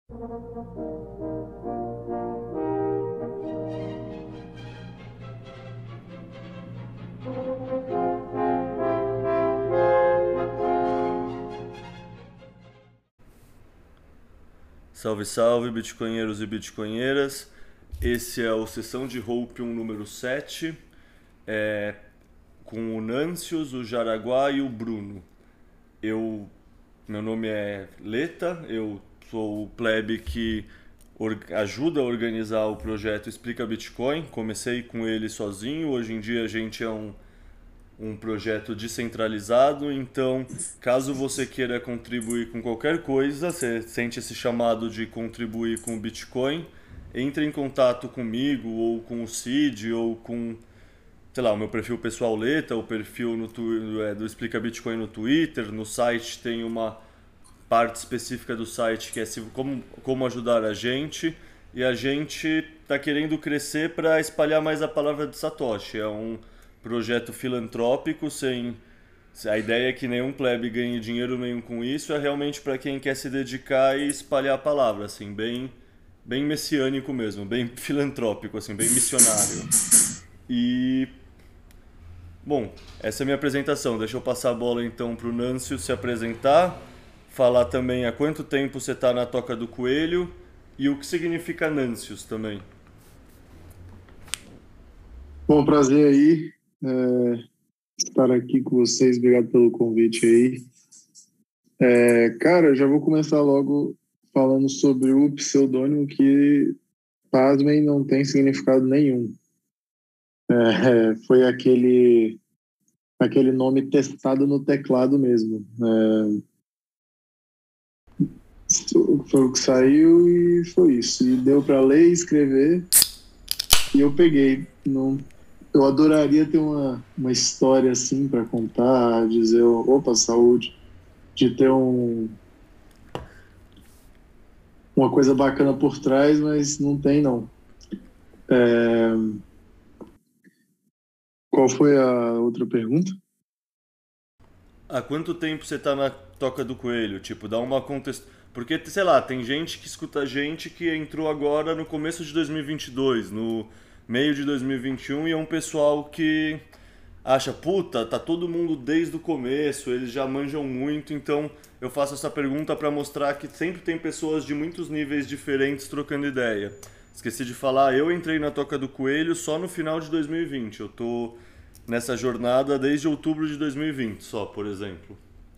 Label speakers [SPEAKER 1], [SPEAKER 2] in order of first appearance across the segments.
[SPEAKER 1] Salve, salve, bitcoinheiros e bitcoinheiras. Esse é o Sessão de Hopium número 7, com o Nancios, o Jaraguá e o Bruno. Meu nome é Leta, eu sou o plebe que ajuda a organizar o projeto Explica Bitcoin. Comecei com ele sozinho, hoje em dia a gente é um projeto descentralizado, então caso você queira contribuir com qualquer coisa, você sente esse chamado de contribuir com o Bitcoin, entre em contato comigo ou com o Cid ou com, sei lá, o meu perfil pessoal Leta, o perfil do Explica Bitcoin no Twitter. No site tem uma parte específica do site que é como ajudar a gente, e a gente está querendo crescer para espalhar mais a palavra de Satoshi. É um projeto filantrópico, sem a ideia é que nenhum plebe ganhe dinheiro nenhum com isso, é realmente para quem quer se dedicar e espalhar a palavra, assim, bem messiânico mesmo, bem filantrópico, assim, bem missionário. E bom, essa é a minha apresentação. Deixa eu passar a bola então pro Nâncio se apresentar, falar também há quanto tempo você está na Toca do Coelho e o que significa Nâncios também.
[SPEAKER 2] Bom, prazer aí estar aqui com vocês. Obrigado pelo convite aí. Cara, eu já vou começar logo falando sobre o pseudônimo que, pasmem, não tem significado nenhum. Foi aquele nome testado no teclado mesmo. Foi o que saiu e foi isso. E deu para ler e escrever e eu peguei. Não, eu adoraria ter uma história assim para contar, dizer, opa, saúde, de ter uma coisa bacana por trás, mas não tem, não. Qual foi a outra pergunta?
[SPEAKER 1] Há quanto tempo você tá na Toca do Coelho? Tipo, dá uma contexto. Porque, sei lá, tem gente que escuta gente que entrou agora no começo de 2022, no meio de 2021, e é um pessoal que acha, puta, tá todo mundo desde o começo, eles já manjam muito, então eu faço essa pergunta pra mostrar que sempre tem pessoas de muitos níveis diferentes trocando ideia. Esqueci de falar, eu entrei na Toca do Coelho só no final de 2020. Eu tô nessa jornada desde outubro de 2020 só, por exemplo.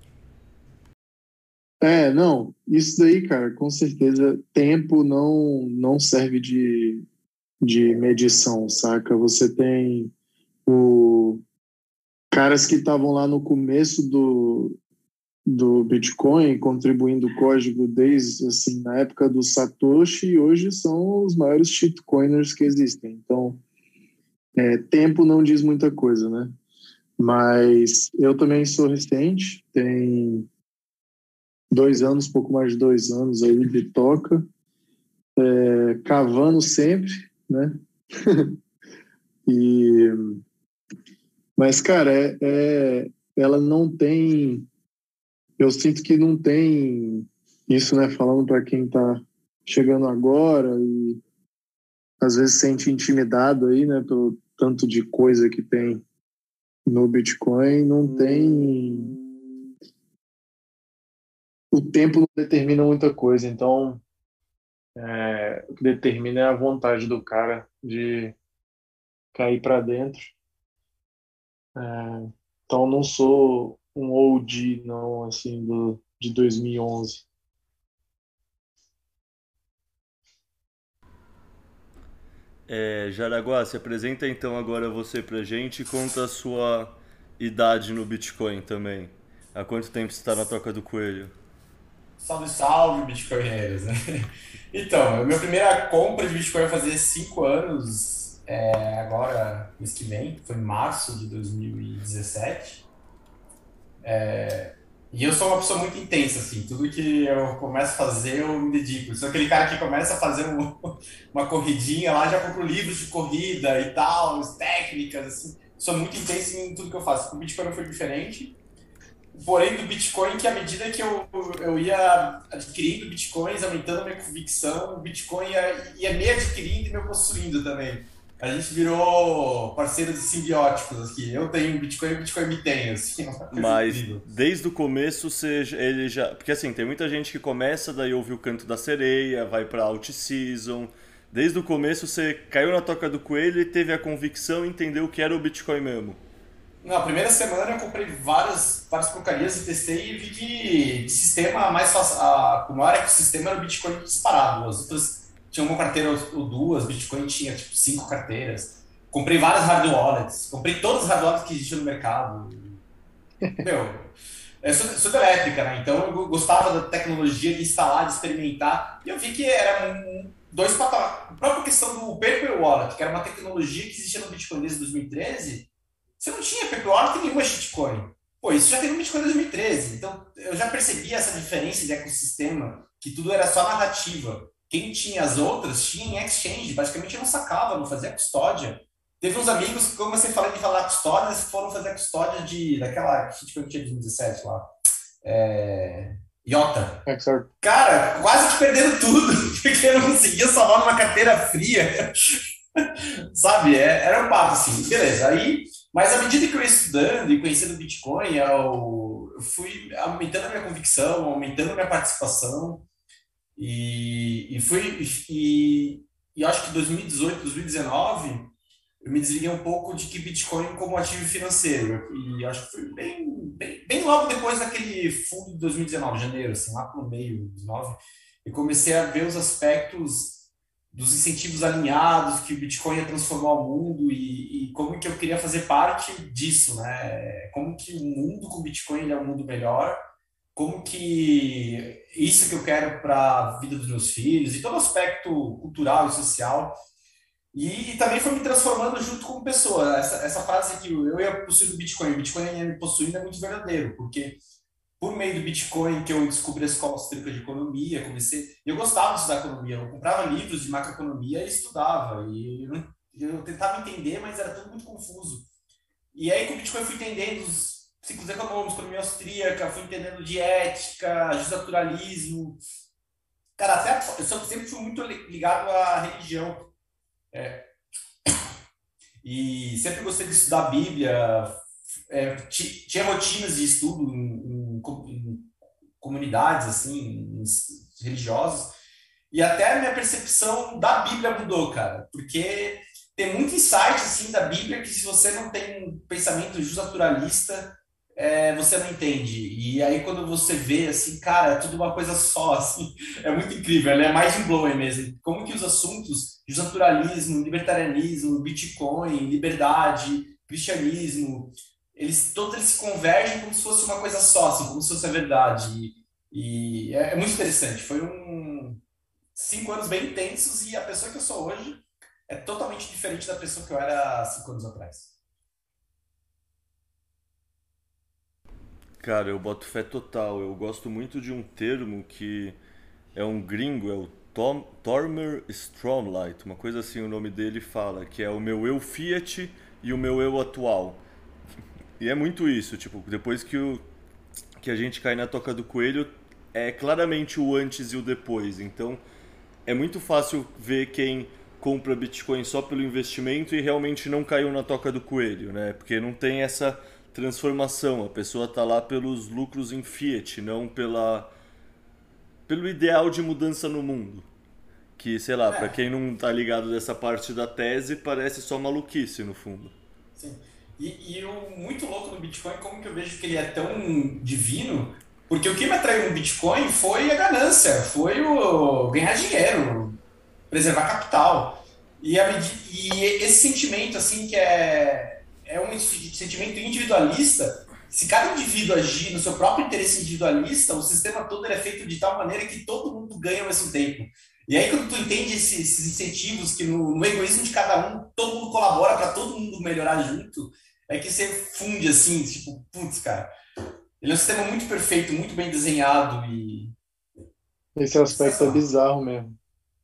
[SPEAKER 2] Não, isso daí, cara, com certeza, tempo não serve de medição, saca? Você tem caras que estavam lá no começo do Bitcoin, contribuindo código desde, assim, na época do Satoshi, e hoje são os maiores shitcoiners que existem. Então, tempo não diz muita coisa, né? Mas eu também sou recente, tem 2 anos, pouco mais de 2 anos aí de toca, cavando sempre, né? Mas, cara, ela não tem. Eu sinto que não tem isso, né? Falando para quem está chegando agora e às vezes se sente intimidado aí, né? Pelo tanto de coisa que tem no Bitcoin, não tem. O tempo não determina muita coisa, então o que determina é a vontade do cara de cair para dentro. Então não sou um OG, não, assim, de 2011.
[SPEAKER 1] Jaraguá, se apresenta então agora você pra gente e conta a sua idade no Bitcoin também. Há quanto tempo você está na Toca do Coelho?
[SPEAKER 3] Salve, salve, bitcoinheiros, né? Então, a minha primeira compra de Bitcoin vai fazer 5 anos, agora, mês que vem, foi em março de 2017. E eu sou uma pessoa muito intensa, assim, tudo que eu começo a fazer eu me dedico. Sou aquele cara que começa a fazer uma corridinha lá, já compro livros de corrida e tal, técnicas, assim. Sou muito intenso em tudo que eu faço. O Bitcoin não foi diferente. porém do Bitcoin que à medida que eu ia adquirindo Bitcoins, aumentando a minha convicção, o Bitcoin ia me adquirindo e me possuindo também. A gente virou parceiros simbióticos aqui. Eu tenho Bitcoin e o Bitcoin me tem, assim, é uma coisa
[SPEAKER 1] Mas
[SPEAKER 3] incrível.
[SPEAKER 1] desde o começo ele já. Porque assim, tem muita gente que começa, daí ouve o canto da sereia, vai pra out-season. Desde o começo você caiu na toca do coelho e teve a convicção e entendeu que era o Bitcoin mesmo.
[SPEAKER 3] Na primeira semana eu comprei várias porcarias e testei e vi que de sistema mais fácil, o maior ecossistema era o Bitcoin disparado. As outras tinham uma carteira ou duas, Bitcoin tinha tipo cinco carteiras. Comprei várias hard wallets, comprei todas as hard wallets que existiam no mercado. Meu, sou da elétrica, né? Então eu gostava da tecnologia de instalar, de experimentar. E eu vi que era dois patamares. A própria questão do Paper Wallet, que era uma tecnologia que existia no Bitcoin desde 2013. Você não tinha Paper Wallet e nenhuma shitcoin. Pô, isso já tem no Bitcoin 2013. Então eu já percebi essa diferença de ecossistema, que tudo era só narrativa. Quem tinha as outras tinha em exchange, basicamente não sacava, não fazia custódia. Teve uns amigos que, como você falou de falar custódia, eles foram fazer a custódia daquela shitcoin que tinha de 2017 lá. IOTA.
[SPEAKER 2] XR.
[SPEAKER 3] Cara, quase que perderam tudo, porque eu não conseguia salvar numa carteira fria. Sabe? Era um papo assim, beleza. Aí, mas à medida que eu ia estudando e conhecendo o Bitcoin, eu fui aumentando a minha convicção, aumentando a minha participação e acho que 2018, 2019 eu me desliguei um pouco de que Bitcoin como ativo financeiro. E acho que foi bem logo depois daquele fundo de 2019, janeiro, assim, lá pro meio de 2019, eu comecei a ver os aspectos dos incentivos alinhados, que o Bitcoin ia transformar o mundo e como que eu queria fazer parte disso, né? Como que o mundo com Bitcoin ele é um mundo melhor, como que isso que eu quero para a vida dos meus filhos e todo aspecto cultural e social e também foi me transformando junto como pessoa. Essa frase que eu ia possuir o Bitcoin ia me possuindo é muito verdadeiro, porque por meio do Bitcoin que eu descobri a escola austríaca de economia, eu gostava de estudar economia, eu comprava livros de macroeconomia e estudava, eu tentava entender, mas era tudo muito confuso. E aí com o Bitcoin eu fui entendendo os ciclos econômicos, economia austríaca, fui entendendo de ética, justnaturalismo. Cara, eu sempre fui muito ligado à religião. E sempre gostei de estudar a Bíblia, tinha rotinas de estudo em comunidades assim, religiosas, e até a minha percepção da Bíblia mudou, cara, porque tem muito insight assim da Bíblia que se você não tem um pensamento justnaturalista, você não entende. E aí quando você vê assim, cara, é tudo uma coisa só, assim, é muito incrível, ela é mais de blowing mesmo. Como que os assuntos, justnaturalismo, libertarianismo, Bitcoin, liberdade, cristianismo, todos eles se convergem como se fosse uma coisa só, assim, como se fosse a verdade. E é muito interessante. Foi 5 anos bem intensos e a pessoa que eu sou hoje é totalmente diferente da pessoa que eu era 5 anos atrás.
[SPEAKER 1] Cara, eu boto fé total. Eu gosto muito de um termo que é um gringo, é o Tormer Stromlight, uma coisa assim o nome dele fala, que é o meu eu Fiat e o meu eu atual. E é muito isso, tipo, depois que a gente cai na toca do coelho, é claramente o antes e o depois. Então, é muito fácil ver quem compra Bitcoin só pelo investimento e realmente não caiu na toca do coelho, né? Porque não tem essa transformação. A pessoa tá lá pelos lucros em fiat, não pelo ideal de mudança no mundo. Que, sei lá, pra
[SPEAKER 3] É,
[SPEAKER 1] quem não tá ligado dessa parte da tese, parece só maluquice no fundo.
[SPEAKER 3] sim. E o muito louco do Bitcoin, como que eu vejo que ele é tão divino, porque o que me atraiu no Bitcoin foi a ganância, foi o ganhar dinheiro, preservar capital. E esse sentimento, assim, que é um sentimento individualista, se cada indivíduo agir no seu próprio interesse individualista, o sistema todo ele é feito de tal maneira que todo mundo ganha ao mesmo tempo. E aí, quando tu entende esses incentivos, que no egoísmo de cada um, todo mundo colabora para todo mundo melhorar junto, é que você funde assim, tipo, putz, cara, ele é um sistema muito perfeito, muito bem desenhado e
[SPEAKER 2] Esse aspecto é
[SPEAKER 3] sensacional.
[SPEAKER 2] bizarro mesmo.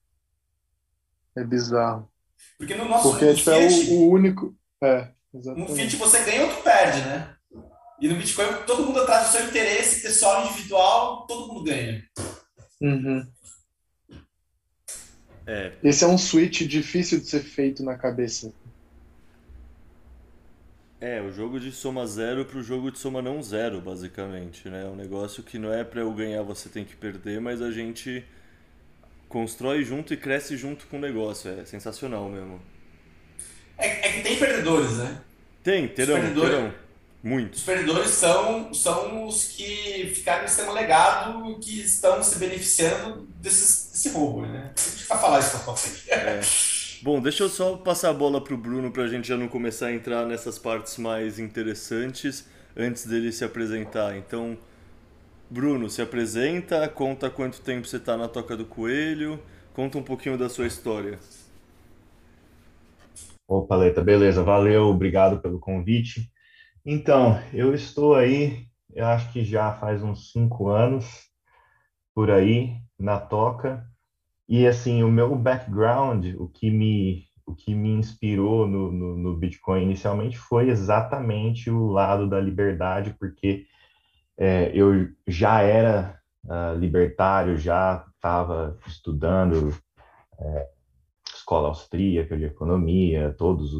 [SPEAKER 2] É bizarro.
[SPEAKER 3] Porque no nosso
[SPEAKER 2] Porque,
[SPEAKER 3] mundo
[SPEAKER 2] tipo, é o
[SPEAKER 3] Fiat,
[SPEAKER 2] único. É,
[SPEAKER 3] no Fiat
[SPEAKER 2] exatamente.
[SPEAKER 3] você ganha ou tu perde, né? E no Bitcoin, todo mundo atrás do seu interesse pessoal, individual, todo mundo ganha.
[SPEAKER 2] Uhum.
[SPEAKER 1] É,
[SPEAKER 2] Esse é um switch difícil de ser feito na cabeça.
[SPEAKER 1] o jogo de soma zero pro jogo de soma não zero, basicamente, né? É um negócio que não é pra eu ganhar, você tem que perder, mas a gente constrói junto e cresce junto com o negócio. É sensacional mesmo.
[SPEAKER 3] É que tem perdedores, né?
[SPEAKER 1] Tem,
[SPEAKER 3] Os
[SPEAKER 1] terão,
[SPEAKER 3] perdedores,
[SPEAKER 1] terão.
[SPEAKER 3] os
[SPEAKER 1] Muitos.
[SPEAKER 3] perdedores são os que ficaram no sistema legado e que estão se beneficiando desse roubo, né? A gente vai falar isso pra frente.
[SPEAKER 1] Bom, deixa eu só passar a bola pro Bruno pra gente já não começar a entrar nessas partes mais interessantes antes dele se apresentar. Então, Bruno, se apresenta, conta quanto tempo você tá na Toca do Coelho, conta um pouquinho da sua história.
[SPEAKER 4] Opa, Leta, beleza, valeu, obrigado pelo convite. Então, eu estou aí, eu acho que já faz uns 5 anos por aí na toca, e assim, o meu background, o que me inspirou no Bitcoin inicialmente foi exatamente o lado da liberdade, porque eu já era libertário, já estava estudando escola austríaca de economia, todos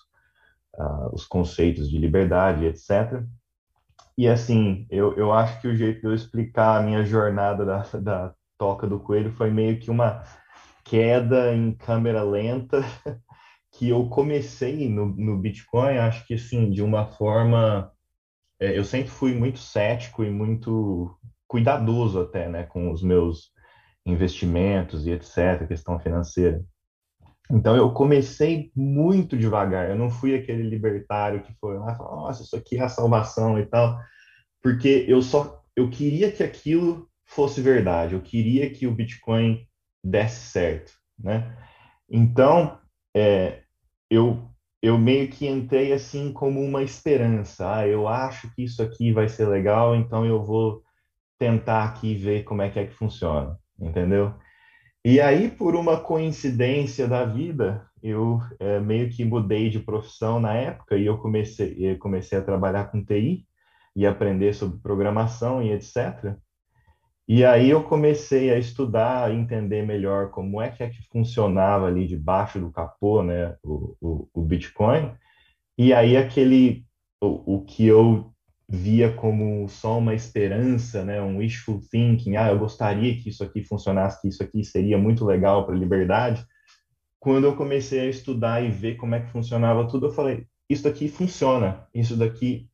[SPEAKER 4] os conceitos de liberdade, etc. E assim, eu acho que o jeito de eu explicar a minha jornada da Toca do Coelho foi meio que uma queda em câmera lenta que eu comecei no Bitcoin, acho que assim, de uma forma. Eu sempre fui muito cético e muito cuidadoso até, né, com os meus investimentos e etc., questão financeira. Então eu comecei muito devagar. Eu não fui aquele libertário que foi lá e falou, nossa, isso aqui é a salvação e tal, porque eu queria que aquilo fosse verdade. Eu queria que o Bitcoin desse certo, né? Então eu eu meio que entrei assim como uma esperança. Ah, eu acho que isso aqui vai ser legal, então eu vou tentar aqui ver como é que funciona, entendeu? E aí, por uma coincidência da vida, eu meio que mudei de profissão na época e eu comecei a trabalhar com TI e aprender sobre programação e etc. E aí eu comecei a estudar, entender melhor como é que funcionava ali debaixo do capô, né, o Bitcoin. E aí o que eu via como só uma esperança, né, um wishful thinking, eu gostaria que isso aqui funcionasse, que isso aqui seria muito legal para a liberdade. Quando eu comecei a estudar e ver como é que funcionava tudo, eu falei, isso daqui funciona, isso daqui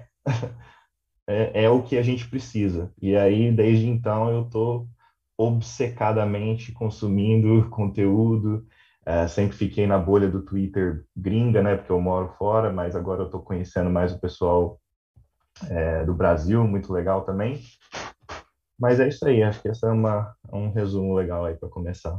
[SPEAKER 4] é o que a gente precisa. E aí, desde então, eu estou obcecadamente consumindo conteúdo. Sempre fiquei na bolha do Twitter gringa, né? Porque eu moro fora, mas agora eu estou conhecendo mais o pessoal do Brasil, muito legal também. Mas é isso aí, acho que essa é um resumo legal aí para começar.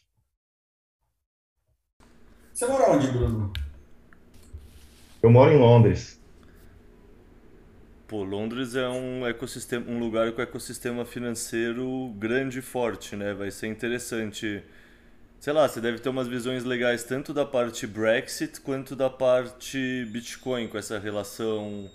[SPEAKER 3] Você mora onde, Bruno?
[SPEAKER 4] Eu moro em Londres.
[SPEAKER 1] Pô, Londres é um ecossistema, um lugar com ecossistema financeiro grande e forte, né? Vai ser interessante. Sei lá, você deve ter umas visões legais tanto da parte Brexit quanto da parte Bitcoin, com essa relação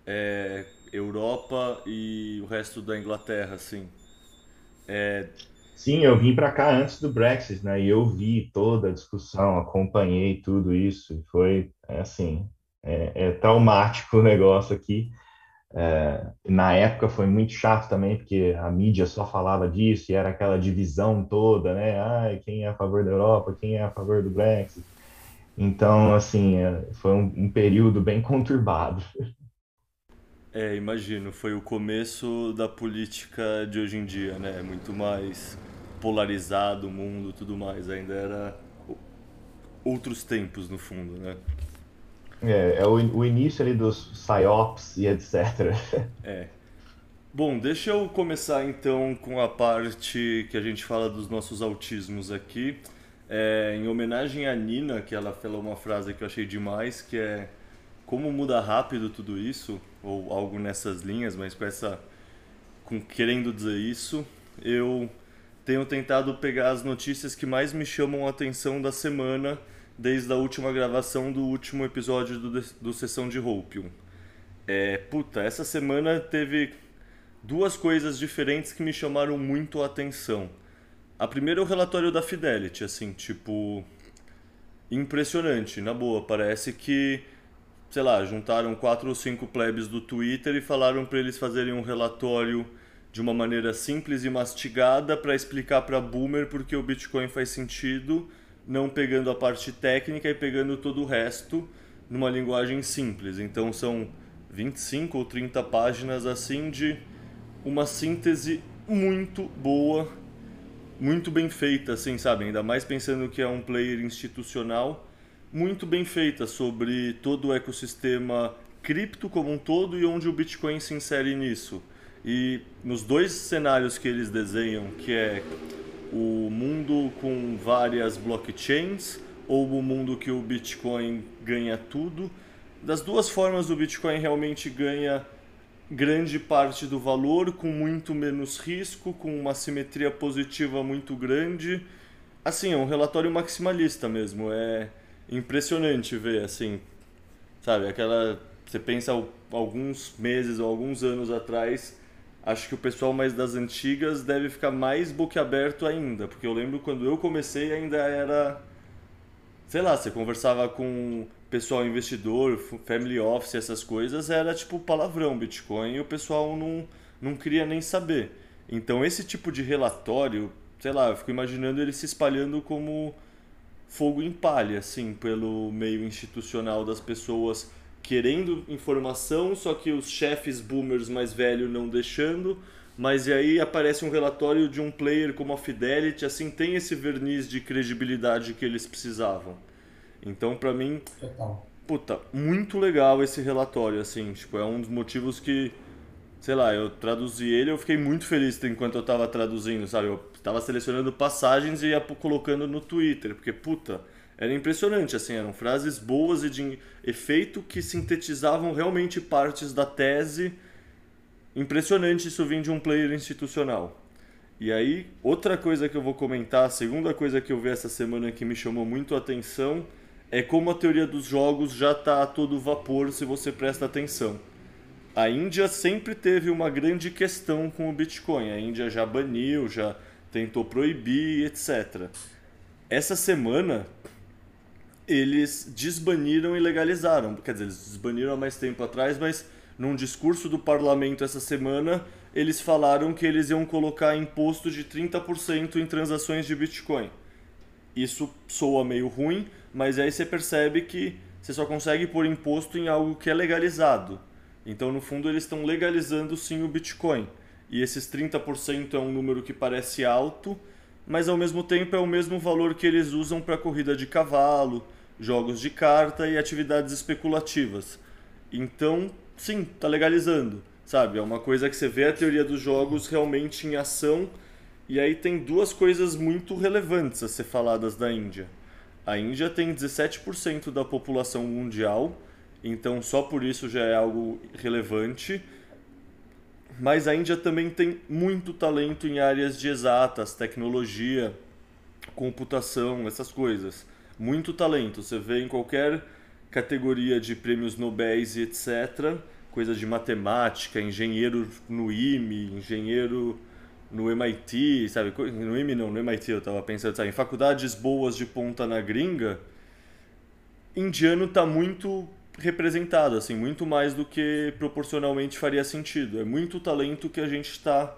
[SPEAKER 1] Europa e o resto da Inglaterra, assim. É,
[SPEAKER 4] Sim, eu vim para cá antes do Brexit, né? E eu vi toda a discussão, acompanhei tudo isso. E foi, assim, é traumático o negócio aqui. Na época foi muito chato também, porque a mídia só falava disso e era aquela divisão toda, né? Ai, quem é a favor da Europa, quem é a favor do Brexit. Então, assim, foi um período bem conturbado.
[SPEAKER 1] imagino, foi o começo da política de hoje em dia, né? Muito mais polarizado o mundo, tudo mais. Ainda era outros tempos no fundo, né?
[SPEAKER 4] É o início ali dos PSYOPs e etc.
[SPEAKER 1] É. Bom, deixa eu começar então com a parte que a gente fala dos nossos autismos aqui. Em homenagem à Nina, que ela falou uma frase que eu achei demais, que é como muda rápido tudo isso, ou algo nessas linhas, mas querendo dizer isso, eu tenho tentado pegar as notícias que mais me chamam a atenção da semana, desde a última gravação do último episódio do Sessão de Hopium. Puta, essa semana teve duas coisas diferentes que me chamaram muito a atenção. A primeira é o relatório da Fidelity, assim, tipo, impressionante, na boa. Parece que, sei lá, juntaram 4 ou 5 plebes do Twitter e falaram para eles fazerem um relatório de uma maneira simples e mastigada para explicar para boomer porque o Bitcoin faz sentido, não pegando a parte técnica e pegando todo o resto numa linguagem simples. Então são 25 ou 30 páginas assim de uma síntese muito boa, muito bem feita, assim, sabe? Ainda mais pensando que é um player institucional, muito bem feita sobre todo o ecossistema cripto como um todo e onde o Bitcoin se insere nisso. E nos dois cenários que eles desenham, que é o mundo com várias blockchains ou o mundo que o Bitcoin ganha tudo, das duas formas o Bitcoin realmente ganha grande parte do valor com muito menos risco, com uma simetria positiva muito grande. Assim, é um relatório maximalista mesmo, é impressionante ver, assim, sabe, você pensa alguns meses ou alguns anos atrás, acho que o pessoal mais das antigas deve ficar mais boquiaberto ainda, porque eu lembro quando eu comecei ainda era, sei lá, você conversava com pessoal investidor, family office, essas coisas, era tipo palavrão Bitcoin e o pessoal não queria nem saber. Então esse tipo de relatório, sei lá, eu fico imaginando ele se espalhando como fogo em palha, assim, pelo meio institucional das pessoas querendo informação, só que os chefes boomers mais velhos não deixando, mas e aí aparece um relatório de um player como a Fidelity, assim, tem esse verniz de credibilidade que eles precisavam. Então, pra mim,
[SPEAKER 3] Total.
[SPEAKER 1] puta, muito legal esse relatório, assim, tipo, é um dos motivos que, sei lá, eu traduzi ele, eu fiquei muito feliz enquanto eu tava traduzindo, sabe? Eu tava selecionando passagens e ia colocando no Twitter, porque, puta, era impressionante, assim, eram frases boas e de efeito que sintetizavam realmente partes da tese. Impressionante isso vir de um player institucional. E aí, outra coisa que eu vou comentar, a segunda coisa que eu vi essa semana que me chamou muito a atenção, é como a teoria dos jogos já está a todo vapor se você presta atenção. A Índia sempre teve uma grande questão com o Bitcoin. A Índia já baniu, já tentou proibir, etc. Essa semana, eles desbaniram e legalizaram. Quer dizer, eles desbaniram há mais tempo atrás, mas num discurso do parlamento essa semana, eles falaram que eles iam colocar imposto de 30% em transações de Bitcoin. Isso soa meio ruim, mas aí você percebe que você só consegue pôr imposto em algo que é legalizado. Então, no fundo, eles estão legalizando sim o Bitcoin. E esses 30% é um número que parece alto, mas ao mesmo tempo é o mesmo valor que eles usam para corrida de cavalo, jogos de carta e atividades especulativas. Então, sim, está legalizando, sabe? É uma coisa que você vê a teoria dos jogos realmente em ação. E aí tem duas coisas muito relevantes a ser faladas da Índia. A Índia tem 17% da população mundial, então só por isso já é algo relevante. Mas a Índia também tem muito talento em áreas de exatas, tecnologia, computação, essas coisas. Muito talento. Você vê em qualquer categoria de prêmios Nobel e etc. Coisa de matemática, engenheiro no IME, engenheiro no MIT, sabe? No IME não, no MIT eu tava pensando, sabe? Em faculdades boas de ponta na gringa, indiano tá muito representado, assim, muito mais do que proporcionalmente faria sentido. É muito talento que a gente está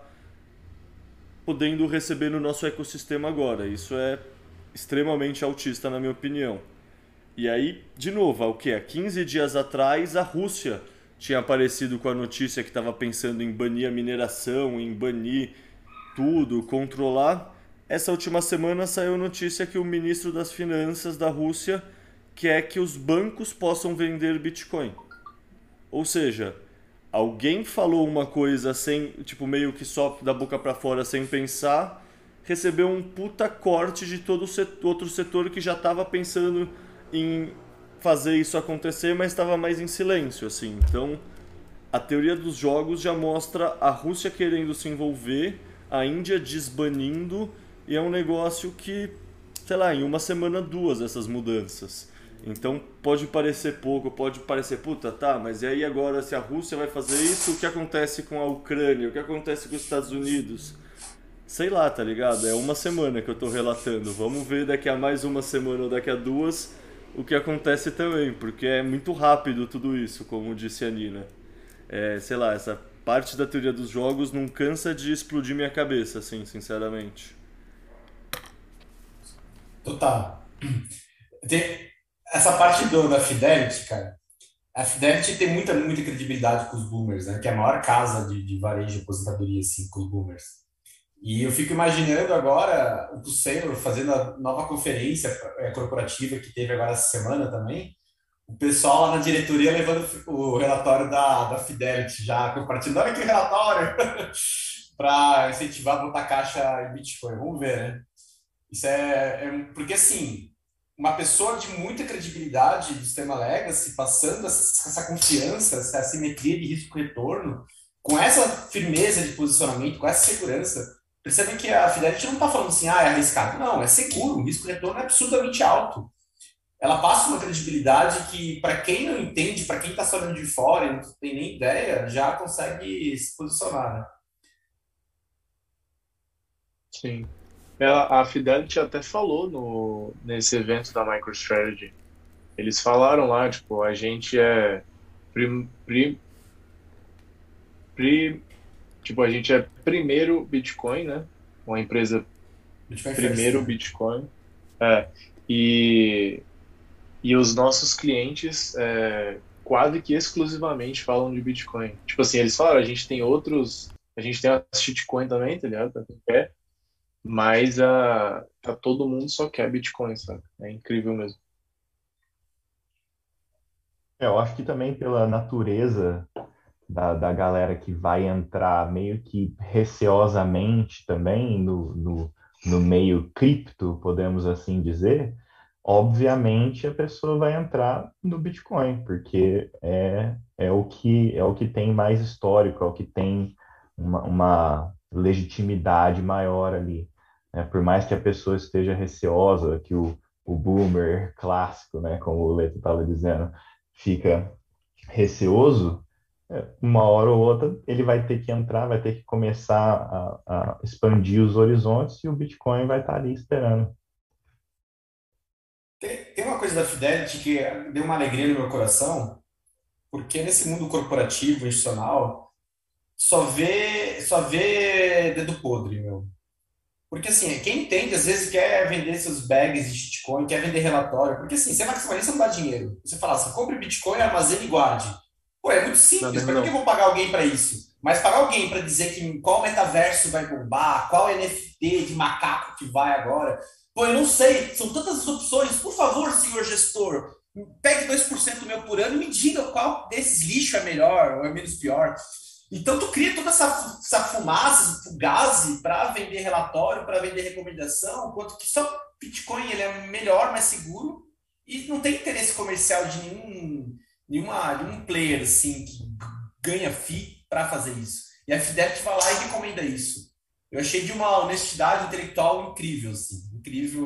[SPEAKER 1] podendo receber no nosso ecossistema agora. Isso é extremamente autista, na minha opinião. E aí, de novo, há 15 dias atrás, a Rússia tinha aparecido com a notícia que estava pensando em banir a mineração, em banir tudo, controlar. Essa última semana saiu notícia que o ministro das Finanças da Rússia quer que os bancos possam vender Bitcoin. Ou seja, alguém falou uma coisa sem, tipo, meio que só da boca para fora, sem pensar, recebeu um puta corte de todo outro setor que já estava pensando em fazer isso acontecer, mas estava mais em silêncio, assim. Então, a teoria dos jogos já mostra a Rússia querendo se envolver, a Índia desbanindo, e é um negócio que, sei lá, em uma semana, duas essas mudanças. Então pode parecer pouco, pode parecer, puta, tá, mas e aí agora se a Rússia vai fazer isso, o que acontece com a Ucrânia, o que acontece com os Estados Unidos? Sei lá, tá ligado? É uma semana que eu tô relatando. Vamos ver daqui a mais uma semana ou daqui a duas o que acontece também, porque é muito rápido tudo isso, como disse a Nina. É, sei lá, essa parte da teoria dos jogos não cansa de explodir minha cabeça, assim, sinceramente.
[SPEAKER 3] Total. Tem essa parte da Fidelity, cara. A Fidelity tem muita credibilidade com os boomers, né? Que é a maior casa de varejo de aposentadoria, assim, com os boomers. E eu fico imaginando agora o Saylor fazendo a nova conferência corporativa que teve agora essa semana também. O pessoal lá na diretoria levando o relatório da Fidelity já compartilhando. Olha aqui o relatório para incentivar a botar caixa em Bitcoin. Vamos ver, né? Isso porque assim, uma pessoa de muita credibilidade do sistema Legacy, passando essa confiança, essa simetria de risco-retorno, com essa firmeza de posicionamento, com essa segurança, percebem que a Fidelity não está falando assim, é arriscado. Não, é seguro, o risco-retorno é absurdamente alto. Ela passa uma credibilidade que, para quem não entende, para quem está só olhando de fora e não tem nem ideia, já consegue se posicionar, né?
[SPEAKER 2] Sim. A Fidelity até falou nesse evento da MicroStrategy. Eles falaram lá, tipo, a gente é tipo, a gente é primeiro Bitcoin, né? Uma empresa
[SPEAKER 3] Bitcoin
[SPEAKER 2] primeiro
[SPEAKER 3] First, né?
[SPEAKER 2] Bitcoin. É. E os nossos clientes quase que exclusivamente falam de Bitcoin. Tipo assim, eles falaram, a gente tem a shitcoin também, tá ligado? Pra quem quer. Mas todo mundo só quer Bitcoin, sabe? É incrível mesmo.
[SPEAKER 4] Eu acho que também pela natureza da galera que vai entrar meio que receosamente também no meio cripto, podemos assim dizer, obviamente a pessoa vai entrar no Bitcoin, porque é o que tem mais histórico, é o que tem uma legitimidade maior ali, né? Por mais que a pessoa esteja receosa, que o boomer clássico, né, como o Leto estava dizendo, fica receoso, uma hora ou outra ele vai ter que entrar, vai ter que começar a expandir os horizontes e o Bitcoin vai estar ali esperando.
[SPEAKER 3] Tem uma coisa da Fidelity que deu uma alegria no meu coração, porque nesse mundo corporativo, institucional, só vê dedo podre, meu. Porque assim, quem entende, às vezes quer vender seus bags de shitcoin, quer vender relatório, porque assim, você é maximalista, não dá dinheiro. Você fala assim, compre Bitcoin, armazene e guarde. Pô, é muito
[SPEAKER 2] Não,
[SPEAKER 3] simples,
[SPEAKER 2] não,
[SPEAKER 3] para que eu
[SPEAKER 2] não.
[SPEAKER 3] vou pagar alguém para isso? Mas pagar alguém para dizer que qual metaverso vai bombar, qual NFT de macaco que vai agora. Pô, eu não sei, são tantas as opções. Por favor, senhor gestor, pegue 2% do meu por ano e me diga qual desses lixo é melhor ou é menos pior. Então, tu cria toda essa fumaça, esse fugazi para vender relatório, para vender recomendação, enquanto que só Bitcoin ele é melhor, mais seguro e não tem interesse comercial de nenhum player assim que ganha FII para fazer isso. E a Fidelity vai lá e recomenda isso. Eu achei de uma honestidade intelectual incrível, assim, incrível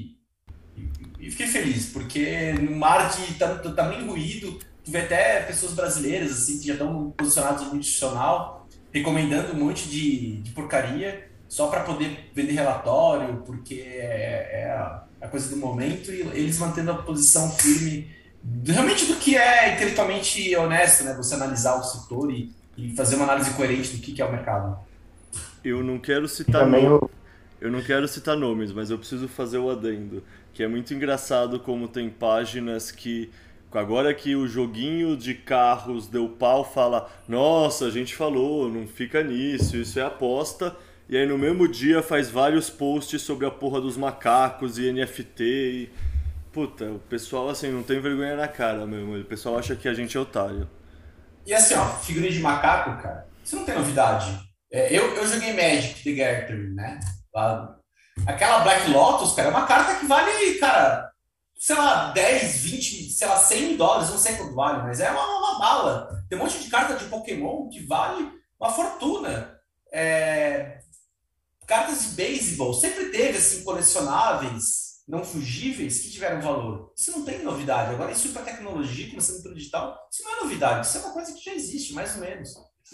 [SPEAKER 3] e fiquei feliz, porque no mar de tamanho ruído, tu vê até pessoas brasileiras assim, que já estão posicionadas no institucional, recomendando um monte de porcaria só para poder vender relatório, porque é a coisa do momento, e eles mantendo a posição firme realmente do que é intelectualmente honesto, né? Você analisar o setor e fazer uma análise coerente do que é o mercado.
[SPEAKER 1] Eu não quero
[SPEAKER 4] E
[SPEAKER 1] citar
[SPEAKER 4] também
[SPEAKER 1] no... Eu não quero citar nomes, mas eu preciso fazer o adendo. Que é muito engraçado como tem páginas que, agora que o joguinho de carros deu pau, fala: Nossa, a gente falou, não fica nisso, isso é aposta. E aí no mesmo dia faz vários posts sobre a porra dos macacos e NFT. E... Puta, o pessoal assim não tem vergonha na cara mesmo. O pessoal acha que a gente é otário.
[SPEAKER 3] E assim, ó, figurinha de macaco, cara, isso não tem novidade. Eu joguei Magic The Gathering, né? Aquela Black Lotus, cara, é uma carta que vale, cara, sei lá, 10, 20, sei lá, US$ 100, não sei quanto vale, mas é uma bala. Tem um monte de carta de Pokémon que vale uma fortuna. Cartas de beisebol, sempre teve, assim, colecionáveis. não fugíveis que tiveram valor. Isso não tem novidade. Agora, isso para tecnologia, começando pelo digital, isso não é novidade, isso é uma coisa que já existe, mais ou menos.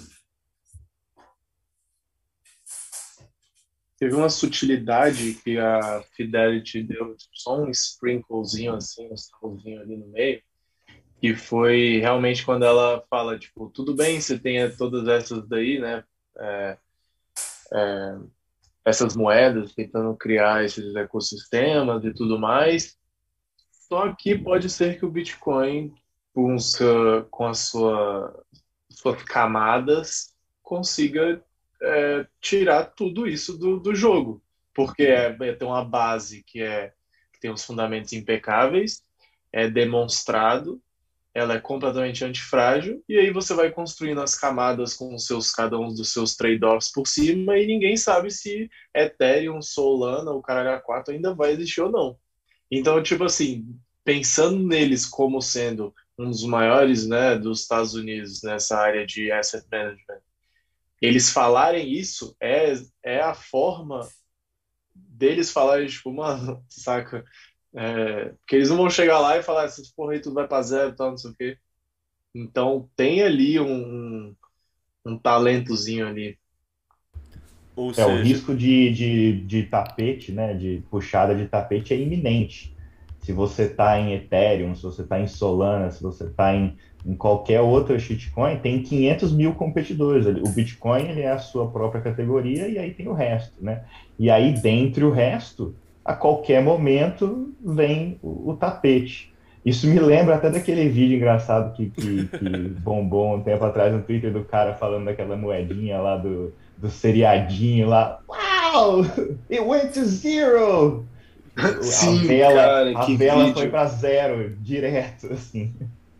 [SPEAKER 2] Teve uma sutilidade que a Fidelity deu, só um sprinklezinho assim, um salzinho ali no meio, que foi realmente quando ela fala, tipo, tudo bem, você tem todas essas daí, né? Essas moedas, tentando criar esses ecossistemas e tudo mais. Só que pode ser que o Bitcoin, com as suas camadas, consiga tirar tudo isso do jogo. Porque tem uma base que tem os fundamentos impecáveis, é demonstrado, ela é completamente antifrágil, e aí você vai construindo as camadas com cada um dos seus trade-offs por cima, e ninguém sabe se Ethereum, Solana, o caralho A4 ainda vai existir ou não. Então, tipo assim, pensando neles como sendo um dos maiores, né, dos Estados Unidos nessa área de asset management, eles falarem isso é a forma deles falarem, tipo, mano, saca? Porque eles não vão chegar lá e falar essas porra aí tudo vai pra zero e tal, não sei o quê. Então tem ali um talentozinho ali.
[SPEAKER 1] Ou
[SPEAKER 4] O
[SPEAKER 1] seja,
[SPEAKER 4] risco de tapete, né, de puxada de tapete é iminente. Se você está em Ethereum, se você está em Solana, se você está em qualquer outra shitcoin, tem 500 mil competidores. O Bitcoin ele é a sua própria categoria e aí tem o resto, né? E aí, dentre o resto, a qualquer momento vem o tapete. Isso me lembra até daquele vídeo engraçado que bombou um tempo atrás no Twitter do cara falando daquela moedinha lá do seriadinho lá. Wow! It went to zero!
[SPEAKER 2] Sim, cara,
[SPEAKER 4] A
[SPEAKER 2] que
[SPEAKER 4] vela
[SPEAKER 2] vídeo.
[SPEAKER 4] foi para zero, direto, assim.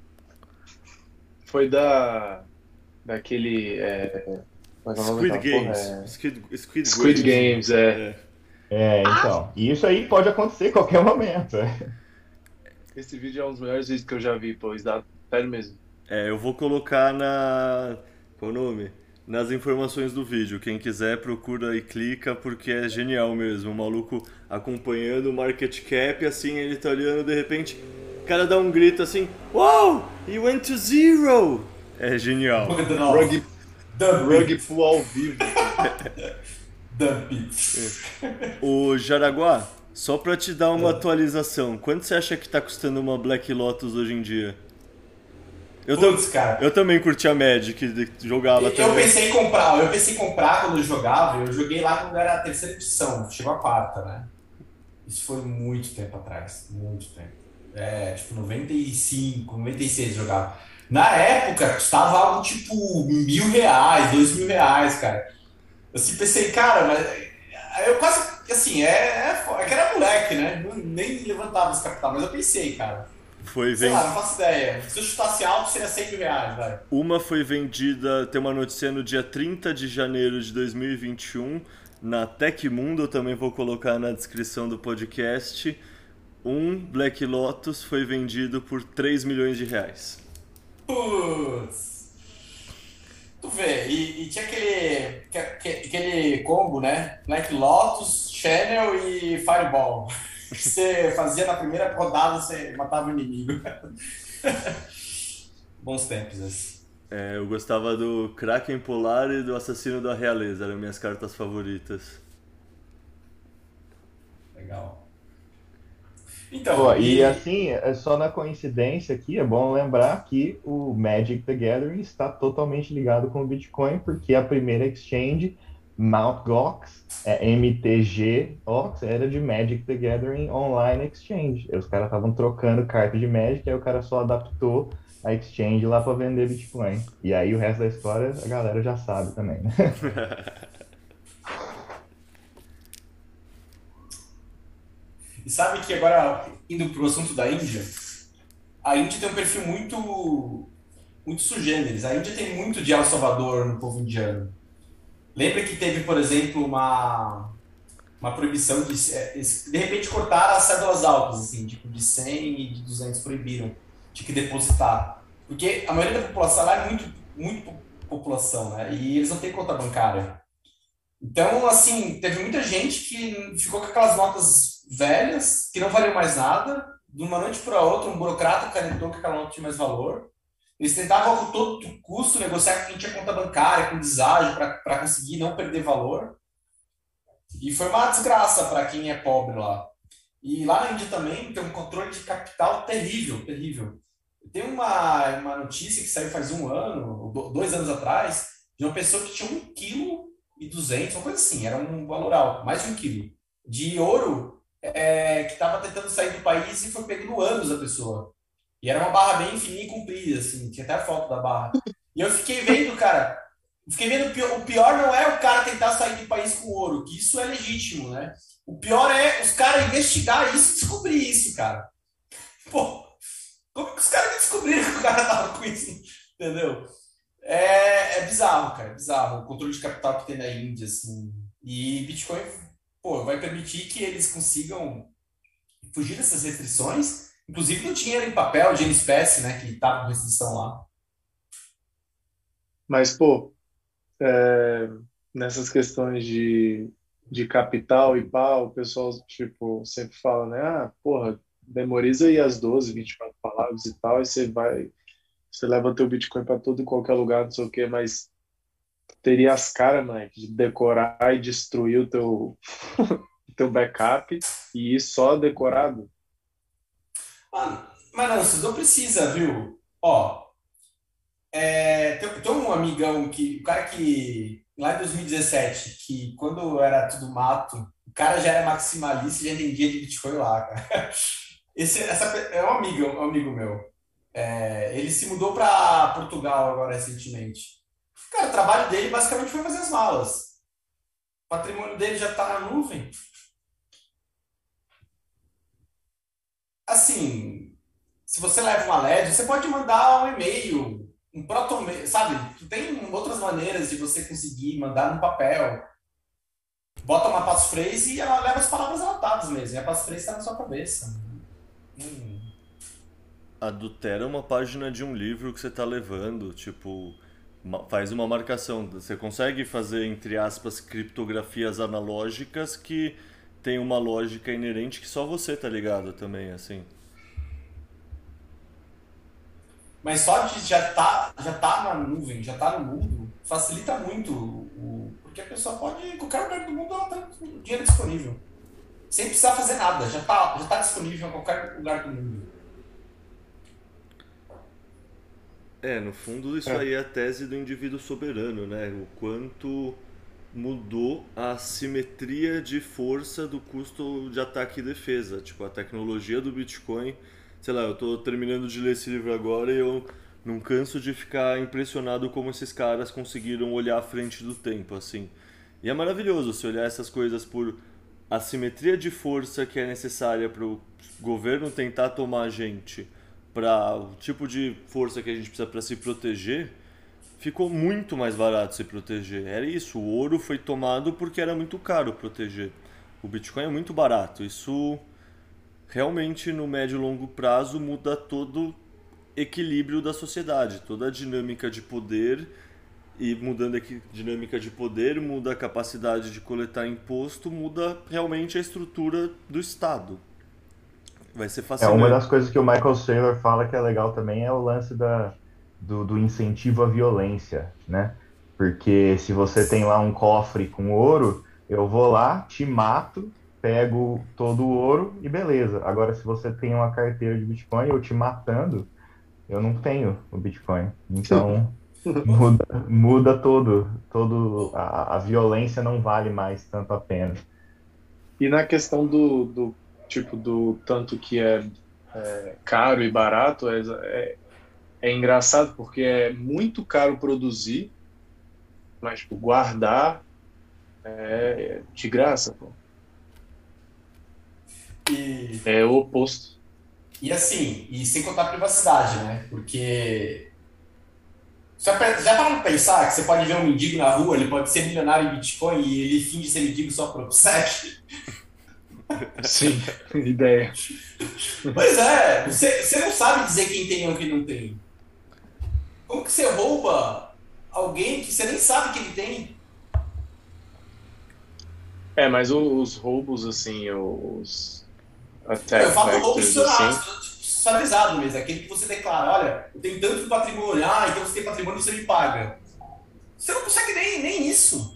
[SPEAKER 2] Foi daquele... como é que é o nome
[SPEAKER 1] Squid
[SPEAKER 2] daquela porra?
[SPEAKER 1] Games.
[SPEAKER 2] Squid Games,
[SPEAKER 4] Então. E isso aí pode acontecer a qualquer momento.
[SPEAKER 2] Esse vídeo é um dos melhores vídeos que eu já vi, pois dá sério mesmo.
[SPEAKER 1] Eu vou colocar qual o nome? Nas informações do vídeo. Quem quiser procura e clica porque é genial mesmo. O maluco acompanhando o market cap, assim, ele tá olhando, de repente, o cara dá um grito assim: Wow! He went to zero! É genial.
[SPEAKER 2] Rug pull ao vivo.
[SPEAKER 3] Dump it.
[SPEAKER 1] O Jaraguá, só pra te dar uma atualização, quanto você acha que tá custando uma Black Lotus hoje em dia?
[SPEAKER 3] Putz, cara.
[SPEAKER 1] Eu também curti a Magic, jogava
[SPEAKER 3] Eu
[SPEAKER 1] também.
[SPEAKER 3] pensei em comprar quando eu jogava. Eu joguei lá quando era a terceira edição, chegou a quarta, né? Isso foi muito tempo atrás, muito tempo. Tipo 95, 96 eu jogava. Na época, custava algo tipo R$ 1.000, R$ 2.000, cara. Eu assim pensei, cara, mas aí eu quase, assim, é que era moleque, né? Nem levantava esse capital, mas eu pensei, cara. Sei lá, não faço ideia. Se eu chutasse alto, seria R$ 100.000, vai.
[SPEAKER 1] Uma foi vendida, tem uma notícia no dia 30 de janeiro de 2021, na Tecmundo, eu também vou colocar na descrição do podcast. Um Black Lotus foi vendido por R$ 3 milhões.
[SPEAKER 3] Putz. Tu vê, e tinha aquele combo, né? Black Lotus, Channel e Fireball. Que você fazia na primeira rodada, você matava o inimigo. Bons tempos esses.
[SPEAKER 1] Eu gostava do Kraken Polar e do Assassino da Realeza, eram minhas cartas favoritas.
[SPEAKER 3] Legal. Então,
[SPEAKER 4] E assim, só na coincidência aqui, é bom lembrar que o Magic the Gathering está totalmente ligado com o Bitcoin, porque a primeira exchange, Mt. Gox, MTG Ox, era de Magic the Gathering Online Exchange. Os caras estavam trocando carta de Magic, aí o cara só adaptou a exchange lá para vender Bitcoin. E aí o resto da história a galera já sabe também, né?
[SPEAKER 3] E sabe que agora, indo pro assunto da Índia, a Índia tem um perfil muito sui generis. A Índia tem muito de El Salvador no povo indiano. Lembra que teve, por exemplo, uma proibição de repente cortar as cédulas altas, assim, tipo de 100 e de 200 proibiram de que depositar. Porque a maioria da população lá é muito população, né? E eles não têm conta bancária. Então, assim, teve muita gente que ficou com aquelas notas velhas que não valiam mais nada. De uma noite para outra, um burocrata canetou que aquela nota tinha mais valor. Eles tentavam a todo custo negociar com quem tinha conta bancária, com deságio, para conseguir não perder valor. E foi uma desgraça para quem é pobre lá. E lá na Índia também tem um controle de capital terrível, terrível. Tem uma notícia que saiu faz 1 ano, 2 anos atrás, de uma pessoa que tinha 1,2 kg, uma coisa assim, era um valor alto, mais de 1 kg, de ouro, que estava tentando sair do país e foi pegando anos a pessoa. E era uma barra bem fininha e comprida, assim, tinha até a foto da barra. E eu fiquei vendo, cara, o pior não é o cara tentar sair do país com ouro, que isso é legítimo, né? O pior é os caras investigar isso e descobrir isso, cara. Pô, como que os caras descobriram que o cara tava com isso? Entendeu? É bizarro, cara, é bizarro. O controle de capital que tem na Índia, assim. E Bitcoin, pô, vai permitir que eles consigam fugir dessas restrições, inclusive no dinheiro em papel, dinheiro em espécie, né, que tá com restrição lá.
[SPEAKER 2] Mas, pô, nessas questões de capital e pau, o pessoal, tipo, sempre fala, né? Ah, porra, memoriza aí as 12, 24 palavras e tal, e você leva teu Bitcoin para todo e qualquer lugar, não sei o quê, mas teria as caras, mano, de decorar e destruir o teu, teu backup e ir só decorado.
[SPEAKER 3] Mas não, você não precisa, viu? Ó, tem um amigão o cara que, lá em 2017, que quando era tudo mato, o cara já era maximalista e já entendia de Bitcoin lá, cara. É um amigo meu. Ele se mudou para Portugal agora recentemente. Cara, o trabalho dele basicamente foi fazer as malas. O patrimônio dele já tá na nuvem. Assim, se você leva uma LED, você pode mandar um e-mail, um proto-mail, sabe? Tem outras maneiras de você conseguir mandar no papel. Bota uma passphrase e ela leva as palavras anotadas mesmo. E a passphrase está na sua cabeça.
[SPEAKER 1] Adultera uma página de um livro que você tá levando, tipo, faz uma marcação. Você consegue fazer, entre aspas, criptografias analógicas que tem uma lógica inerente que só você tá ligado também, assim.
[SPEAKER 3] Mas só de já tá na nuvem, já tá no mundo, facilita muito porque a pessoa pode, em qualquer lugar do mundo, ela tem dinheiro disponível. Sem precisar fazer nada, já tá disponível em qualquer lugar do mundo.
[SPEAKER 1] No fundo isso aí é a tese do indivíduo soberano, né? O quanto mudou a simetria de força do custo de ataque e defesa. Tipo, a tecnologia do Bitcoin, sei lá, eu tô terminando de ler esse livro agora e eu não canso de ficar impressionado como esses caras conseguiram olhar à frente do tempo, assim. E é maravilhoso se olhar essas coisas por assimetria de força que é necessária para o governo tentar tomar a gente, para o tipo de força que a gente precisa para se proteger, ficou muito mais barato se proteger. Era isso, o ouro foi tomado porque era muito caro proteger. O Bitcoin é muito barato. Isso realmente no médio e longo prazo muda todo o equilíbrio da sociedade, toda a dinâmica de poder. E mudando a dinâmica de poder, muda a capacidade de coletar imposto, muda realmente a estrutura do Estado. Vai ser fascinante.
[SPEAKER 4] Uma das coisas que o Michael Saylor fala que é legal também é o lance do incentivo à violência, né? Porque se você tem lá um cofre com ouro, eu vou lá, te mato, pego todo o ouro e beleza. Agora, se você tem uma carteira de Bitcoin, eu te matando, eu não tenho o Bitcoin. Então, muda a violência não vale mais tanto a pena.
[SPEAKER 2] E na questão do tipo, do tanto que é caro e barato, é engraçado porque é muito caro produzir, mas tipo, guardar é de graça, pô. É o oposto.
[SPEAKER 3] E assim, sem contar a privacidade, né? Porque já pararam pra pensar que você pode ver um mendigo na rua, ele pode ser milionário em Bitcoin e ele finge ser mendigo só pro site?
[SPEAKER 2] Sim, ideia.
[SPEAKER 3] Pois é, você não sabe dizer quem tem ou quem não tem. Como que você rouba alguém que você nem sabe que ele tem?
[SPEAKER 2] É, mas os roubos, assim, os
[SPEAKER 3] Eu
[SPEAKER 2] attack
[SPEAKER 3] falo do roubo
[SPEAKER 2] vectors, assim,
[SPEAKER 3] institucionalizado mesmo, aquele que você declara, olha, eu tenho tanto de patrimônio, então você tem patrimônio, você me paga. Você não consegue nem isso.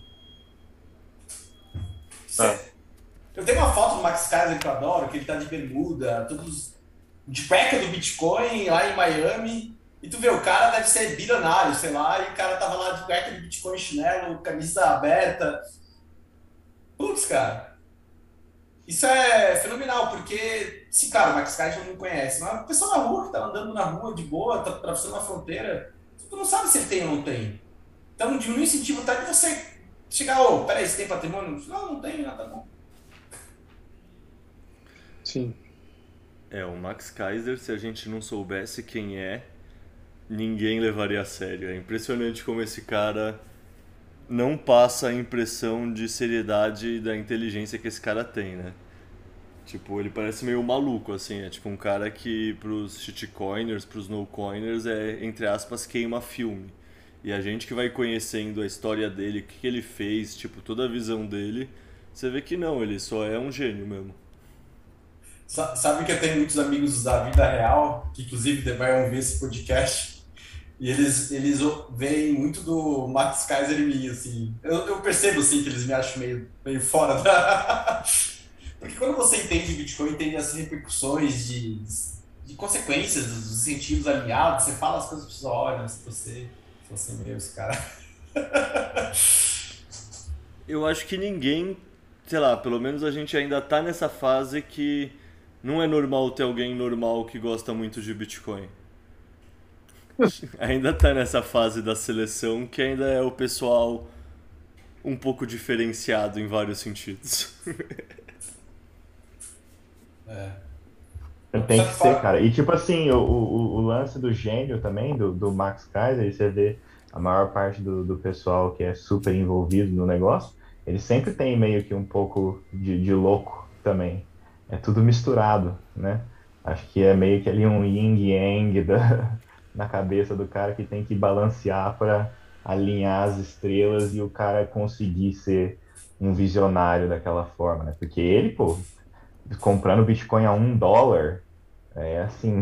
[SPEAKER 2] ah,
[SPEAKER 3] Eu tenho uma foto do Max Kaiser que eu adoro, que ele tá de bermuda, todos de cueca do Bitcoin lá em Miami. E tu vê, o cara deve ser bilionário, sei lá, e o cara tava lá de cueca do Bitcoin, chinelo, camisa aberta. Putz, cara, isso é fenomenal, porque se, cara, o Max Kaiser não conhece, mas a pessoa na rua que tá andando na rua de boa, tá atravessando a fronteira, tu não sabe se ele tem ou não tem. Então diminui o incentivo até de você chegar, ô, peraí, você tem patrimônio? Não, não tem, nada bom.
[SPEAKER 2] sim.
[SPEAKER 1] O Max Kaiser, se a gente não soubesse quem é, ninguém levaria a sério. É impressionante como esse cara não passa a impressão de seriedade e da inteligência que esse cara tem, né? Tipo, ele parece meio maluco, assim. É tipo um cara que pros shitcoiners, pros no-coiners, entre aspas, queima filme. E a gente que vai conhecendo a história dele, o que que ele fez, tipo, toda a visão dele, você vê que não, ele só é um gênio mesmo.
[SPEAKER 3] Sabe que eu tenho muitos amigos da vida real, que inclusive vai ouvir esse podcast, e eles veem muito do Max Kaiser em mim, assim. Eu percebo, assim, que eles me acham meio fora da... Porque quando você entende Bitcoin, entende as repercussões de consequências, dos incentivos alinhados, você fala as coisas para os olhos, você fala assim, meu, esse cara...
[SPEAKER 1] Eu acho que ninguém, sei lá, pelo menos a gente ainda tá nessa fase que não é normal ter alguém normal que gosta muito de Bitcoin. Ainda tá nessa fase da seleção que ainda é o pessoal um pouco diferenciado em vários sentidos.
[SPEAKER 3] É.
[SPEAKER 4] Tem
[SPEAKER 3] Só
[SPEAKER 4] que
[SPEAKER 3] que
[SPEAKER 4] ser,
[SPEAKER 3] fora...
[SPEAKER 4] cara. E tipo assim, o lance do gênio também, do Max Kaiser, você vê a maior parte do pessoal que é super envolvido no negócio, ele sempre tem meio que um pouco de louco também. É tudo misturado, né? Acho que é meio que ali um yin e yang na cabeça do cara que tem que balancear para alinhar as estrelas e o cara conseguir ser um visionário daquela forma, né? Porque ele, pô, comprando Bitcoin a $1, é assim,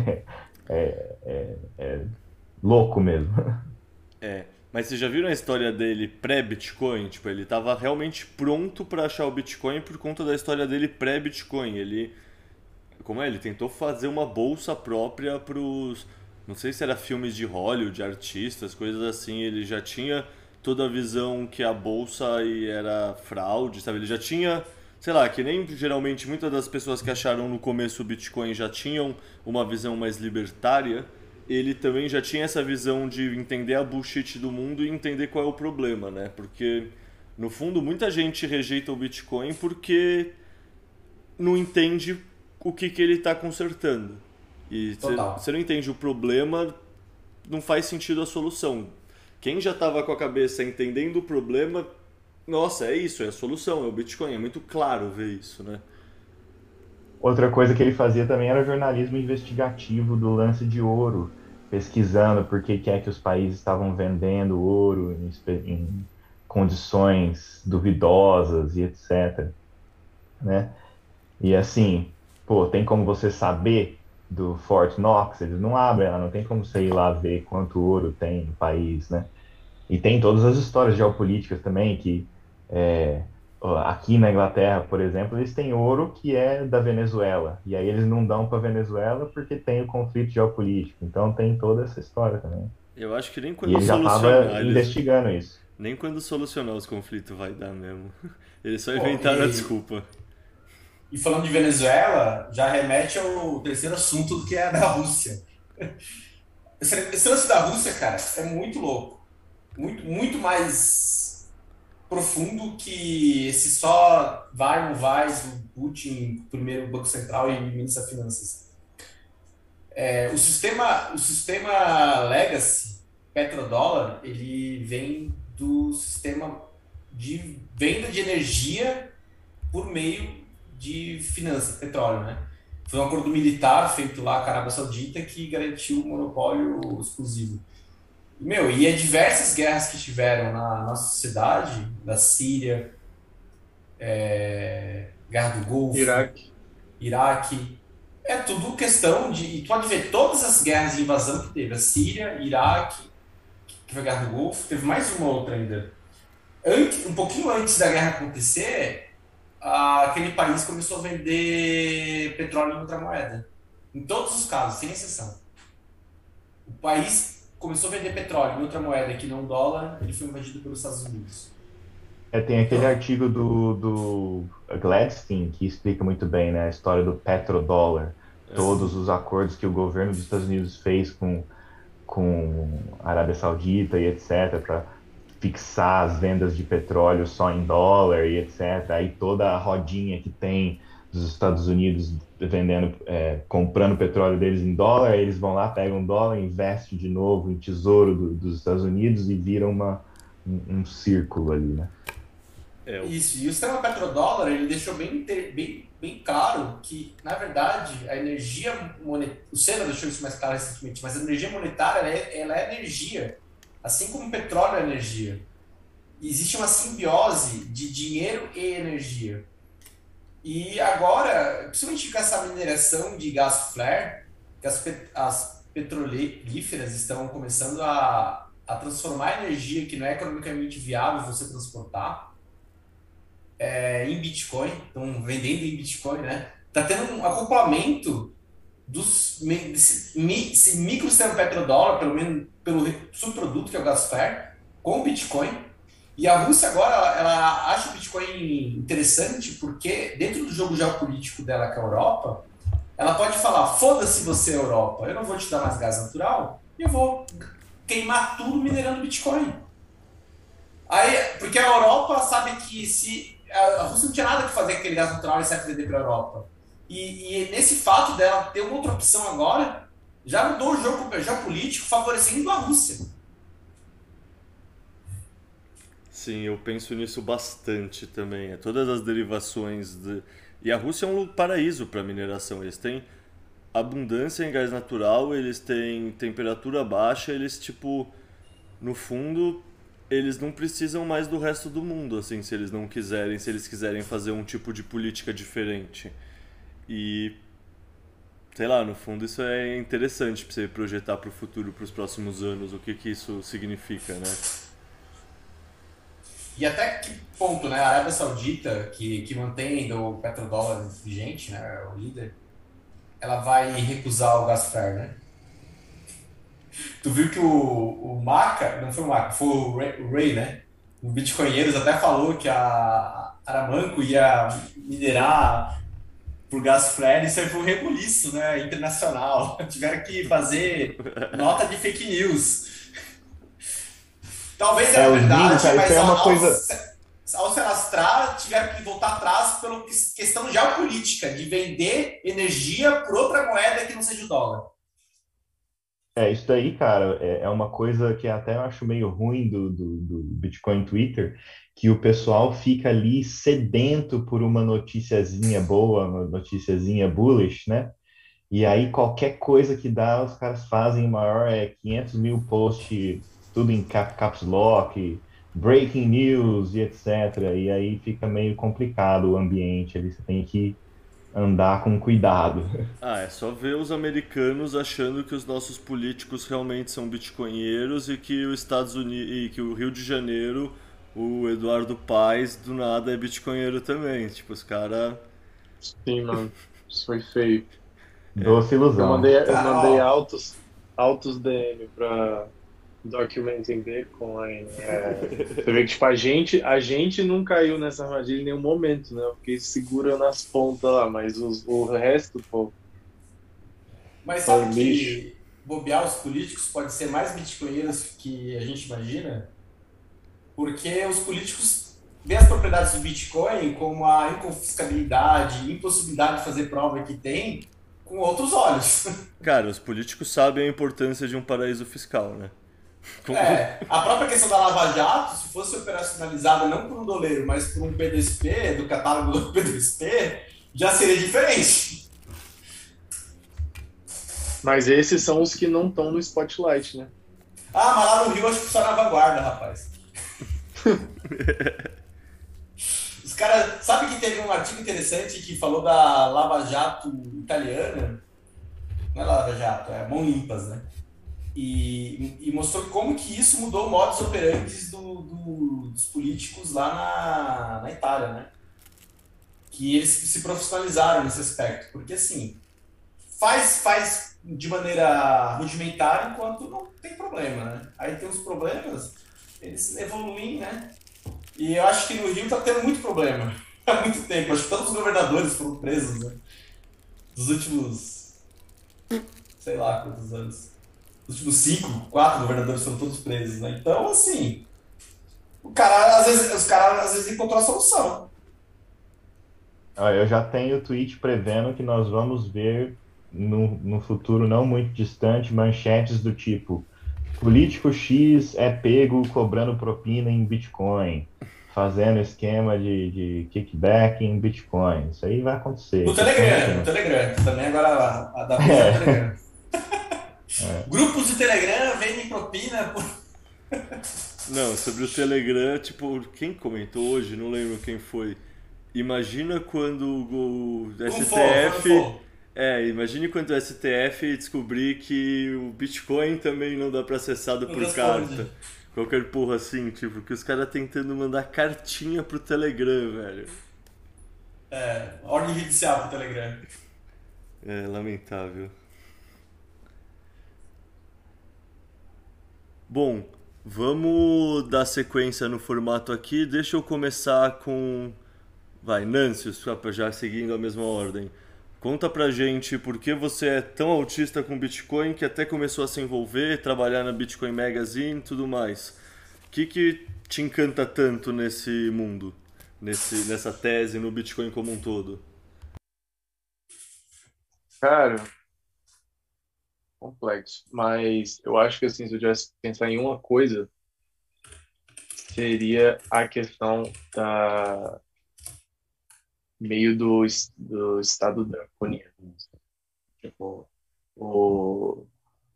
[SPEAKER 4] é louco mesmo.
[SPEAKER 1] Mas vocês já viram a história dele pré-Bitcoin? Tipo, ele tava realmente pronto pra achar o Bitcoin por conta da história dele pré-Bitcoin. Como é? Ele tentou fazer uma bolsa própria pros, não sei se era filmes de Hollywood, artistas, coisas assim. Ele já tinha toda a visão que a bolsa aí era fraude, sabe? Ele já tinha, sei lá, que nem geralmente muitas das pessoas que acharam no começo o Bitcoin já tinham uma visão mais libertária. Ele também já tinha essa visão de entender a bullshit do mundo e entender qual é o problema, né? Porque no fundo muita gente rejeita o Bitcoin porque não entende o que ele está consertando. E
[SPEAKER 3] Total.
[SPEAKER 1] você não entende o problema, não faz sentido a solução. Quem já estava com a cabeça entendendo o problema, nossa, é isso, é a solução, é o Bitcoin. É muito claro ver isso, né?
[SPEAKER 4] Outra coisa que ele fazia também era jornalismo investigativo do lance de ouro, pesquisando por que que é que os países estavam vendendo ouro em condições duvidosas e etc, né? E assim, pô, tem como você saber do Fort Knox? Eles não abrem lá, não tem como você ir lá ver quanto ouro tem no país, né? E tem todas as histórias geopolíticas também, que ó, aqui na Inglaterra, por exemplo, eles têm ouro que é da Venezuela. E aí eles não dão para Venezuela porque tem o conflito geopolítico. Então tem toda essa história também.
[SPEAKER 1] Eu acho que nem
[SPEAKER 4] E
[SPEAKER 1] quando
[SPEAKER 4] ele já estava
[SPEAKER 1] solucionar,
[SPEAKER 4] investigando isso.
[SPEAKER 1] nem quando solucionar os conflitos vai dar mesmo. Eles só
[SPEAKER 3] Pô,
[SPEAKER 1] inventaram a desculpa.
[SPEAKER 3] e falando de Venezuela, já remete ao terceiro assunto do que é a da Rússia. Esse lance da Rússia, cara, é muito louco. Muito mais profundo que esse só vai ou não vai do Putin, primeiro Banco Central e ministro das Finanças. O sistema Legacy, petrodólar, ele vem do sistema de venda de energia por meio de finanças, petróleo, né? Foi um acordo militar feito lá com a Arábia Saudita que garantiu o monopólio exclusivo. Meu, e diversas guerras que tiveram na nossa sociedade, da Síria, Guerra do Golfo, Iraque. É tudo questão de. E tu pode ver todas as guerras de invasão que teve: a Síria, Iraque, que foi a Guerra do Golfo, teve mais uma outra ainda. Um pouquinho antes da guerra acontecer, aquele país começou a vender petróleo em outra moeda. Em todos os casos, sem exceção. O país começou a vender petróleo em outra moeda que não dólar, ele foi invadido pelos Estados Unidos.
[SPEAKER 4] Tem aquele artigo do Gladstein que explica muito bem, né, a história do petrodólar, todos os acordos que o governo dos Estados Unidos fez com a Arábia Saudita e etc., para fixar as vendas de petróleo só em dólar e etc. Aí toda a rodinha que tem dos Estados Unidos vendendo, comprando petróleo deles em dólar, eles vão lá, pegam dólar, investem de novo em tesouro dos Estados Unidos e viram um círculo ali, né?
[SPEAKER 3] Isso, e o sistema petrodólar, ele deixou bem claro que, na verdade, a energia monetária, o Senna deixou isso mais claro recentemente, mas a energia monetária, ela é energia, assim como o petróleo é energia. Existe uma simbiose de dinheiro e energia. E agora, principalmente com essa mineração de gás flare, que as petrolíferas estão começando a transformar a energia que não é economicamente viável você transportar em Bitcoin, estão vendendo em Bitcoin, né? Está tendo um acoplamento desse microsistema petrodólar, pelo menos pelo subproduto que é o gás flare, com o Bitcoin. E a Rússia agora, ela acha o Bitcoin interessante porque dentro do jogo geopolítico dela, que é a Europa, ela pode falar, foda-se você, Europa, eu não vou te dar mais gás natural, eu vou queimar tudo minerando Bitcoin. Aí, porque a Europa sabe que se a Rússia não tinha nada que fazer com aquele gás natural e sai vender para a Europa. E nesse fato dela ter uma outra opção agora, já mudou o jogo geopolítico favorecendo a Rússia.
[SPEAKER 1] Sim, eu penso nisso bastante também. Todas as derivações E a Rússia é um paraíso para mineração. Eles têm abundância em gás natural, eles têm temperatura baixa, eles, tipo, no fundo, eles não precisam mais do resto do mundo, assim, se eles não quiserem, se eles quiserem fazer um tipo de política diferente. E, sei lá, no fundo isso é interessante para você projetar para o futuro, para os próximos anos, o que isso significa, né?
[SPEAKER 3] E até que ponto, né, a Arábia Saudita, que mantém ainda o petrodólar vigente, né, o líder, ela vai recusar o gás flare, né? Tu viu que o Maca, não foi o Maca, foi o Ray, né? O Bitcoinheiros até falou que a Aramco ia minerar por gás flare, isso aí foi um rebuliço, né, internacional. Tiveram que fazer nota de fake news. Talvez era verdade, mas
[SPEAKER 4] é uma coisa...
[SPEAKER 3] ao se alastrar, tiveram que voltar atrás pela questão geopolítica, de vender energia por outra moeda que não seja o dólar.
[SPEAKER 4] Isso daí, cara, é uma coisa que até eu acho meio ruim do Bitcoin Twitter, que o pessoal fica ali sedento por uma noticiazinha boa, uma noticiazinha bullish, né? E aí qualquer coisa que dá, os caras fazem maior, 500 mil posts, tudo em caps lock, breaking news e etc. E aí fica meio complicado o ambiente ali, você tem que andar com cuidado.
[SPEAKER 1] É só ver os americanos achando que os nossos políticos realmente são bitcoinheiros e que os Estados Unidos e que o Rio de Janeiro, o Eduardo Paes, do nada é bitcoinheiro também. Tipo, os caras...
[SPEAKER 2] Sim, mano. Isso foi feio.
[SPEAKER 4] Doce ilusão.
[SPEAKER 2] Eu mandei altos DM pra Documenting Bitcoin. Você vê que tipo, a gente não caiu nessa armadilha em nenhum momento, né? Eu fiquei segurando as pontas lá, mas o resto, pô.
[SPEAKER 3] Mas sabe que bobear os políticos pode ser mais bitcoinheiros que a gente imagina? Porque os políticos veem as propriedades do Bitcoin como a inconfiscabilidade, impossibilidade de fazer prova que tem com outros olhos.
[SPEAKER 1] Cara, os políticos sabem a importância de um paraíso fiscal, né?
[SPEAKER 3] A própria questão da Lava Jato, se fosse operacionalizada não por um doleiro, mas por um P2P, do catálogo do P2P, já seria diferente.
[SPEAKER 2] Mas esses são os que não estão no spotlight, né?
[SPEAKER 3] Mas lá no Rio acho que só na vanguarda, rapaz. Os caras. Sabe que teve um artigo interessante que falou da Lava Jato italiana? Não é Lava Jato, é mão limpas, né? E mostrou como que isso mudou o modus operandi dos políticos lá na Itália, né? Que eles se profissionalizaram nesse aspecto. Porque, assim, faz de maneira rudimentar enquanto não tem problema, né? Aí tem os problemas, eles evoluem, né? E eu acho que no Rio tá tendo muito problema. Há muito tempo. Acho que todos os governadores foram presos, né? Dos últimos, sei lá quantos anos. Dos últimos 5, 4 governadores foram todos presos, né? Então, assim, os caras às vezes encontrou a solução.
[SPEAKER 4] Eu já tenho o tweet prevendo que nós vamos ver no futuro não muito distante manchetes do tipo: político X é pego cobrando propina em Bitcoin, fazendo esquema de kickback em Bitcoin. Isso aí vai acontecer,
[SPEAKER 3] No
[SPEAKER 4] questão de
[SPEAKER 3] Telegram, no
[SPEAKER 4] tempo.
[SPEAKER 3] Telegram. Também agora a da vez é o Telegram. Grupos de Telegram vendem propina por...
[SPEAKER 1] Não, sobre o Telegram, tipo, quem comentou hoje, não lembro quem foi. Imagina quando o STF.
[SPEAKER 3] Foi.
[SPEAKER 1] Imagine quando o STF descobrir que o Bitcoin também não dá pra acessado
[SPEAKER 3] Não
[SPEAKER 1] por
[SPEAKER 3] responde.
[SPEAKER 1] carta. Qualquer porra assim, tipo, que os caras tentando mandar cartinha pro Telegram, velho.
[SPEAKER 3] Ordem judicial pro Telegram.
[SPEAKER 1] É lamentável. Bom, vamos dar sequência no formato aqui. Deixa eu começar com. Vai, Nancy, já seguindo a mesma ordem. Conta pra gente por que você é tão autista com Bitcoin que até começou a se envolver, trabalhar na Bitcoin Magazine e tudo mais. O que te encanta tanto nesse mundo, nessa tese, no Bitcoin como um todo?
[SPEAKER 2] Cara, complexo. Mas eu acho que assim, se eu tivesse que pensar em uma coisa, seria a questão da meio do estado draconiano. Tipo, o,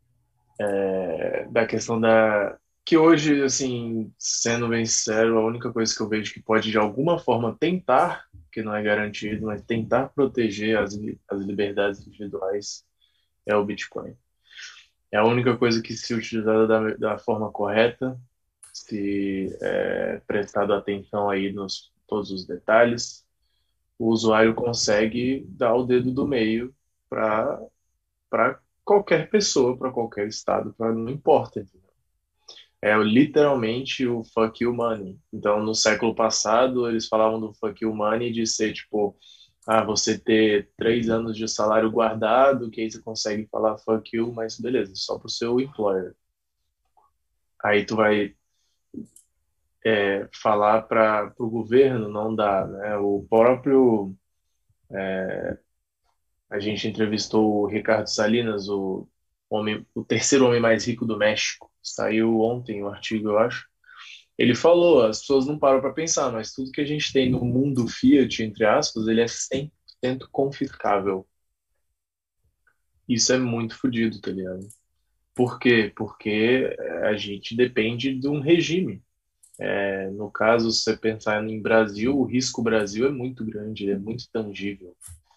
[SPEAKER 2] da questão da. Que hoje, assim, sendo bem sincero, a única coisa que eu vejo que pode de alguma forma tentar, que não é garantido, mas tentar proteger as liberdades individuais é o Bitcoin. É a única coisa que, se utilizada da forma correta, se prestado atenção aí nos todos os detalhes, o usuário consegue dar o dedo do meio para qualquer pessoa, para qualquer estado, não importa. Entendeu? É literalmente o fuck you money. Então, no século passado, eles falavam do fuck you money de ser tipo, você ter 3 anos de salário guardado, que aí você consegue falar fuck you, mas beleza, só pro seu employer. Aí tu vai falar para o governo, não dá, né? O próprio A gente entrevistou o Ricardo Salinas, o terceiro homem mais rico do México. Saiu ontem o artigo, eu acho. Ele falou, as pessoas não param para pensar, mas tudo que a gente tem no mundo Fiat, entre aspas, ele é 100% confiscável. Isso é muito fodido, tá ligado? Por quê? Porque a gente depende de um regime. No caso, se você pensar em Brasil, o risco Brasil é muito grande, é muito tangível.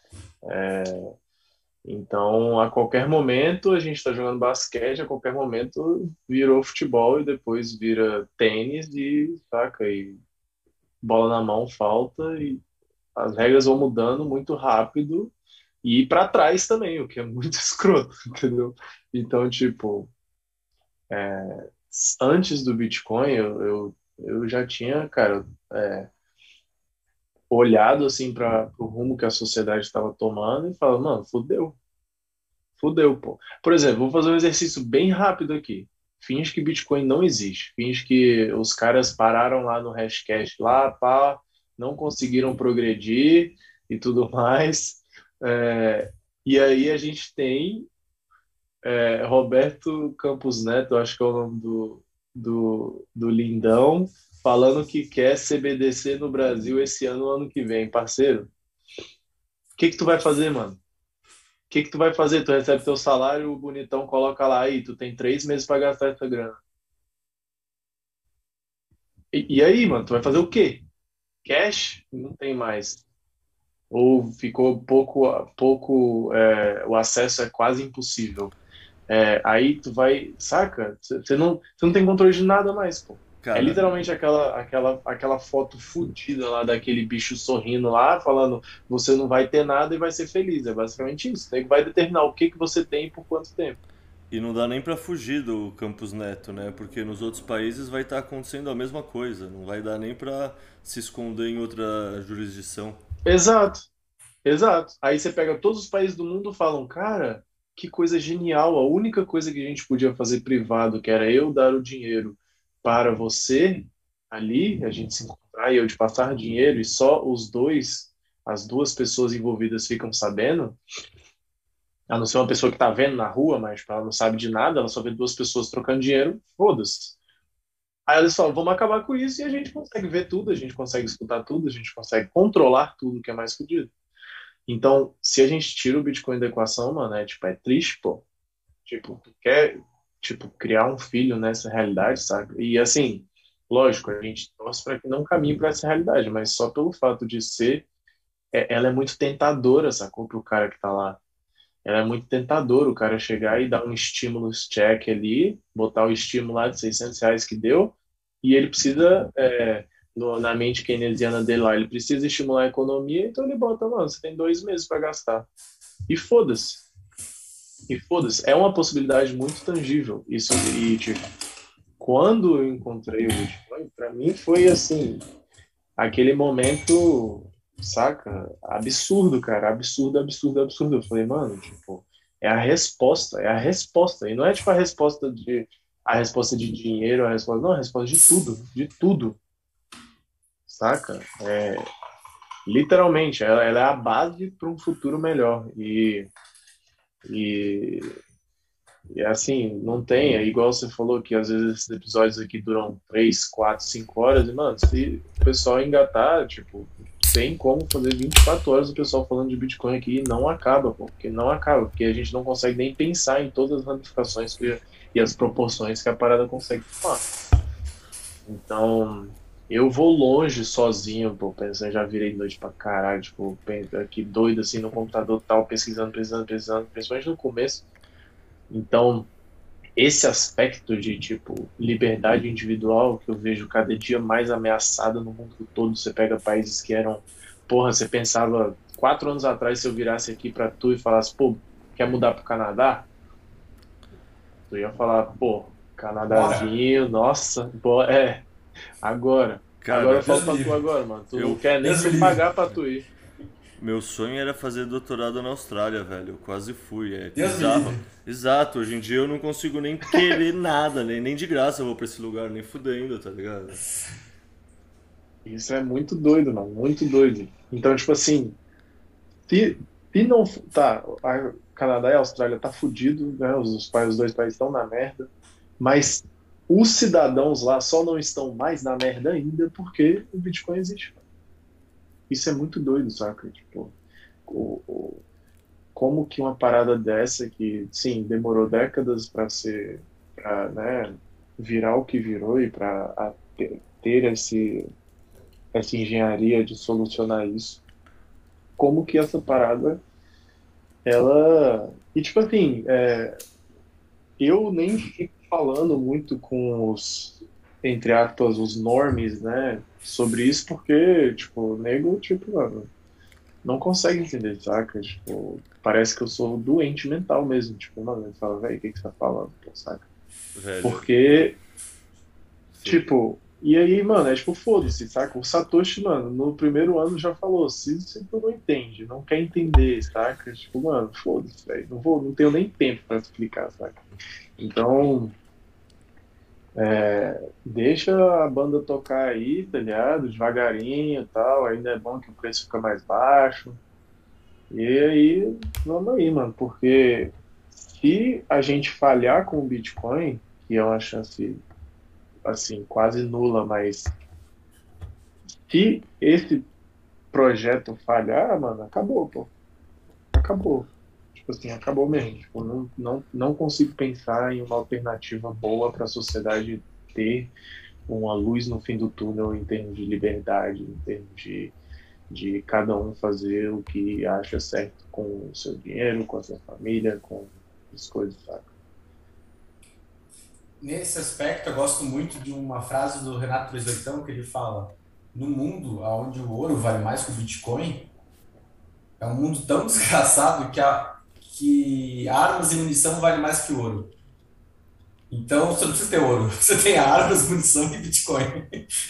[SPEAKER 2] Então, a qualquer momento, a gente está jogando basquete, a qualquer momento virou futebol e depois vira tênis e, saca, e bola na mão, falta e as regras vão mudando muito rápido e para trás também, o que é muito escroto, entendeu? Então, tipo, antes do Bitcoin, eu já tinha, cara, olhado assim para o rumo que a sociedade estava tomando e falado, mano, fudeu. Fudeu, pô. Por exemplo, vou fazer um exercício bem rápido aqui. Finge que Bitcoin não existe. Finge que os caras pararam lá no Hashcash, lá, pá, não conseguiram progredir e tudo mais. E aí a gente tem Roberto Campos Neto, acho que é o nome do lindão, falando que quer CBDC no Brasil esse ano, ano que vem. Parceiro, o que que tu vai fazer, mano? Que tu vai fazer? Tu recebe teu salário, o bonitão coloca lá aí, tu tem 3 meses para gastar essa grana. E aí, mano, tu vai fazer o quê? cash não tem mais. Ou ficou pouco, o acesso é quase impossível. Aí tu vai, saca? Você não tem controle de nada mais, pô. É
[SPEAKER 1] Cara,
[SPEAKER 2] literalmente aquela foto fodida lá daquele bicho sorrindo lá, falando você não vai ter nada e vai ser feliz. É basicamente isso. Tem que vai determinar o que que você tem e por quanto tempo.
[SPEAKER 1] e não dá nem pra fugir do Campus Neto, né? Porque nos outros países vai estar acontecendo a mesma coisa. Não vai dar nem pra se esconder em outra jurisdição.
[SPEAKER 2] Exato, exato. Aí você pega todos os países do mundo e falam, cara, que coisa genial. A única coisa que a gente podia fazer privado, que era eu dar o dinheiro para você ali, a gente se encontrar e eu te passar dinheiro e só as duas pessoas envolvidas ficam sabendo, a não ser uma pessoa que tá vendo na rua, mas tipo, ela não sabe de nada, ela só vê duas pessoas trocando dinheiro, foda-se. Aí eles falam, vamos acabar com isso e a gente consegue ver tudo, a gente consegue escutar tudo, a gente consegue controlar tudo que é mais fodido. Então, se a gente tira o Bitcoin da equação, mano, é triste, pô. Tipo, tu quer, tipo, criar um filho nessa realidade, sabe? E assim, lógico, a gente torce para que não caminhe para essa realidade, mas só pelo fato de ser, ela é muito tentadora, sacou? Pro cara que tá lá. Ela é muito tentadora o cara chegar e dar um estímulo check ali, botar o estímulo lá de R$ 600 que deu, e ele precisa, na mente keynesiana dele lá, ele precisa estimular a economia, então ele bota, mano, você tem 2 meses para gastar. E foda-se. E foda-se. É uma possibilidade muito tangível. Isso, e, tipo, quando eu encontrei o Bitcoin, para mim foi assim, aquele momento, saca? Absurdo, cara. Absurdo, absurdo, absurdo. Eu falei, mano, tipo, é a resposta, é a resposta. E não é tipo a resposta de dinheiro, a resposta, não, a resposta de tudo, saca? Literalmente, ela é a base para um futuro melhor. E, e assim, não tem, é igual você falou que às vezes esses episódios aqui duram 3, 4, 5 horas, e mano, se o pessoal engatar, tipo, tem como fazer 24 horas o pessoal falando de Bitcoin aqui e não acaba, pô, porque não acaba, porque a gente não consegue nem pensar em todas as ramificações e as proporções que a parada consegue tomar. Então, eu vou longe sozinho, pô, pensando, já virei noite pra caralho, tipo, aqui doido assim no computador tal, pesquisando, pesquisando, pesquisando, principalmente no começo. Então, esse aspecto de, tipo, liberdade individual que eu vejo cada dia mais ameaçada no mundo todo. Você pega países que eram, porra, você pensava 4 anos atrás, se eu virasse aqui pra tu e falasse, pô, quer mudar pro Canadá? Tu ia falar, pô,
[SPEAKER 3] Bora!
[SPEAKER 2] Canadazinho, nossa, pô, agora. Agora eu
[SPEAKER 1] Cara,
[SPEAKER 2] falo
[SPEAKER 3] Deus me
[SPEAKER 2] pra tu
[SPEAKER 3] livre.
[SPEAKER 2] agora, mano. Tu não
[SPEAKER 1] eu
[SPEAKER 2] quer nem
[SPEAKER 3] Deus
[SPEAKER 2] que
[SPEAKER 3] me
[SPEAKER 2] eu
[SPEAKER 3] livre.
[SPEAKER 2] pagar pra tu ir.
[SPEAKER 1] meu sonho era fazer doutorado na Austrália, velho. Eu quase fui, é
[SPEAKER 3] Deus me
[SPEAKER 1] bizarro.
[SPEAKER 3] livre.
[SPEAKER 1] Exato, hoje em dia eu não consigo nem querer nada, nem de graça eu vou pra esse lugar, nem fudendo, tá ligado?
[SPEAKER 2] Isso é muito doido, mano, muito doido. Então, tipo assim, se não. Tá, a Canadá e a Austrália tá fudido, né? Os dois países estão na merda, mas os cidadãos lá só não estão mais na merda ainda porque o Bitcoin existe. Isso é muito doido, saca? Tipo, o, o- como que uma parada dessa que, sim, demorou décadas para ser, para, né, virar o que virou e para ter essa engenharia de solucionar isso, como que essa parada, ela. E tipo assim, eu nem fico falando muito com entre aspas, os normies, né, sobre isso, porque, tipo, o nego, tipo, mano, não consegue entender, saca? Tipo, parece que eu sou doente mental mesmo. Tipo, mano, ele fala, velho, o que que você tá falando, pô, saca?
[SPEAKER 1] Velho,
[SPEAKER 2] Porque,
[SPEAKER 1] sim.
[SPEAKER 2] tipo, e aí, mano, é tipo, foda-se, saca? O Satoshi, mano, no primeiro ano já falou, se tu não entende, não quer entender, saca? Tipo, mano, foda-se, velho, não tenho nem tempo pra explicar, saca? Então, deixa a banda tocar aí, tá ligado? Devagarinho e tal, ainda é bom que o preço fica mais baixo. E aí, vamos aí, mano, porque se a gente falhar com o Bitcoin, que é uma chance, assim, quase nula, mas se esse projeto falhar, mano, acabou, pô. Acabou. Tipo assim, acabou mesmo. Tipo, não consigo pensar em uma alternativa boa para a sociedade ter uma luz no fim do túnel em termos de liberdade, em termos de cada um fazer o que acha certo com o seu dinheiro, com a sua família, com as coisas, sabe?
[SPEAKER 3] Nesse aspecto, eu gosto muito de uma frase do Renato Trezetão que ele fala: no mundo onde o ouro vale mais que o Bitcoin, é um mundo tão desgraçado que armas e munição vale mais que ouro. Então, você não precisa ter ouro, você tem armas, munição e Bitcoin.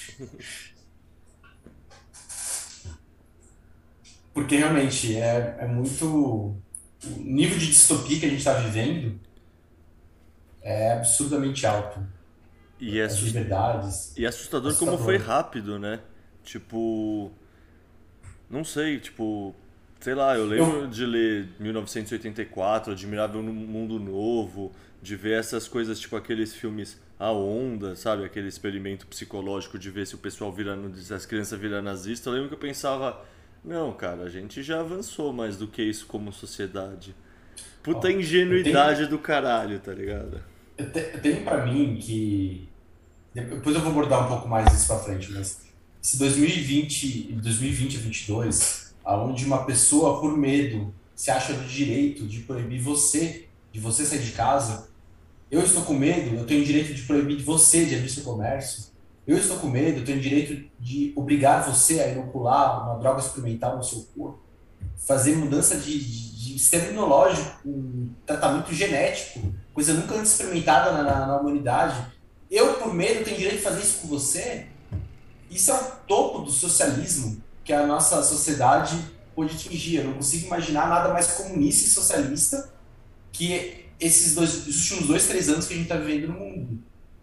[SPEAKER 3] Porque realmente é muito. O nível de distopia que a gente está vivendo é absurdamente alto.
[SPEAKER 1] E é,
[SPEAKER 3] As liberdades,
[SPEAKER 1] e é assustador como foi
[SPEAKER 3] assustador.
[SPEAKER 1] rápido, né? Tipo, não sei, tipo, sei lá, eu lembro
[SPEAKER 3] Eu,
[SPEAKER 1] de ler 1984, Admirável no Mundo Novo, de ver essas coisas, tipo aqueles filmes A Onda, sabe? Aquele experimento psicológico de ver se o pessoal vira, se as crianças viram nazista. Eu lembro que eu pensava, não, cara, a gente já avançou mais do que isso como sociedade. Puta
[SPEAKER 3] ó, eu tenho,
[SPEAKER 1] ingenuidade do caralho, tá ligado?
[SPEAKER 3] eu tenho para mim que. Depois eu vou abordar um pouco mais isso para frente, mas se 2020, 2020 a 22, aonde uma pessoa, por medo, se acha no direito de proibir você, de você sair de casa. Eu estou com medo, eu tenho o direito de proibir você de abrir seu comércio. Eu estou com medo, eu tenho o direito de obrigar você a inocular uma droga experimental no seu corpo. Fazer mudança de sistema imunológico, um tratamento genético, coisa nunca antes experimentada na humanidade. Eu, por medo, tenho o direito de fazer isso com você. Isso é o topo do socialismo que a nossa sociedade pode atingir. Eu não consigo imaginar nada mais comunista e socialista que os últimos 2, 3 anos que a gente está vivendo no mundo.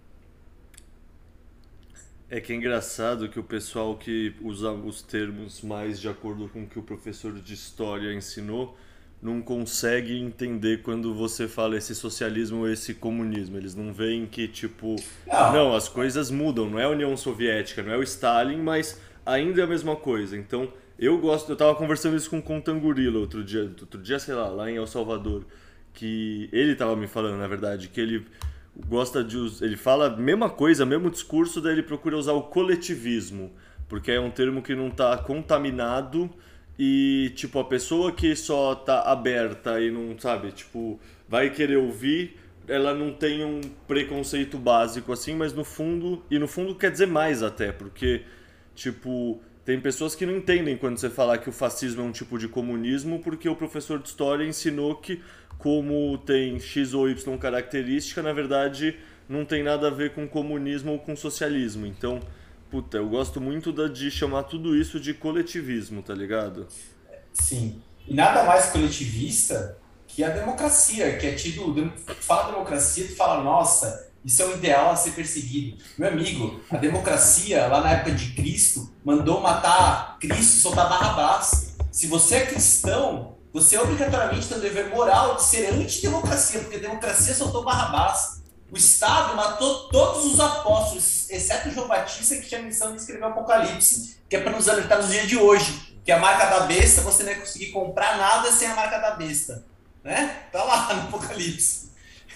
[SPEAKER 1] É que é engraçado que o pessoal que usa os termos mais de acordo com o que o professor de história ensinou não consegue entender quando você fala esse socialismo ou esse comunismo. Eles não veem que, tipo,
[SPEAKER 3] Não,
[SPEAKER 1] não, as coisas mudam, não é a União Soviética, não é o Stalin, mas ainda é a mesma coisa. Então, eu tava conversando isso com o Contangorila outro dia, sei lá em El Salvador, que ele tava me falando, na verdade, que ele ele fala a mesma coisa, mesmo discurso, daí ele procura usar o coletivismo, porque é um termo que não tá contaminado e, tipo, a pessoa que só tá aberta e não, sabe, tipo, vai querer ouvir, ela não tem um preconceito básico assim, mas no fundo quer dizer mais até, porque, tipo, tem pessoas que não entendem quando você falar que o fascismo é um tipo de comunismo, porque o professor de história ensinou que, como tem X ou Y característica, na verdade não tem nada a ver com comunismo ou com socialismo. Então, puta, eu gosto muito de chamar tudo isso de coletivismo, tá ligado?
[SPEAKER 3] sim. E nada mais coletivista que a democracia, que é tido. Fala democracia, tu fala, nossa, isso é um ideal a ser perseguido. Meu amigo, a democracia, lá na época de Cristo, mandou matar Cristo e soltar Barrabás. Se você é cristão, você obrigatoriamente tem o dever moral de ser antidemocracia, porque a democracia soltou Barrabás. O Estado matou todos os apóstolos, exceto João Batista, que tinha a missão de escrever o Apocalipse, que é para nos alertar nos dias de hoje. Que a marca da besta, você não vai conseguir comprar nada sem a marca da besta. Né? Tá lá no Apocalipse.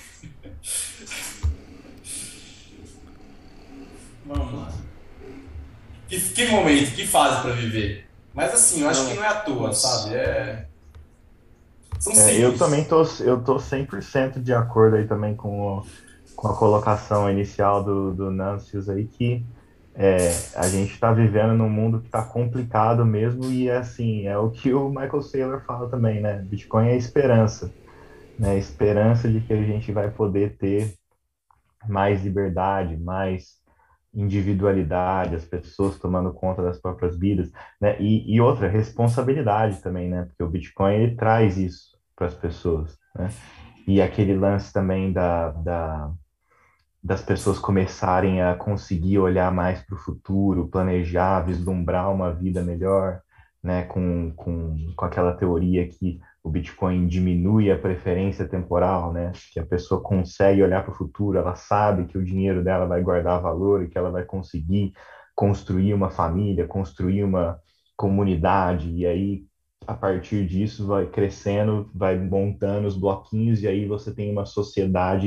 [SPEAKER 3] Vamos lá. Que momento, que fase para viver. Mas assim, eu acho que
[SPEAKER 1] Não,
[SPEAKER 3] não é à toa,
[SPEAKER 2] Nossa.
[SPEAKER 3] sabe? São
[SPEAKER 4] Eu também
[SPEAKER 3] ciclos.
[SPEAKER 4] tô 100% de acordo aí também com a colocação inicial do Nancius aí, que a gente está vivendo num mundo que está complicado mesmo, e é assim, é o que o Michael Saylor fala também, né? Bitcoin é esperança, né? Esperança de que a gente vai poder ter mais liberdade, mais individualidade, as pessoas tomando conta das próprias vidas, né? E outra, responsabilidade também, né? Porque o Bitcoin ele traz isso para as pessoas, né? E aquele lance também das pessoas começarem a conseguir olhar mais para o futuro, planejar, vislumbrar uma vida melhor, né? Com aquela teoria que o Bitcoin diminui a preferência temporal, né? Que a pessoa consegue olhar para o futuro, ela sabe que o dinheiro dela vai guardar valor e que ela vai conseguir construir uma família, construir uma comunidade, e aí a partir disso vai crescendo, vai montando os bloquinhos, e aí você tem uma sociedade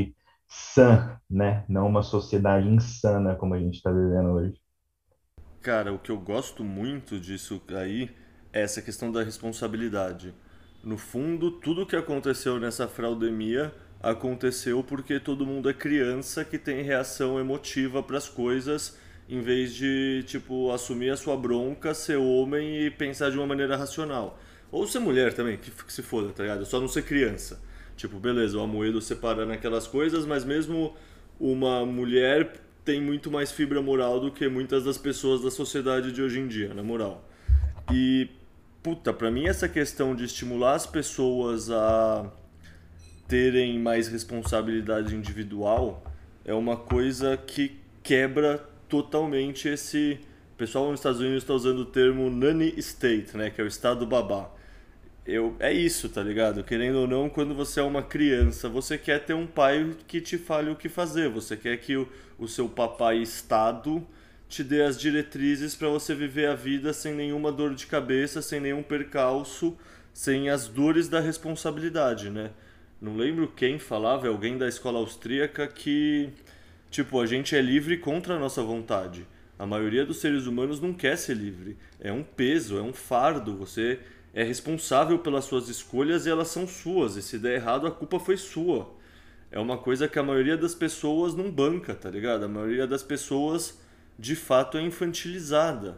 [SPEAKER 4] sã, né? Não uma sociedade insana como a gente está vivendo hoje.
[SPEAKER 1] Cara, o que eu gosto muito disso aí é essa questão da responsabilidade. No fundo, tudo que aconteceu nessa fraudemia aconteceu porque todo mundo é criança que tem reação emotiva para as coisas, em vez de, tipo, assumir a sua bronca, ser homem e pensar de uma maneira racional. Ou ser mulher também, que se foda, tá ligado? Só não ser criança. Tipo, beleza, o Amoedo separa naquelas coisas, mas mesmo uma mulher tem muito mais fibra moral do que muitas das pessoas da sociedade de hoje em dia, na moral. E, puta, pra mim essa questão de estimular as pessoas a terem mais responsabilidade individual é uma coisa que quebra totalmente esse. O pessoal nos Estados Unidos está usando o termo nanny state, né, que é o estado babá. É isso, tá ligado? Querendo ou não, quando você é uma criança, você quer ter um pai que te fale o que fazer. Você quer que o seu papai Estado te dê as diretrizes para você viver a vida sem nenhuma dor de cabeça, sem nenhum percalço, sem as dores da responsabilidade, né? Não lembro quem falava, é alguém da escola austríaca que, tipo, a gente é livre contra a nossa vontade. A maioria dos seres humanos não quer ser livre. É um peso, é um fardo. Você é responsável pelas suas escolhas e elas são suas. E se der errado, a culpa foi sua. É uma coisa que a maioria das pessoas não banca, tá ligado? A maioria das pessoas, de fato, é infantilizada.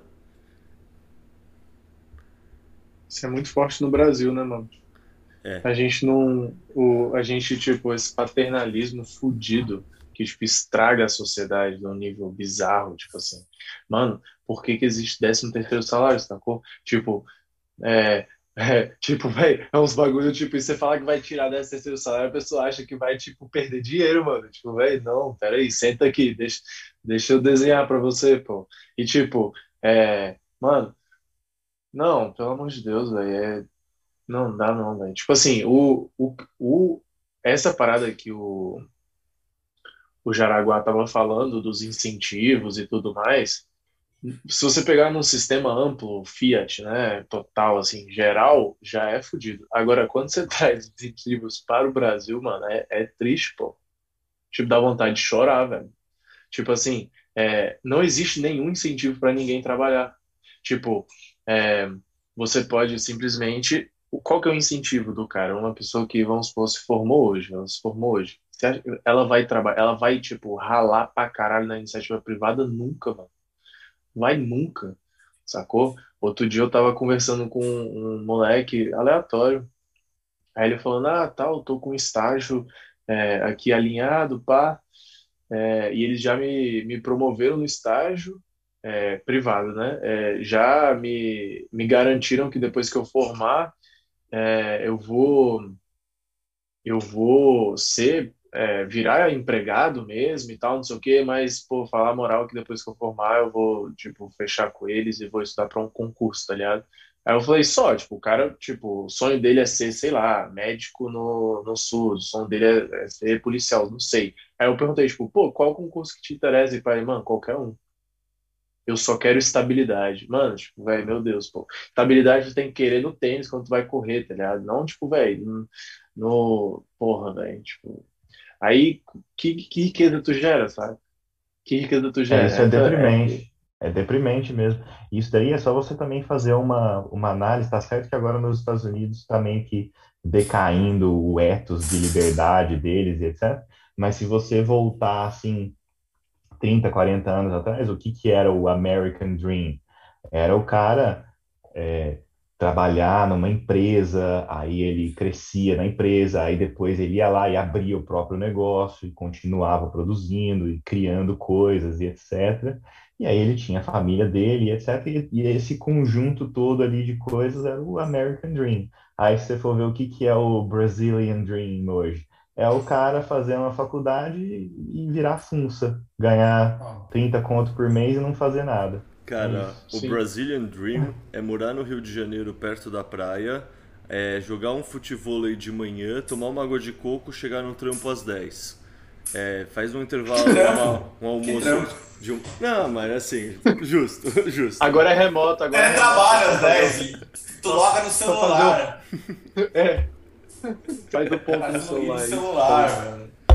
[SPEAKER 2] Isso é muito forte no Brasil, né, mano?
[SPEAKER 1] É.
[SPEAKER 2] A gente não. A gente, tipo, esse paternalismo fudido que, tipo, estraga a sociedade num nível bizarro, tipo assim. Mano, por que que existe 13º salário, sacou? Tipo, tipo, velho, é uns bagulho, tipo, e você fala que vai tirar 13º salário, a pessoa acha que vai, tipo, perder dinheiro, mano. Tipo, velho, não, peraí, senta aqui, deixa eu desenhar pra você, pô. E, tipo, mano, não, pelo amor de Deus, velho, não dá não, velho. Tipo assim, essa parada que o Jaraguá tava falando dos incentivos e tudo mais, se você pegar num sistema amplo, Fiat, né, total, assim, geral, já é fodido. Agora, quando você traz incentivos para o Brasil, mano, é triste, pô. Tipo, dá vontade de chorar, velho. Tipo assim, não existe nenhum incentivo para ninguém trabalhar. Tipo, é, você pode simplesmente. Qual que é o incentivo do cara? Uma pessoa que, vamos supor, se formou hoje, ela se formou hoje. Ela vai trabalhar, ela vai, tipo, ralar pra caralho na iniciativa privada? Nunca, mano. Vai nunca, sacou? Outro dia eu tava conversando com um moleque aleatório. Aí ele falando, tal, tô com um estágio aqui alinhado, pá. E eles já me promoveram no estágio privado, né? Já me garantiram que depois que eu formar, eu vou virar empregado mesmo e tal, não sei o quê, mas, pô, falar a moral que depois que eu formar, eu vou, tipo, fechar com eles e vou estudar para um concurso, tá ligado? Aí eu falei, só, tipo, o cara, tipo, o sonho dele é ser, sei lá, médico no SUS, o sonho dele é ser policial, não sei. Aí eu perguntei, tipo, pô, qual concurso que te interessa? E pai, mano, qualquer um. Eu só quero estabilidade. Mano, tipo, velho, meu Deus, pô. Estabilidade tu tem que querer no tênis quando tu vai correr, tá ligado? Não, tipo, velho, porra, velho, tipo. Aí, que riqueza tu gera, sabe? Que riqueza tu gera.
[SPEAKER 4] Isso é deprimente. É deprimente mesmo. Isso daí é só você também fazer uma análise. Tá certo que agora nos Estados Unidos está meio que decaindo o ethos de liberdade deles e etc. Mas se você voltar assim 30, 40 anos atrás, o que que era o American Dream? Era o cara é, trabalhar numa empresa, aí ele crescia na empresa, aí depois ele ia lá e abria o próprio negócio e continuava produzindo e criando coisas e etc. E aí ele tinha a família dele e etc. E esse conjunto todo ali de coisas era o American Dream. Aí se você for ver o que que é o Brazilian Dream hoje, é o cara fazer uma faculdade e virar funça, ganhar
[SPEAKER 3] Ó,
[SPEAKER 4] 30 conto por mês e não fazer nada. É
[SPEAKER 1] Cara,
[SPEAKER 4] isso.
[SPEAKER 1] o
[SPEAKER 2] Sim.
[SPEAKER 1] Brazilian Dream é morar no Rio de Janeiro, perto da praia, jogar um futevôlei de manhã, tomar uma água de coco, chegar no trampo às 10. Faz um
[SPEAKER 3] que
[SPEAKER 1] intervalo,
[SPEAKER 3] trampo!
[SPEAKER 1] um
[SPEAKER 3] Que
[SPEAKER 1] almoço
[SPEAKER 3] trampo!
[SPEAKER 1] de um. Não, mas assim, justo, justo.
[SPEAKER 2] Agora é remoto, agora é remoto.
[SPEAKER 3] Trabalha
[SPEAKER 2] Só
[SPEAKER 3] às
[SPEAKER 2] fazer,
[SPEAKER 3] 10 e tu loga no
[SPEAKER 2] só fazer
[SPEAKER 3] celular.
[SPEAKER 2] é, faz o ponto no
[SPEAKER 3] Faz um login no
[SPEAKER 2] celular aí.
[SPEAKER 3] celular, mano.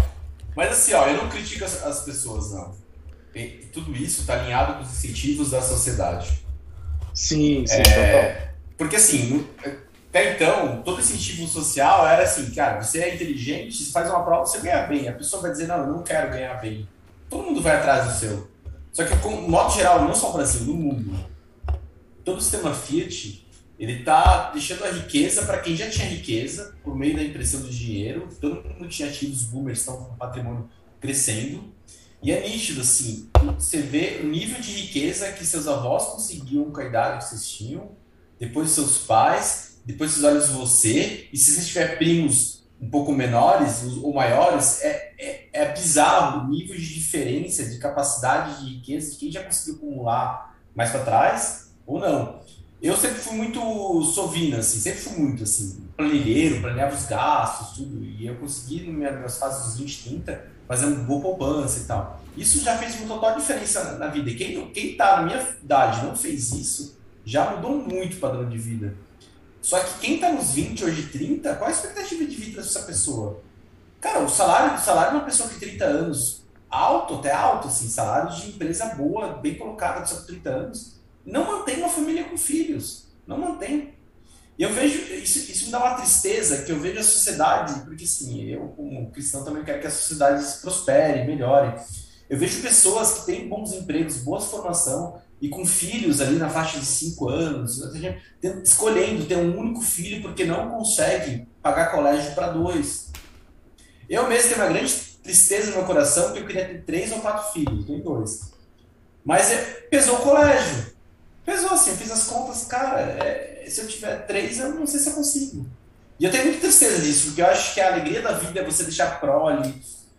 [SPEAKER 3] Mas assim, ó, eu não critico as pessoas, não. Tudo isso está alinhado com os incentivos da sociedade.
[SPEAKER 2] Sim, sim, total.
[SPEAKER 3] Porque assim, até então, todo incentivo social era assim, cara, você é inteligente, você faz uma prova, você ganha bem. A pessoa vai dizer, não, eu não quero ganhar bem. Todo mundo vai atrás do seu. Só que, no modo geral, não só o Brasil, no mundo, todo o sistema Fiat, ele está deixando a riqueza para quem já tinha riqueza, por meio da impressão de dinheiro. Todo mundo tinha ativos, os boomers estão com o patrimônio crescendo. E é nítido, assim, você vê o nível de riqueza que seus avós conseguiam com a idade que vocês tinham, depois seus pais, depois vocês olham você, e se você tiver primos um pouco menores ou maiores, é bizarro o nível de diferença, de capacidade de riqueza de quem já conseguiu acumular mais para trás ou não. Eu sempre fui muito sovina, assim, sempre fui muito, assim, planilheiro, planeava os gastos, tudo, e eu consegui, nas minhas fases dos 20, 30, fazer uma boa poupança e tal. Isso já fez uma total diferença na vida. E quem tá na minha idade e não fez isso, já mudou muito o padrão de vida. Só que quem tá nos 20, hoje 30, qual a expectativa de vida dessa pessoa? Cara, o salário de uma pessoa que tem 30 anos, alto, até alto, assim, salário de empresa boa, bem colocada, pessoa com 30 anos, não mantém uma família com filhos. Não mantém. E eu vejo, isso me dá uma tristeza, que eu vejo a sociedade, porque assim, eu como cristão também quero que a sociedade prospere, melhore. Eu vejo pessoas que têm bons empregos, boa formação, e com filhos ali na faixa de 5 anos, ou seja, escolhendo ter um único filho porque não consegue pagar colégio para dois. Eu mesmo tenho uma grande tristeza no meu coração, porque eu queria ter 3 ou 4 filhos, tenho 2. Mas pesou o colégio. Pesou assim, eu fiz as contas, cara, se eu tiver 3, eu não sei se eu consigo. E eu tenho muita tristeza disso, porque eu acho que a alegria da vida é você deixar prole,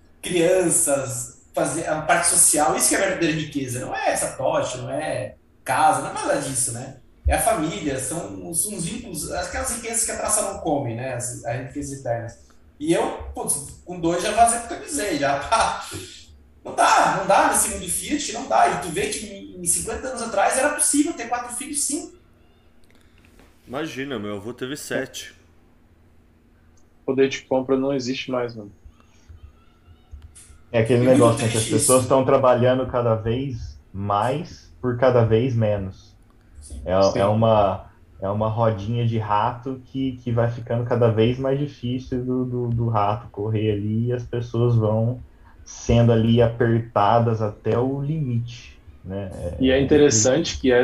[SPEAKER 3] crianças, fazer a parte social, isso que é a verdadeira riqueza. Não é essa tocha, não é casa, não é nada disso, né? É a família, são os vínculos, aquelas riquezas que a traça não come, né? As riquezas eternas. E eu, putz, com 2 já fazia porque eu dizer, já tá. Não dá nesse mundo Fiat, não dá. E tu vê que em 50 anos atrás era possível ter 4 filhos, sim.
[SPEAKER 1] Imagina, meu avô teve 7.
[SPEAKER 2] Poder de compra não existe mais, mano.
[SPEAKER 4] É aquele
[SPEAKER 3] É muito
[SPEAKER 4] negócio, né, que as
[SPEAKER 3] triste
[SPEAKER 4] pessoas
[SPEAKER 3] isso.
[SPEAKER 4] estão trabalhando cada vez mais por cada vez menos. É
[SPEAKER 2] Sim.
[SPEAKER 4] uma rodinha de rato que vai ficando cada vez mais difícil do rato correr ali e as pessoas vão sendo ali apertadas até o limite, né?
[SPEAKER 2] E é
[SPEAKER 4] É bem triste.
[SPEAKER 2] interessante que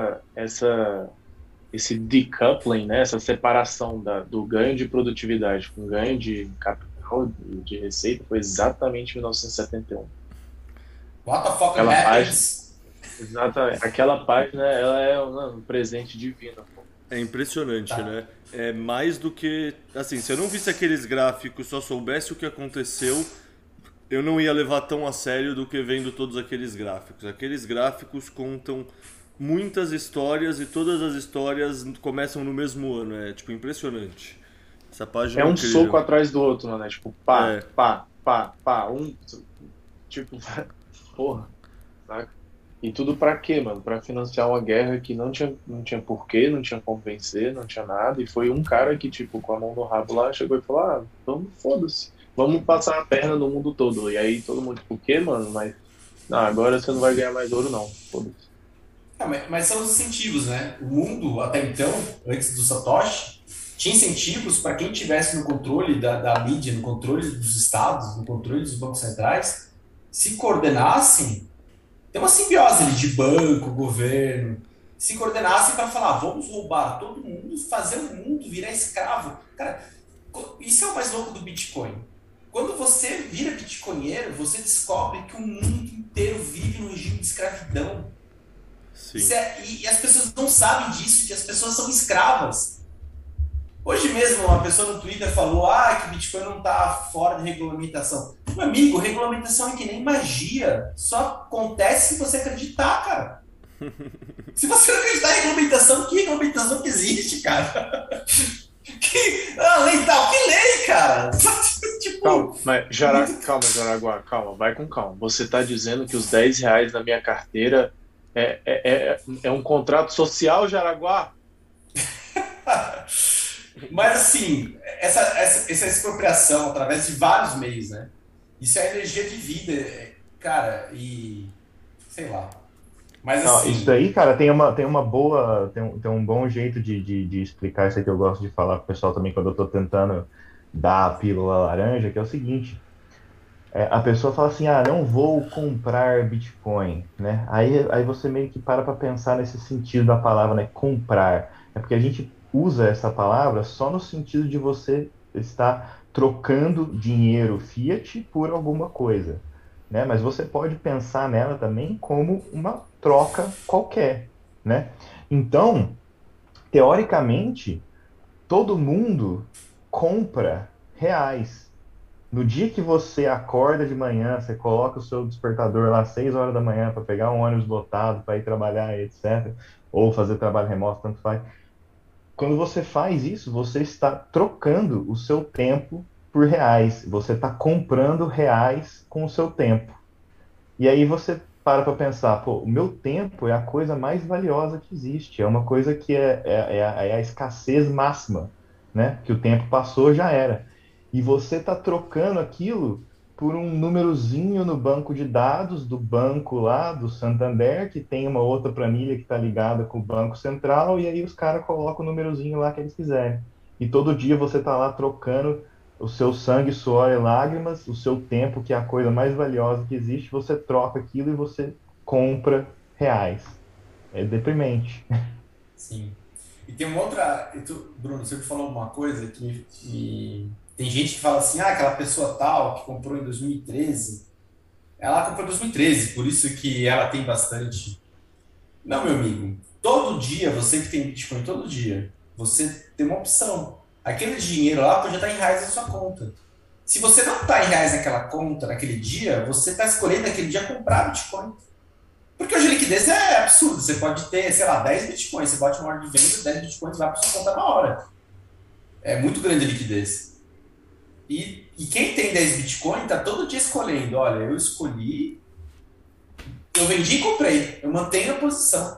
[SPEAKER 2] esse decoupling, né, essa separação do ganho de produtividade com ganho de capital, de receita, foi exatamente em 1971.
[SPEAKER 3] What the fuck
[SPEAKER 2] Aquela página,
[SPEAKER 3] happens?
[SPEAKER 2] exatamente, aquela página, ela é um presente divino, pô.
[SPEAKER 1] É impressionante,
[SPEAKER 3] Tá.
[SPEAKER 1] né? É mais do que. Assim, se eu não visse aqueles gráficos, só soubesse o que aconteceu, eu não ia levar tão a sério do que vendo todos aqueles gráficos. Aqueles gráficos contam muitas histórias e todas as histórias começam no mesmo ano. É, tipo, impressionante. Essa página
[SPEAKER 2] É
[SPEAKER 1] é
[SPEAKER 2] um soco
[SPEAKER 1] incrível.
[SPEAKER 2] atrás do outro, né? Tipo, pá,
[SPEAKER 1] É,
[SPEAKER 2] pá, pá, pá, tipo, porra, saca? E tudo pra quê, mano? Pra financiar uma guerra que não tinha porquê, não tinha como vencer, não tinha nada. E foi um cara que, tipo, com a mão no rabo lá, chegou e falou: ah, vamos, foda-se. Vamos passar a perna no mundo todo. E aí todo mundo, tipo, o quê, mano? Mas, não, agora você não vai ganhar mais ouro, não. Foda-se.
[SPEAKER 3] Mas são os incentivos, né? O mundo, até então, antes do Satoshi, tinha incentivos para quem tivesse no controle da mídia, no controle dos estados, no controle dos bancos centrais, se coordenassem. Tem uma simbiose ali de banco, governo, se coordenassem para falar, vamos roubar todo mundo, fazer o mundo virar escravo. Cara, isso é o mais louco do Bitcoin. Quando você vira bitcoinheiro, você descobre que o mundo inteiro vive num regime de escravidão.
[SPEAKER 1] sim.
[SPEAKER 3] E as pessoas não sabem disso, que as pessoas são escravas. Hoje mesmo, uma pessoa no Twitter falou que o Bitcoin não está fora de regulamentação. Meu amigo, regulamentação é que nem magia. Só acontece se você acreditar, cara. Se você não acreditar em regulamentação, que regulamentação que existe, cara? Lei tal, que lei, cara? Tipo, muito.
[SPEAKER 2] Calma, Jaraguá, calma, vai com calma. Você tá dizendo que os R$ 10 na minha carteira é um contrato social, Jaraguá?
[SPEAKER 3] Mas assim, essa expropriação através de vários meios, né? Isso é energia de vida, cara, e sei lá. Mas
[SPEAKER 4] Não, isso
[SPEAKER 3] assim,
[SPEAKER 4] daí, cara, tem uma boa, tem um bom jeito de explicar isso aí que eu gosto de falar pro pessoal também quando eu tô tentando dar a pílula laranja, que é o seguinte. A pessoa fala assim, ah, não vou comprar Bitcoin, né? Aí você meio que para pensar nesse sentido da palavra, né? Comprar. É porque a gente usa essa palavra só no sentido de você estar trocando dinheiro fiat por alguma coisa, né? Mas você pode pensar nela também como uma troca qualquer, né? Então, teoricamente, todo mundo compra reais. No dia que você acorda de manhã, você coloca o seu despertador lá às 6 horas da manhã para pegar um ônibus lotado, para ir trabalhar, etc. Ou fazer trabalho remoto, tanto faz. Quando você faz isso, você está trocando o seu tempo por reais. Você está comprando reais com o seu tempo. E aí você para pensar, pô, o meu tempo é a coisa mais valiosa que existe. É uma coisa que é a escassez máxima, né? Que o tempo passou, já era. E você está trocando aquilo por um númerozinho no banco de dados do banco lá, do Santander, que tem uma outra planilha que está ligada com o Banco Central, e aí os caras colocam o númerozinho lá que eles quiserem. E todo dia você está lá trocando o seu sangue, suor e lágrimas, o seu tempo, que é a coisa mais valiosa que existe, você troca aquilo e você compra reais. É deprimente.
[SPEAKER 3] sim. E tem uma outra. Bruno, você me falou uma coisa que tem gente que fala assim, ah, aquela pessoa tal que comprou em 2013, ela comprou em 2013, por isso que ela tem bastante. Não, meu amigo. Todo dia, você que tem Bitcoin todo dia, você tem uma opção. Aquele dinheiro lá pode estar em reais na sua conta. Se você não está em reais naquela conta, naquele dia, você está escolhendo naquele dia comprar Bitcoin. Porque hoje a liquidez é absurda. Você pode ter, sei lá, 10 Bitcoins. Você bate uma ordem de venda, 10 Bitcoins vai para sua conta na hora. É muito grande a liquidez. E quem tem 10 Bitcoin está todo dia escolhendo. Olha, eu escolhi, eu vendi e comprei. Eu mantenho a posição.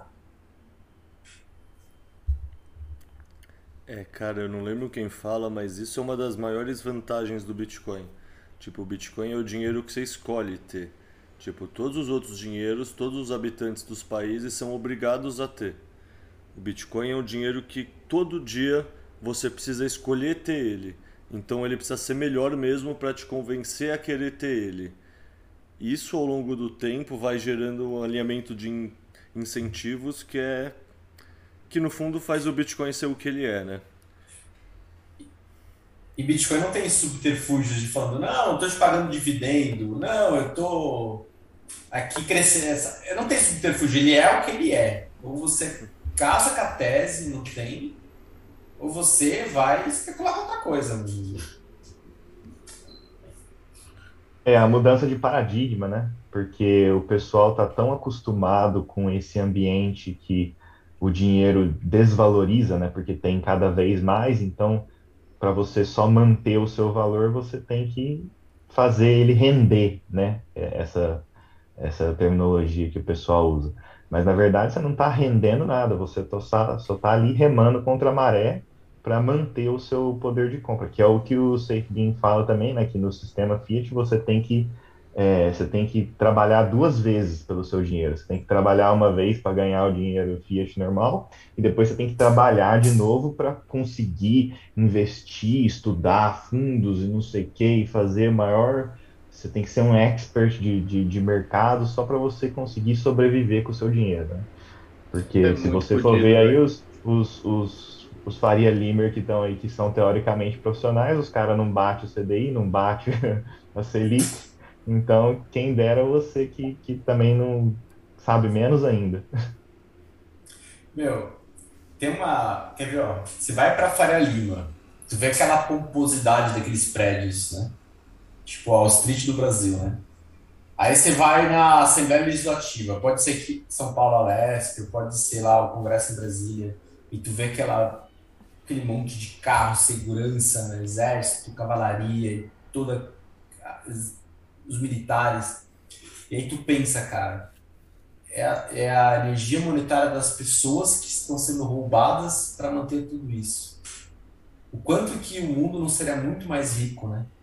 [SPEAKER 1] É, cara, eu não lembro quem fala, mas isso é uma das maiores vantagens do Bitcoin. Tipo, o Bitcoin é o dinheiro que você escolhe ter. Tipo, todos os outros dinheiros, todos os habitantes dos países são obrigados a ter. O Bitcoin é um dinheiro que todo dia você precisa escolher ter ele. Então ele precisa ser melhor mesmo para te convencer a querer ter ele. Isso ao longo do tempo vai gerando um alinhamento de incentivos que no fundo faz o Bitcoin ser o que ele é, né?
[SPEAKER 3] E Bitcoin não tem subterfúgios de falando, não, eu estou te pagando dividendo, não, eu estou aqui crescendo. Eu não tenho subterfúgio, ele é o que ele é. Ou você casa com a tese, não tem, ou você vai especular com outra coisa.
[SPEAKER 4] É a mudança de paradigma, né? Porque o pessoal tá tão acostumado com esse ambiente que o dinheiro desvaloriza, né? Porque tem cada vez mais, então para você só manter o seu valor, você tem que fazer ele render, né? Essa terminologia que o pessoal usa. Mas na verdade você não está rendendo nada, você só está ali remando contra a maré para manter o seu poder de compra, que é o que o SafeBean fala também, né? Que no sistema Fiat você tem que trabalhar duas vezes pelo seu dinheiro. Você tem que trabalhar uma vez para ganhar o dinheiro Fiat normal, e depois você tem que trabalhar de novo para conseguir investir, estudar fundos e não sei o que, e fazer maior. Você tem que ser um expert de mercado só para você conseguir sobreviver com o seu dinheiro, né?
[SPEAKER 1] É
[SPEAKER 4] Porque se
[SPEAKER 1] muito
[SPEAKER 4] você for ver
[SPEAKER 1] fodido,
[SPEAKER 4] aí
[SPEAKER 1] velho.
[SPEAKER 4] os Faria Limer que estão aí, que são teoricamente profissionais, os caras não batem o CDI, não bate a Selic. Então, quem dera você que também não sabe menos ainda.
[SPEAKER 3] Meu, tem uma. Quer ver, ó? Você vai pra Faria Lima, tu vê aquela pomposidade daqueles prédios, né? Tipo, a Wall Street do Brasil, né? Aí você vai na Assembleia Legislativa, pode ser que São Paulo Leste, pode ser lá o Congresso em Brasília, e tu vê aquele monte de carro, segurança, né? Exército, cavalaria, e toda os militares. E aí tu pensa, cara, é a energia monetária das pessoas que estão sendo roubadas para manter tudo isso. O quanto que o mundo não seria muito mais rico, né?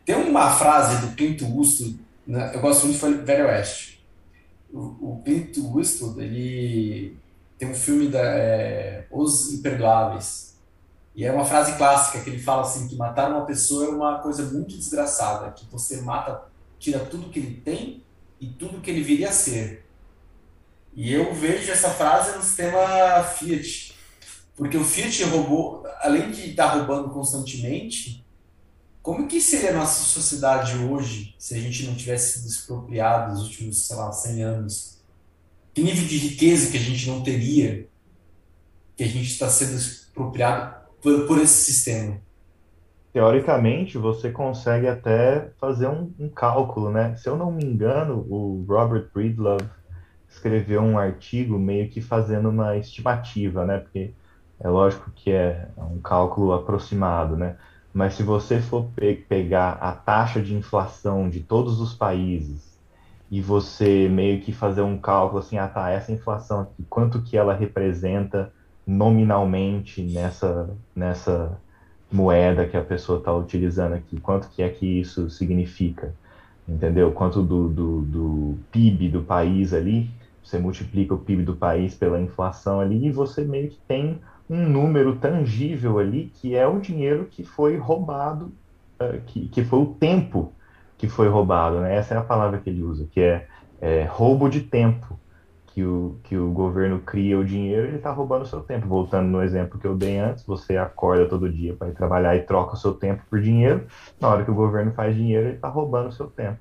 [SPEAKER 3] Tem uma frase do Clint Eastwood, né? Eu gosto muito de Velho Oeste. O Clint Eastwood, ele tem um filme Os Imperdoáveis. E é uma frase clássica que ele fala assim, que matar uma pessoa é uma coisa muito desgraçada, que você mata, tira tudo que ele tem e tudo que ele viria a ser. E eu vejo essa frase no sistema Fiat, porque o Fiat roubou, além de estar roubando constantemente, como que seria a nossa sociedade hoje se a gente não tivesse sido expropriado nos últimos, sei lá, 100 anos? Que nível de riqueza que a gente não teria, que a gente está sendo expropriado por esse sistema?
[SPEAKER 4] Teoricamente, você consegue até fazer um cálculo, né? Se eu não me engano, o Robert Breedlove escreveu um artigo meio que fazendo uma estimativa, né? Porque é lógico que é um cálculo aproximado, né? Mas se você for pegar a taxa de inflação de todos os países e você meio que fazer um cálculo assim, ah tá, essa inflação aqui, quanto que ela representa nominalmente nessa moeda que a pessoa está utilizando aqui, quanto que é que isso significa, entendeu? Quanto do PIB do país ali, você multiplica o PIB do país pela inflação ali e você meio que tem um número tangível ali que é o dinheiro que foi roubado, que foi o tempo que foi roubado, né? Essa é a palavra que ele usa, que é roubo de tempo, que o governo cria o dinheiro e ele está roubando o seu tempo. Voltando no exemplo que eu dei antes, você acorda todo dia para ir trabalhar e troca o seu tempo por dinheiro. Na hora que o governo faz dinheiro, ele está roubando o seu tempo.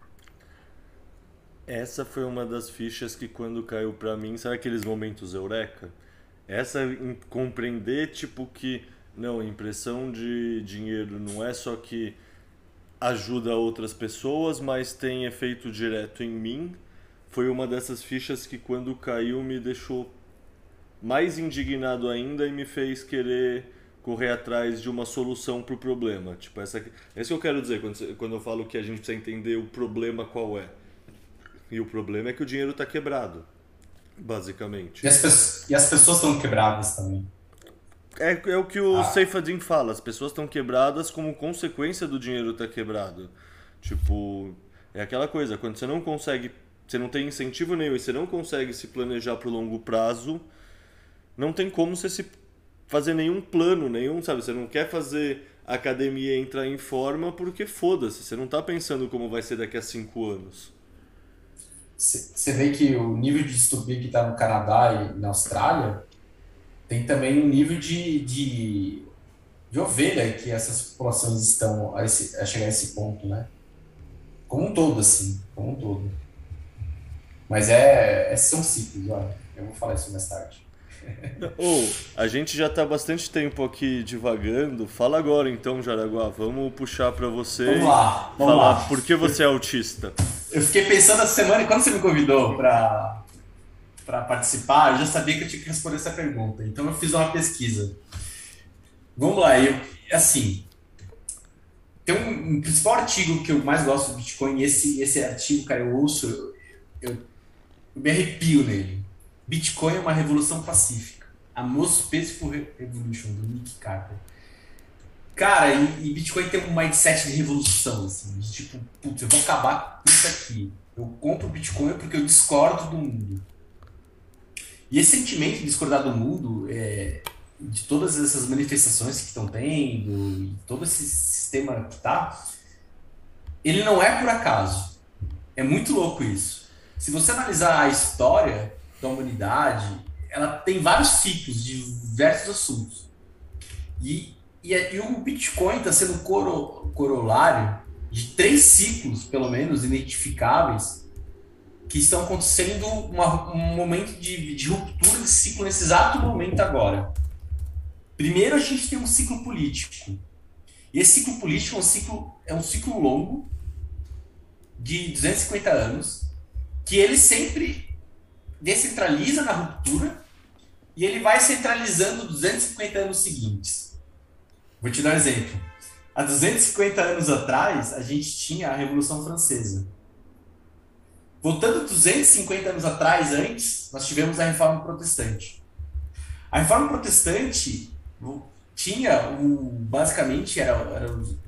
[SPEAKER 1] Essa foi uma das fichas que quando caiu pra mim, sabe aqueles momentos eureka? Essa em compreender, tipo, que não, impressão de dinheiro não é só que ajuda outras pessoas, mas tem efeito direto em mim. Foi uma dessas fichas que quando caiu me deixou mais indignado ainda e me fez querer correr atrás de uma solução pro problema. Tipo, é isso que eu quero dizer quando eu falo que a gente precisa entender o problema qual é. E o problema é que o dinheiro tá quebrado, basicamente.
[SPEAKER 3] E as pessoas estão quebradas também.
[SPEAKER 1] É o que o
[SPEAKER 3] Ah,
[SPEAKER 1] Seyfadin fala, as pessoas estão quebradas como consequência do dinheiro estar quebrado. Tipo, é aquela coisa, quando você não consegue, você não tem incentivo nenhum e você não consegue se planejar pro longo prazo, não tem como você se fazer nenhum plano, nenhum, sabe? Você não quer fazer a academia entrar em forma porque foda-se, você não tá pensando como vai ser daqui a 5 anos.
[SPEAKER 3] você vê que o nível de distopia que está no Canadá e na Austrália tem também um nível de ovelha que essas populações estão a chegar a esse ponto, né? Como um todo, assim, como um todo. Mas são ciclos, olha. Eu vou falar isso mais tarde.
[SPEAKER 1] Ou, a gente já tá bastante tempo aqui divagando. Fala agora então, Jaraguá. Vamos puxar pra você
[SPEAKER 3] Vamos
[SPEAKER 1] e
[SPEAKER 3] lá, vamos
[SPEAKER 1] falar
[SPEAKER 3] lá.
[SPEAKER 1] por que você é autista.
[SPEAKER 3] Eu fiquei pensando essa semana, e quando você me convidou para participar, eu já sabia que eu tinha que responder essa pergunta. Então eu fiz uma pesquisa. Vamos lá, assim, tem um principal artigo que eu mais gosto do Bitcoin, e esse artigo, cara, eu ouço, eu me arrepio nele. Bitcoin é uma revolução pacífica. A Most Peaceful Revolution, do Nick Carter. Cara, e Bitcoin tem um mindset de revolução, assim, de tipo, putz, eu vou acabar com isso aqui. Eu compro Bitcoin porque eu discordo do mundo. E esse sentimento de discordar do mundo, de todas essas manifestações que estão tendo, e todo esse sistema que tá, ele não é por acaso. É muito louco isso. Se você analisar a história da humanidade, ela tem vários ciclos de diversos assuntos. E o Bitcoin está sendo corolário de 3 ciclos, pelo menos, identificáveis, que estão acontecendo um momento de ruptura de ciclo nesse exato momento agora. Primeiro, a gente tem um ciclo político. E esse ciclo político é um ciclo longo, de 250 anos, que ele sempre descentraliza na ruptura e ele vai centralizando 250 anos seguintes. Vou te dar um exemplo. Há 250 anos atrás, a gente tinha a Revolução Francesa. Voltando 250 anos atrás, antes, nós tivemos a Reforma Protestante. A Reforma Protestante tinha, basicamente, era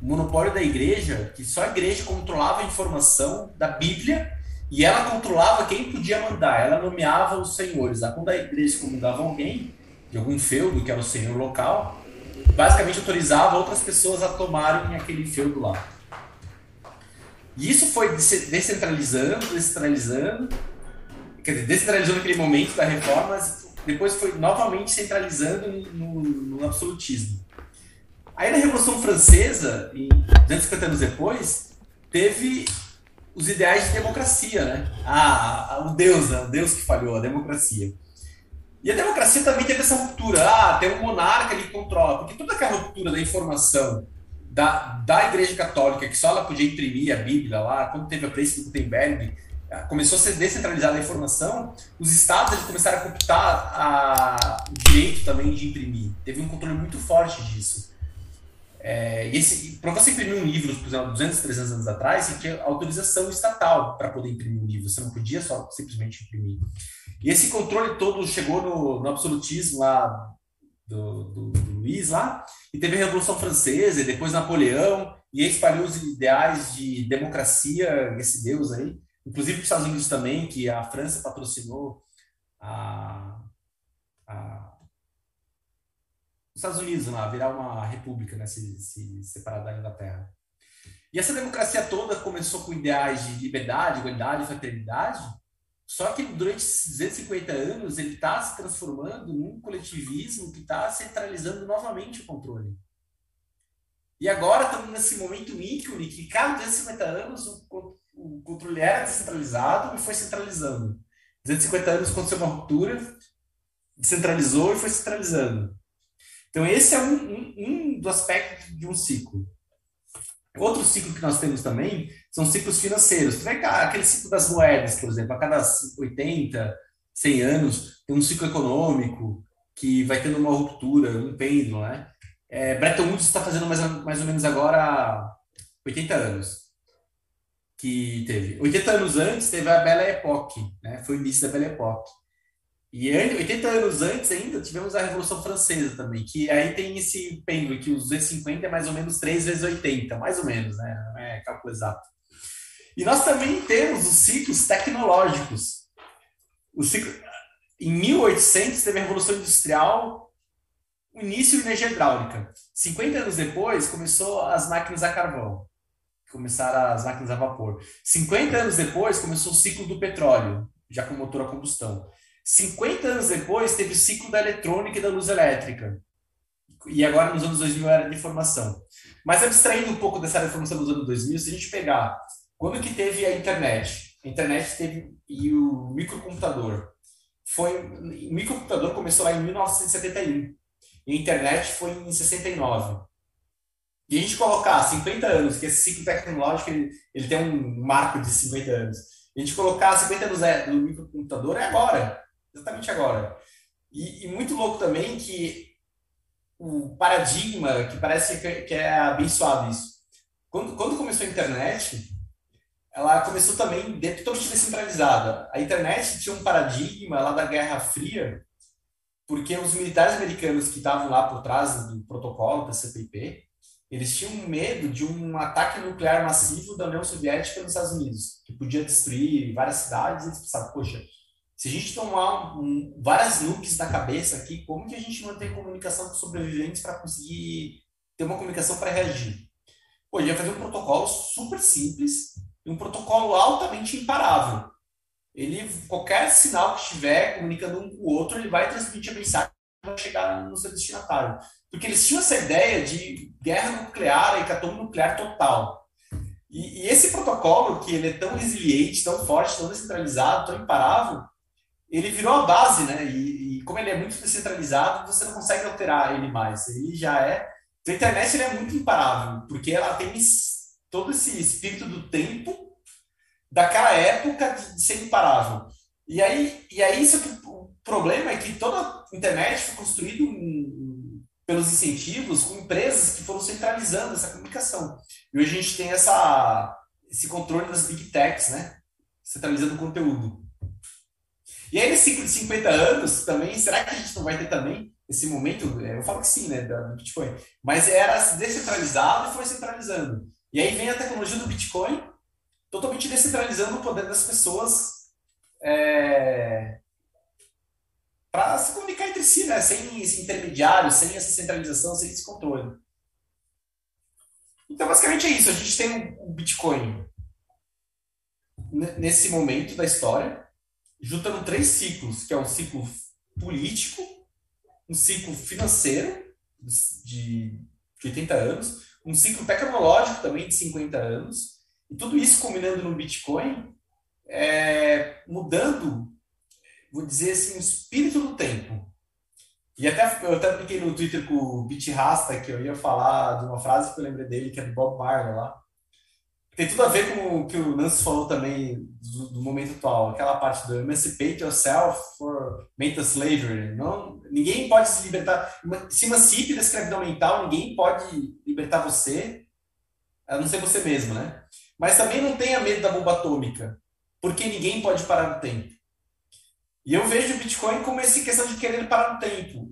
[SPEAKER 3] o monopólio da igreja, que só a igreja controlava a informação da Bíblia e ela controlava quem podia mandar, ela nomeava os senhores. Quando a igreja convidava alguém de algum feudo, que era o senhor local, basicamente autorizava outras pessoas a tomarem aquele feudo lá. E isso foi descentralizando, quer dizer, descentralizando naquele momento da reforma, mas depois foi novamente centralizando no absolutismo. Aí na Revolução Francesa, 250 anos depois, teve os ideais de democracia, né? O Deus que falhou, a democracia. E a democracia também teve essa ruptura. Tem um monarca que controla, porque toda aquela ruptura da informação da Igreja Católica, que só ela podia imprimir a Bíblia lá, quando teve a prensa do Gutenberg, começou a ser descentralizada a informação, os estados eles começaram a computar o direito também de imprimir. Teve um controle muito forte disso. Para você imprimir um livro, por exemplo, 200, 300 anos atrás, você tinha autorização estatal para poder imprimir um livro, você não podia só simplesmente imprimir. E esse controle todo chegou no absolutismo lá do Luís lá, e teve a Revolução Francesa, e depois Napoleão, e aí espalhou os ideais de democracia, esse Deus aí, inclusive para os Estados Unidos também, que a França patrocinou os Estados Unidos lá, virar uma república, né, se separar da Inglaterra. E essa democracia toda começou com ideais de liberdade, igualdade, fraternidade, só que durante esses 250 anos ele está se transformando num coletivismo que está centralizando novamente o controle. E agora estamos nesse momento ícone que cada 250 anos o controle era descentralizado e foi centralizando. 250 anos aconteceu uma ruptura, descentralizou e foi centralizando. Então esse é um dos aspectos de um ciclo. Outro ciclo que nós temos também são ciclos financeiros. Aquele ciclo das moedas, por exemplo, a cada 80, 100 anos tem um ciclo econômico que vai tendo uma ruptura, um pêndulo, né? Bretton Woods está fazendo mais ou menos agora 80 anos. Que teve. 80 anos antes teve a Belle Époque, né? Foi o início da Belle Époque. E 80 anos antes ainda tivemos a Revolução Francesa também, que aí tem esse pêndulo que os 250 é mais ou menos 3 vezes 80, mais ou menos, né? Não é cálculo exato. E nós também temos os ciclos tecnológicos. Em 1800 teve a Revolução Industrial, o início da energia hidráulica. 50 anos depois começou as máquinas a carvão, começaram as máquinas a vapor. 50 anos depois começou o ciclo do petróleo, já com motor a combustão. 50 anos depois, teve o ciclo da eletrônica e da luz elétrica. E agora, nos anos 2000, era de informação. Mas abstraindo um pouco dessa reformação dos anos 2000, se a gente pegar, quando que teve a internet teve, e o microcomputador. O microcomputador começou lá em 1971. E a internet foi em 69. E a gente colocar 50 anos, que esse ciclo tecnológico ele tem um marco de 50 anos. A gente colocar 50 anos do microcomputador é agora. Exatamente agora. E muito louco também que o paradigma, que parece que é abençoado isso. Quando começou a internet, ela começou também totalmente descentralizada. A internet tinha um paradigma lá da Guerra Fria, porque os militares americanos que estavam lá por trás do protocolo da CPIP, eles tinham medo de um ataque nuclear massivo da União Soviética nos Estados Unidos, que podia destruir várias cidades. Eles pensavam, poxa, se a gente tomar várias nukes na cabeça aqui, como que a gente mantém comunicação com os sobreviventes para conseguir ter uma comunicação para reagir? Pô, ia fazer um protocolo super simples, um protocolo altamente imparável. Qualquer sinal que estiver comunicando um com o outro, ele vai transmitir a mensagem e vai chegar no seu destinatário. Porque eles tinham essa ideia de guerra nuclear, hecatombe nuclear total. E esse protocolo, que ele é tão resiliente, tão forte, tão descentralizado, tão imparável, ele virou a base, né? E como ele é muito descentralizado, você não consegue alterar ele mais. Ele já é... Então, a internet ele é muito imparável, porque ela tem todo esse espírito do tempo daquela época de ser imparável. E aí isso que, o problema é que toda a internet foi construída pelos incentivos com empresas que foram centralizando essa comunicação. E hoje a gente tem esse controle das big techs, né? Centralizando o conteúdo. E aí, nesse ciclo de 50 anos, também, será que a gente não vai ter também esse momento, eu falo que sim, né, do Bitcoin, mas era descentralizado e foi centralizando. E aí vem a tecnologia do Bitcoin, totalmente descentralizando o poder das pessoas para se comunicar entre si, né, sem esse intermediário, sem essa centralização, sem esse controle. Então, basicamente é isso. A gente tem o Bitcoin nesse momento da história, juntando três ciclos, que é um ciclo político, um ciclo financeiro de 80 anos, um ciclo tecnológico também de 50 anos, e tudo isso combinando no Bitcoin, mudando, vou dizer assim, o espírito do tempo. E eu até apliquei no Twitter com o Bit Rasta, que eu ia falar de uma frase que eu lembrei dele, que é do Bob Marley lá. Tem tudo a ver com o que o Nancy falou também do momento atual, aquela parte do emancipate yourself for mental slavery. Não, ninguém pode se libertar, se emancipe da escravidão mental, ninguém pode libertar você, a não ser você mesmo, né? Mas também não tenha medo da bomba atômica, porque ninguém pode parar no tempo. E eu vejo o Bitcoin como essa questão de querer parar no tempo.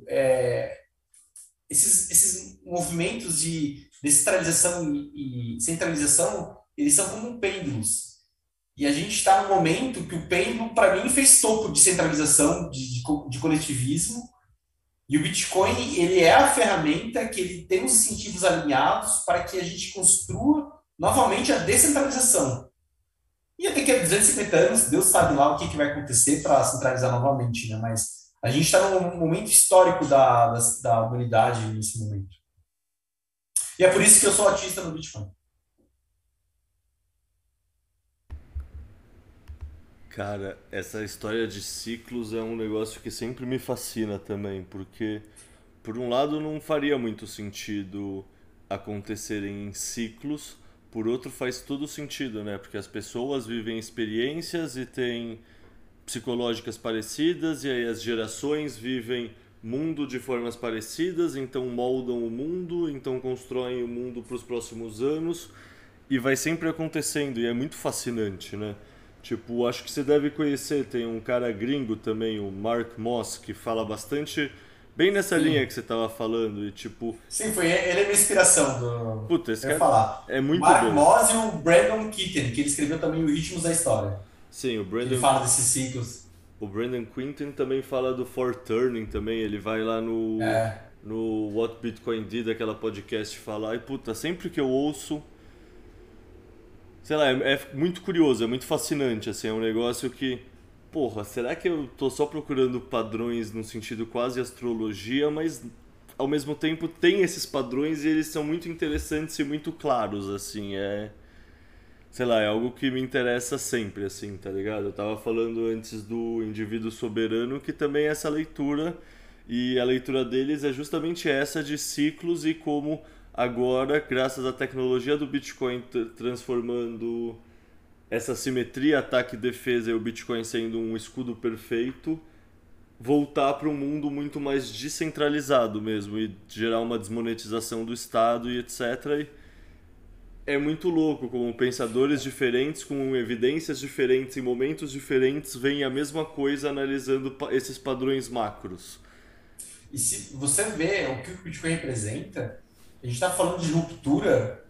[SPEAKER 3] Esses movimentos de descentralização e centralização, eles são como pêndulos. E a gente está num momento que o pêndulo, para mim, fez topo de centralização, de coletivismo. E o Bitcoin, ele é a ferramenta que ele tem os incentivos alinhados para que a gente construa novamente a descentralização. E daqui a 250 anos, Deus sabe lá o que vai acontecer para centralizar novamente, né? Mas a gente está num momento histórico da humanidade nesse momento. E é por isso que eu sou autista no Bitcoin.
[SPEAKER 1] Cara, essa história de ciclos é um negócio que sempre me fascina também, porque, por um lado, não faria muito sentido acontecerem em ciclos, por outro, faz todo sentido, né? Porque as pessoas vivem experiências e têm psicológicas parecidas, e aí as gerações vivem mundo de formas parecidas, então moldam o mundo, então constroem o mundo para os próximos anos, e vai sempre acontecendo, e é muito fascinante, né? Tipo, acho que você deve conhecer, tem um cara gringo também, o Mark Moss, que fala bastante bem nessa linha
[SPEAKER 3] Sim,
[SPEAKER 1] que você tava falando, e tipo,
[SPEAKER 3] sim, ele é minha inspiração
[SPEAKER 1] puta, esse
[SPEAKER 3] eu ia
[SPEAKER 1] cara
[SPEAKER 3] falar.
[SPEAKER 1] é
[SPEAKER 3] O
[SPEAKER 1] muito
[SPEAKER 3] Mark
[SPEAKER 1] bom.
[SPEAKER 3] Moss e o Brandon Keating, que ele escreveu também o Ritmos da História.
[SPEAKER 1] Sim,
[SPEAKER 3] Que ele fala desses ciclos.
[SPEAKER 1] O Brandon Quintin também fala do For Turning também, ele vai lá no What Bitcoin Did, aquela podcast falar, e puta, sempre que eu ouço, sei lá, é muito curioso, é muito fascinante, assim, é um negócio que, porra, será que eu tô só procurando padrões no sentido quase astrologia, mas ao mesmo tempo tem esses padrões e eles são muito interessantes e muito claros, assim, sei lá, é algo que me interessa sempre, assim, tá ligado? Eu tava falando antes do indivíduo soberano, que também é essa leitura, e a leitura deles é justamente essa de ciclos e como agora, graças à tecnologia do Bitcoin transformando essa simetria ataque e defesa e o Bitcoin sendo um escudo perfeito, voltar para um mundo muito mais descentralizado mesmo e gerar uma desmonetização do Estado e etc. É muito louco como pensadores diferentes, com evidências diferentes, em momentos diferentes, veem a mesma coisa analisando esses padrões macros.
[SPEAKER 3] E se você vê o que o Bitcoin representa, a gente está falando de ruptura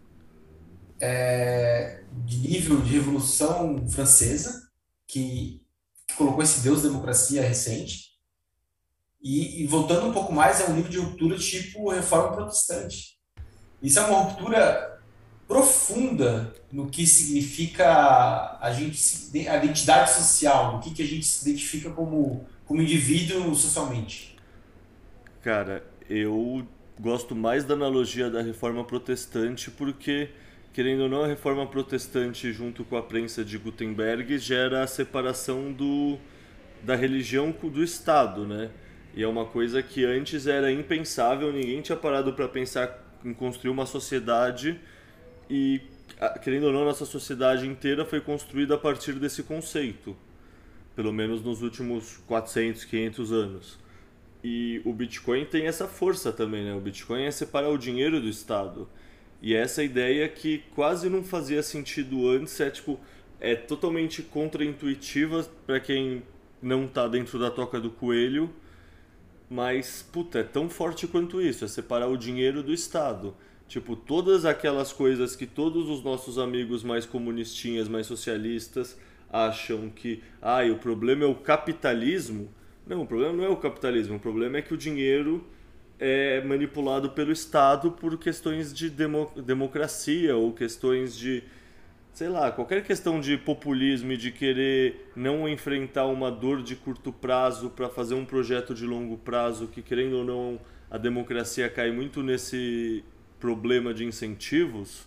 [SPEAKER 3] de nível de Revolução Francesa, que colocou esse Deus democracia recente, e voltando um pouco mais, é um nível de ruptura tipo Reforma Protestante. Isso é uma ruptura profunda no que significa a identidade social, no que a gente se identifica como indivíduo socialmente.
[SPEAKER 1] Cara, eu gosto mais da analogia da Reforma Protestante porque, querendo ou não, a Reforma Protestante, junto com a prensa de Gutenberg, gera a separação da religião do Estado, né? E é uma coisa que antes era impensável, ninguém tinha parado para pensar em construir uma sociedade e, querendo ou não, nossa sociedade inteira foi construída a partir desse conceito, pelo menos nos últimos 400, 500 anos. E o Bitcoin tem essa força também, né? O Bitcoin é separar o dinheiro do Estado. E essa ideia que quase não fazia sentido antes é totalmente contraintuitiva para quem não está dentro da toca do coelho, mas, puta, é tão forte quanto isso, é separar o dinheiro do Estado. Tipo, todas aquelas coisas que todos os nossos amigos mais comunistinhas, mais socialistas acham que, o problema é o capitalismo. Não, o problema não é o capitalismo, o problema é que o dinheiro é manipulado pelo Estado por questões de democracia ou questões de, sei lá, qualquer questão de populismo e de querer não enfrentar uma dor de curto prazo para fazer um projeto de longo prazo, que querendo ou não a democracia cai muito nesse problema de incentivos.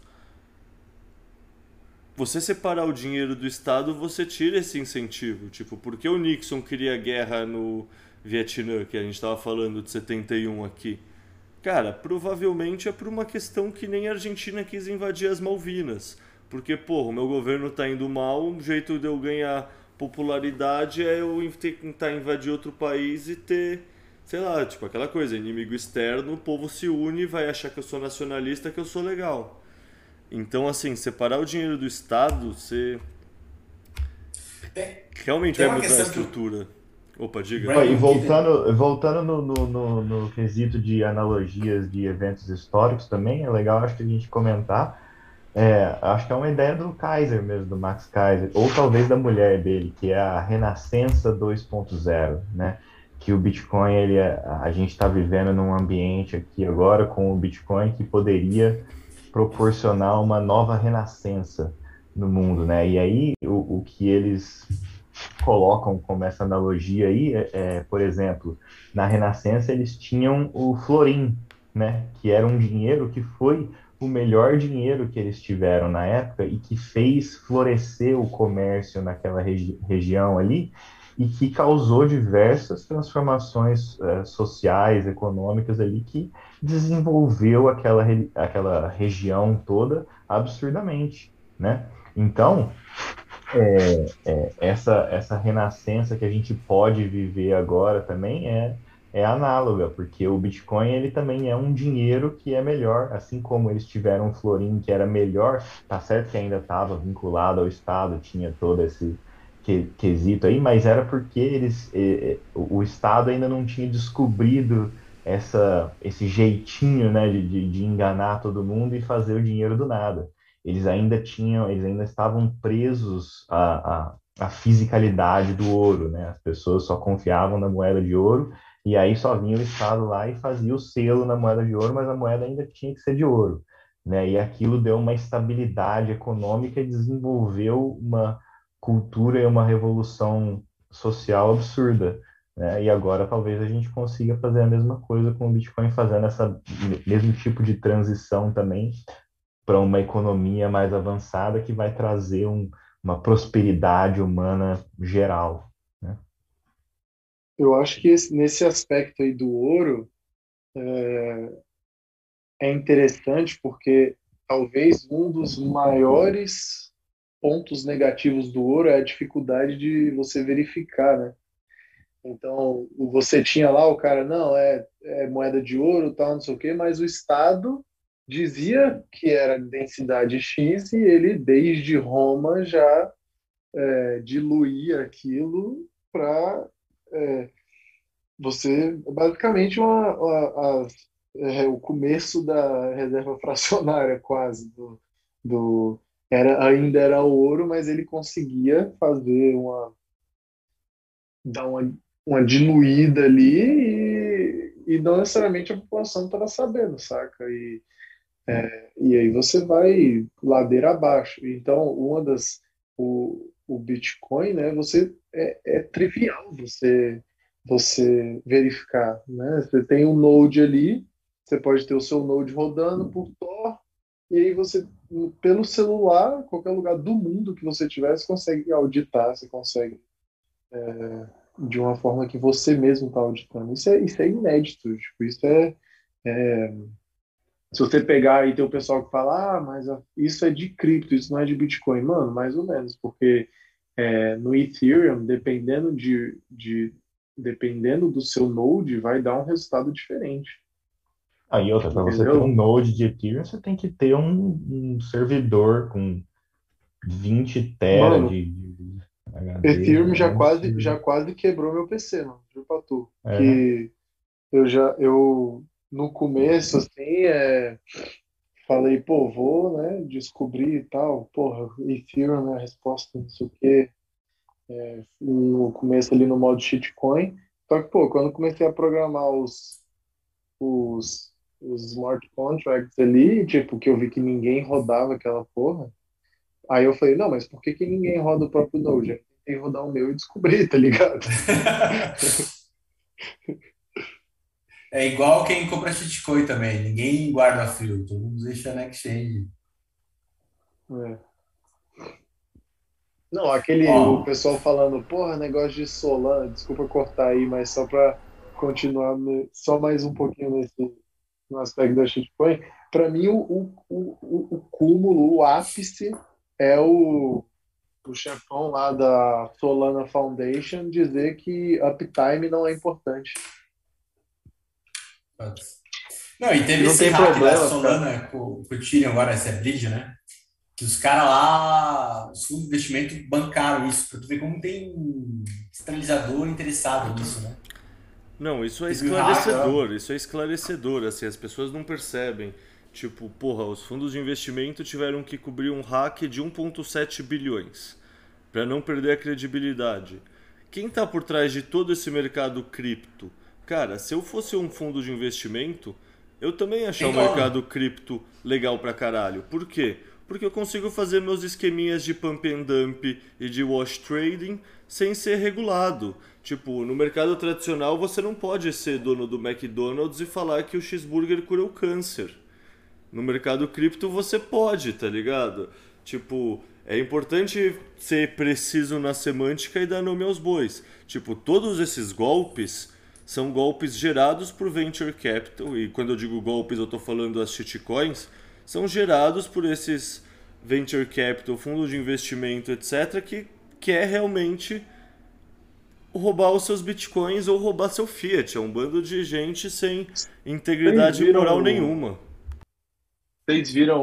[SPEAKER 1] Você separar o dinheiro do Estado, você tira esse incentivo. Tipo, por que o Nixon queria guerra no Vietnã, que a gente estava falando de 71 aqui? Cara, provavelmente é por uma questão que nem a Argentina quis invadir as Malvinas. Porque, porra, o meu governo tá indo mal, o jeito de eu ganhar popularidade é eu tentar invadir outro país e ter, sei lá, tipo aquela coisa, inimigo externo, o povo se une, vai achar que eu sou nacionalista, que eu sou legal. Então, assim, separar o dinheiro do Estado, você
[SPEAKER 3] Tem,
[SPEAKER 1] realmente
[SPEAKER 3] tem
[SPEAKER 1] vai
[SPEAKER 3] uma
[SPEAKER 1] mudar a
[SPEAKER 3] questão que o
[SPEAKER 1] estrutura. Opa, diga.
[SPEAKER 4] Ó, e
[SPEAKER 3] Brandon Keating.
[SPEAKER 4] voltando no quesito de analogias de eventos históricos também, é legal, acho que a gente comentar. Acho que é uma ideia do Kaiser mesmo, do Max Kaiser, ou talvez da mulher dele, que é a Renascença 2.0, né? Que o Bitcoin, a gente está vivendo num ambiente aqui agora com o Bitcoin que poderia proporcionar uma nova renascença no mundo, né? E aí, o que eles colocam como essa analogia aí, por exemplo, na Renascença eles tinham o florim, né? Que era um dinheiro que foi o melhor dinheiro que eles tiveram na época e que fez florescer o comércio naquela região ali e que causou diversas transformações sociais, econômicas ali que desenvolveu aquela região toda absurdamente, né? Então, essa renascença que a gente pode viver agora também é análoga, porque o Bitcoin ele também é um dinheiro que é melhor, assim como eles tiveram um florim que era melhor, tá certo que ainda estava vinculado ao Estado, tinha todo esse quesito aí, mas era porque o Estado ainda não tinha descobrido esse jeitinho, né, de enganar todo mundo e fazer o dinheiro do nada. Eles ainda estavam presos à fisicalidade do ouro, né? As pessoas só confiavam na moeda de ouro e aí só vinha o Estado lá e fazia o selo na moeda de ouro, mas a moeda ainda tinha que ser de ouro, né? E aquilo deu uma estabilidade econômica e desenvolveu uma cultura e uma revolução social absurda, né? E agora talvez a gente consiga fazer a mesma coisa com o Bitcoin, fazendo essa mesmo tipo de transição também para uma economia mais avançada que vai trazer uma prosperidade humana geral, né?
[SPEAKER 2] Eu acho que nesse aspecto aí do ouro é interessante porque talvez um dos maiores pontos negativos do ouro é a dificuldade de você verificar, né? Então, você tinha lá o cara, não, é moeda de ouro, tal, não sei o quê, mas o Estado dizia que era densidade X e ele, desde Roma, já diluía aquilo para você, basicamente, o começo da reserva fracionária, quase, ainda era ouro, mas ele conseguia fazer dar uma diluída ali e não necessariamente a população estava sabendo, saca? E aí você vai ladeira abaixo. Então, o Bitcoin, né? É trivial você verificar, né? Você tem um node ali, você pode ter o seu node rodando por Tor, e aí você, pelo celular, qualquer lugar do mundo que você tiver, você consegue auditar, você consegue de uma forma que você mesmo está auditando. Isso é inédito, tipo, se você pegar e ter o pessoal que fala, mas isso é de cripto, isso não é de Bitcoin. Mano, mais ou menos, porque no Ethereum, dependendo do seu node, vai dar um resultado diferente,
[SPEAKER 4] Aí outra, para você ter um
[SPEAKER 2] entendeu?
[SPEAKER 4] node de Ethereum, você tem que ter um servidor com 20 tera
[SPEAKER 2] Mano,
[SPEAKER 4] de HD,
[SPEAKER 2] Ethereum
[SPEAKER 4] é um
[SPEAKER 2] já
[SPEAKER 4] absurdo.
[SPEAKER 2] quase quebrou meu PC, mano, juro pra tu.
[SPEAKER 4] É,
[SPEAKER 2] eu no começo, assim, falei, pô, vou, né, descobrir e tal, porra, Ethereum é a resposta, não sei o quê, no começo ali no modo shitcoin. Só que, pô, quando eu comecei a programar os, os smart contracts ali, tipo, que eu vi que ninguém rodava aquela porra, aí eu falei, não, mas por que que ninguém roda o próprio Node? Eu tentei rodar o meu e descobri, tá ligado?
[SPEAKER 3] É igual quem compra shitcoin também. Ninguém guarda frio, todo mundo deixa na exchange.
[SPEAKER 2] É. Não, aquele, o
[SPEAKER 3] Ó,
[SPEAKER 2] pessoal falando, porra, negócio de Solana, desculpa cortar aí, mas só para continuar, só mais um pouquinho no aspecto da shitcoin, para mim o cúmulo, o ápice é o chefão lá da Solana Foundation dizer que uptime não é importante.
[SPEAKER 3] putz. Não, e
[SPEAKER 2] Que
[SPEAKER 3] teve
[SPEAKER 2] não
[SPEAKER 3] esse
[SPEAKER 2] tem
[SPEAKER 3] hack da
[SPEAKER 2] problema ficar.
[SPEAKER 3] Solana com o Ethereum agora, essa bridge, né? Que os caras lá, os fundos de investimento bancaram isso, pra tu ver como tem centralizador interessado nisso, né?
[SPEAKER 1] Não,
[SPEAKER 3] Teve o hack lá.
[SPEAKER 1] isso é esclarecedor, assim, as pessoas não percebem. Tipo, porra, os fundos de investimento tiveram que cobrir um hack de 1,7 bilhões para não perder a credibilidade. Quem tá por trás de todo esse mercado cripto? Cara, se eu fosse um fundo de investimento, eu também ia achar
[SPEAKER 3] Tem
[SPEAKER 1] o
[SPEAKER 3] dono.
[SPEAKER 1] mercado cripto legal pra caralho. Por quê? Porque eu consigo fazer meus esqueminhas de pump and dump e de wash trading sem ser regulado. Tipo, no mercado tradicional você não pode ser dono do McDonald's e falar que o cheeseburger cura o câncer. No mercado cripto você pode, tá ligado? Tipo, é importante ser preciso na semântica e dar nome aos bois. Tipo, todos esses golpes são golpes gerados por venture capital, e quando eu digo golpes eu tô falando das shitcoins, são gerados por esses venture capital, fundos de investimento, etc, que quer realmente roubar os seus bitcoins ou roubar seu fiat. É um bando de gente sem
[SPEAKER 2] Vocês
[SPEAKER 1] integridade
[SPEAKER 2] viram
[SPEAKER 1] moral
[SPEAKER 2] o,
[SPEAKER 1] nenhuma.
[SPEAKER 2] vocês viram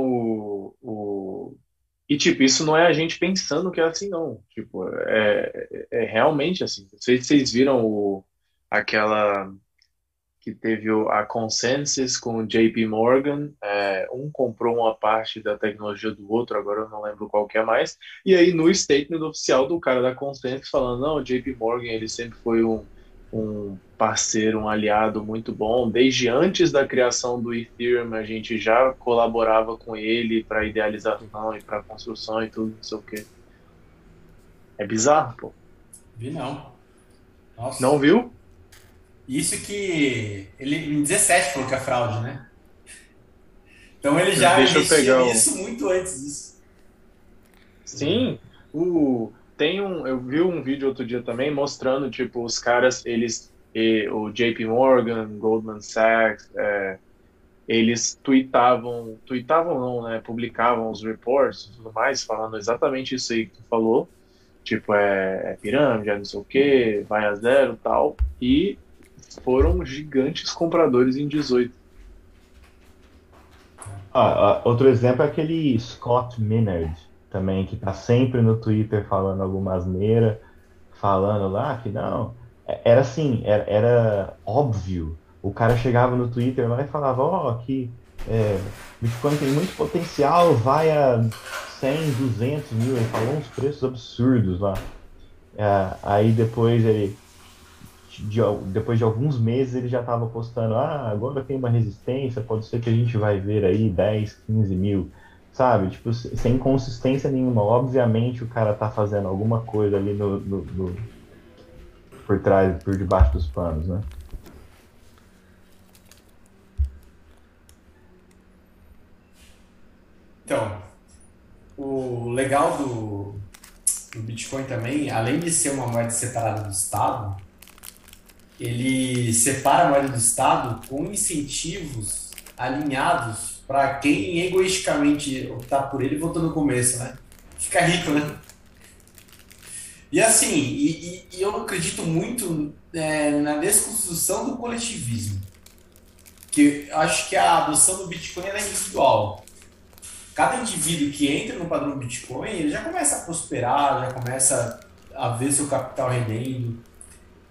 [SPEAKER 2] e, tipo, isso não é a gente pensando que é assim, não. Tipo, é realmente assim. Não sei se vocês viram aquela que teve a Consensus com o JP Morgan. Um comprou uma parte da tecnologia do outro, agora eu não lembro qual que é mais. E aí, no statement oficial do cara da Consensus, falando: não, o JP Morgan ele sempre foi um parceiro, um aliado muito bom. Desde antes da criação do Ethereum, a gente já colaborava com ele para idealização e para construção e tudo, não sei o quê. É bizarro, pô.
[SPEAKER 3] Vi não.
[SPEAKER 2] Não
[SPEAKER 3] Nossa.
[SPEAKER 2] viu?
[SPEAKER 3] Isso que ele em 17 falou que é fraude, né? Então ele já
[SPEAKER 2] Deixa eu
[SPEAKER 3] investia
[SPEAKER 2] pegar
[SPEAKER 3] nisso muito antes disso.
[SPEAKER 2] Sim, eu vi um vídeo outro dia também mostrando, tipo, os caras, o JP Morgan, Goldman Sachs, eles tweetavam não, né, publicavam os reports e tudo mais, falando exatamente isso aí que tu falou, tipo, é pirâmide, é não sei o quê, vai a zero, tal, e foram gigantes compradores em 18.
[SPEAKER 4] Outro exemplo é aquele Scott Minerd, também, que tá sempre no Twitter falando alguma asneira, falando lá que não. Era assim, era óbvio. O cara chegava no Twitter lá e falava, ó, aqui, Bitcoin tem muito potencial, vai a 100, 200 mil, ele falou uns preços absurdos lá. Aí depois de alguns meses ele já estava postando, agora tem uma resistência, pode ser que a gente vai ver aí 10, 15 mil, sabe? Tipo, sem consistência nenhuma. Obviamente o cara tá fazendo alguma coisa ali por trás, por debaixo dos panos, né?
[SPEAKER 3] Então, o legal do Bitcoin também, além de ser uma moeda separada do Estado, ele separa a moeda do Estado com incentivos alinhados para quem egoisticamente optar por ele votou no começo, né? Fica rico, né? E assim, e eu acredito muito na desconstrução do coletivismo, que eu acho que a adoção do Bitcoin é individual. Cada indivíduo que entra no padrão Bitcoin, ele já começa a prosperar, já começa a ver seu capital rendendo.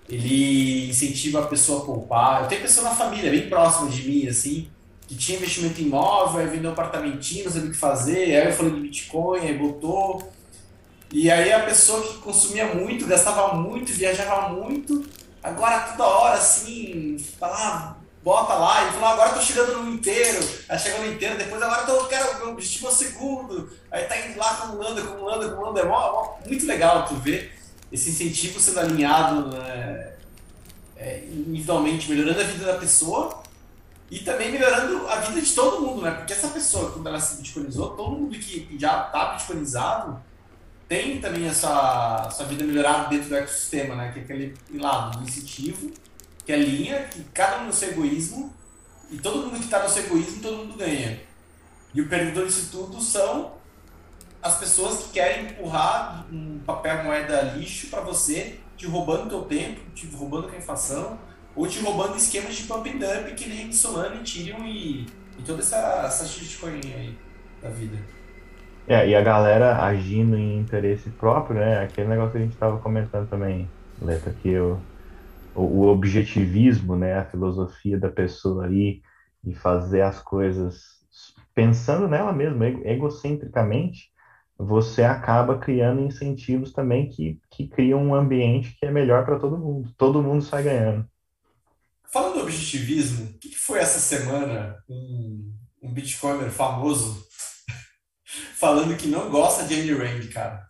[SPEAKER 3] Ele incentiva a pessoa a poupar. Eu tenho pessoa na família, bem próxima de mim, assim, que tinha investimento em imóvel, aí vendeu um apartamentinho, não sabia o que fazer, aí eu falei de Bitcoin, aí botou. E aí a pessoa que consumia muito, gastava muito, viajava muito, agora toda hora assim, fala, bota lá, e fala, agora eu tô chegando no inteiro, aí chega no inteiro, depois agora eu quero meu objetivo ao segundo, aí tá indo lá acumulando, acumulando, acumulando, muito legal tu ver esse incentivo sendo alinhado, né, individualmente, melhorando a vida da pessoa e também melhorando a vida de todo mundo, né? Porque essa pessoa, quando ela se bitcoinizou, todo mundo que já tá bitcoinizado tem também essa vida melhorada dentro do ecossistema, né? Que é aquele lado do incentivo, que é a linha, que cada um no seu egoísmo, e todo mundo que está no seu egoísmo, todo mundo ganha. E o perdedor disso tudo são as pessoas que querem empurrar um papel moeda lixo para você, te roubando teu tempo, te roubando com a inflação, ou te roubando esquemas de pump and dump que nem Solana, Ethereum e toda essa shitcoin aí da vida.
[SPEAKER 4] E a galera agindo em interesse próprio, né? Aquele negócio que a gente estava comentando também, Leta, que o objetivismo, né? A filosofia da pessoa ali e fazer as coisas pensando nela mesma, egocentricamente, você acaba criando incentivos também que criam um ambiente que é melhor para todo mundo sai ganhando.
[SPEAKER 3] Falando do objetivismo, o que foi essa semana um Bitcoiner famoso falando que não gosta de Andy Rand, cara?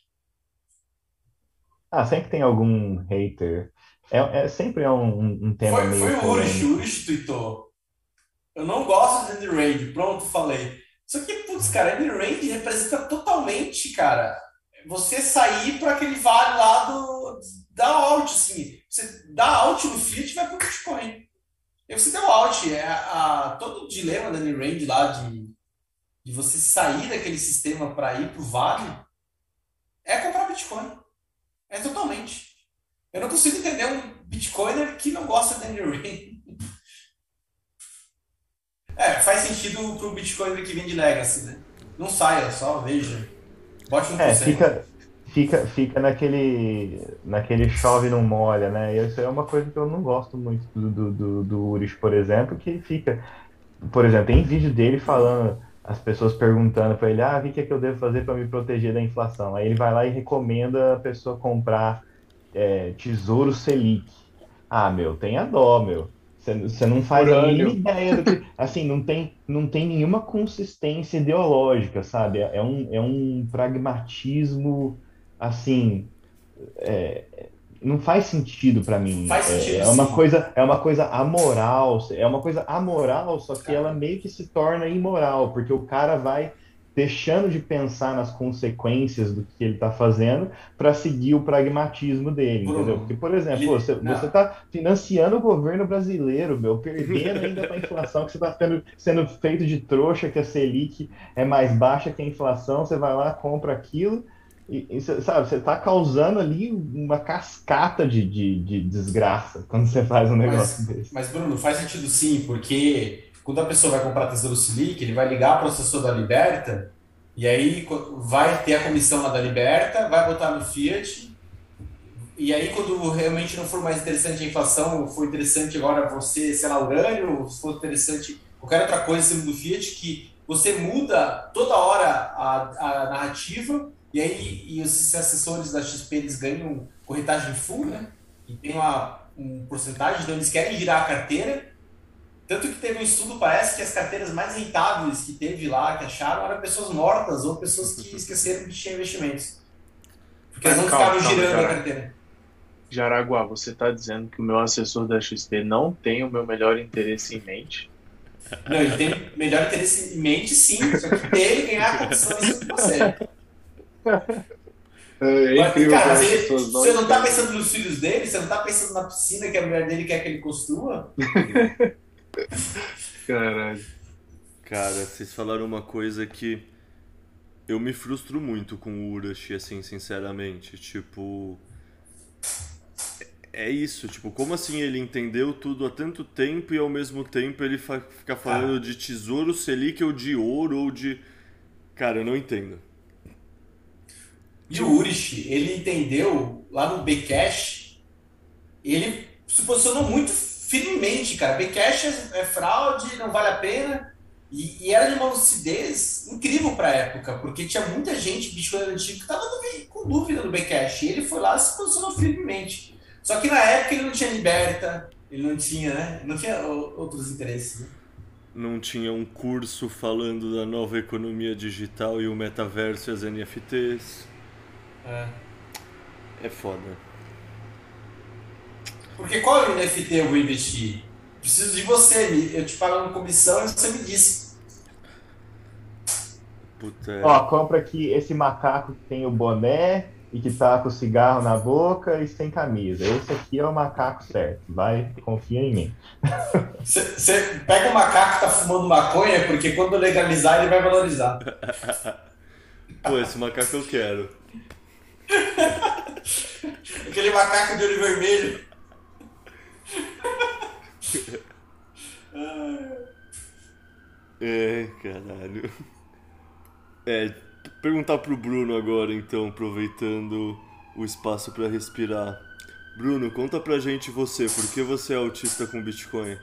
[SPEAKER 4] Ah, sempre tem algum hater. Sempre é um tema
[SPEAKER 3] Foi
[SPEAKER 4] meio
[SPEAKER 3] o
[SPEAKER 4] polêmico.
[SPEAKER 3] Urish tweetou. Eu não gosto de Andy Reid, pronto, falei. Só que, putz, cara, Andy Reid representa totalmente, cara, você sair para aquele vale lá da alt, assim. Você dá alt no Fiat e vai pro Bitcoin. E você deu alt. Todo o dilema da Andy Reid lá de você sair daquele sistema para ir pro vale é comprar Bitcoin. É totalmente. Eu não consigo entender um Bitcoiner que não gosta da Andy Reid. Faz sentido pro Bitcoin que vem de Legacy, né? Não saia, só veja. Bote 1%.
[SPEAKER 4] Fica naquele chove não molha, né? E isso é uma coisa que eu não gosto muito do Urich, por exemplo, que fica, por exemplo, tem vídeo dele falando, as pessoas perguntando para ele, o que é que eu devo fazer para me proteger da inflação? Aí ele vai lá e recomenda a pessoa comprar Tesouro Selic. Ah, meu, tenha dó, meu. Você não faz a mínima
[SPEAKER 2] Urânio.
[SPEAKER 4] ideia do que. Assim, não tem nenhuma consistência ideológica, sabe? É um pragmatismo, assim, não faz sentido para mim.
[SPEAKER 3] Faz
[SPEAKER 4] É,
[SPEAKER 3] sentido
[SPEAKER 4] é uma
[SPEAKER 3] sim.
[SPEAKER 4] coisa, é uma coisa amoral. É uma coisa amoral, só que ela
[SPEAKER 3] Cara,
[SPEAKER 4] meio que se torna imoral, porque o cara vai deixando de pensar nas consequências do que ele está fazendo para seguir o pragmatismo dele, entendeu? Porque,
[SPEAKER 3] Bruno,
[SPEAKER 4] por exemplo,
[SPEAKER 3] ele.
[SPEAKER 4] você
[SPEAKER 3] Não.
[SPEAKER 4] está financiando o governo brasileiro, meu, perdendo ainda para a inflação, que você está sendo feito de trouxa, que a Selic é mais baixa que a inflação, você vai lá, compra aquilo. Sabe, você está causando ali uma cascata de desgraça quando você faz um negócio desse.
[SPEAKER 3] Mas, Bruno, faz sentido sim, porque quando a pessoa vai comprar Tesouro Selic, ele vai ligar para o assessor da Liberta, e aí vai ter a comissão lá da Liberta, vai botar no Fiat, e aí quando realmente não for mais interessante a inflação, for interessante agora você, sei lá, urânio, ou se for interessante qualquer outra coisa em cima do Fiat, que você muda toda hora a narrativa, e aí e os assessores da XP eles ganham corretagem full, né? E tem um porcentagem, então eles querem girar a carteira. Tanto que teve um estudo, parece que as carteiras mais rentáveis que teve lá, que acharam, eram pessoas mortas ou pessoas que esqueceram que tinham investimentos. Porque elas
[SPEAKER 2] Mas
[SPEAKER 3] não
[SPEAKER 2] calma,
[SPEAKER 3] ficavam
[SPEAKER 2] calma,
[SPEAKER 3] girando a carteira.
[SPEAKER 2] Jaraguá, você está dizendo que o meu assessor da XP não tem o meu melhor interesse em mente?
[SPEAKER 3] Não, ele tem melhor interesse em mente, sim, só que dele ganhar a comissão em cima de você.
[SPEAKER 2] É incrível
[SPEAKER 3] Cara,
[SPEAKER 2] como
[SPEAKER 3] mas
[SPEAKER 2] as pessoas não
[SPEAKER 3] você não tá
[SPEAKER 2] entendem.
[SPEAKER 3] pensando nos filhos dele? Você não tá pensando na piscina que a mulher dele quer que ele construa?
[SPEAKER 2] Caralho.
[SPEAKER 1] Cara, vocês falaram uma coisa que eu me frustro muito com o Urashi, assim, sinceramente. Tipo, é isso, tipo, como assim ele entendeu tudo há tanto tempo e ao mesmo tempo ele fica falando
[SPEAKER 3] Cara,
[SPEAKER 1] de tesouro Selic ou de ouro ou de. Cara, eu não entendo.
[SPEAKER 3] e o Urish, ele entendeu lá no Bcash ele se posicionou muito firmemente, cara. Bcash é fraude, não vale a pena. E era de uma lucidez incrível para a época, porque tinha muita gente, Bitcoin antigo, que estava com dúvida do Bcash. E ele foi lá e se posicionou firmemente. Só que na época ele não tinha Liberta, ele não tinha, né? Não tinha outros interesses, né?
[SPEAKER 1] Não tinha um curso falando da nova economia digital e o metaverso e as NFTs.
[SPEAKER 3] É.
[SPEAKER 1] É foda.
[SPEAKER 3] Porque qual NFT eu vou investir? Preciso de você, eu te pago uma comissão e você me disse.
[SPEAKER 1] Puta,
[SPEAKER 4] Ó, compra aqui esse macaco que tem o boné e que tá com o cigarro na boca e sem camisa. Esse aqui é o macaco certo. Vai, confia em mim.
[SPEAKER 3] Você pega o macaco que tá fumando maconha, porque quando legalizar ele vai valorizar.
[SPEAKER 1] Pô, esse macaco eu quero.
[SPEAKER 3] Aquele macaco de olho vermelho.
[SPEAKER 1] É, caralho. É, perguntar pro Bruno agora, então, aproveitando o espaço pra respirar. Bruno, conta pra gente você, por que você é autista com Bitcoin?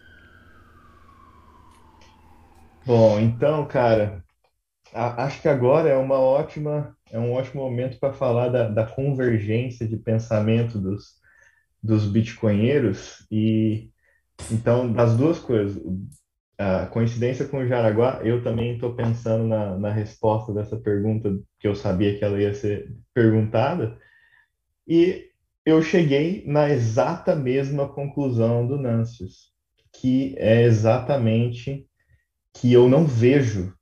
[SPEAKER 4] Bom, então, cara, acho que agora é um ótimo momento para falar da convergência de pensamento dos bitcoinheiros e então das duas coisas. A coincidência com o Jaraguá, eu também estou pensando na resposta dessa pergunta que eu sabia que ela ia ser perguntada e eu cheguei na exata mesma conclusão do Nancius, que é exatamente que eu não vejo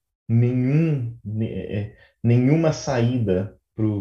[SPEAKER 4] nenhuma saída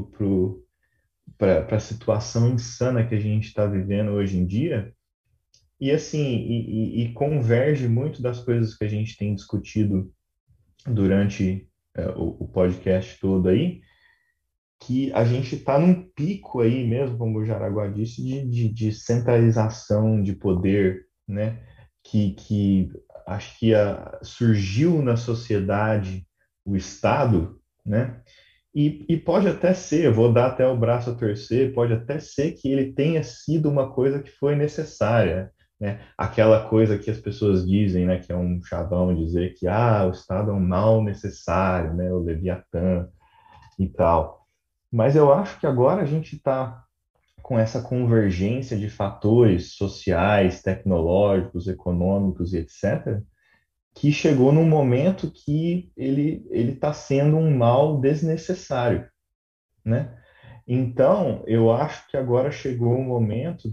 [SPEAKER 4] para a situação insana que a gente está vivendo hoje em dia. E assim, e converge muito das coisas que a gente tem discutido durante o podcast todo aí, que a gente está num pico aí mesmo, como o Jaraguá disse, de centralização de poder, né? Que acho que surgiu na sociedade o Estado, né? E pode até ser, eu vou dar até o braço a torcer, pode até ser que ele tenha sido uma coisa que foi necessária, né? Aquela coisa que as pessoas dizem, né? Que é um chavão dizer que o Estado é um mal necessário, né? O Leviatã e tal. Mas eu acho que agora a gente está com essa convergência de fatores sociais, tecnológicos, econômicos e etc., que chegou num momento que ele está sendo um mal desnecessário, né? Então, eu acho que agora chegou o momento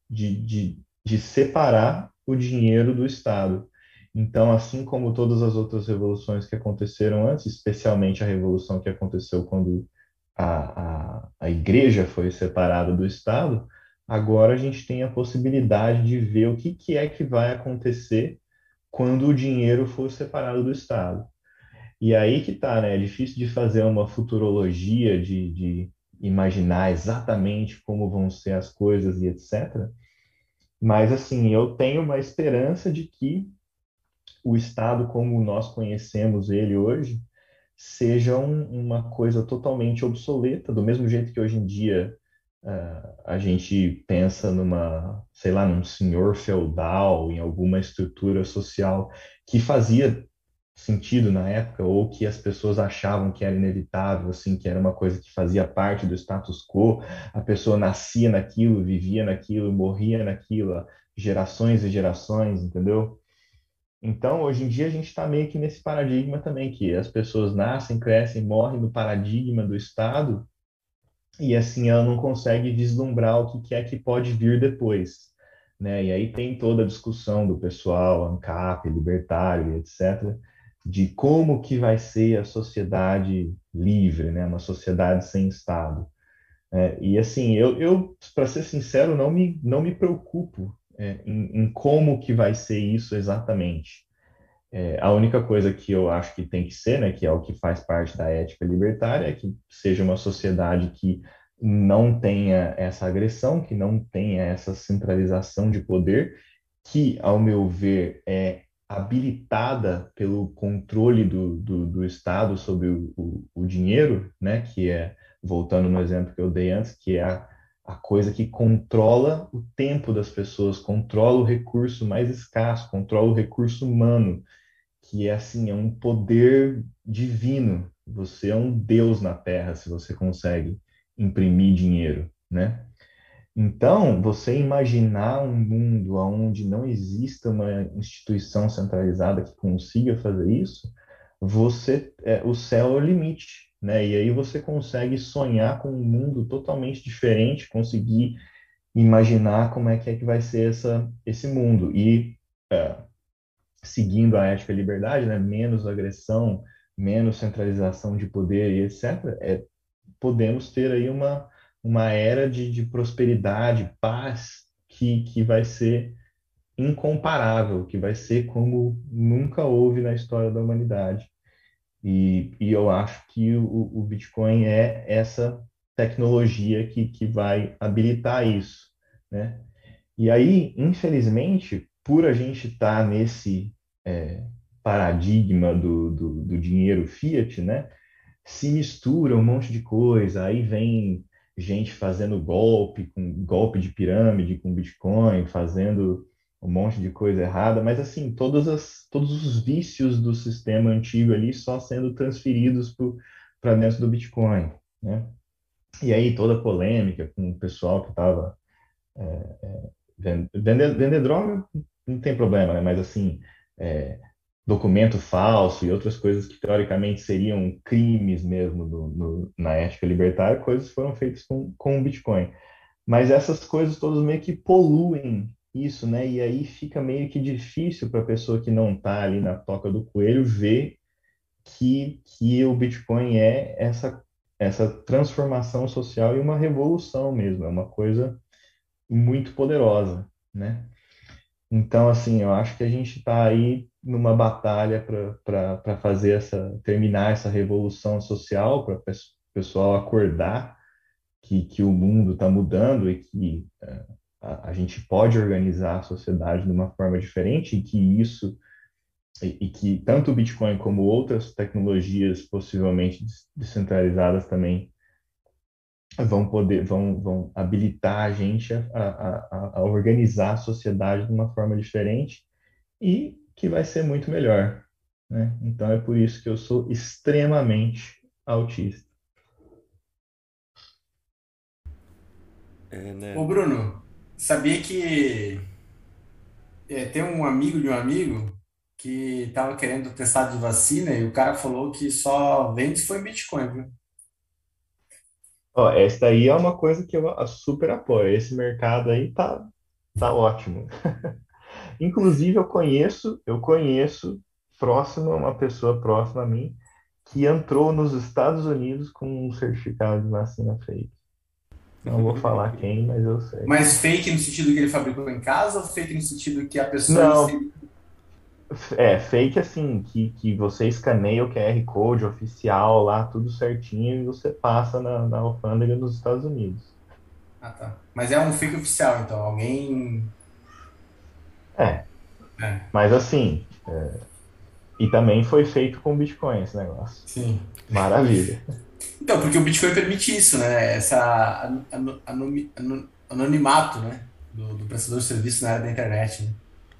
[SPEAKER 4] de separar o dinheiro do Estado. Então, assim como todas as outras revoluções que aconteceram antes, especialmente a revolução que aconteceu quando a igreja foi separada do Estado, agora a gente tem a possibilidade de ver o que é que vai acontecer quando o dinheiro for separado do Estado. E aí que tá, né? É difícil de fazer uma futurologia, de imaginar exatamente como vão ser as coisas e etc. Mas, assim, eu tenho uma esperança de que o Estado, como nós conhecemos ele hoje, seja uma coisa totalmente obsoleta, do mesmo jeito que hoje em dia a gente pensa sei lá, num senhor feudal, em alguma estrutura social que fazia sentido na época, ou que as pessoas achavam que era inevitável, assim, que era uma coisa que fazia parte do status quo, a pessoa nascia naquilo, vivia naquilo, morria naquilo, gerações e gerações, entendeu? Então, hoje em dia, a gente está meio que nesse paradigma também, que as pessoas nascem, crescem, morrem no paradigma do Estado, e assim ela não consegue vislumbrar o que é que pode vir depois, né? E aí tem toda a discussão do pessoal, ANCAP, libertário, etc., de como que vai ser a sociedade livre, né? Uma sociedade sem Estado. E assim, eu para ser sincero, não me preocupo em como que vai ser isso exatamente. A única coisa que eu acho que tem que ser, né, que é o que faz parte da ética libertária, é que seja uma sociedade que não tenha essa agressão, que não tenha essa centralização de poder, que, ao meu ver, é habilitada pelo controle do Estado sobre o dinheiro, né, que é, voltando no exemplo que eu dei antes, que é a coisa que controla o tempo das pessoas, controla o recurso mais escasso, controla o recurso humano, que é assim, é um poder divino. Você é um deus na Terra se você consegue imprimir dinheiro, né? Então, você imaginar um mundo onde não exista uma instituição centralizada que consiga fazer isso, o céu é o limite, né? E aí você consegue sonhar com um mundo totalmente diferente, conseguir imaginar como é que vai ser esse mundo. E seguindo a ética e a liberdade, né? Menos agressão, menos centralização de poder e etc. Podemos ter aí uma era de prosperidade, paz, que vai ser incomparável, que vai ser como nunca houve na história da humanidade. E eu acho que o Bitcoin é essa tecnologia que vai habilitar isso, né? E aí, infelizmente, por a gente estar nesse paradigma do dinheiro fiat, né? Se mistura um monte de coisa, aí vem gente fazendo golpe, com golpe de pirâmide com Bitcoin, fazendo um monte de coisa errada, mas assim, todos os vícios do sistema antigo ali só sendo transferidos para dentro do Bitcoin, né? E aí toda a polêmica com o pessoal que estava vender droga não tem problema, né? Mas assim, é, documento falso e outras coisas que teoricamente seriam crimes mesmo na ética libertária, coisas foram feitas com o Bitcoin. Mas essas coisas todas meio que poluem isso, né? E aí fica meio que difícil para a pessoa que não está ali na toca do coelho ver que o Bitcoin é essa transformação social e uma revolução mesmo, é uma coisa muito poderosa, né? Então, assim, eu acho que a gente está aí numa batalha para fazer terminar essa revolução social, para o pessoal acordar que o mundo está mudando e que a gente pode organizar a sociedade de uma forma diferente e que tanto o Bitcoin como outras tecnologias possivelmente descentralizadas também vão habilitar a gente a organizar a sociedade de uma forma diferente e que vai ser muito melhor, né? Então é por isso que eu sou extremamente autista.
[SPEAKER 1] É, né?
[SPEAKER 3] Ô, Bruno, sabia que tem um amigo de um amigo que estava querendo testar de vacina e o cara falou que só vende se for em Bitcoin, viu?
[SPEAKER 4] Ó, essa aí é uma coisa que eu super apoio. Esse mercado aí tá ótimo. Inclusive eu conheço uma pessoa próxima a mim que entrou nos Estados Unidos com um certificado de vacina fake. Não vou falar quem, mas eu sei.
[SPEAKER 3] Mas fake no sentido que ele fabricou em casa ou fake no sentido que a pessoa em
[SPEAKER 4] Não,
[SPEAKER 3] si...
[SPEAKER 4] fake assim, que você escaneia o QR Code oficial lá, tudo certinho, e você passa na alfândega dos Estados Unidos.
[SPEAKER 3] Ah, tá. Mas é um fake oficial, então. Alguém...
[SPEAKER 4] É,
[SPEAKER 3] É,
[SPEAKER 4] mas assim, e também foi feito com Bitcoin esse negócio.
[SPEAKER 3] sim.
[SPEAKER 4] Maravilha.
[SPEAKER 3] Então, porque o Bitcoin permite isso, né? Essa anonimato, né? Do prestador de serviço na área da internet, né?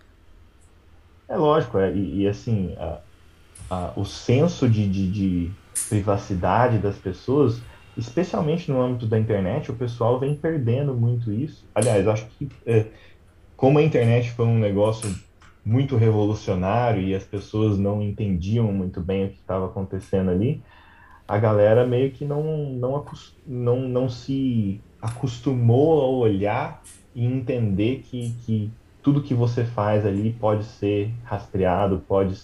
[SPEAKER 4] É lógico, e assim, o senso de privacidade das pessoas, especialmente no âmbito da internet, o pessoal vem perdendo muito isso. Aliás, eu acho que como a internet foi um negócio muito revolucionário e as pessoas não entendiam muito bem o que estava acontecendo ali, a galera meio que não se acostumou a olhar e entender que tudo que você faz ali pode ser rastreado,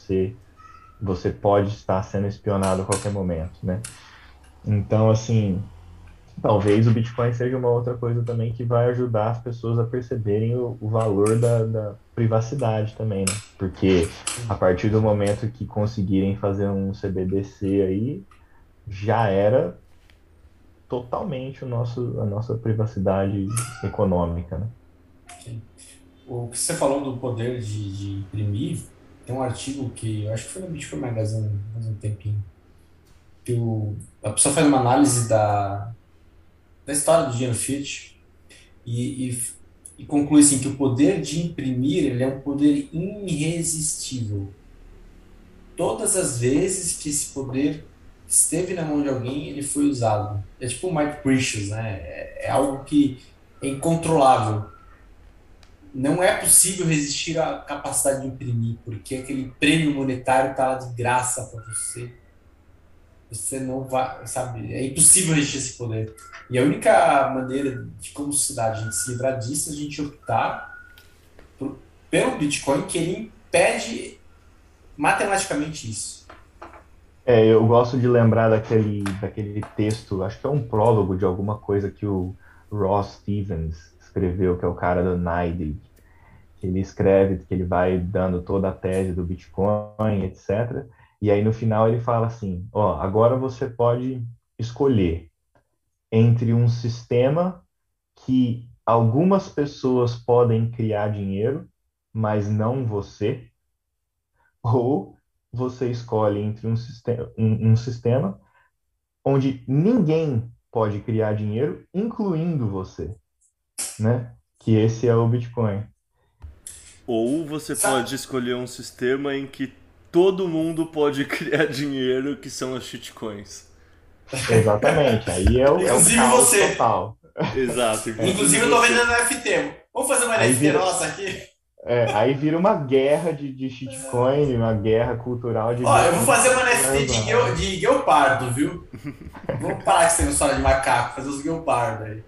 [SPEAKER 4] você pode estar sendo espionado a qualquer momento, né? Então, assim, talvez o Bitcoin seja uma outra coisa também que vai ajudar as pessoas a perceberem o valor da privacidade também, né? Porque a partir do momento que conseguirem fazer um CBDC aí, já era totalmente a nossa privacidade econômica, né?
[SPEAKER 3] Sim. O que você falou do poder de imprimir, tem um artigo que eu acho que foi no Bitcoin Magazine faz um tempinho, que a pessoa faz uma análise da história do dinheiro fiat E conclui assim, que o poder de imprimir ele é um poder irresistível. Todas as vezes que esse poder esteve na mão de alguém, ele foi usado. É tipo o Mike Precious, né? É algo que é incontrolável. Não é possível resistir à capacidade de imprimir, porque aquele prêmio monetário está lá de graça para você. Você não vai, sabe? É impossível resistir a esse poder. E a única maneira de, como sociedade, a gente se livrar disso é a gente optar por, pelo Bitcoin, que ele impede matematicamente isso.
[SPEAKER 4] Eu gosto de lembrar daquele texto, acho que é um prólogo de alguma coisa que o Ross Stevens escreveu, que é o cara do NYDIG, que ele escreve, que ele vai dando toda a tese do Bitcoin, etc. E aí no final ele fala assim, ó, agora você pode escolher entre um sistema que algumas pessoas podem criar dinheiro, mas não você, ou você escolhe entre um sistema onde ninguém pode criar dinheiro, incluindo você, né? Que esse é o Bitcoin.
[SPEAKER 1] Ou você
[SPEAKER 3] Sabe?
[SPEAKER 1] pode escolher um sistema em que todo mundo pode criar dinheiro, que são as shitcoins.
[SPEAKER 4] Exatamente. Aí é o
[SPEAKER 3] Inclusive
[SPEAKER 4] caos
[SPEAKER 3] você.
[SPEAKER 4] total.
[SPEAKER 1] Exato, inclusive
[SPEAKER 3] Inclusive eu tô
[SPEAKER 1] você.
[SPEAKER 3] vendendo NFT. Vamos fazer uma
[SPEAKER 4] Aí
[SPEAKER 3] NFT
[SPEAKER 4] vira,
[SPEAKER 3] nossa aqui?
[SPEAKER 4] aí vira uma guerra de shitcoin, uma guerra cultural de
[SPEAKER 3] Ó,
[SPEAKER 4] ver
[SPEAKER 3] eu vou
[SPEAKER 4] quem
[SPEAKER 3] fazer uma
[SPEAKER 4] vai
[SPEAKER 3] NFT
[SPEAKER 4] usar.
[SPEAKER 3] de guepardo, viu? Vamos parar com essa história de macaco, fazer os guepardo aí.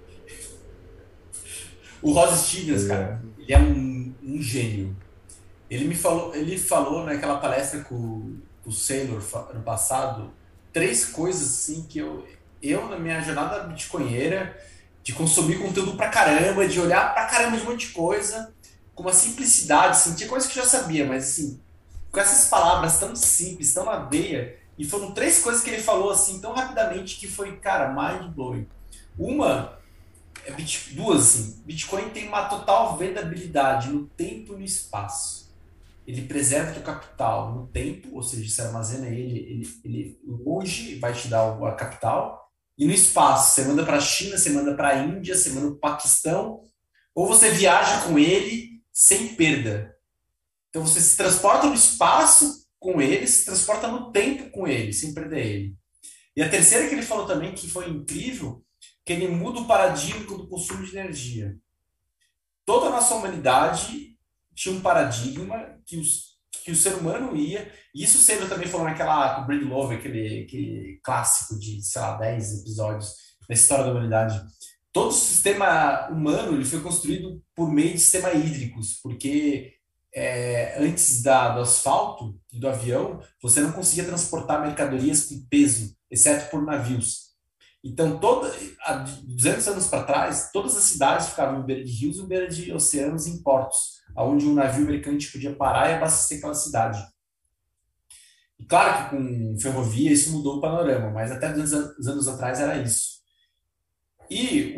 [SPEAKER 3] O Ross Stevens,
[SPEAKER 4] Pois
[SPEAKER 3] cara,
[SPEAKER 4] é.
[SPEAKER 3] ele é um gênio. Ele falou naquela palestra com o Saylor ano passado, três coisas assim que eu na minha jornada bitcoinheira, de consumir conteúdo pra caramba, de olhar pra caramba de um monte de coisa, com uma simplicidade, assim, tinha coisas que eu já sabia, mas assim, com essas palavras tão simples, tão na veia, e foram três coisas que ele falou assim tão rapidamente que foi, cara, mind blowing. Uma duas assim, Bitcoin tem uma total vendabilidade no tempo e no espaço. Ele preserva o teu capital no tempo, ou seja, você armazena ele longe, vai te dar a capital, e no espaço, você manda para a China, você manda para a Índia, você manda para o Paquistão, ou você viaja com ele sem perda. Então você se transporta no espaço com ele, se transporta no tempo com ele, sem perder ele. E a terceira que ele falou também, que foi incrível, que ele muda o paradigma do consumo de energia. Toda a nossa humanidade tinha um paradigma que o ser humano ia, e isso sendo também falando naquela, com o Brady Love, aquele clássico de, sei lá, 10 episódios da história da humanidade. Todo o sistema humano ele foi construído por meio de sistemas hídricos, porque antes do asfalto e do avião, você não conseguia transportar mercadorias com peso, exceto por navios. Então, há 200 anos para trás, todas as cidades ficavam em beira de rios e em beira de oceanos em portos, onde um navio mercante podia parar e abastecer aquela cidade. E claro que com ferrovia isso mudou o panorama, mas até 200 anos atrás era isso. E,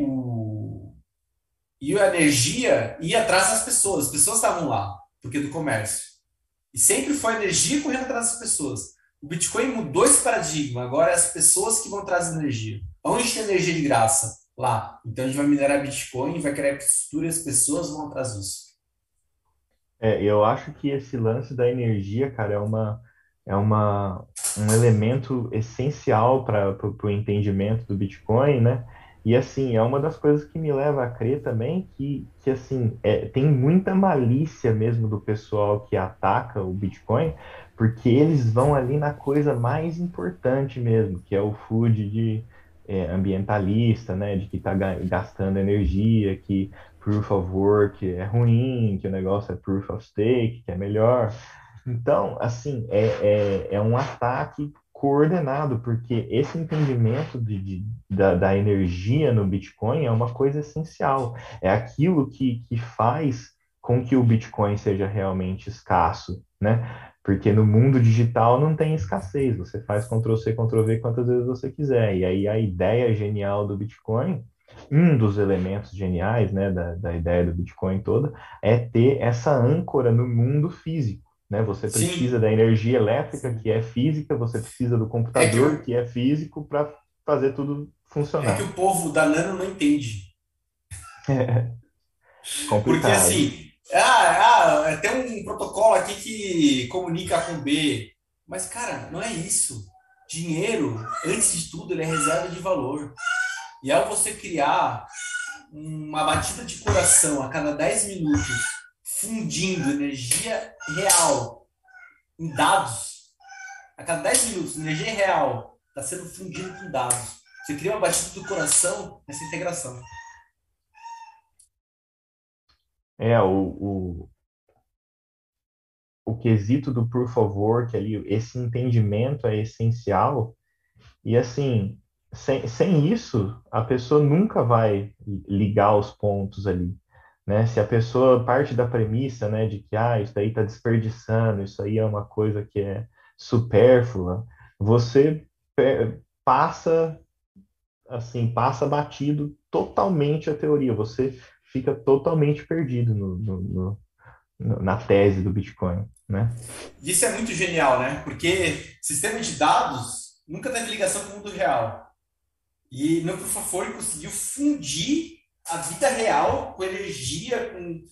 [SPEAKER 3] e a energia ia atrás das pessoas, as pessoas estavam lá, porque do comércio. E sempre foi a energia correndo atrás das pessoas. O Bitcoin mudou esse paradigma. Agora é as pessoas que vão trazer energia. Onde tem energia de graça? Lá. Então a gente vai minerar Bitcoin, vai criar infraestrutura e as pessoas vão atrás disso.
[SPEAKER 4] Eu acho que esse lance da energia, cara, um elemento essencial para o entendimento do Bitcoin, né? E assim, é uma das coisas que me leva a crer também que assim, tem muita malícia mesmo do pessoal que ataca o Bitcoin, porque eles vão ali na coisa mais importante mesmo, que é o food ambientalista, né? De que está gastando energia, que Proof of Work é ruim, que o negócio é Proof of Stake, que é melhor. Então, assim, é um ataque coordenado, porque esse entendimento da energia no Bitcoin é uma coisa essencial. É aquilo que faz com que o Bitcoin seja realmente escasso, né? Porque no mundo digital não tem escassez, você faz Ctrl+C, Ctrl+V quantas vezes você quiser. E aí a ideia genial do Bitcoin, um dos elementos geniais, né, da ideia do Bitcoin toda, é ter essa âncora no mundo físico, né? Você precisa
[SPEAKER 3] Sim,
[SPEAKER 4] da energia elétrica, que é física, você precisa do
[SPEAKER 3] é que
[SPEAKER 4] computador, que é físico, para fazer tudo
[SPEAKER 3] é que
[SPEAKER 4] funcionar.
[SPEAKER 3] o povo da Nano não entende. Porque
[SPEAKER 4] Complicado.
[SPEAKER 3] assim, tem um protocolo aqui que comunica com B. Mas, cara, não é isso. Dinheiro, antes de tudo, ele é reserva de valor. E ao você criar uma batida de coração a cada 10 minutos, fundindo energia real em dados, a cada 10 minutos, energia real está sendo fundida com dados. Você cria uma batida do coração nessa integração.
[SPEAKER 4] É, o quesito do por favor, que ali esse entendimento é essencial, e assim, sem isso, a pessoa nunca vai ligar os pontos ali, né? Se a pessoa parte da premissa, né, de que, isso daí está desperdiçando, isso aí é uma coisa que é supérflua, você passa, assim, passa batido totalmente a teoria, você fica totalmente perdido na tese do Bitcoin, né?
[SPEAKER 3] Isso é muito genial, né? Porque sistema de dados nunca teve ligação com o mundo real. E no Proof of Work conseguiu fundir a vida real com energia,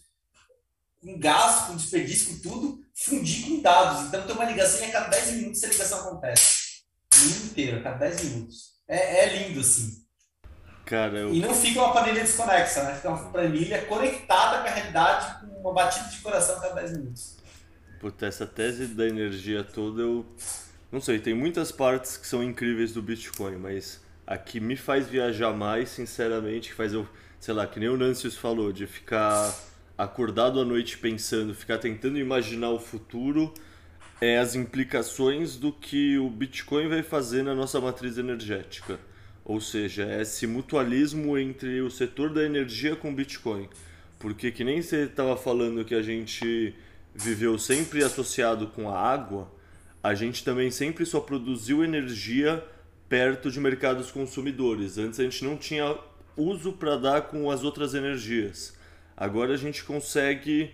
[SPEAKER 3] com gás, com desperdício, com tudo, fundir com dados. Então tem uma ligação e a cada 10 minutos a ligação acontece. O mundo inteiro, a cada 10 minutos. É lindo, assim.
[SPEAKER 1] Cara,
[SPEAKER 3] E não fica uma planilha desconexa, né? Fica uma planilha conectada com a realidade, com uma batida de coração a cada 10 minutos.
[SPEAKER 1] puta, essa tese da energia toda, eu não sei, tem muitas partes que são incríveis do Bitcoin, mas a que me faz viajar mais, sinceramente, que faz eu, sei lá, que nem o Nancius falou, de ficar acordado à noite pensando, ficar tentando imaginar o futuro, é as implicações do que o Bitcoin vai fazer na nossa matriz energética. Ou seja, é esse mutualismo entre o setor da energia com o Bitcoin. Porque que nem você estava falando que a gente viveu sempre associado com a água, a gente também sempre só produziu energia perto de mercados consumidores. Antes a gente não tinha uso para dar com as outras energias. Agora a gente consegue,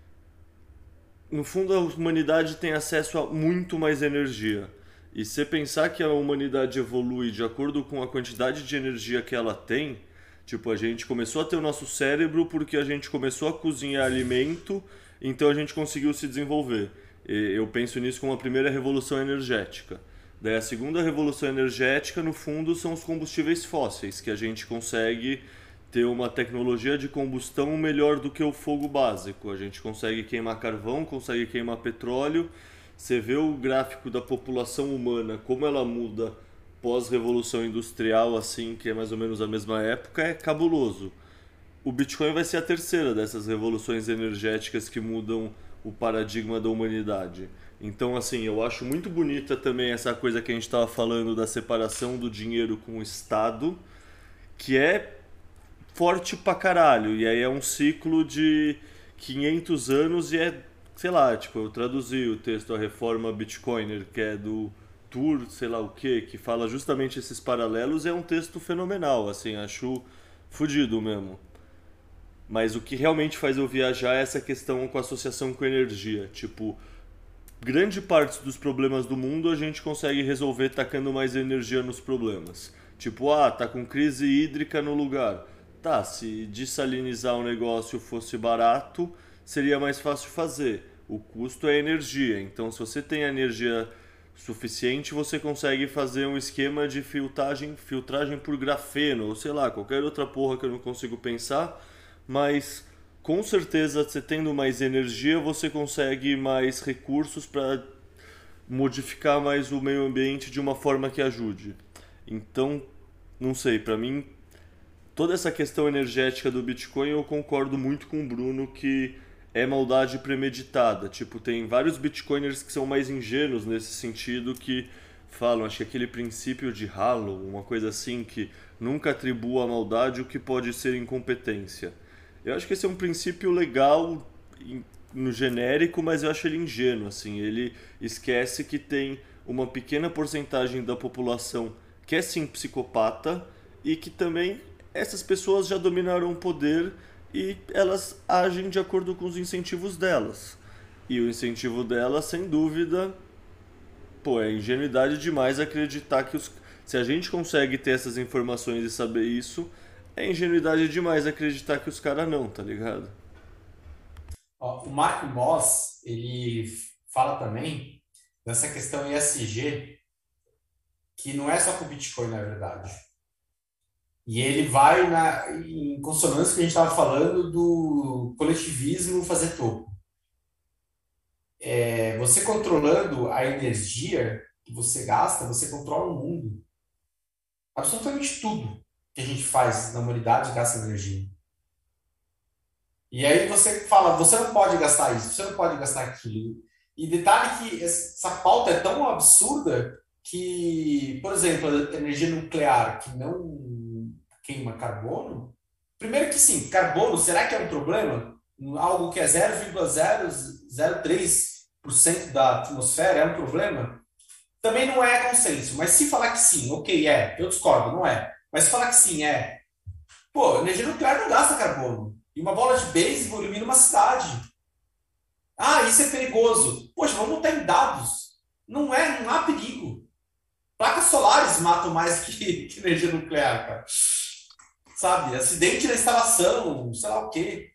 [SPEAKER 1] no fundo, a humanidade tem acesso a muito mais energia. E se pensar que a humanidade evolui de acordo com a quantidade de energia que ela tem, tipo, a gente começou a ter o nosso cérebro porque a gente começou a cozinhar alimento, então a gente conseguiu se desenvolver. Eu penso nisso como a primeira revolução energética. Daí a segunda revolução energética, no fundo, são os combustíveis fósseis, que a gente consegue ter uma tecnologia de combustão melhor do que o fogo básico. A gente consegue queimar carvão, consegue queimar petróleo. Você vê o gráfico da população humana, como ela muda pós-revolução industrial, assim, que é mais ou menos a mesma época, é cabuloso. O Bitcoin vai ser a terceira dessas revoluções energéticas que mudam o paradigma da humanidade. Então, assim, eu acho muito bonita também essa coisa que a gente estava falando da separação do dinheiro com o Estado, que é forte pra caralho. E aí é um ciclo de 500 anos e é, sei lá, tipo, eu traduzi o texto A Reforma Bitcoiner, que é do Tour, sei lá o que fala justamente esses paralelos, e é um texto fenomenal, assim, acho fudido mesmo. Mas o que realmente faz eu viajar é essa questão com a associação com energia. Tipo, grande parte dos problemas do mundo a gente consegue resolver tacando mais energia nos problemas. Tipo, tá com crise hídrica no lugar. Tá, se dessalinizar o negócio fosse barato, seria mais fácil fazer. O custo é energia. Então, se você tem energia suficiente, você consegue fazer um esquema de filtragem por grafeno, ou sei lá, qualquer outra porra que eu não consigo pensar, mas com certeza você tendo mais energia, você consegue mais recursos para modificar mais o meio ambiente de uma forma que ajude. Então, não sei, para mim toda essa questão energética do Bitcoin eu concordo muito com o Bruno que é maldade premeditada. Tipo, tem vários Bitcoiners que são mais ingênuos nesse sentido que falam, acho que aquele princípio de Halo, uma coisa assim, que nunca atribua a maldade o que pode ser incompetência. Eu acho que esse é um princípio legal no genérico, mas eu acho ele ingênuo, assim. Ele esquece que tem uma pequena porcentagem da população que é sim psicopata e que também essas pessoas já dominaram o poder e elas agem de acordo com os incentivos delas. E o incentivo delas, sem dúvida, pô, é ingenuidade demais acreditar que se a gente consegue ter essas informações e saber isso, é ingenuidade demais acreditar que os caras não, tá ligado?
[SPEAKER 3] Ó, o Marco Moss, ele fala também dessa questão ESG, que não é só com o Bitcoin, na verdade. E ele vai em consonância com o que a gente estava falando do coletivismo fazer topo. Você controlando a energia que você gasta, você controla o mundo. Absolutamente tudo que a gente faz na humanidade gasta energia. E aí você fala, você não pode gastar isso, você não pode gastar aquilo. E detalhe que essa pauta é tão absurda que, por exemplo, a energia nuclear que não queima carbono, primeiro que sim, carbono, será que é um problema? Algo que é 0,003% da atmosfera é um problema? Também não é consenso, mas se falar que sim, ok, eu discordo, não é. Mas se falar que sim, pô, energia nuclear não gasta carbono. E uma bola de beisebol ilumina uma cidade. Ah, isso é perigoso. Poxa, vamos botar em dados. Não há perigo. Placas solares matam mais que energia nuclear, cara. Sabe? Acidente na instalação, sei lá o quê.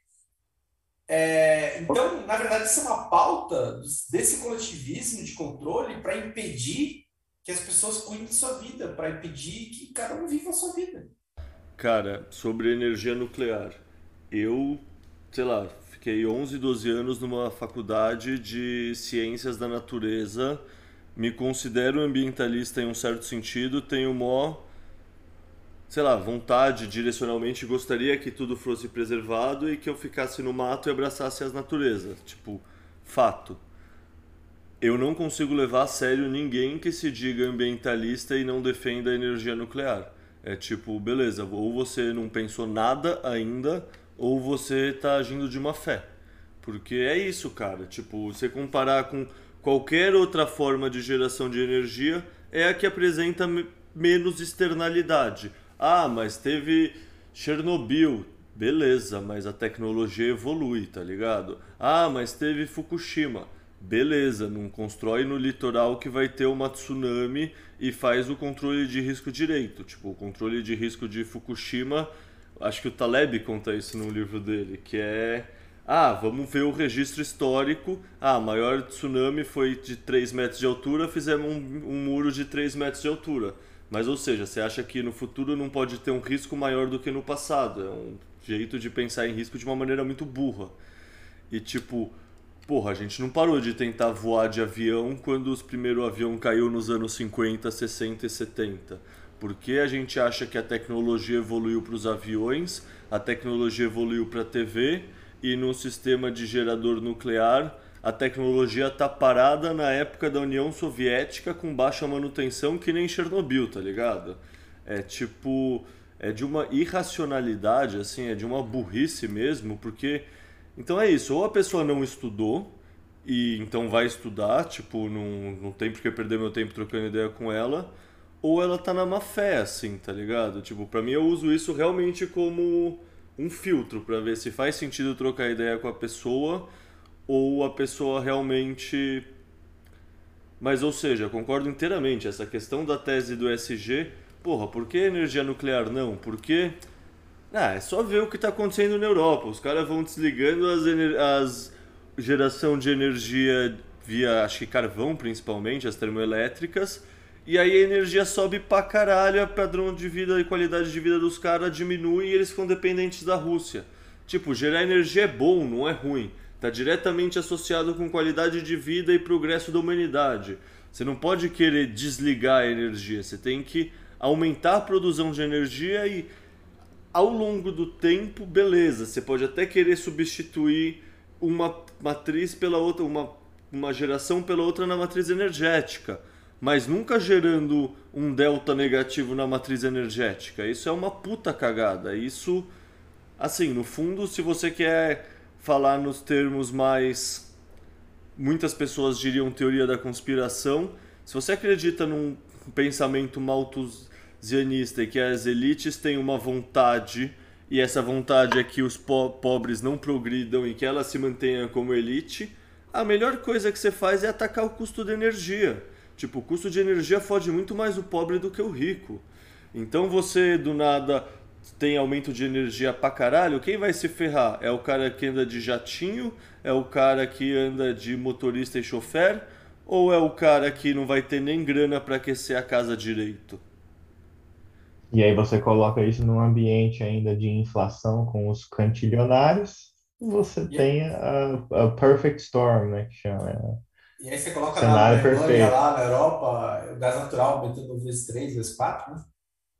[SPEAKER 3] Então, na verdade, isso é uma pauta desse coletivismo de controle para impedir que as pessoas cuidem de sua vida, para impedir que cada um viva a sua vida.
[SPEAKER 1] Cara, sobre energia nuclear, eu, sei lá, fiquei 11, 12 anos numa faculdade de ciências da natureza, me considero ambientalista em um certo sentido, tenho sei lá, vontade, direcionalmente, gostaria que tudo fosse preservado e que eu ficasse no mato e abraçasse as naturezas. Tipo, fato. Eu não consigo levar a sério ninguém que se diga ambientalista e não defenda a energia nuclear. É tipo, beleza, ou você não pensou nada ainda, ou você tá agindo de má fé. Porque é isso, cara. Tipo, você comparar com qualquer outra forma de geração de energia, é a que apresenta menos externalidade. Ah, mas teve Chernobyl. Beleza, mas a tecnologia evolui, tá ligado? Ah, mas teve Fukushima. Beleza, não constrói no litoral que vai ter uma tsunami e faz o controle de risco direito. Tipo, o controle de risco de Fukushima, acho que o Taleb conta isso no livro dele, que é... Ah, vamos ver o registro histórico. Ah, a maior tsunami foi de 3 metros de altura, fizemos um muro de 3 metros de altura. Mas, ou seja, você acha que no futuro não pode ter um risco maior do que no passado. É um jeito de pensar em risco de uma maneira muito burra. E tipo, porra, a gente não parou de tentar voar de avião quando os primeiros aviões caiu nos anos 50, 60 e 70. Porque a gente acha que a tecnologia evoluiu para os aviões, a tecnologia evoluiu para a TV e no sistema de gerador nuclear a tecnologia tá parada na época da União Soviética com baixa manutenção que nem Chernobyl, tá ligado? É tipo, é de uma irracionalidade, assim, é de uma burrice mesmo, porque... Então é isso, ou a pessoa não estudou e então vai estudar, tipo, não tem por que perder meu tempo trocando ideia com ela, ou ela tá na má fé, assim, tá ligado? Tipo, pra mim eu uso isso realmente como um filtro pra ver se faz sentido trocar ideia com a pessoa ou a pessoa realmente... Mas, ou seja, concordo inteiramente, essa questão da tese do ESG, porra, por que energia nuclear não? Porque... é só ver o que está acontecendo na Europa. Os caras vão desligando as geração de energia via, acho que carvão principalmente, as termoelétricas, e aí a energia sobe pra caralho, o padrão de vida e qualidade de vida dos caras diminui e eles ficam dependentes da Rússia. Tipo, gerar energia é bom, não é ruim. Está diretamente associado com qualidade de vida e progresso da humanidade. Você não pode querer desligar a energia, você tem que aumentar a produção de energia e ao longo do tempo, beleza, você pode até querer substituir uma matriz pela outra, uma geração pela outra na matriz energética, mas nunca gerando um delta negativo na matriz energética. Isso é uma puta cagada. Isso, assim, no fundo, se você quer falar nos termos mais... Muitas pessoas diriam teoria da conspiração. Se você acredita num pensamento malthusianista e que as elites têm uma vontade, e essa vontade é que os pobres não progridam e que elas se mantenham como elite, a melhor coisa que você faz é atacar o custo de energia. Tipo, o custo de energia fode muito mais o pobre do que o rico. Então você, do nada, tem aumento de energia pra caralho, quem vai se ferrar? É o cara que anda de jatinho? É o cara que anda de motorista e chofer? Ou é o cara que não vai ter nem grana pra aquecer a casa direito?
[SPEAKER 4] E aí você coloca isso num ambiente ainda de inflação com os cantilionários, você
[SPEAKER 3] E,
[SPEAKER 4] tem a perfect storm, né, que chama, o
[SPEAKER 3] e aí você coloca na
[SPEAKER 4] cenário
[SPEAKER 3] Alemanha,
[SPEAKER 4] perfeito.
[SPEAKER 3] lá na Europa, o gás natural aumentando vezes 3 vezes 4, né?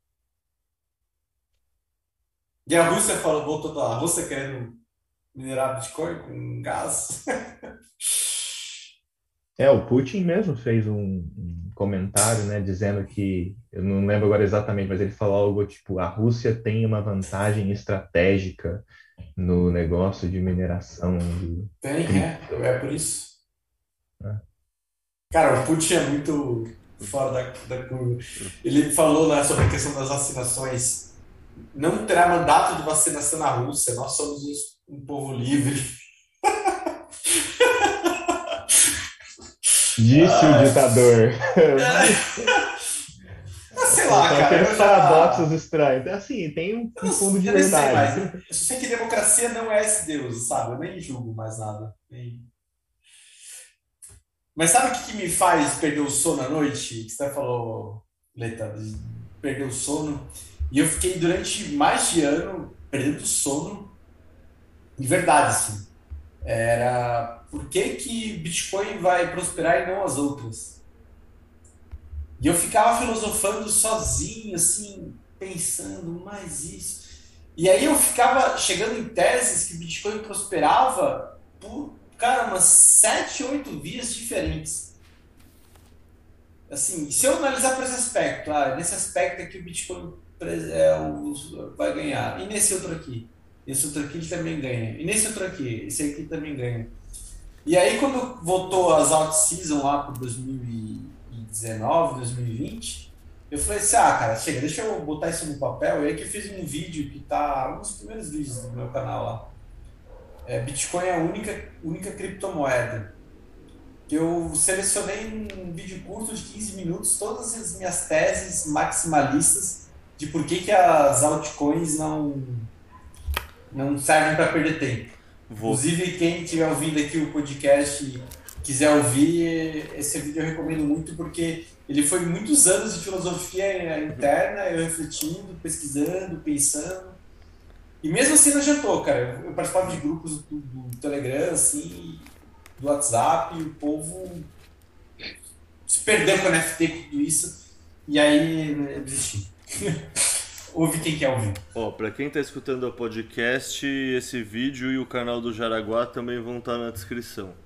[SPEAKER 3] E a Rússia falou, voltou a Rússia querendo minerar Bitcoin com gás.
[SPEAKER 4] O Putin mesmo fez um comentário, né, dizendo que, eu não lembro agora exatamente, mas ele falou algo tipo, a Rússia tem uma vantagem estratégica no negócio de mineração de
[SPEAKER 3] Tem,
[SPEAKER 4] cripto,
[SPEAKER 3] é por isso.
[SPEAKER 4] né?
[SPEAKER 3] Cara, o Putin é muito fora da curva. Ele falou, né, sobre a questão das vacinações. Não terá mandato de vacinação na Rússia. Nós somos um povo livre.
[SPEAKER 4] Disse o
[SPEAKER 3] Ah,
[SPEAKER 4] ditador. Mas
[SPEAKER 3] sei lá,
[SPEAKER 4] são
[SPEAKER 3] cara,
[SPEAKER 4] aqueles
[SPEAKER 3] eu
[SPEAKER 4] paradoxos
[SPEAKER 3] já.
[SPEAKER 4] estranhos. Assim, tem um fundo de
[SPEAKER 3] Eu nem sei
[SPEAKER 4] verdade.
[SPEAKER 3] mais. Eu só sei que democracia não é esse Deus, sabe? Eu nem julgo mais nada. Mas sabe o que que me faz perder o sono à noite? Que você falou, Leta, de perder o sono. E eu fiquei durante mais de ano perdendo o sono, de verdade, assim. Era por que que Bitcoin vai prosperar e não as outras? E eu ficava filosofando sozinho, assim, pensando, mais isso. E aí eu ficava chegando em teses que o Bitcoin prosperava por, cara, umas 7, 8 vias diferentes. Assim, se eu analisar por esse aspecto, nesse aspecto aqui o Bitcoin vai ganhar, e nesse outro aqui? Esse outro aqui ele também ganha. E nesse outro aqui, esse aqui também ganha. E aí, quando voltou as out-season lá para 2019, 2020, eu falei assim, cara, chega, deixa eu botar isso no papel. E aí que eu fiz um vídeo que tá, um dos primeiros vídeos do meu canal lá. Bitcoin é a única criptomoeda. Que eu selecionei um vídeo curto de 15 minutos, todas as minhas teses maximalistas de por que as altcoins não servem para perder tempo.
[SPEAKER 1] Vou,
[SPEAKER 3] Inclusive, quem estiver ouvindo aqui o podcast e quiser ouvir, esse vídeo eu recomendo muito porque ele foi muitos anos de filosofia interna, eu refletindo, pesquisando, pensando. E mesmo assim não adiantou, cara. Eu participava de grupos do Telegram, assim, do WhatsApp, e o povo se perdeu com o NFT, com tudo isso. E aí eu desisti. Ouve quem quer ouvir.
[SPEAKER 1] pra quem tá escutando o podcast, esse vídeo e o canal do Jaraguá também vão estar na descrição.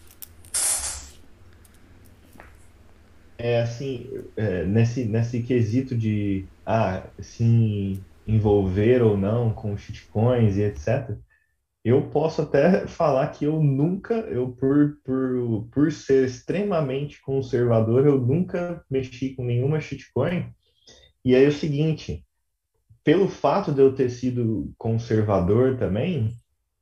[SPEAKER 4] Assim, nesse quesito de se envolver ou não com shitcoins e etc., eu posso até falar que eu nunca, por ser extremamente conservador, eu nunca mexi com nenhuma shitcoin. E aí é o seguinte, pelo fato de eu ter sido conservador também,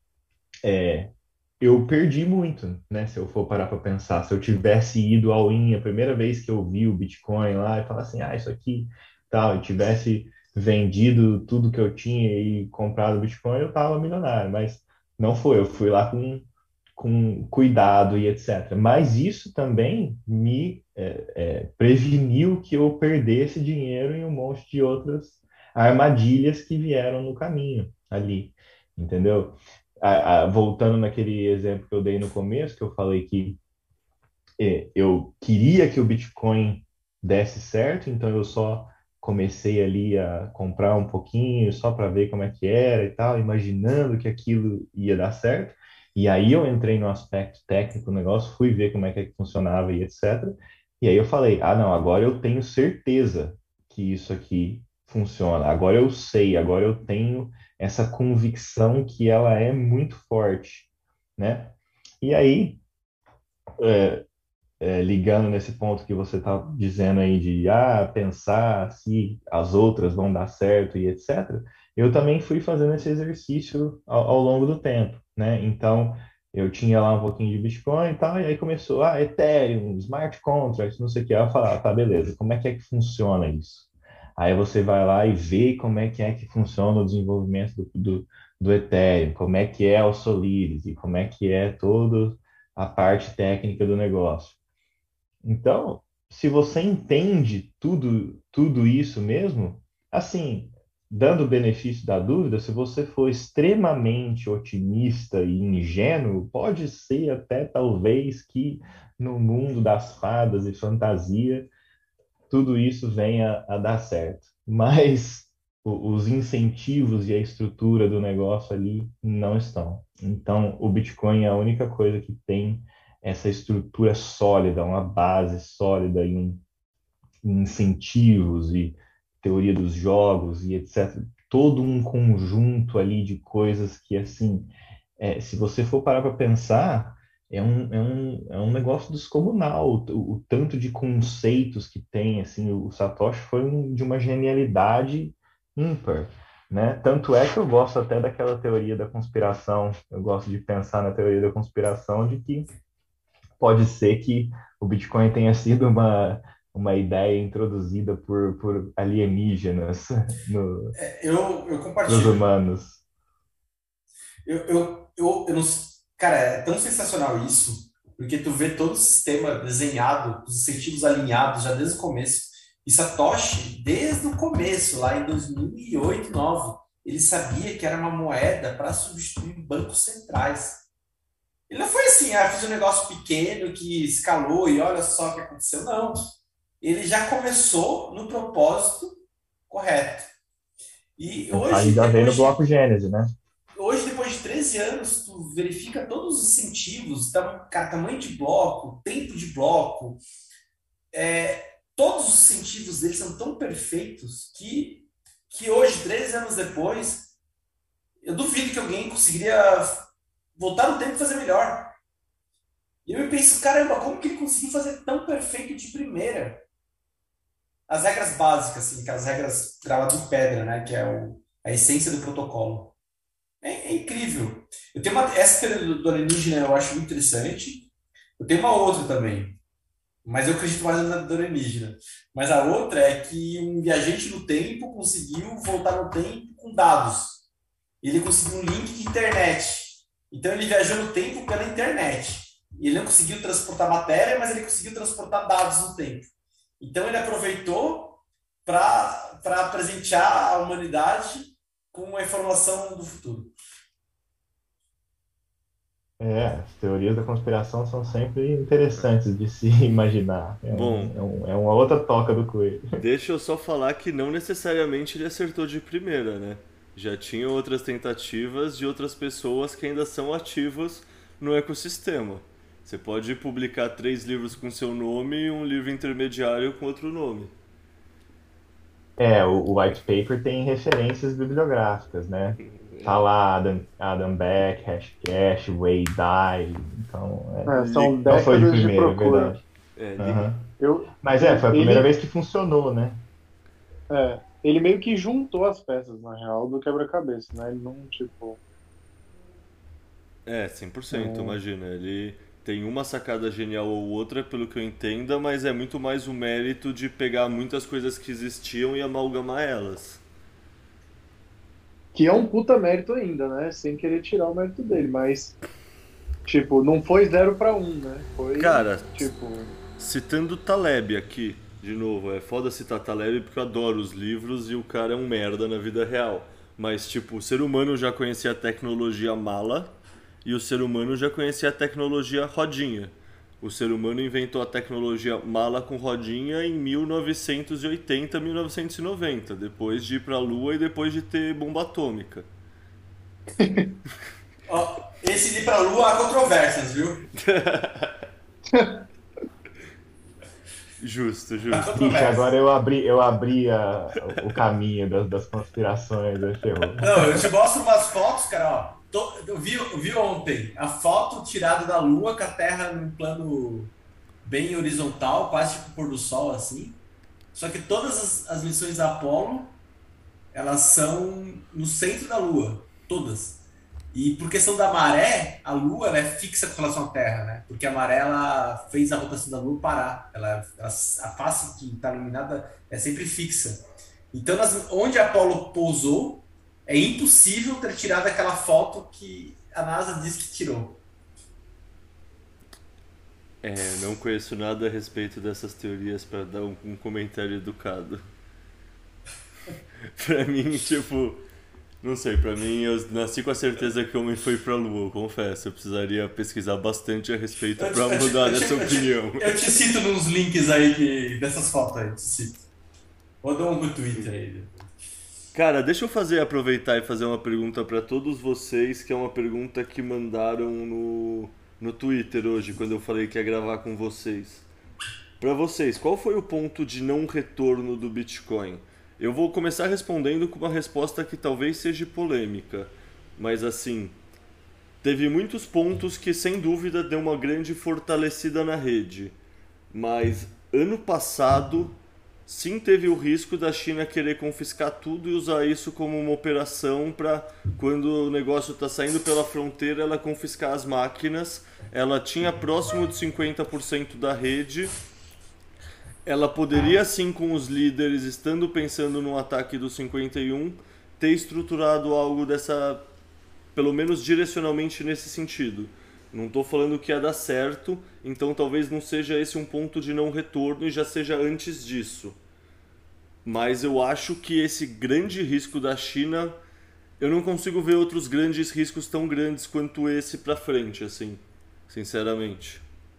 [SPEAKER 4] eu perdi muito, né? Se eu for parar para pensar, se eu tivesse ido all in a primeira vez que eu vi o Bitcoin lá e falar assim, isso aqui, tal, e tivesse vendido tudo que eu tinha e comprado Bitcoin, eu tava milionário, mas não foi, eu fui lá com cuidado e etc. Mas isso também me preveniu que eu perdesse dinheiro em um monte de outras armadilhas que vieram no caminho ali, entendeu? Voltando naquele exemplo que eu dei no começo, que eu falei que eu queria que o Bitcoin desse certo, então eu só comecei ali a comprar um pouquinho só para ver como é que era e tal, imaginando que aquilo ia dar certo. E aí eu entrei no aspecto técnico do negócio, fui ver como é que funcionava e etc. E aí eu falei, não, agora eu tenho certeza que isso aqui funciona. Agora eu sei, agora eu tenho essa convicção que ela é muito forte, né? E aí, é, ligando nesse ponto que você está dizendo aí de pensar se as outras vão dar certo e etc., eu também fui fazendo esse exercício ao longo do tempo, né? Então, eu tinha lá um pouquinho de Bitcoin e tal, e aí começou, Ethereum, smart contracts, não sei o que. Aí eu falava, tá, beleza, como é que funciona isso? Aí você vai lá e vê como é que funciona o desenvolvimento do Ethereum, como é que é o Solidity, como é que é toda a parte técnica do negócio. Então, se você entende tudo isso mesmo, assim, dando o benefício da dúvida, se você for extremamente otimista e ingênuo, pode ser até talvez que no mundo das fadas e fantasia tudo isso venha a dar certo. Mas os incentivos e a estrutura do negócio ali não estão. Então, o Bitcoin é a única coisa que tem essa estrutura sólida, uma base sólida em incentivos e teoria dos jogos e etc. Todo um conjunto ali de coisas que, assim, se você for parar para pensar, é um negócio descomunal, o tanto de conceitos que tem, assim, o Satoshi foi de uma genialidade ímpar, né? Tanto é que eu gosto até daquela teoria da conspiração, eu gosto de pensar na teoria da conspiração de que pode ser que o Bitcoin tenha sido uma ideia introduzida por alienígenas
[SPEAKER 3] Eu
[SPEAKER 4] para os
[SPEAKER 3] compartilho.
[SPEAKER 4] humanos.
[SPEAKER 3] Eu não, cara, é tão sensacional isso, porque tu vê todo o sistema desenhado, os incentivos alinhados já desde o começo. E Satoshi, desde o começo, lá em 2008, 2009, ele sabia que era uma moeda para substituir bancos centrais. Ele não foi assim, fiz um negócio pequeno que escalou e olha só o que aconteceu. Não. Ele já começou no propósito correto. E
[SPEAKER 4] Aí
[SPEAKER 3] hoje,
[SPEAKER 4] já vem no bloco Gênese, né?
[SPEAKER 3] depois de 13 anos, tu verifica todos os incentivos, cara, tamanho de bloco, tempo de bloco, todos os incentivos deles são tão perfeitos que hoje, 13 anos depois, eu duvido que alguém conseguiria voltar no tempo e fazer melhor. E eu me penso, caramba, como que ele conseguiu fazer tão perfeito de primeira? As regras básicas, assim, aquelas regras gravadas em pedra, né, que é a essência do protocolo. É incrível. Essa teoria do alienígena eu acho muito interessante. Eu tenho uma outra também, mas eu acredito mais na do alienígena. Mas a outra é que um viajante no tempo conseguiu voltar no tempo com dados. Ele conseguiu um link de internet. Então ele viajou no tempo pela internet. E ele não conseguiu transportar matéria, mas ele conseguiu transportar dados no tempo. Então ele aproveitou para presentear a humanidade com a informação do futuro.
[SPEAKER 4] As teorias da conspiração são sempre interessantes de se imaginar.
[SPEAKER 1] Bom,
[SPEAKER 4] É uma outra toca do coelho.
[SPEAKER 1] deixa eu só falar que não necessariamente ele acertou de primeira, né? Já tinha outras tentativas de outras pessoas que ainda são ativas no ecossistema. Você pode publicar 3 livros com seu nome e um livro intermediário com outro nome.
[SPEAKER 4] O white paper tem referências bibliográficas, né? Tá lá Adam Beck, Hashcash, Wei Dai, então
[SPEAKER 1] Li-
[SPEAKER 2] São
[SPEAKER 4] não foi de
[SPEAKER 2] décadas de
[SPEAKER 4] primeira, é
[SPEAKER 2] procura.
[SPEAKER 4] verdade.
[SPEAKER 1] é, li-
[SPEAKER 4] Aham.
[SPEAKER 2] Eu,
[SPEAKER 4] Mas foi a primeira
[SPEAKER 2] ele,
[SPEAKER 4] vez que funcionou, né?
[SPEAKER 2] ele meio que juntou as peças, na real, do quebra-cabeça, né? Ele não, tipo.
[SPEAKER 1] 100%,
[SPEAKER 2] é,
[SPEAKER 1] imagina. Ele tem uma sacada genial ou outra, pelo que eu entenda, mas é muito mais o mérito de pegar muitas coisas que existiam e amalgamar elas.
[SPEAKER 2] que é um puta mérito ainda, né? Sem querer tirar o mérito dele, mas, tipo, não foi 0 para 1, né? Foi,
[SPEAKER 1] Cara,
[SPEAKER 2] tipo.
[SPEAKER 1] citando Taleb aqui, de novo, é foda citar Taleb porque eu adoro os livros e o cara é um merda na vida real. Mas, tipo, o ser humano já conhecia a tecnologia mala e o ser humano já conhecia a tecnologia rodinha. O ser humano inventou a tecnologia mala com rodinha em 1980, 1990, depois de ir pra Lua e depois de ter bomba atômica.
[SPEAKER 3] Ó, esse de ir pra Lua há controvérsias, viu?
[SPEAKER 1] Justo,
[SPEAKER 3] Há
[SPEAKER 1] justo.
[SPEAKER 4] Ixi, agora
[SPEAKER 3] controvérsias.
[SPEAKER 4] eu abri o caminho das conspirações, aí ferrou.
[SPEAKER 3] Não, eu te mostro umas fotos, cara, ó. Eu vi ontem a foto tirada da Lua com a Terra num plano bem horizontal, quase tipo pôr do sol, assim. Só que todas as missões da Apollo, elas são no centro da Lua. Todas. E por questão da maré, a Lua ela é fixa com relação à Terra, né? Porque a maré ela fez a rotação da Lua parar. A face que está iluminada é sempre fixa. Então, onde a Apollo pousou, é impossível ter tirado aquela foto que a NASA disse que tirou.
[SPEAKER 1] Não conheço nada a respeito dessas teorias para dar um comentário educado. Pra mim, tipo, não sei, pra mim eu nasci com a certeza que o homem foi pra Lua, eu confesso. Eu precisaria pesquisar bastante a respeito pra mudar dessa opinião.
[SPEAKER 3] Eu te cito nos links aí dessas fotos aí, te cito. Vou dar um retweet aí.
[SPEAKER 1] Cara, deixa eu aproveitar e fazer uma pergunta pra todos vocês, que é uma pergunta que mandaram no Twitter hoje, quando eu falei que ia gravar com vocês. Pra vocês, qual foi o ponto de não retorno do Bitcoin? Eu vou começar respondendo com uma resposta que talvez seja polêmica, mas assim, teve muitos pontos que sem dúvida deu uma grande fortalecida na rede. Mas ano passado, sim, teve o risco da China querer confiscar tudo e usar isso como uma operação para quando o negócio está saindo pela fronteira, ela confiscar as máquinas. Ela tinha próximo de 50% da rede. Ela poderia sim, com os líderes estando pensando no ataque do 51, ter estruturado algo dessa, pelo menos direcionalmente nesse sentido. Não estou falando que ia dar certo, então talvez não seja esse um ponto de não retorno e já seja antes disso. Mas eu acho que esse grande risco da China, eu não consigo ver outros grandes riscos tão grandes quanto esse pra frente, assim, sinceramente.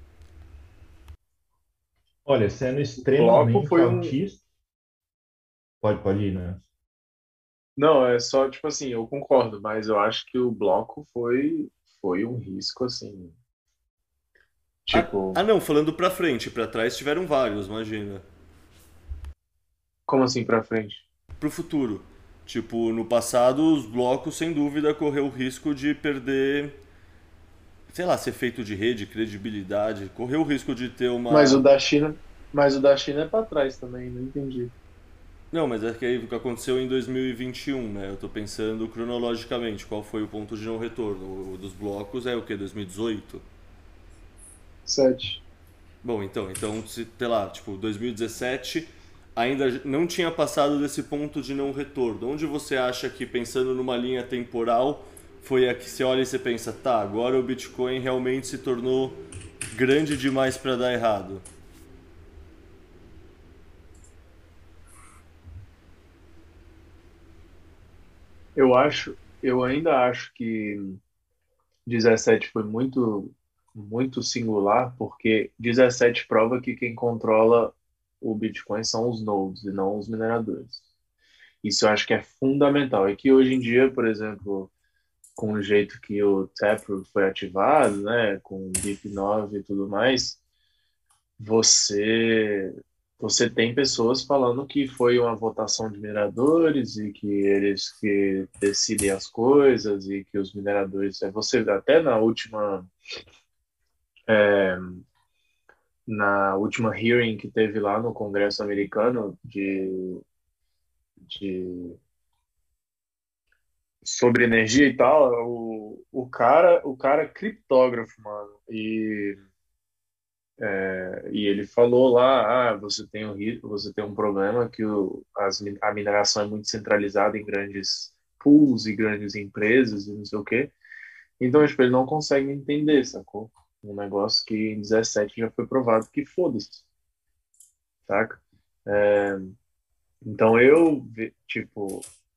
[SPEAKER 4] Olha, sendo
[SPEAKER 2] Bloco
[SPEAKER 4] extremamente
[SPEAKER 2] foi um.
[SPEAKER 4] autista, pode ir, né?
[SPEAKER 2] Não, é só, tipo assim, eu concordo, mas eu acho que o bloco foi um risco, assim, tipo,
[SPEAKER 1] Não, falando pra frente, pra trás tiveram vários, imagina.
[SPEAKER 2] como assim pra frente?
[SPEAKER 1] Pro futuro. Tipo, no passado, os blocos sem dúvida correu o risco de perder, sei lá, ser feito de rede, credibilidade, correu o risco de ter
[SPEAKER 2] Mas o
[SPEAKER 1] uma.
[SPEAKER 2] da China, mas o da China é pra trás também, não entendi.
[SPEAKER 1] Não, mas é que aí o que aconteceu em 2021, né? Eu tô pensando cronologicamente, qual foi o ponto de não retorno? O dos blocos é o que? 2018?
[SPEAKER 2] 7.
[SPEAKER 1] Bom, então, sei lá, tipo, 2017 ainda não tinha passado desse ponto de não retorno. Onde você acha que, pensando numa linha temporal, foi a que você olha e você pensa, tá, agora o Bitcoin realmente se tornou grande demais para dar errado?
[SPEAKER 2] Eu ainda acho que 17 foi muito singular, porque 17 prova que quem controla o Bitcoin são os nodes e não os mineradores. Isso eu acho que é fundamental. É que hoje em dia, por exemplo, com o jeito que o Taproot foi ativado, né, com o BIP 9 e tudo mais, você você tem pessoas falando que foi uma votação de mineradores e que eles que decidem as coisas e que os mineradores, você até na última hearing que teve lá no Congresso americano de sobre energia e tal, o cara é criptógrafo, mano, e ele falou lá, você tem um risco, você tem um problema que a mineração é muito centralizada em grandes pools e grandes empresas e não sei o quê. Então, tipo, ele não consegue entender, sacou? Um negócio que em 17 já foi provado que foda-se, saca? Então tipo,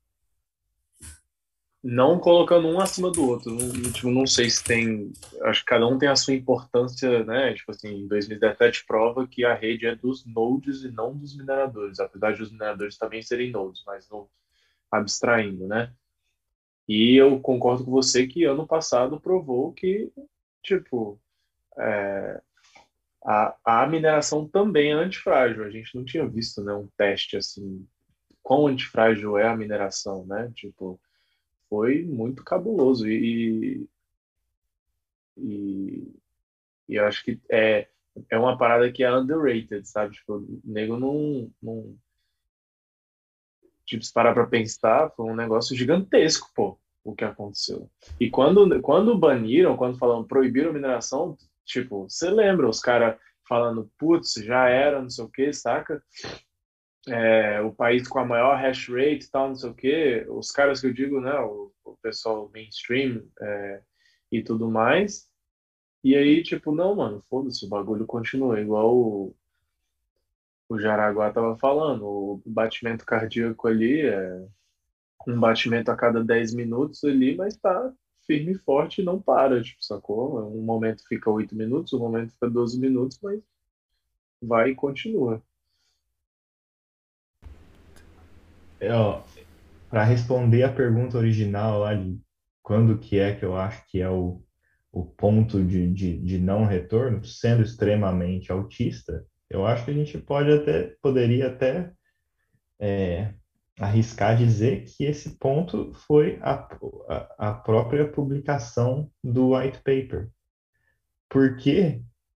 [SPEAKER 2] não colocando um acima do outro. Não, tipo, não sei se tem. Acho que cada um tem a sua importância, né? Tipo assim, em 2017 prova que a rede é dos nodes e não dos mineradores, apesar de os mineradores também serem nodes, mas não abstraindo, né? E eu concordo com você que ano passado provou que, tipo, a mineração também é antifrágil. A gente não tinha visto, né, um teste assim, quão antifrágil é a mineração, né? Tipo, foi muito cabuloso. E, e eu acho que é uma parada que é underrated, sabe? Tipo, o nego não. Tipo, se parar pra pensar, foi um negócio gigantesco, pô, o que aconteceu. E quando baniram, quando falaram, proibiram a mineração, tipo, você lembra os caras falando, putz, já era, não sei o que, saca? o país com a maior hash rate e tal, não sei o quê, os caras que eu digo, né, o pessoal mainstream e tudo mais. E aí, tipo, não, mano, foda-se, o bagulho continua, igual o Jaraguá tava falando, o batimento cardíaco ali é um batimento a cada 10 minutos ali, mas tá firme e forte e não para, tipo, sacou? Um momento fica 8 minutos, um momento fica 12 minutos, mas vai e continua.
[SPEAKER 4] Para responder a pergunta original lá de quando que é que eu acho que é o ponto de não retorno, sendo extremamente autista, eu acho que a gente poderia até arriscar dizer que esse ponto foi a própria publicação do white paper. Porque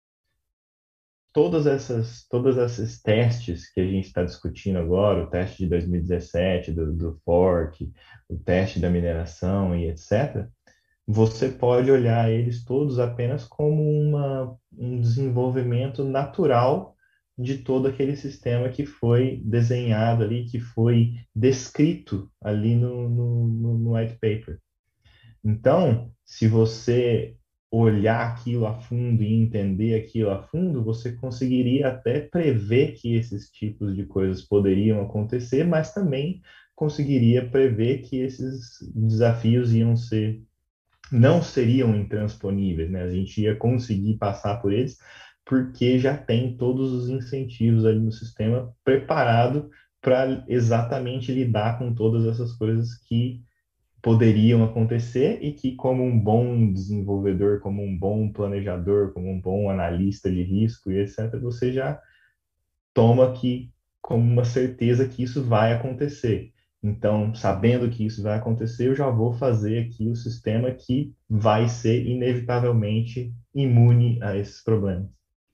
[SPEAKER 4] todos esses testes que a gente está discutindo agora, o teste de 2017 do fork, o teste da mineração e etc., você pode olhar eles todos apenas como um desenvolvimento natural de todo aquele sistema que foi desenhado ali, que foi descrito ali no white paper. Então, se você olhar aquilo a fundo e entender aquilo a fundo, você conseguiria até prever que esses tipos de coisas poderiam acontecer, mas também conseguiria prever que esses desafios não seriam intransponíveis, né? A gente ia conseguir passar por eles porque já tem todos os incentivos ali no sistema preparado para exatamente lidar com todas essas coisas que poderiam acontecer e que, como um bom desenvolvedor, como um bom planejador, como um bom analista de risco e etc., você já toma que como uma certeza que isso vai acontecer. Então, sabendo que isso vai acontecer, eu já vou fazer aqui o sistema que vai ser inevitavelmente imune a esses problemas.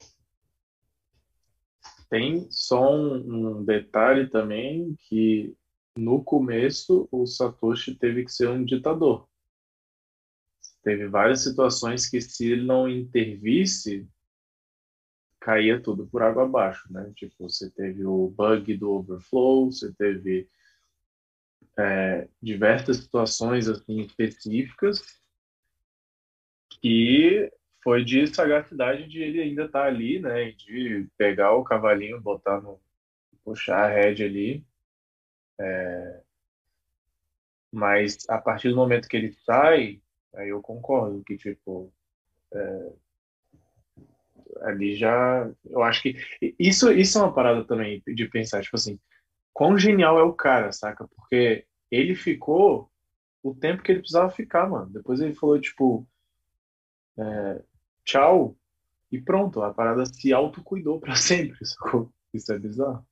[SPEAKER 2] Tem só um detalhe também que no começo o Satoshi teve que ser um ditador. Teve várias situações que se ele não intervisse, caía tudo por água abaixo, né? Tipo, você teve o bug do overflow, você teve diversas situações assim específicas que foi de sagacidade de ele ainda estar ali, né? E de pegar o cavalinho, botar no, puxar a rédea ali. Mas a partir do momento que ele sai, aí eu concordo que, tipo, ali já. Eu acho que. Isso é uma parada também de pensar, tipo assim, quão genial é o cara, saca? Porque ele ficou o tempo que ele precisava ficar, mano. Depois ele falou, tipo, tchau, e pronto, a parada se autocuidou pra sempre, sacou? Isso é bizarro.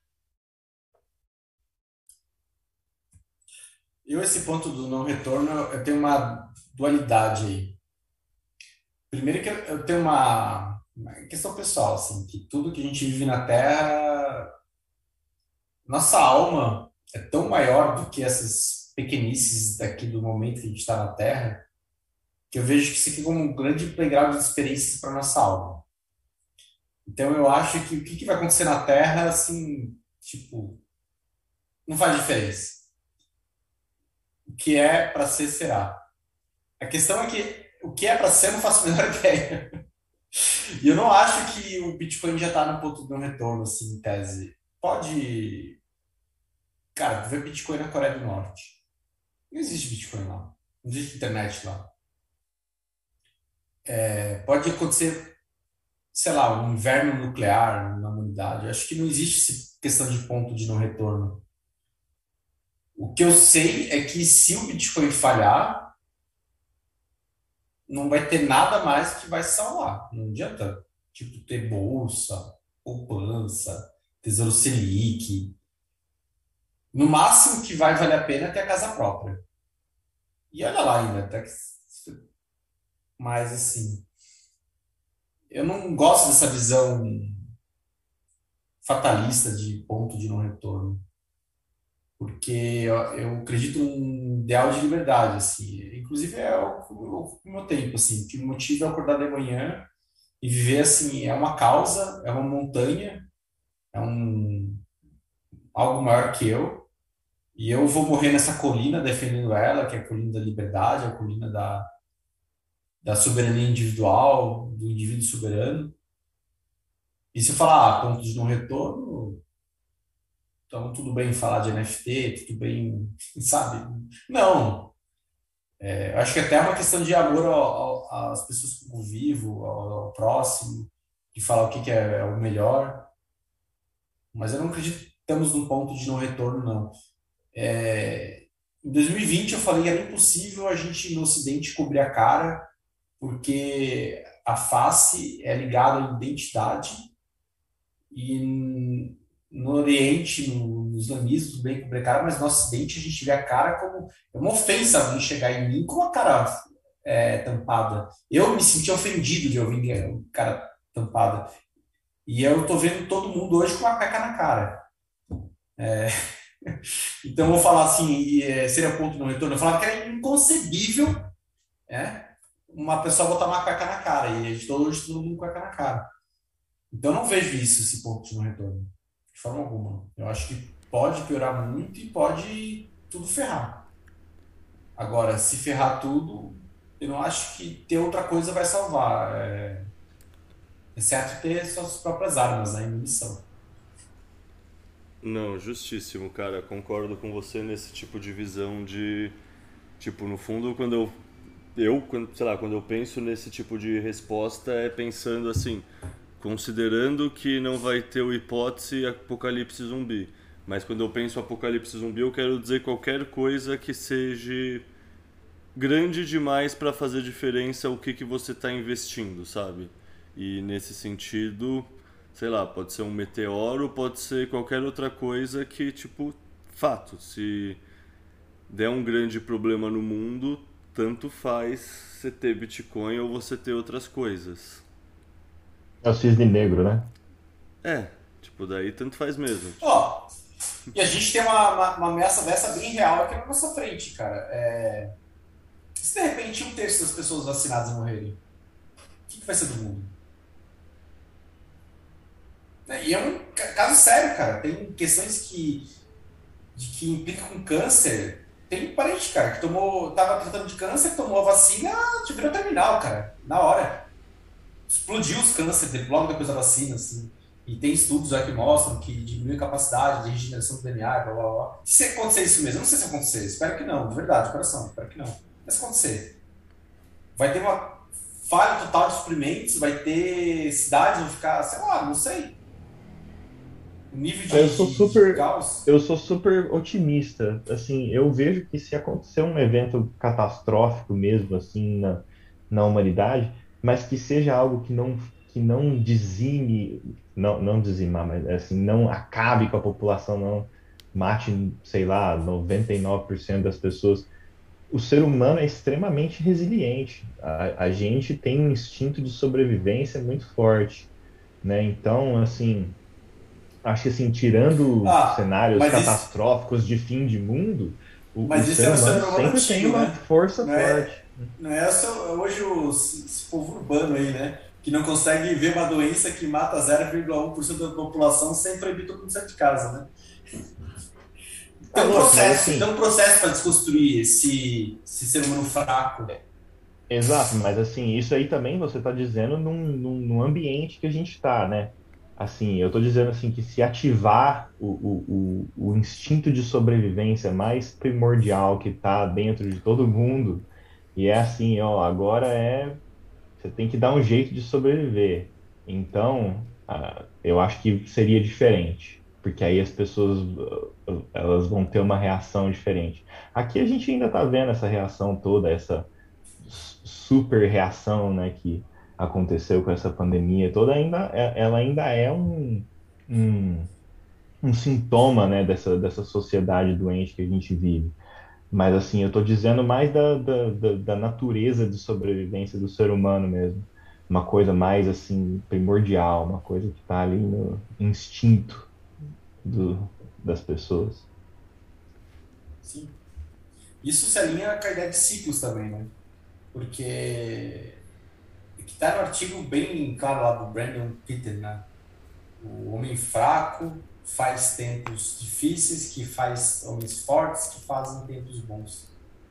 [SPEAKER 3] Esse ponto do não retorno, eu tenho uma dualidade aí. Primeiro que eu tenho uma questão pessoal, assim, que tudo que a gente vive na Terra, nossa alma é tão maior do que essas pequenices daqui do momento que a gente está na Terra, que eu vejo que isso aqui como um grande playground de experiências para nossa alma. Então eu acho que o que vai acontecer na Terra, assim, tipo, não faz diferença. O que é para ser, será. A questão é que o que é para ser eu não faço a menor ideia. E eu não acho que o Bitcoin já está no ponto de não retorno, assim, em tese. Pode. Cara, ver Bitcoin na Coreia do Norte. Não existe Bitcoin lá. Não existe internet lá. Pode acontecer, sei lá, um inverno nuclear na humanidade. Eu acho que não existe essa questão de ponto de não retorno. O que eu sei é que se o Bitcoin falhar, não vai ter nada mais que vai salvar. Não adianta, tipo, ter bolsa, poupança, Tesouro Selic. No máximo que vai valer a pena é ter a casa própria. E olha lá ainda, até que... Mas assim, eu não gosto dessa visão fatalista de ponto de não retorno, porque eu acredito num ideal de liberdade, assim. Inclusive é o meu tempo, assim, que me motiva a acordar de manhã e viver assim, é uma causa, é uma montanha, é um algo maior que eu, e eu vou morrer nessa colina defendendo ela, que é a colina da liberdade, a colina da soberania individual, do indivíduo soberano. E se eu falar, ponto de não retorno, então tudo bem falar de NFT, tudo bem, sabe? Não. Eu acho que até é uma questão de amor às pessoas que eu vivo, ao próximo, de falar o que é o melhor. Mas eu não acredito que estamos num ponto de não retorno, não. Em 2020 eu falei que era impossível a gente no Ocidente cobrir a cara, porque a face é ligada à identidade e no Oriente, no islamismo, tudo bem cobrir a cara, mas no Ocidente a gente vê a cara como é uma ofensa alguém chegar em mim com a cara tampada. Eu me senti ofendido de ouvir o cara tampada. E eu tô vendo todo mundo hoje com a peca na cara. Então, eu vou falar assim, seria ponto de não retorno. Eu falava que era inconcebível, né, uma pessoa botar uma cueca na cara. E a gente hoje todo mundo com cueca na cara. Então, eu não vejo isso, esse ponto de não retorno. De forma alguma. Eu acho que pode piorar muito e pode tudo ferrar. Agora, se ferrar tudo, eu não acho que ter outra coisa vai salvar. Exceto ter suas próprias armas, né, em munição.
[SPEAKER 1] Não, justíssimo, cara. Concordo com você nesse tipo de visão de, tipo, no fundo, sei lá, quando eu penso nesse tipo de resposta, é pensando assim, considerando que não vai ter o hipótese apocalipse zumbi. Mas quando eu penso apocalipse zumbi, eu quero dizer qualquer coisa que seja grande demais para fazer diferença o que você está investindo, sabe? E nesse sentido, sei lá, pode ser um meteoro, pode ser qualquer outra coisa que, tipo, fato, se der um grande problema no mundo, tanto faz você ter Bitcoin ou você ter outras coisas.
[SPEAKER 4] É o cisne negro, né?
[SPEAKER 1] É, tipo, daí tanto faz mesmo.
[SPEAKER 3] Ó, e a gente tem uma ameaça dessa bem real aqui na nossa frente, cara. Se de repente um terço das pessoas vacinadas morrerem, o que vai ser do mundo? E é um caso sério, cara. Tem questões que implicam com câncer. Tem um parente, cara, que tava tratando de câncer, tomou a vacina, virou terminal, cara, na hora. Explodiu os cânceres logo depois da vacina, assim. E tem estudos já que mostram que diminui a capacidade de regeneração do DNA, blá blá blá. Se acontecer isso mesmo, eu não sei se acontecer, espero que não, de verdade, de coração, espero que não. Mas se acontecer, vai ter uma falha total de suprimentos, vai ter cidades, vão ficar, sei lá, não sei. O nível
[SPEAKER 4] Eu
[SPEAKER 3] de,
[SPEAKER 4] sou
[SPEAKER 3] de, de
[SPEAKER 4] super,
[SPEAKER 3] caos.
[SPEAKER 4] eu sou super otimista. Assim, eu vejo que se acontecer um evento catastrófico mesmo, assim, na humanidade, mas que seja algo que não dizime, não dizimar, mas assim, não acabe com a população, não mate, sei lá, 99% das pessoas. O ser humano é extremamente resiliente. A gente tem um instinto de sobrevivência muito forte, né? Então, assim, acho que assim, tirando
[SPEAKER 3] Ah,
[SPEAKER 4] cenários catastróficos de fim de mundo, o
[SPEAKER 3] mas esse
[SPEAKER 4] ser
[SPEAKER 3] é o
[SPEAKER 4] humano
[SPEAKER 3] ser humano
[SPEAKER 4] sempre tem
[SPEAKER 3] antigo,
[SPEAKER 4] uma
[SPEAKER 3] né?
[SPEAKER 4] força
[SPEAKER 3] Não é,
[SPEAKER 4] forte.
[SPEAKER 3] não é hoje esse povo urbano aí, né? Que não consegue ver uma doença que mata 0,1% da população sem proibir todo mundo de sair de casa, né?
[SPEAKER 4] Ah, lógico, mas
[SPEAKER 3] Tem
[SPEAKER 4] assim,
[SPEAKER 3] um processo para desconstruir esse ser humano fraco.
[SPEAKER 4] exato, mas assim, isso aí também você está dizendo num ambiente que a gente está, né? Assim, eu estou dizendo assim que se ativar o instinto de sobrevivência mais primordial que está dentro de todo mundo, e é assim, ó, agora você tem que dar um jeito de sobreviver. Então, eu acho que seria diferente, porque aí as pessoas elas vão ter uma reação diferente. Aqui a gente ainda está vendo essa reação toda, essa super reação, né, que aconteceu com essa pandemia toda, ela ainda é um, um sintoma, né, dessa sociedade doente que a gente vive. Mas, assim, eu estou dizendo mais da natureza de sobrevivência do ser humano mesmo. Uma coisa mais, assim, primordial, uma coisa que está ali no instinto das pessoas.
[SPEAKER 3] Sim. Isso se alinha com a ideia de ciclos também, né? Porque que está no artigo bem claro lá do Brandon Peter, né? O homem fraco faz tempos difíceis, que faz homens fortes, que fazem tempos bons.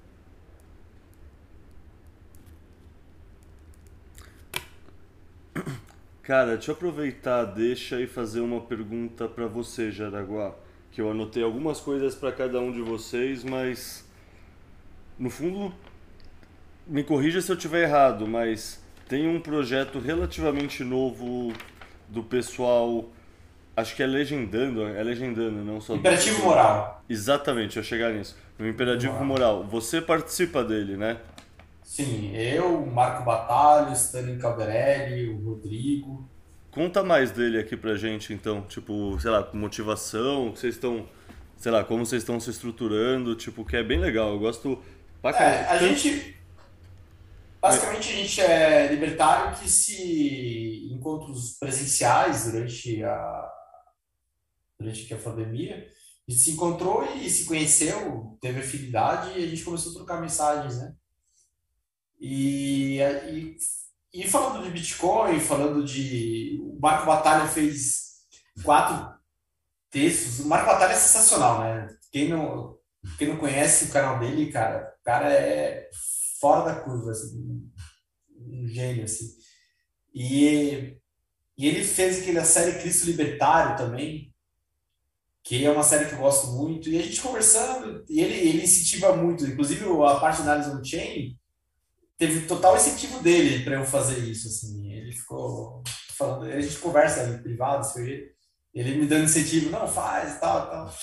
[SPEAKER 1] Cara, deixa eu aproveitar, deixa e fazer uma pergunta pra você, Jaraguá, que eu anotei algumas coisas pra cada um de vocês, mas no fundo, me corrija se eu estiver errado, mas tem um projeto relativamente novo do pessoal, acho que é legendando, não só
[SPEAKER 3] Imperativo moral.
[SPEAKER 1] Exatamente, eu ia chegar nisso. No Imperativo Moral. Você participa dele, né?
[SPEAKER 3] Sim, eu, o Marco Batalha, o Stanley Calderelli, o Rodrigo.
[SPEAKER 1] Conta mais dele aqui pra gente, então. Tipo, sei lá, motivação, que vocês estão, sei lá, como vocês estão se estruturando, tipo, que é bem legal. Eu gosto pra caramba.
[SPEAKER 3] A gente, basicamente, a gente é libertário que se encontros presenciais durante que a pandemia, a gente se encontrou e se conheceu, teve afinidade e a gente começou a trocar mensagens, né? E, e, e falando de Bitcoin, falando de... O Marco Batalha fez 4 textos. O Marco Batalha é sensacional, né? Quem não conhece o canal dele, cara, o cara é fora da curva, assim, um gênio, assim. E, e ele fez aquela série Cristo Libertário também, que é uma série que eu gosto muito. E a gente conversando, e ele incentiva muito, inclusive a parte de análise on-chain, teve total incentivo dele para eu fazer isso, assim. Ele ficou falando, a gente conversa em privado, ele me dando incentivo, não, faz, tal, tal.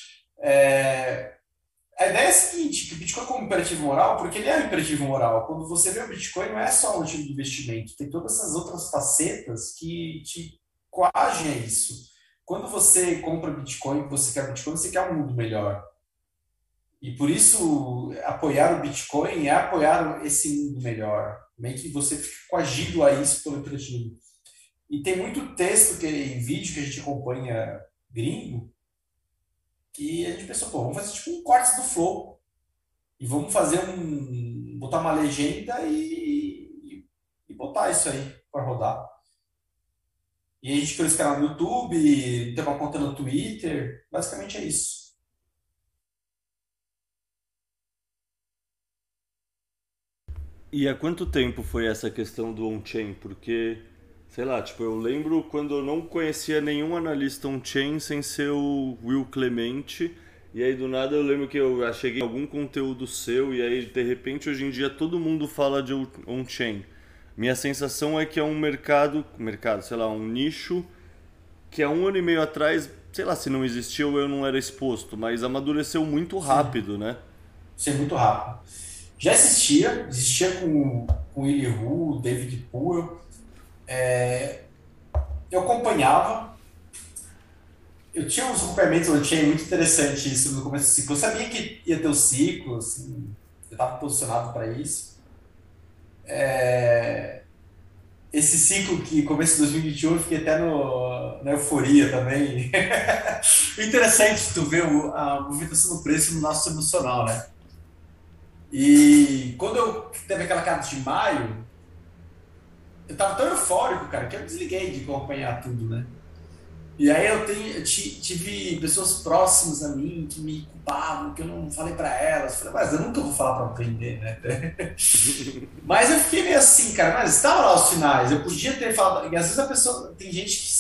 [SPEAKER 3] A ideia é a seguinte, que o Bitcoin é como imperativo moral, porque ele é um imperativo moral. Quando você vê o Bitcoin, não é só um tipo de investimento, tem todas essas outras facetas que te coagem a isso. Quando você compra Bitcoin, você quer um mundo melhor. E por isso, apoiar o Bitcoin é apoiar esse mundo melhor. Meio que você fica coagido a isso pelo imperativo. E tem muito texto em vídeo que a gente acompanha gringo, que a gente pensou, pô, vamos fazer tipo um corte do Flow. E vamos botar uma legenda e botar isso aí para rodar. E a gente criou esse canal no YouTube, tem uma conta no Twitter, basicamente é isso.
[SPEAKER 1] E há quanto tempo foi essa questão do on-chain? Porque, sei lá, tipo, eu lembro quando eu não conhecia nenhum analista on-chain sem ser o Will Clemente, e aí do nada eu lembro que eu cheguei em algum conteúdo seu, e aí de repente hoje em dia todo mundo fala de on-chain. Minha sensação é que é um mercado, sei lá, um nicho que há 1 ano e meio atrás, sei lá, se não existia ou eu não era exposto, mas amadureceu muito
[SPEAKER 3] Sim,
[SPEAKER 1] rápido, né?
[SPEAKER 3] isso é muito rápido. Já existia com o Willy Hu, David Poole. Eu acompanhava, eu tinha uns acompanhamentos, eu achei muito interessante isso no começo do ciclo. Eu sabia que ia ter o ciclo, assim, eu estava posicionado para isso. Esse ciclo que começo de 2021 eu fiquei até na euforia também. O interessante tu ver a movimentação do preço no nosso emocional, né? E quando eu teve aquela queda de maio, eu tava tão eufórico, cara, que eu desliguei de acompanhar tudo, né? E aí tive pessoas próximas a mim que me culpavam, que eu não falei pra elas. Falei, mas eu nunca vou falar pra aprender, né? Mas eu fiquei meio assim, cara, mas estava lá os finais. Eu podia ter falado. E às vezes a pessoa. Tem gente que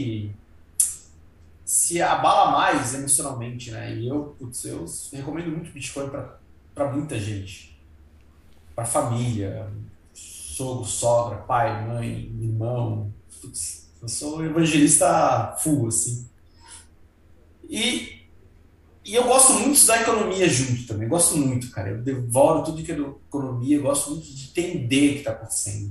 [SPEAKER 3] se abala mais emocionalmente, né? E eu recomendo muito Bitcoin pra muita gente. Pra família, sogro, sogra, pai, mãe, irmão. Putz, eu sou um evangelista full, assim. E, e eu gosto muito da economia junto também. Gosto muito, cara. Eu devoro tudo que é economia. Eu gosto muito de entender o que está acontecendo.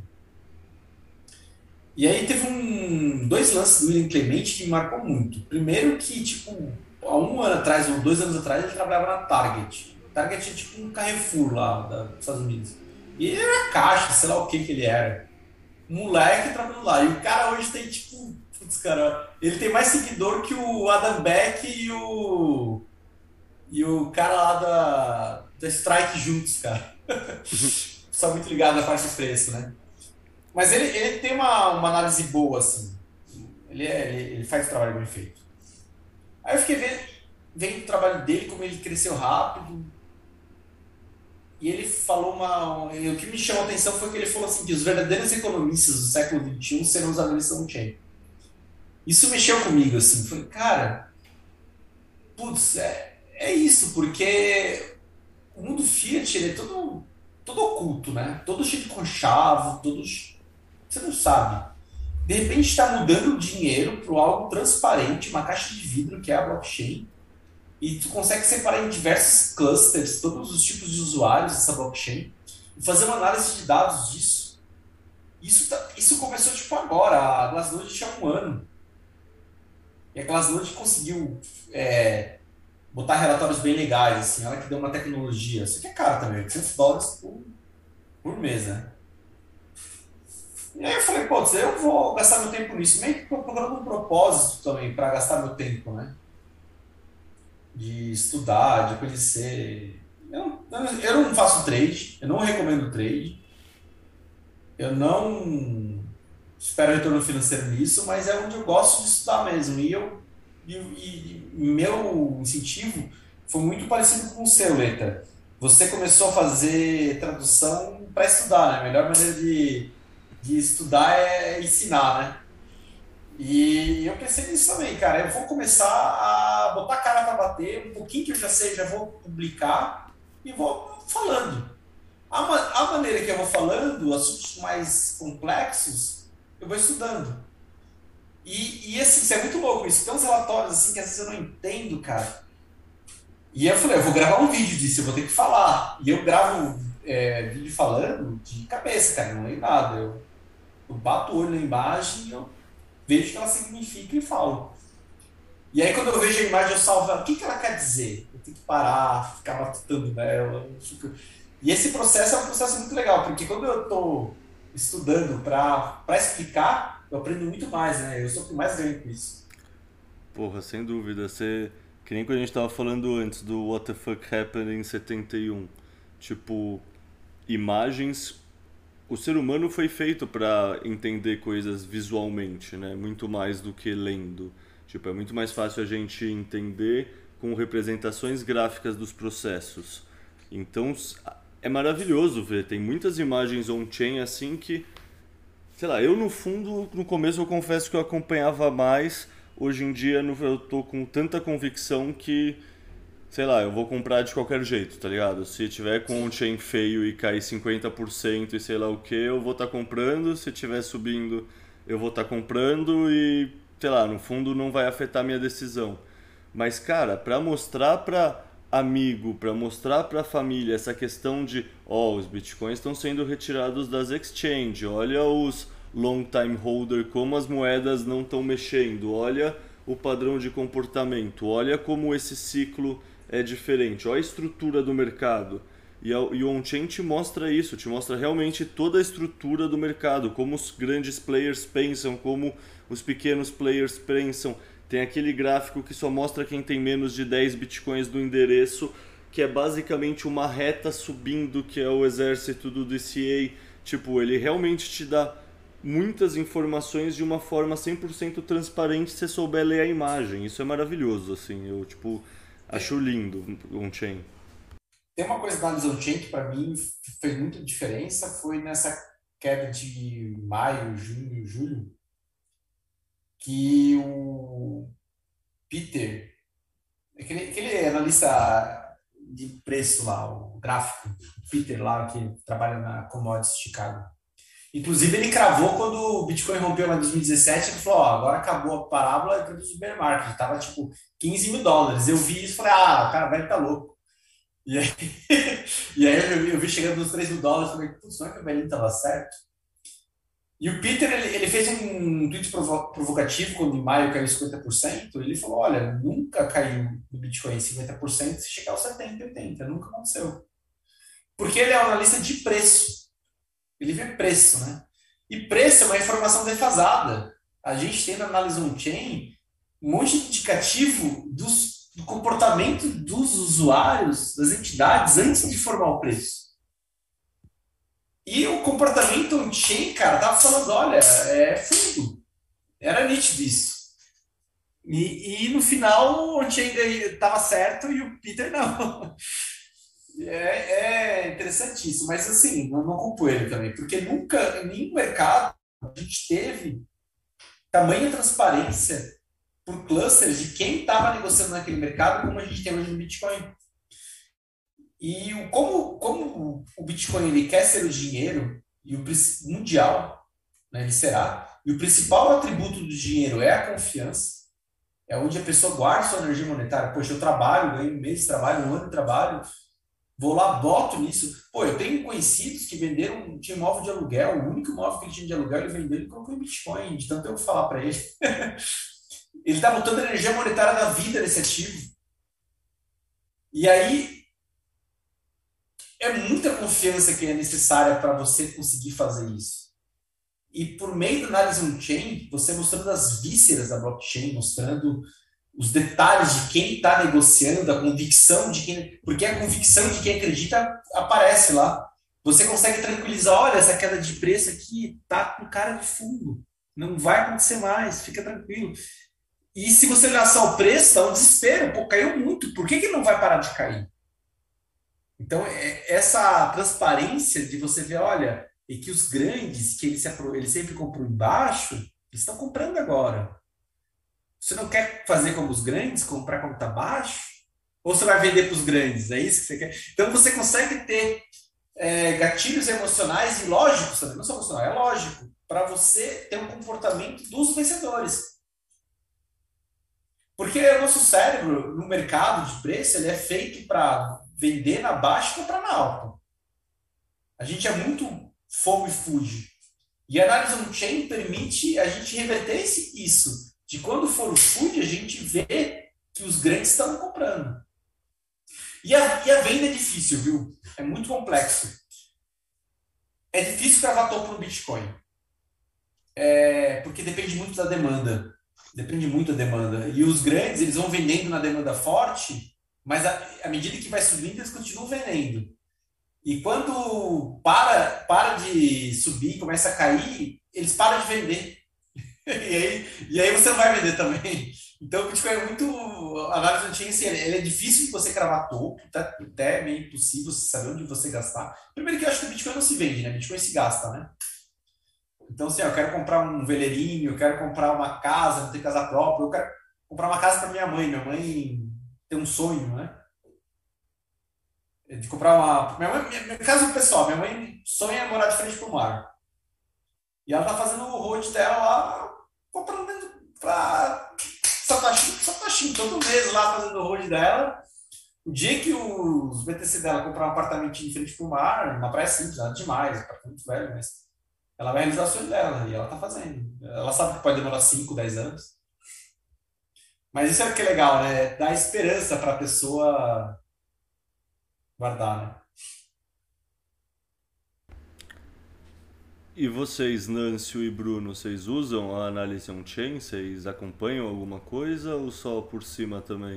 [SPEAKER 3] E aí teve dois lances do William Clemente que me marcou muito. Primeiro que, tipo, há 1 ano atrás, ou 2 anos atrás, ele trabalhava na Target. Target é tipo um Carrefour lá dos Estados Unidos. E ele era caixa, sei lá o que ele era. Um moleque trabalhando lá. E o cara hoje tem, tipo, putz, cara, ele tem mais seguidor que o Adam Beck e o cara lá da Strike juntos, cara. Só muito ligado na parte de preço, né? Mas ele tem uma análise boa, assim. Ele faz o trabalho bem feito. Aí eu fiquei vendo o trabalho dele, como ele cresceu rápido, e ele falou e o que me chamou a atenção foi que ele falou assim, que os verdadeiros economistas do século XXI serão os analistas on-chain. Isso mexeu comigo, assim, falei, cara, putz, é isso, porque o mundo Fiat, ele é todo oculto, né? Todo cheio de conchavo, você não sabe. De repente está mudando o dinheiro para algo transparente, uma caixa de vidro que é a blockchain, e tu consegue separar em diversos clusters todos os tipos de usuários dessa blockchain e fazer uma análise de dados disso. Isso começou tipo agora, a Glassnode tinha 1 ano. E a Glassnode conseguiu botar relatórios bem legais, assim, ela que deu uma tecnologia. Isso aqui é caro também, $800 por mês, né? E aí eu falei, pô, eu vou gastar meu tempo nisso, meio que procurando um propósito também para gastar meu tempo, né? De estudar, de conhecer. Eu não faço trade, eu não recomendo trade, eu não espero retorno financeiro nisso, mas é onde eu gosto de estudar mesmo. E meu incentivo foi muito parecido com o seu, Leta. Você começou a fazer tradução para estudar, né? A melhor maneira de estudar é ensinar, né? E eu pensei nisso também, cara. Eu vou começar a botar a cara para bater, um pouquinho que eu já sei, já vou publicar e vou falando. A maneira que eu vou falando, assuntos mais complexos, eu vou estudando. E assim, isso é muito louco. Isso tem uns relatórios assim que às vezes eu não entendo, cara. E eu falei, eu vou gravar um vídeo disso, eu vou ter que falar. E eu gravo vídeo falando de cabeça, cara, não leio nada. Eu bato o olho na imagem, eu vejo o que ela significa e falo. E aí quando eu vejo a imagem, eu salvo ela. O que ela quer dizer? Eu tenho que parar, ficar matutando nela. E esse processo é um processo muito legal, porque quando eu estou estudando para explicar, eu aprendo muito mais, né? Eu sou o que mais ganho com isso.
[SPEAKER 1] Porra, sem dúvida. Que nem quando a gente tava falando antes do What the Fuck Happened em 71. Tipo, imagens. O ser humano foi feito para entender coisas visualmente, né? Muito mais do que lendo. Tipo, é muito mais fácil a gente entender com representações gráficas dos processos. Então, é maravilhoso ver. Tem muitas imagens on-chain assim que, sei lá, eu no fundo, no começo eu confesso que eu acompanhava mais. Hoje em dia eu tô com tanta convicção que, sei lá, eu vou comprar de qualquer jeito, tá ligado? Se tiver com um chain feio e cair 50% e sei lá o que, eu vou estar comprando. Se tiver subindo, eu vou estar comprando e, sei lá, no fundo não vai afetar minha decisão. Mas, cara, pra mostrar pra amigo, pra mostrar pra família essa questão de, os bitcoins estão sendo retirados das exchange, olha os long time holder, como as moedas não estão mexendo, olha o padrão de comportamento, olha como esse ciclo é diferente, olha a estrutura do mercado. E o on-chain te mostra isso, te mostra realmente toda a estrutura do mercado, como os grandes players pensam, como os pequenos players pensam. Tem aquele gráfico que só mostra quem tem menos de 10 bitcoins no endereço, que é basicamente uma reta subindo, que é o exército do DCA. Tipo, ele realmente te dá muitas informações de uma forma 100% transparente se você souber ler a imagem. Isso é maravilhoso, assim. Eu, acho lindo on-chain.
[SPEAKER 3] Tem uma coisa da análise on-chain que para mim fez muita diferença, foi nessa queda de maio, junho, julho, que o Peter, aquele analista de preço lá, o gráfico, Peter lá, que trabalha na Commodities Chicago. Inclusive, ele cravou quando o Bitcoin rompeu lá em 2017, ele falou, agora acabou a parábola do bear market, tava tipo $15 mil. Eu vi isso e falei, o cara vai estar louco. E aí, eu vi chegando nos $3 mil, falei, putz, não é que o velhinho tava certo? E o Peter, ele fez um tweet provocativo quando em maio caiu 50%, ele falou, olha, nunca caiu no Bitcoin 50% se chegar aos 70, 80, nunca aconteceu. Porque ele é um analista de preço. Ele vê preço, né? E preço é uma informação defasada. A gente tem na análise on-chain um monte de indicativo do comportamento dos usuários, das entidades, antes de formar o preço. E o comportamento on-chain, cara, tava falando, olha, é fundo. Era nítido isso. E no final, o Chain estava certo e o Peter não. É interessantíssimo, mas assim, não culpo ele também, porque nunca, em nenhum mercado, a gente teve tamanha transparência por clusters de quem estava negociando naquele mercado como a gente tem hoje no Bitcoin. E como o Bitcoin ele quer ser o dinheiro e o mundial, né, ele será, e o principal atributo do dinheiro é a confiança, é onde a pessoa guarda sua energia monetária. Poxa, eu trabalho, ganho um mês de trabalho, um ano de trabalho, vou lá, boto nisso. Pô, eu tenho conhecidos que venderam, tinha imóvel de aluguel, o único imóvel que ele tinha de aluguel, ele vendeu e colocou em Bitcoin, de tanto eu falar para ele. Ele está botando energia monetária da vida nesse ativo. E aí, é muita confiança que é necessária para você conseguir fazer isso. E por meio da análise on-chain, você mostrando as vísceras da blockchain, mostrando os detalhes de quem está negociando, a convicção de quem. Porque a convicção de quem acredita aparece lá. Você consegue tranquilizar: olha, essa queda de preço aqui tá com cara de fundo. Não vai acontecer mais, fica tranquilo. E se você olhar só o preço, dá um desespero. Pô, caiu muito. Por que não vai parar de cair? Então, essa transparência de você ver, olha, e que os grandes, que eles sempre compram embaixo, eles estão comprando agora. Você não quer fazer como os grandes, comprar quando está baixo? Ou você vai vender para os grandes? É isso que você quer? Então você consegue ter gatilhos emocionais e lógicos também, não só emocional, é lógico, para você ter um comportamento dos vencedores. Porque o nosso cérebro, no mercado de preço, ele é feito para vender na baixa e comprar na alta. A gente é muito fome e fude. E a análise on-chain permite a gente reverter isso. De quando for o food, a gente vê que os grandes estão comprando. E a venda é difícil, viu? É muito complexo. É difícil cravar topo no Bitcoin. Porque depende muito da demanda. Depende muito da demanda. E os grandes, eles vão vendendo na demanda forte, mas à medida que vai subindo, eles continuam vendendo. E quando para de subir, começa a cair, eles param de vender. E aí você não vai vender também. Então o Bitcoin é muito. A análise on-chain, assim, ele é difícil de você cravar topo, tá até meio impossível você saber onde você gastar. Primeiro que eu acho que o Bitcoin não se vende, né? Bitcoin se gasta, né? Então, assim, eu quero comprar um veleirinho, eu quero comprar uma casa, não tenho casa própria, eu quero comprar uma casa para minha mãe. Minha mãe tem um sonho, né? De comprar uma. Minha caso pessoal, minha mãe sonha em morar de frente para o mar. E ela tá fazendo o road dela lá, comprando pra Satoshi, todo mês lá fazendo o road dela. O dia que os BTC dela comprar um apartamentinho em frente pro mar, uma praia simples, nada demais, apartamento velho, mas ela vai realizar o sonho dela e ela tá fazendo. Ela sabe que pode demorar 5, 10 anos. Mas isso é que é legal, né? Dá esperança pra pessoa guardar, né?
[SPEAKER 1] E vocês, Nâncio e Bruno, vocês usam a análise on-chain? Vocês acompanham alguma coisa ou só por cima também?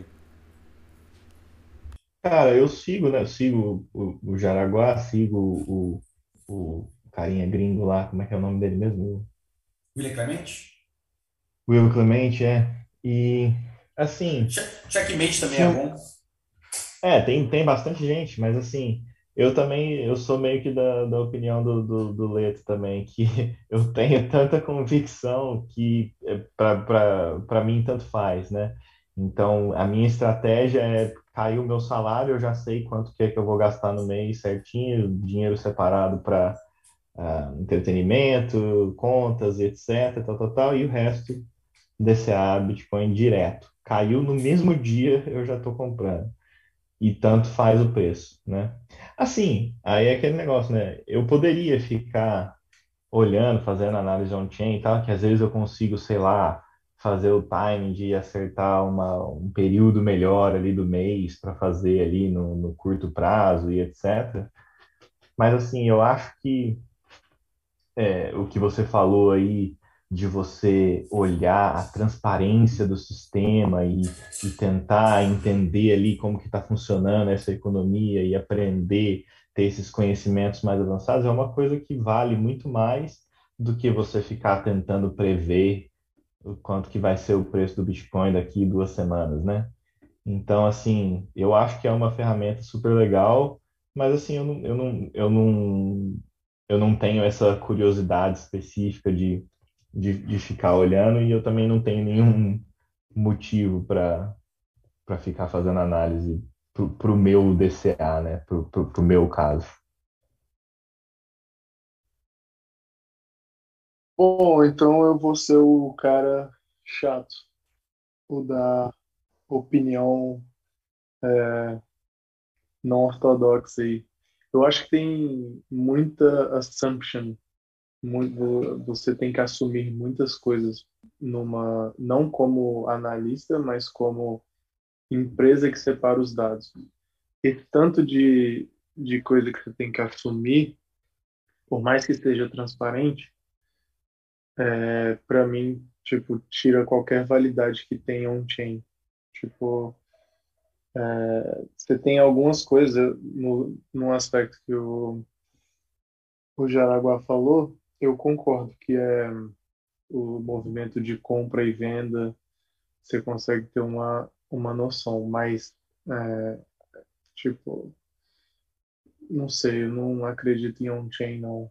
[SPEAKER 4] Cara, eu sigo, né? Eu sigo o Jaraguá, sigo o carinha gringo lá, como é que é o nome dele mesmo?
[SPEAKER 3] William Clemente?
[SPEAKER 4] O Will Clemente, é. E, assim,
[SPEAKER 3] Checkmate também
[SPEAKER 4] se
[SPEAKER 3] é
[SPEAKER 4] eu,
[SPEAKER 3] bom.
[SPEAKER 4] tem bastante gente, mas, assim, eu também, eu sou meio que da opinião do Leto também, que eu tenho tanta convicção que para mim tanto faz, né? Então, a minha estratégia é cair o meu salário, eu já sei quanto que é que eu vou gastar no mês certinho, dinheiro separado para entretenimento, contas, etc, tal, tal, tal, e o resto DCA, Bitcoin direto. Caiu no mesmo dia, eu já estou comprando. E tanto faz o preço, né? Assim, aí é aquele negócio, né? Eu poderia ficar olhando, fazendo análise on-chain e tal, que às vezes eu consigo, sei lá, fazer o timing de acertar um período melhor ali do mês para fazer ali no curto prazo e etc. Mas assim, eu acho que o que você falou aí de você olhar a transparência do sistema e tentar entender ali como que está funcionando essa economia e aprender, ter esses conhecimentos mais avançados, é uma coisa que vale muito mais do que você ficar tentando prever quanto que vai ser o preço do Bitcoin daqui 2 semanas, né? Então, assim, eu acho que é uma ferramenta super legal, mas assim, eu não tenho essa curiosidade específica de ficar olhando e eu também não tenho nenhum motivo para ficar fazendo análise para o meu DCA, né? Pro meu caso.
[SPEAKER 2] Bom, então eu vou ser o cara chato, o da opinião não ortodoxa aí. Eu acho que tem muita assumption, você tem que assumir muitas coisas não como analista, mas como empresa que separa os dados. E tanto de coisa que você tem que assumir, por mais que seja transparente, para mim, tipo, tira qualquer validade que tenha on-chain. Tipo, você tem algumas coisas no aspecto que o Jaraguá falou, eu concordo que é o movimento de compra e venda, você consegue ter uma noção, mas, tipo, não sei, eu não acredito em on-chain, não.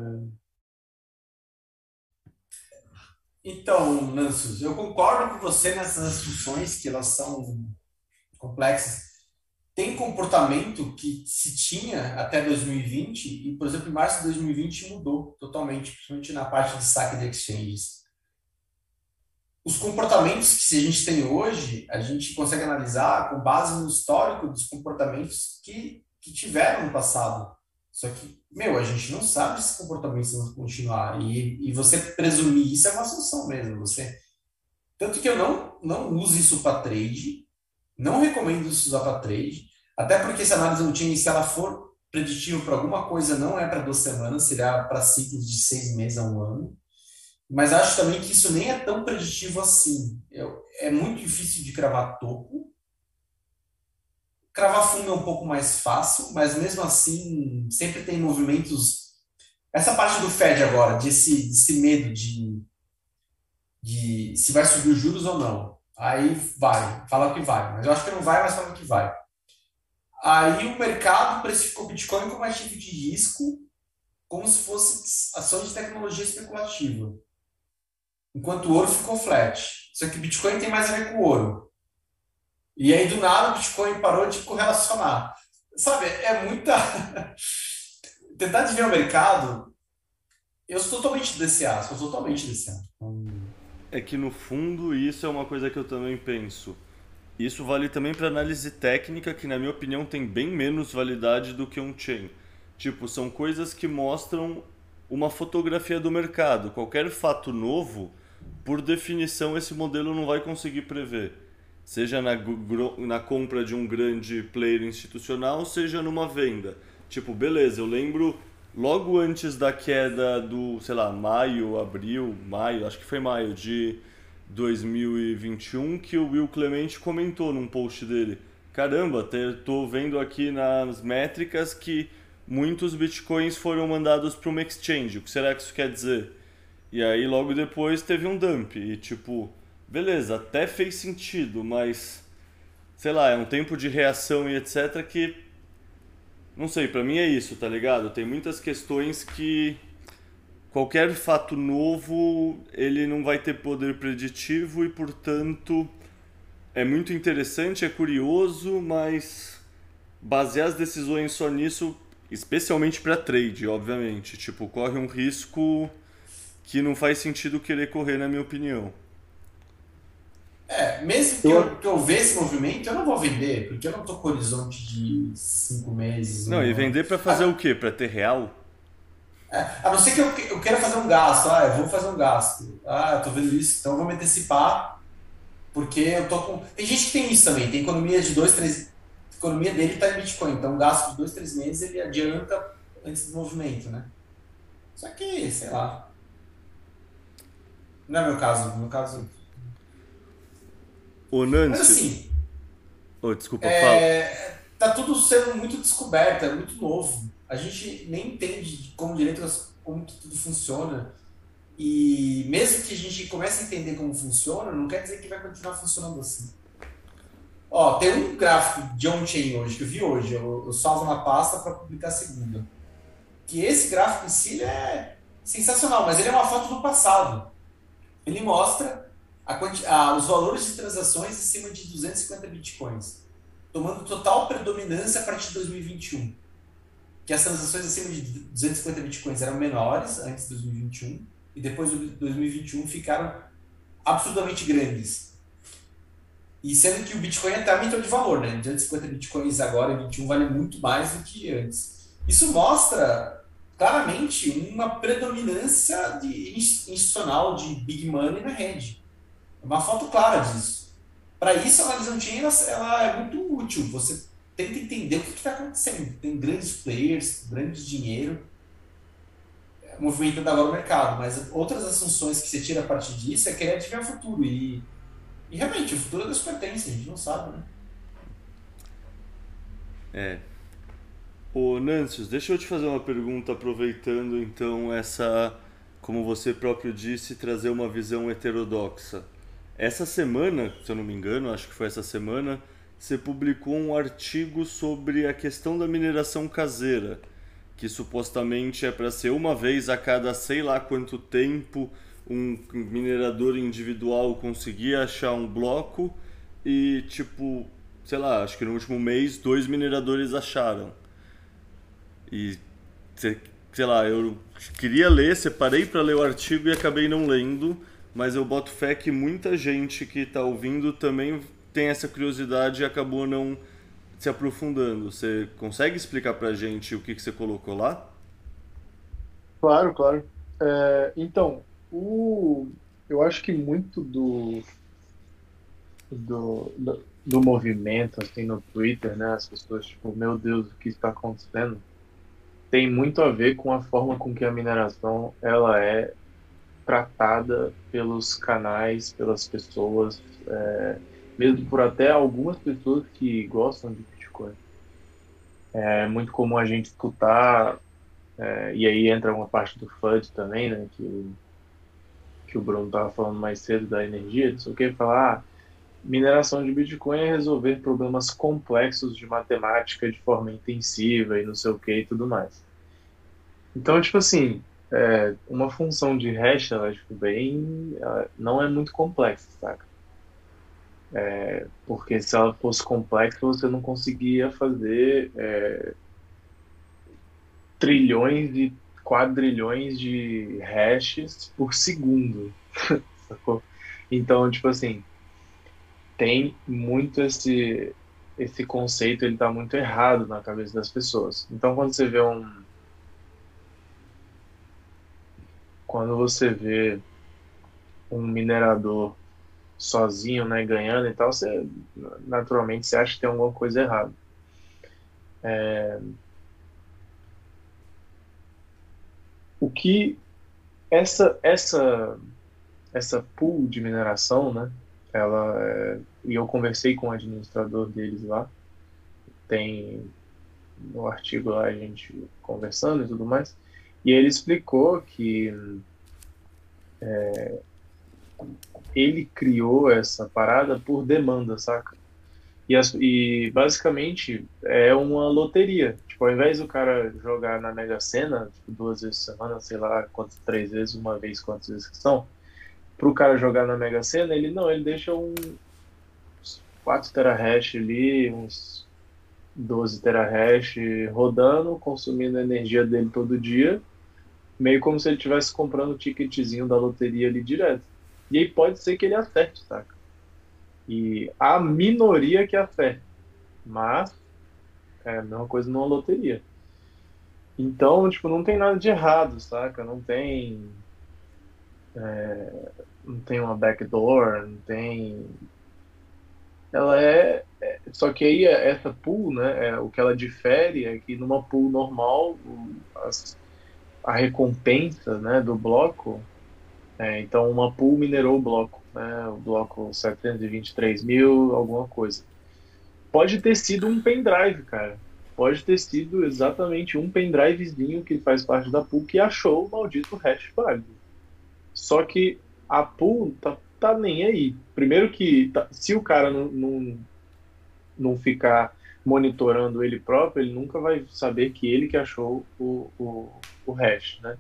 [SPEAKER 3] Então, Nancy, eu concordo com você nessas discussões que elas são complexas. Tem comportamento que se tinha até 2020 e, por exemplo, em março de 2020 mudou totalmente, principalmente na parte de saque de exchanges. Os comportamentos que a gente tem hoje, a gente consegue analisar com base no histórico dos comportamentos que tiveram no passado. Só que, meu, a gente não sabe se esses comportamentos vão continuar. E você presumir isso é uma assunção mesmo. Tanto que eu não uso isso para trade, não recomendo isso usar para trade, até porque essa análise on-chain, se ela for preditiva para alguma coisa, não é para 2 semanas, será para ciclos de 6 meses a um ano. Mas acho também que isso nem é tão preditivo assim. É muito difícil de cravar topo. Cravar fundo é um pouco mais fácil, mas mesmo assim sempre tem movimentos. Essa parte do Fed agora, desse medo de se vai subir os juros ou não. Aí vai, fala que vai, mas eu acho que não vai, mas fala que vai. Aí o mercado precificou o Bitcoin como ativo de risco, como se fosse ações de tecnologia especulativa. Enquanto o ouro ficou flat. Só que o Bitcoin tem mais a ver com o ouro. E aí, do nada, o Bitcoin parou de correlacionar. Sabe, é muita. Tentar adivinhar o mercado. Eu sou totalmente DCA, sou totalmente DCA.
[SPEAKER 1] É que no fundo isso é uma coisa que eu também penso. Isso vale também para análise técnica, que na minha opinião tem bem menos validade do que on-chain. Tipo, são coisas que mostram uma fotografia do mercado. Qualquer fato novo, por definição, esse modelo não vai conseguir prever. Seja na compra de um grande player institucional, seja numa venda. Tipo, beleza, eu lembro logo antes da queda do, sei lá, maio, acho que foi maio de 2021, que o Will Clemente comentou num post dele: caramba, tô vendo aqui nas métricas que muitos bitcoins foram mandados para uma exchange, o que será que isso quer dizer? E aí logo depois teve um dump e tipo, beleza, até fez sentido, mas sei lá, é um tempo de reação e etc que não sei, pra mim é isso, tá ligado? Tem muitas questões que qualquer fato novo ele não vai ter poder preditivo e portanto é muito interessante, é curioso, mas basear as decisões só nisso, especialmente para trade, obviamente, tipo, corre um risco que não faz sentido querer correr, na minha opinião.
[SPEAKER 3] Mesmo que eu veja esse movimento, eu não vou vender, porque eu não estou com horizonte de 5 meses,
[SPEAKER 1] Não,
[SPEAKER 3] um
[SPEAKER 1] e
[SPEAKER 3] ano.
[SPEAKER 1] vender para fazer o quê? Para ter real?
[SPEAKER 3] A não ser que eu queira fazer um gasto. Ah, eu vou fazer um gasto. Ah, eu tô vendo isso, então eu vou me antecipar, porque eu tô com. Tem gente que tem isso também, tem economia de 2, 3. A economia dele está em Bitcoin, então um gasto de 2, 3 meses ele adianta antes do movimento, né? Só que, sei lá. Não é meu caso, no meu caso.
[SPEAKER 1] Ô
[SPEAKER 3] Mas
[SPEAKER 1] Nancy,
[SPEAKER 3] assim,
[SPEAKER 1] oh, desculpa, fala.
[SPEAKER 3] tá tudo sendo muito descoberto, é muito novo. A gente nem entende como direito como que tudo funciona. E mesmo que a gente comece a entender como funciona, não quer dizer que vai continuar funcionando assim. Ó, tem um gráfico de on-chain hoje, que eu vi hoje, eu salvo na pasta para publicar segunda. Que esse gráfico em si ele é sensacional, mas ele é uma foto do passado. Ele mostra os valores de transações acima de 250 bitcoins, tomando total predominância a partir de 2021. Que as transações acima de 250 bitcoins eram menores antes de 2021 e depois de 2021 ficaram absurdamente grandes. E sendo que o Bitcoin até aumentou de valor, né? 250 Bitcoins agora em 21 vale muito mais do que antes. Isso mostra claramente uma predominância institucional de big money na rede. É uma foto clara disso. Para isso, a análise on-chain ela é muito útil. Você tenta entender o que está acontecendo. Tem grandes players, grandes dinheiro movimentando agora o mercado, mas outras assunções que você tira a partir disso é querer adivinhar o futuro. E realmente, o futuro é das pertence, a gente não sabe, né?
[SPEAKER 1] É. Ô, Nancius, deixa eu te fazer uma pergunta, aproveitando então essa, como você próprio disse, trazer uma visão heterodoxa. Essa semana, se eu não me engano, acho que foi essa semana, você publicou um artigo sobre a questão da mineração caseira, que supostamente é para ser uma vez a cada sei lá quanto tempo um minerador individual conseguir achar um bloco e, tipo, sei lá, acho que no último mês 2 mineradores acharam. E, sei lá, eu queria ler, separei para ler o artigo e acabei não lendo, mas eu boto fé que muita gente que está ouvindo também tem essa curiosidade e acabou não se aprofundando. Você consegue explicar pra gente o que você colocou lá?
[SPEAKER 2] Claro, claro. Então, eu acho que muito do movimento, assim, no Twitter, né? As pessoas, tipo, meu Deus, o que está acontecendo? Tem muito a ver com a forma com que a mineração, ela é tratada pelos canais, pelas pessoas, mesmo por até algumas pessoas que gostam de Bitcoin. É muito comum a gente escutar, e aí entra uma parte do FUD também, né, que o Bruno estava falando mais cedo da energia, não sei o que, falar, mineração de Bitcoin é resolver problemas complexos de matemática de forma intensiva e não sei o que e tudo mais. Então, tipo assim, uma função de hash, ela, tipo, ela não é muito complexa, saca? Porque se ela fosse complexa, você não conseguia fazer trilhões e quadrilhões de hashes por segundo, sacou? Então, tipo assim, tem muito esse conceito, ele tá muito errado na cabeça das pessoas. Então, quando você vê um minerador sozinho, né, ganhando e tal, você naturalmente você acha que tem alguma coisa errada. O que essa pool de mineração, né? E eu conversei com o administrador deles lá, tem no artigo lá a gente conversando e tudo mais, e ele explicou que ele criou essa parada por demanda, saca? E basicamente é uma loteria. Tipo, ao invés do cara jogar na Mega Sena, tipo, 2 vezes por semana, sei lá quantas, 3 vezes, uma vez, quantas vezes que são, pro cara jogar na Mega Sena, ele deixa uns 4 terahash ali, uns 12 terahash rodando, consumindo a energia dele todo dia, meio como se ele estivesse comprando o ticketzinho da loteria ali direto. E aí pode ser que ele acerte, saca? E a minoria que acerte, mas é a mesma coisa numa loteria. Então, tipo, não tem nada de errado, saca? Não tem uma backdoor, não tem. Ela só que aí essa pool, né? O que ela difere é que numa pool normal, a recompensa, né, do bloco. Então, uma pool minerou o bloco, né? O bloco 723 mil, alguma coisa. Pode ter sido um pendrive, cara. Pode ter sido exatamente um pendrivezinho que faz parte da pool que achou o maldito hash válido. Só que a pool tá nem aí. Primeiro que se o cara não ficar monitorando ele próprio, ele nunca vai saber que ele que achou o hash, né?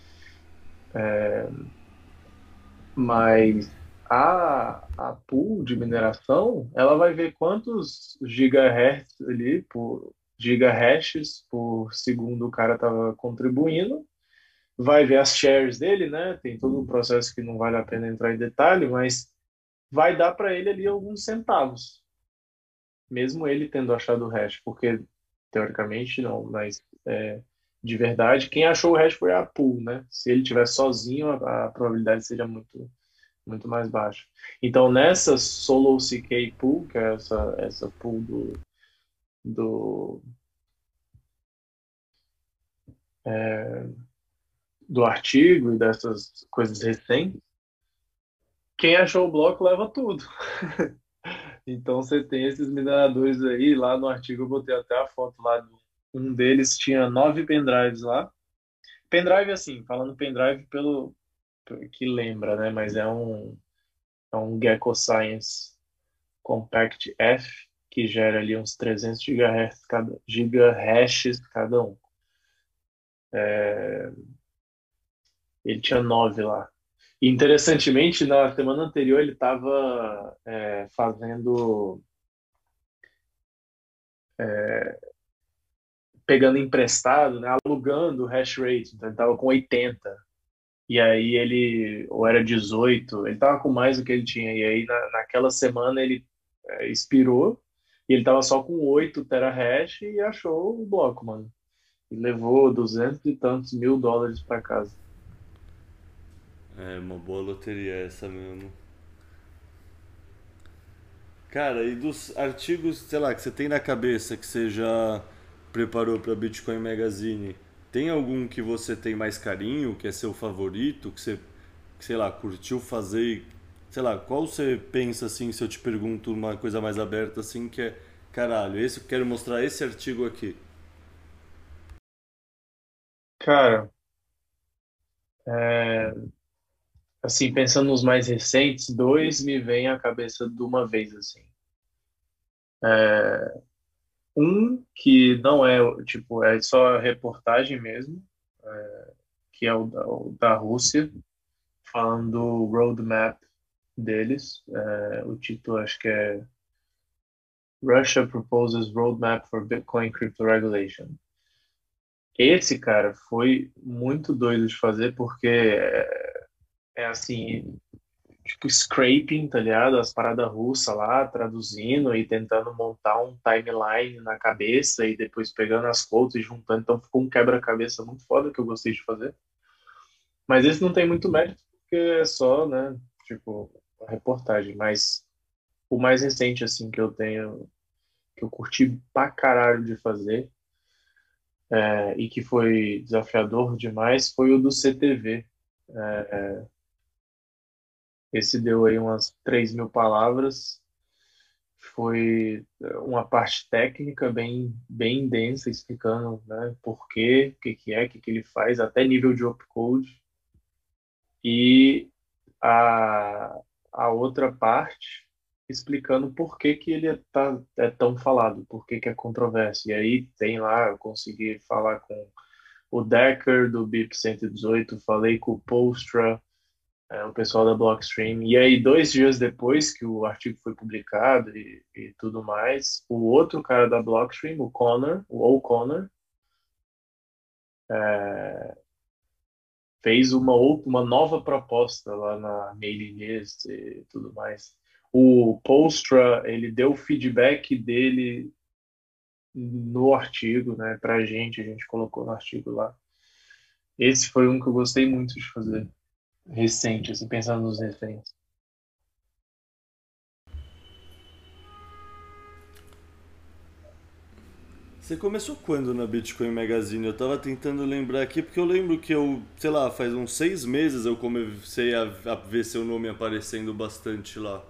[SPEAKER 2] Mas a pool de mineração, ela vai ver quantos gigahertz ali, por gigahashes por segundo o cara estava contribuindo, vai ver as shares dele, né? Tem todo um processo que não vale a pena entrar em detalhe, mas vai dar para ele ali alguns centavos, mesmo ele tendo achado o hash, porque teoricamente não, mas de verdade, quem achou o hash foi a pool, né? Se ele estiver sozinho, a probabilidade seria muito mais baixa. Então, nessa Solo CK pool, que é essa pool do, do artigo e dessas coisas recentes, quem achou o bloco leva tudo. Então, você tem esses mineradores aí, lá no artigo eu botei até a foto lá, um deles tinha 9 pendrives lá. Pendrive, assim, falando pendrive pelo que lembra, né? Mas é um Gecko Science Compact F, que gera ali uns 300 gigahashes cada um. Ele tinha 9 lá. E, interessantemente, na semana anterior ele estava fazendo, pegando emprestado, né, alugando o hash rate. Então ele estava com 80. E aí ele, ou era 18, ele estava com mais do que ele tinha. E aí naquela semana ele expirou e ele estava só com 8 terahash e achou o bloco, mano. E levou 200 e tantos mil dólares para casa.
[SPEAKER 1] É uma boa loteria essa mesmo. Cara, e dos artigos, sei lá, que você tem na cabeça que você já preparou para Bitcoin Magazine, tem algum que você tem mais carinho, que é seu favorito, que você, sei lá, curtiu fazer? Sei lá, qual você pensa assim, se eu te pergunto uma coisa mais aberta assim, que é, caralho, esse eu quero mostrar esse artigo aqui.
[SPEAKER 2] Cara, é, assim, pensando nos mais recentes, dois me vêm à cabeça de uma vez, assim. Um que não é, tipo, é só reportagem mesmo, que é o da Rússia, falando do roadmap deles. O título acho que é Russia Proposes Roadmap for Bitcoin Crypto Regulation. Esse, cara, foi muito doido de fazer porque é assim, tipo scraping, tá ligado? As paradas russas lá, traduzindo e tentando montar um timeline na cabeça e depois pegando as quotes e juntando. Então ficou um quebra-cabeça muito foda que eu gostei de fazer. Mas esse não tem muito mérito porque é só, né, tipo, a reportagem. Mas o mais recente, assim, que eu tenho, que eu curti pra caralho de fazer e que foi desafiador demais foi o do CTV. Esse deu aí umas 3.000 palavras. Foi uma parte técnica bem densa, explicando, né, por quê, o que ele faz, até nível de opcode. E a, a outra parte explicando por que que ele é tão falado, por que que é controverso. E aí tem lá, eu consegui falar com o Decker do BIP 118, falei com o Postra, o pessoal da Blockstream. E aí, 2 dias depois que o artigo foi publicado e tudo mais, o outro cara da Blockstream, o O'Connor, fez uma nova proposta lá na mailing list e tudo mais. O Postra, ele deu o feedback dele no artigo, né, pra gente, a gente colocou no artigo lá. Esse foi um que eu gostei muito de fazer, recente, assim, pensando nos recentes.
[SPEAKER 1] Você começou quando na Bitcoin Magazine? Eu tava tentando lembrar aqui, porque eu lembro que eu, sei lá, faz uns 6 meses eu comecei a ver seu nome aparecendo bastante lá.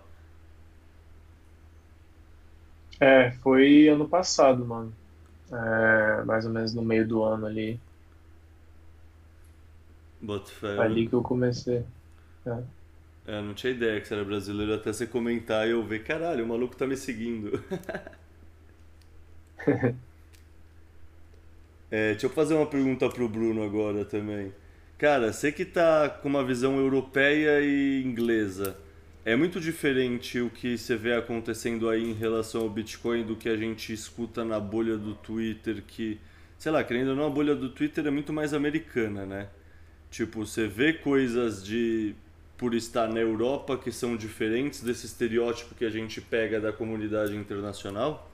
[SPEAKER 2] Foi ano passado, mano. Mais ou menos no meio do ano ali,
[SPEAKER 1] Boto fé.
[SPEAKER 2] ali que eu comecei. É.
[SPEAKER 1] É, eu não tinha ideia que você era brasileiro até você comentar e eu ver, caralho, o maluco tá me seguindo. É, deixa eu fazer uma pergunta pro Bruno agora também. Cara, você que tá com uma visão europeia e inglesa, é muito diferente o que você vê acontecendo aí em relação ao Bitcoin do que a gente escuta na bolha do Twitter, que, sei lá, querendo ou não, a bolha do Twitter é muito mais americana, né? Tipo, você vê coisas de por estar na Europa que são diferentes desse estereótipo que a gente pega da comunidade internacional?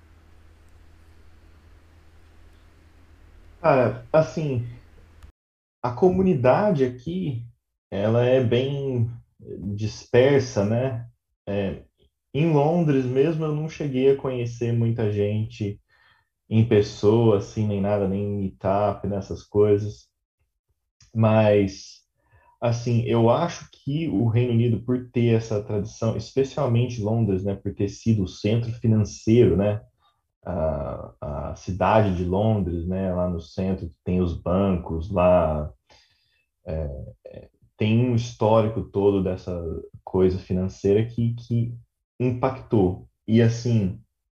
[SPEAKER 4] Cara, assim, a comunidade aqui, ela é bem dispersa, né? É, em Londres mesmo eu não cheguei a conhecer muita gente em pessoa, assim, nem nada, nem em meetup, nessas coisas. Mas, assim, eu acho que o Reino Unido, por ter essa tradição, especialmente Londres, né, por ter sido o centro financeiro, né, a cidade de Londres, né, lá no centro, que tem os bancos, lá tem um histórico todo dessa coisa financeira que impactou. E, assim,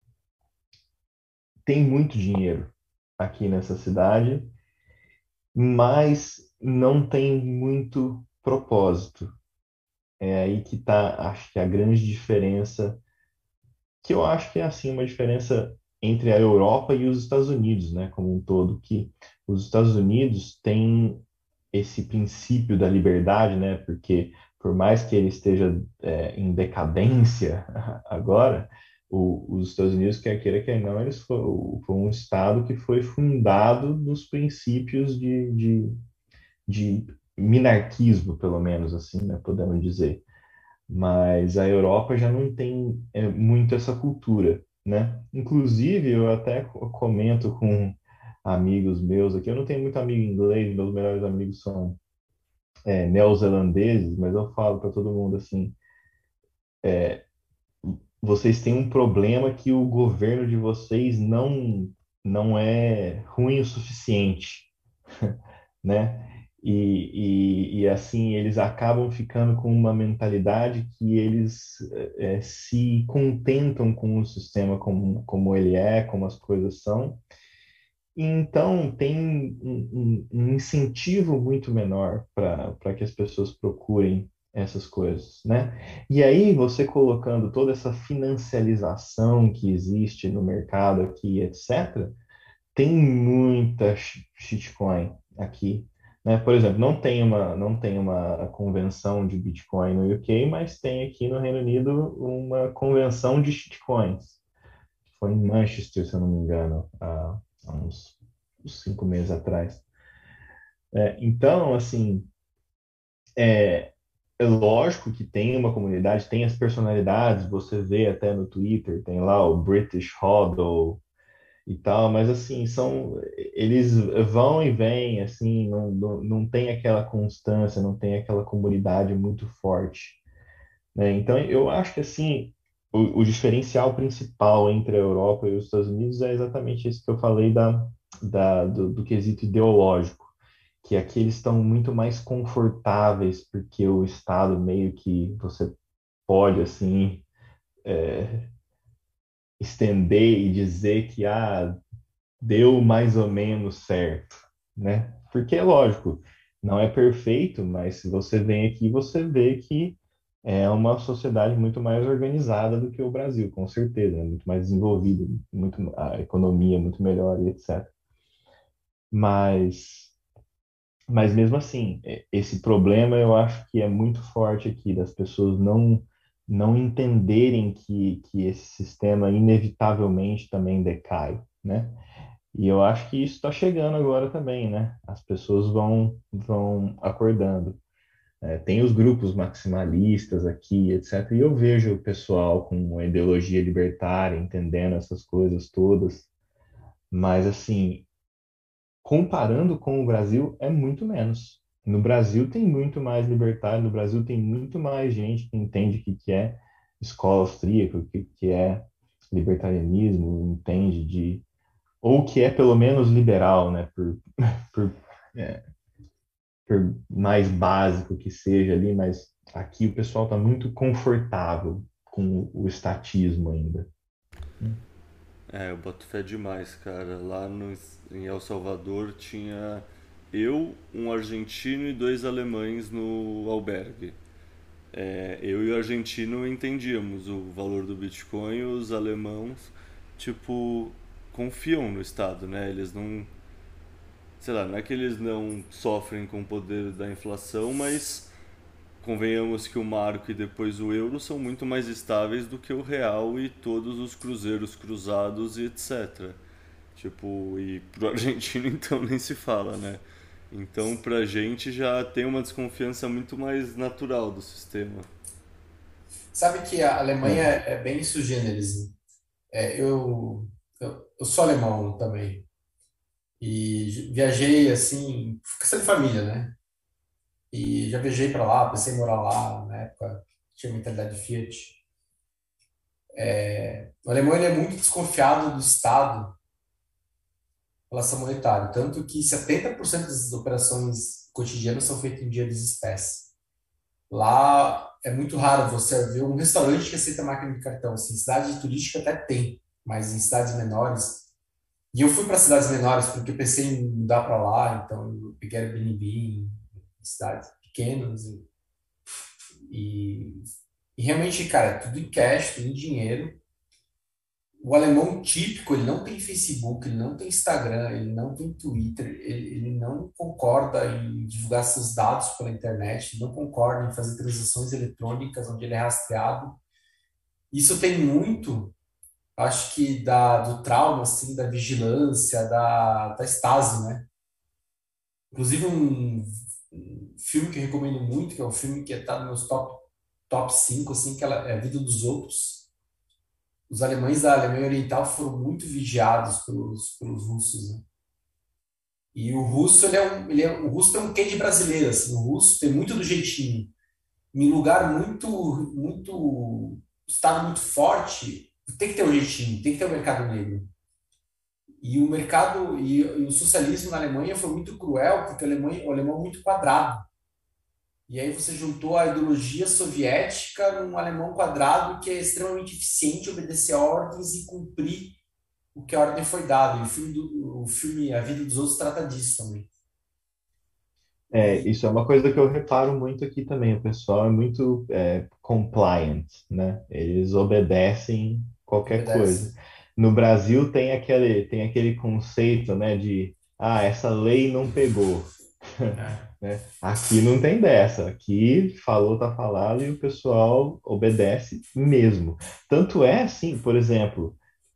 [SPEAKER 4] tem muito dinheiro aqui nessa cidade, mas não tem muito propósito. É aí que está, acho que a grande diferença, que eu acho que é assim uma diferença entre a Europa e os Estados Unidos, né, como um todo, que os Estados Unidos têm esse princípio da liberdade, né, porque por mais que ele esteja em decadência agora, os Estados Unidos, quer queira, quer não, eles foi um estado que foi fundado nos princípios de minarquismo, pelo menos assim, né, podemos dizer. Mas a Europa já não tem muito essa cultura, né? Inclusive, eu até comento com amigos meus aqui, eu não tenho muito amigo inglês, meus melhores amigos são neozelandeses, mas eu falo para todo mundo assim, vocês têm um problema que o governo de vocês não é ruim o suficiente, né? E assim eles acabam ficando com uma mentalidade que eles se contentam com o sistema como ele é, como as coisas são. E então tem um incentivo muito menor para que as pessoas procurem essas coisas, né? E aí você colocando toda essa financialização que existe no mercado aqui, etc., tem muita shitcoin aqui, né? Por exemplo, não tem uma convenção de Bitcoin no UK, mas tem aqui no Reino Unido uma convenção de shitcoins. Foi em Manchester, se eu não me engano, há uns 5 meses atrás. Então, assim, é, é lógico que tem uma comunidade, tem as personalidades, você vê até no Twitter, tem lá o British HODL, e tal, mas assim, eles vão e vêm, assim, não tem aquela constância, não tem aquela comunidade muito forte, né? Então, eu acho que, assim, o diferencial principal entre a Europa e os Estados Unidos é exatamente isso que eu falei do quesito ideológico, que aqui eles estão muito mais confortáveis, porque o Estado meio que você pode, assim, estender e dizer que, deu mais ou menos certo, né? Porque é lógico, não é perfeito, mas se você vem aqui, você vê que é uma sociedade muito mais organizada do que o Brasil, com certeza, né? Muito mais desenvolvida, muito a economia muito melhor e etc. Mas mas mesmo assim, esse problema eu acho que é muito forte aqui das pessoas não entenderem que esse sistema inevitavelmente também decai, né? E eu acho que isso está chegando agora também, né? As pessoas vão acordando. Tem os grupos maximalistas aqui, etc. E eu vejo o pessoal com uma ideologia libertária, entendendo essas coisas todas. Mas, assim, comparando com o Brasil, é muito menos. No Brasil tem muito mais libertário, no Brasil tem muito mais gente que entende o que é escola austríaca, o que é libertarianismo, entende ou que é pelo menos liberal, né? Por, é, por mais básico que seja ali, mas aqui o pessoal está muito confortável com o estatismo ainda.
[SPEAKER 1] Eu boto fé demais, cara. Lá no, em El Salvador tinha eu, um argentino e dois alemães no albergue. Eu e o argentino entendíamos o valor do Bitcoin, os alemãos, tipo, confiam no Estado, né? Eles não, sei lá, não é que eles não sofrem com o poder da inflação, mas convenhamos que o marco e depois o euro são muito mais estáveis do que o real e todos os cruzeiros cruzados e etc. Tipo, e pro argentino então nem se fala, né? Então pra gente já tem uma desconfiança muito mais natural do sistema.
[SPEAKER 3] Sabe que a Alemanha
[SPEAKER 4] É,
[SPEAKER 3] é bem sui generis, né? Eu sou alemão também. E viajei, assim, questão de família, né? E já viajei para lá, pensei em morar lá, na época tinha mentalidade Fiat. O alemão ele é muito desconfiado do Estado em relação monetário, tanto que 70% das operações cotidianas são feitas em dinheiro de espécie. Lá é muito raro você ver um restaurante que aceita máquina de cartão. Assim, cidade turística até tem, mas em cidades menores. E eu fui para cidades menores porque eu pensei em mudar para lá, então eu peguei Airbnb em cidades pequenas e, e realmente, cara, é tudo em cash, tudo em dinheiro. O alemão típico, ele não tem Facebook, ele não tem Instagram, ele não tem Twitter, ele não concorda em divulgar seus dados pela internet, ele não concorda em fazer transações eletrônicas onde ele é rastreado. Isso tem muito, acho que do trauma, assim, da vigilância, da Stasi, né? Inclusive um filme que eu recomendo muito, que é um filme que está nos meus top 5 assim, que é A Vida dos Outros. Os alemães da Alemanha Oriental foram muito vigiados pelos russos, né? E o russo, o russo tem um quê de brasileiro, assim, o russo tem muito do jeitinho. Em lugar estado muito forte, tem que ter um jeitinho, tem que ter um mercado negro. E o socialismo na Alemanha foi muito cruel, porque o alemão é muito quadrado. E aí você juntou a ideologia soviética num alemão quadrado que é extremamente eficiente, obedecer ordens e cumprir o que a ordem foi dada. E o filme A Vida dos Outros trata disso também. E
[SPEAKER 4] isso é uma coisa que eu reparo muito aqui também. O pessoal é muito compliant, né? Eles obedecem qualquer coisa.
[SPEAKER 3] obedece.
[SPEAKER 4] No Brasil tem aquele conceito, né, de essa lei não pegou,
[SPEAKER 3] Né?
[SPEAKER 4] né? Aqui não tem dessa. Aqui falou, tá falado e o pessoal obedece mesmo. Tanto é assim, por exemplo,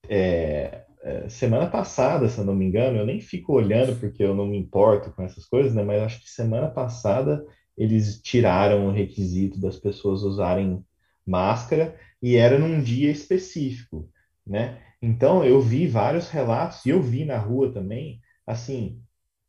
[SPEAKER 4] semana passada, se eu não me engano, eu nem fico olhando porque eu não me importo com essas coisas, né? Mas acho que semana passada eles tiraram o requisito das pessoas usarem máscara e era num dia específico, né? Então eu vi vários relatos e eu vi na rua também, assim,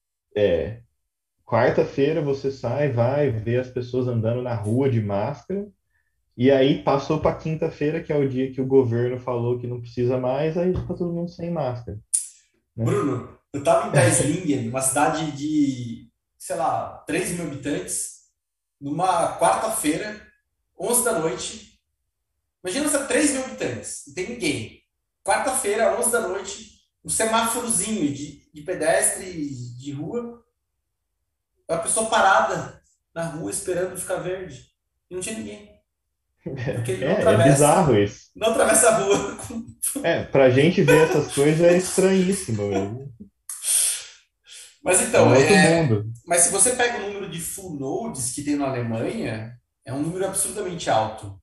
[SPEAKER 4] quarta-feira você sai, vai ver as pessoas andando na rua de máscara. E aí passou para quinta-feira, que é o dia que o governo falou que não precisa mais, aí tá todo mundo sem máscara, né?
[SPEAKER 3] Bruno, eu estava em Daislingen, uma cidade de, sei lá, 3 mil habitantes, numa quarta-feira, 11 da noite. Imagina essa 3 mil habitantes, não tem ninguém. Quarta-feira, 11 da noite, um semáforozinho de pedestre de rua, uma pessoa parada na rua esperando ficar verde. E não tinha ninguém. Porque ele
[SPEAKER 4] É bizarro isso.
[SPEAKER 3] não atravessa a rua.
[SPEAKER 4] Pra gente ver essas coisas é estranhíssimo mesmo.
[SPEAKER 3] Mas
[SPEAKER 4] É um
[SPEAKER 3] então,
[SPEAKER 4] outro mundo.
[SPEAKER 3] mas se você pega o número de full nodes que tem na Alemanha, é um número absurdamente alto.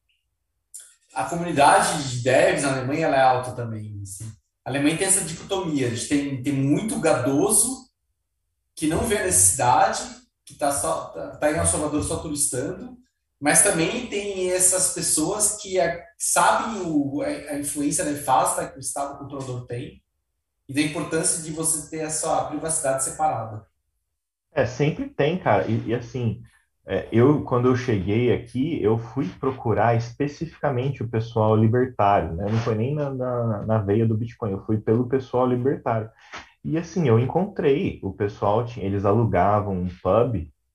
[SPEAKER 3] A comunidade de devs na Alemanha ela é alta também. Assim. A Alemanha tem essa dicotomia, a gente tem muito gadoso que não vê a necessidade, que tá em El Salvador só turistando, mas também tem essas pessoas que sabem a influência nefasta que o Estado controlador tem e da importância de você ter essa privacidade separada.
[SPEAKER 4] Sempre tem, cara. E assim, quando eu cheguei aqui, eu fui procurar especificamente o pessoal libertário, né? Não foi nem na veia do Bitcoin, eu fui pelo pessoal libertário. E assim, eu encontrei o pessoal, eles alugavam um pub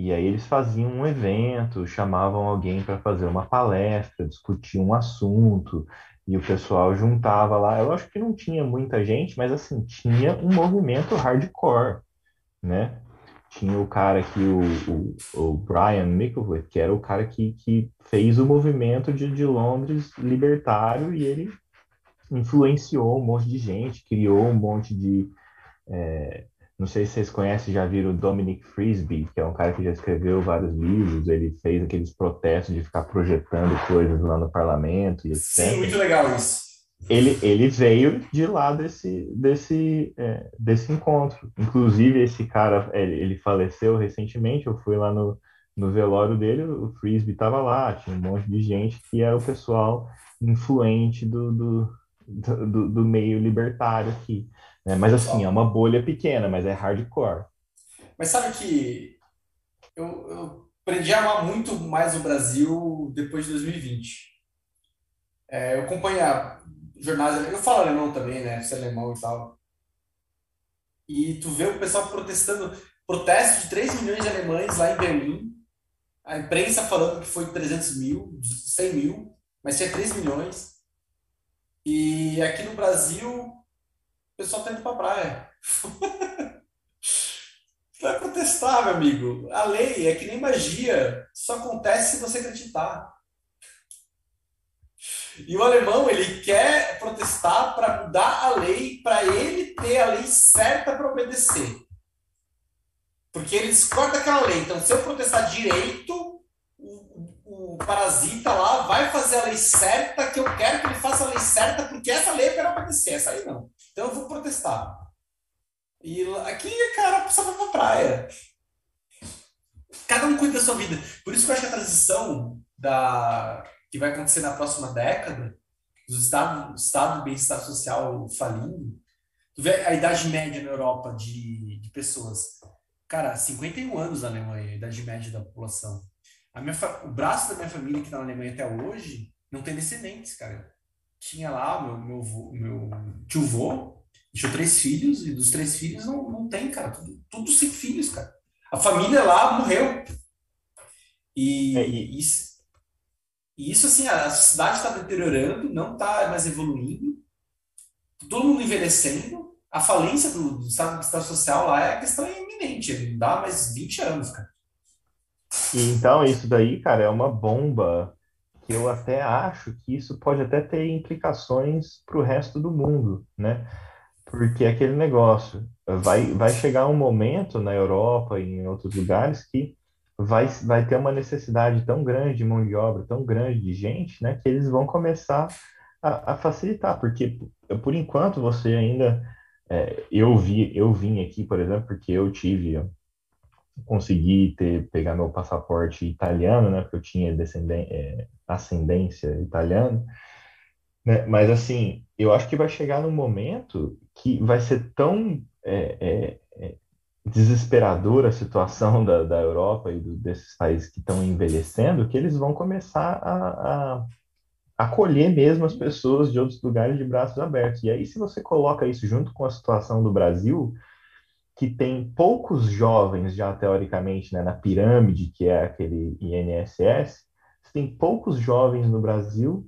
[SPEAKER 4] E aí eles faziam um evento, chamavam alguém para fazer uma palestra, discutir um assunto, e o pessoal juntava lá. Eu acho que não tinha muita gente, mas assim, tinha um movimento hardcore, né? Tinha o cara que, o Brian Mickovic, que era o cara que fez o movimento de Londres libertário, e ele influenciou um monte de gente, criou um monte de não sei se vocês conhecem, já viram o Dominic Frisby, que é um cara que já escreveu vários livros, ele fez aqueles protestos de ficar projetando coisas lá no parlamento e
[SPEAKER 3] Sim,
[SPEAKER 4] etc.
[SPEAKER 3] muito legal isso.
[SPEAKER 4] Ele veio de lá desse encontro. Inclusive, esse cara, ele faleceu recentemente, eu fui lá no velório dele, o Frisby estava lá, tinha um monte de gente que era o pessoal influente do meio libertário aqui, né? Mas assim, é
[SPEAKER 3] Ó,
[SPEAKER 4] uma bolha pequena, mas é hardcore.
[SPEAKER 3] mas sabe que eu aprendi a amar muito mais o Brasil depois de 2020. Eu acompanho jornais, eu falo alemão também, né? Sou alemão e tal. E tu vê o pessoal protestando, protesto de 3 milhões de alemães lá em Berlim, a imprensa falando que foi 300 mil, 100 mil, mas tinha 3 milhões. E aqui no Brasil, o pessoal tá indo pra praia. Vai protestar, meu amigo. A lei é que nem magia, só acontece se você acreditar. E o alemão, ele quer protestar para mudar a lei, para ele ter a lei certa para obedecer. Porque ele discorda daquela lei. Então, se eu protestar direito, o parasita lá vai fazer a lei certa, que eu quero que ele faça a lei certa, porque essa lei eu quero obedecer, essa aí não. Então, eu vou protestar. E aqui, cara, só vai pra praia. Cada um cuida da sua vida. Por isso que eu acho que a transição que vai acontecer na próxima década, do estado do bem-estar social falindo, tu vê a idade média na Europa de pessoas. Cara, 51 anos na Alemanha, a idade média da população. O braço da minha família que está na Alemanha até hoje não tem descendentes, cara. Tinha lá meu tio-vô, deixou 3 filhos, e dos 3 filhos não tem, cara. Tudo sem filhos, cara. A família lá morreu.
[SPEAKER 4] É, e,
[SPEAKER 3] E isso assim, a sociedade está deteriorando, não está mais evoluindo, todo mundo envelhecendo, a falência do estado social lá é a questão iminente, ele não dá mais 20 anos, cara.
[SPEAKER 4] então, isso daí, cara, é uma bomba que eu até acho que isso pode até ter implicações para o resto do mundo, né? Porque é aquele negócio, vai chegar um momento na Europa e em outros lugares que vai ter uma necessidade tão grande de mão de obra, tão grande de gente, né, que eles vão começar a facilitar, porque por enquanto você ainda, eu vim aqui, por exemplo, porque eu consegui pegar meu passaporte italiano, né, porque eu tinha ascendência italiana, né? Mas assim, eu acho que vai chegar num momento que vai ser tão desesperadora a situação da Europa e desses países que estão envelhecendo, que eles vão começar a acolher mesmo as pessoas de outros lugares de braços abertos. E aí, se você coloca isso junto com a situação do Brasil, que tem poucos jovens já teoricamente, né, na pirâmide, que é aquele INSS, você tem poucos jovens no Brasil,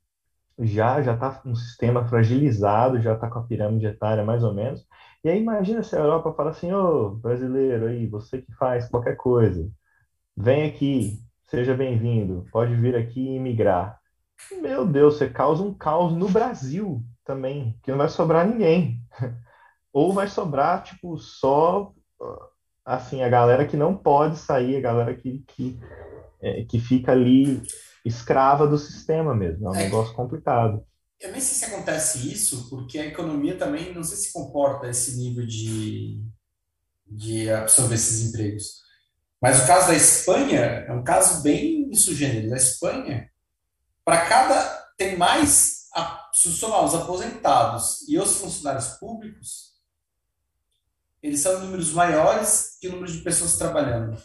[SPEAKER 4] já está um sistema fragilizado, já está com a pirâmide etária mais ou menos. E aí imagina se a Europa fala assim, ô brasileiro aí, você que faz qualquer coisa, vem aqui, seja bem-vindo, pode vir aqui e imigrar. Meu Deus, você causa um caos no Brasil também, que não vai sobrar ninguém. Ou vai sobrar, tipo, só assim, a galera que não pode sair, a galera que fica ali escrava do sistema mesmo. É um
[SPEAKER 3] É,
[SPEAKER 4] negócio complicado.
[SPEAKER 3] eu nem sei se acontece isso, porque a economia também não sei se comporta esse nível de absorver esses empregos. Mas o caso da Espanha é um caso bem sui generis. A Espanha, para cada. Tem mais. Se somar os aposentados e os funcionários públicos, eles são números maiores que o número de pessoas trabalhando.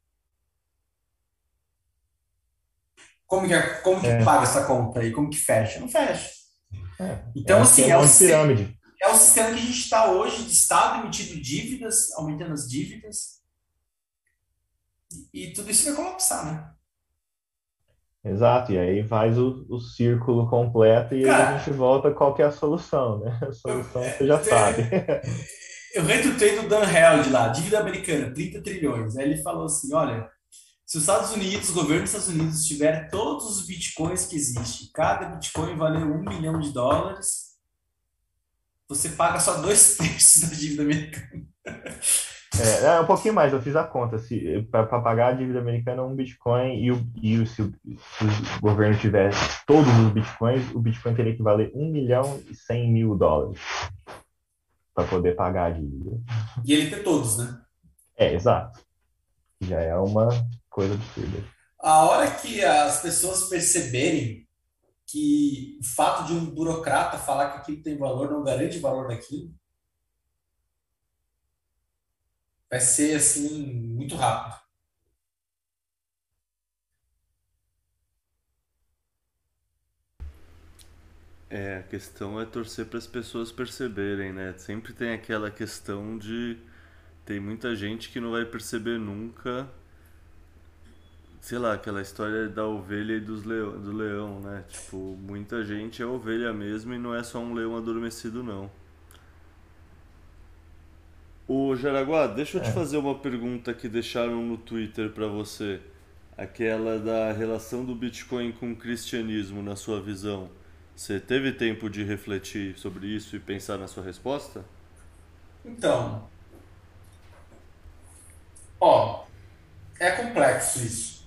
[SPEAKER 3] Como que
[SPEAKER 4] É,
[SPEAKER 3] paga essa conta aí? Como que fecha? Não fecha.
[SPEAKER 4] é
[SPEAKER 3] Então,
[SPEAKER 4] um
[SPEAKER 3] assim,
[SPEAKER 4] esquemão de pirâmide.
[SPEAKER 3] é o sistema que a gente está hoje, de Estado emitindo dívidas, aumentando as dívidas, E tudo isso vai colapsar, né?
[SPEAKER 4] Exato, e aí faz o círculo completo e aí a gente
[SPEAKER 3] Cara,
[SPEAKER 4] volta qual que é a solução, né? A
[SPEAKER 3] eu,
[SPEAKER 4] solução você já sabe.
[SPEAKER 3] eu retutei do Dan Held lá, dívida americana, 30 trilhões. Aí ele falou assim: olha, se os Estados Unidos, o governo dos Estados Unidos, tiver todos os bitcoins que existem, cada bitcoin valer US$ 1 milhão, você paga só 2 terços da dívida americana.
[SPEAKER 4] É um pouquinho mais, eu fiz a conta. Se para pagar a dívida americana, um Bitcoin se o governo tivesse todos os Bitcoins, o Bitcoin teria que valer 1.100.000 dólares para poder pagar a dívida.
[SPEAKER 3] E ele ter todos, né?
[SPEAKER 4] Exato. Já é uma coisa absurda.
[SPEAKER 3] A hora que as pessoas perceberem que o fato de um burocrata falar que aquilo tem valor não garante valor daquilo, vai ser assim muito rápido.
[SPEAKER 1] A questão é torcer para as pessoas perceberem, né? Sempre tem aquela questão de tem muita gente que não vai perceber nunca, sei lá, aquela história da ovelha e do leão, né? Tipo, muita gente é ovelha mesmo e não é só um leão adormecido, não. Ô Jaraguá, deixa eu te
[SPEAKER 4] É.
[SPEAKER 1] fazer uma pergunta que deixaram no Twitter pra você. Aquela da relação do Bitcoin com o cristianismo, na sua visão. Você teve tempo de refletir sobre isso e pensar na sua resposta?
[SPEAKER 3] Então, ó, é complexo isso.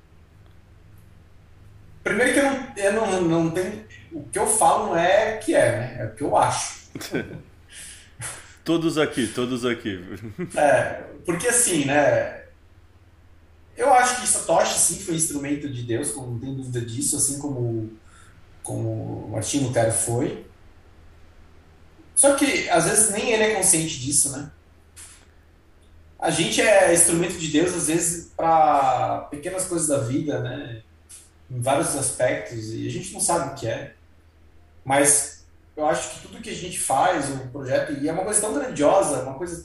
[SPEAKER 3] Primeiro que eu não tenho. O que eu falo não é o que é, né? É o que eu acho.
[SPEAKER 1] Todos aqui, todos aqui.
[SPEAKER 3] Porque assim, né? Eu acho que Satoshi sim foi instrumento de Deus, não tem dúvida disso, assim como Martin Lutero foi. Só que às vezes nem ele é consciente disso, né? A gente é instrumento de Deus às vezes para pequenas coisas da vida, né? Em vários aspectos e a gente não sabe o que é. Mas eu acho que tudo que a gente faz, o projeto, e é uma coisa tão grandiosa, uma coisa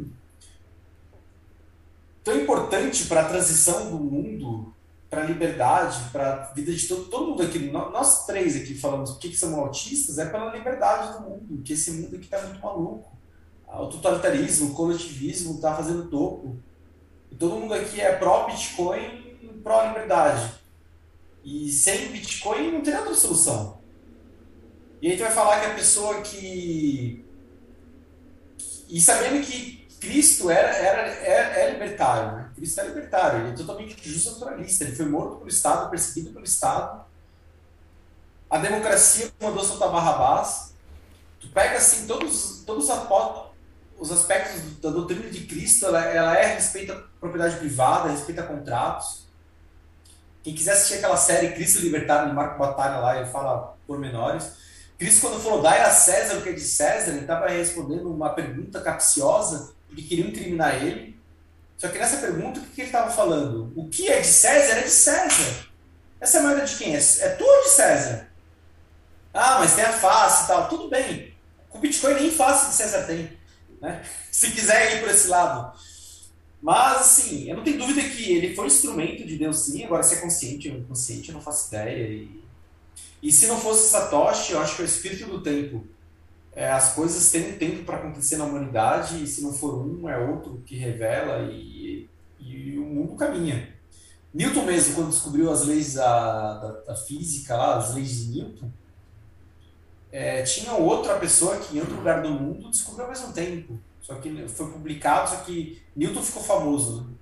[SPEAKER 3] tão importante para a transição do mundo, para a liberdade, para a vida de todo mundo aqui. Nós três aqui falamos por que somos autistas, é pela liberdade do mundo, que esse mundo aqui está muito maluco. O totalitarismo, o coletivismo está fazendo topo. E todo mundo aqui é pró-Bitcoin, pró-liberdade. E sem Bitcoin não tem outra solução. E aí tu vai falar que a pessoa que. E sabendo que Cristo é libertário, né? Cristo é libertário, ele é totalmente justo naturalista. Ele foi morto pelo Estado, perseguido pelo Estado. A democracia mandou soltar Barrabás. Tu pega assim todos os aspectos da doutrina de Cristo, ela respeita a propriedade privada, respeita contratos. Quem quiser assistir aquela série Cristo Libertário, de Marco Batalha lá, ele fala pormenores. Cristo, quando falou dai a César o que é de César, ele estava respondendo uma pergunta capciosa, porque queriam incriminar ele. Só que nessa pergunta, o que ele estava falando? O que é de César é de César. Essa moeda de quem é? É tua ou de César? Ah, mas tem a face e tal. Tudo bem. Com o Bitcoin nem face de César tem. Né? Se quiser ir por esse lado. Mas, assim, eu não tenho dúvida que ele foi um instrumento de Deus, sim. Agora, se é consciente ou inconsciente, eu não faço ideia. E se não fosse Satoshi, eu acho que é o espírito do tempo. As coisas têm um tempo para acontecer na humanidade, e se não for um, é outro que revela, e o mundo caminha. Newton mesmo, quando descobriu as leis da física, lá, as leis de Newton, tinha outra pessoa que em outro lugar do mundo descobriu ao mesmo tempo. Só que foi publicado, só que Newton ficou famoso, né?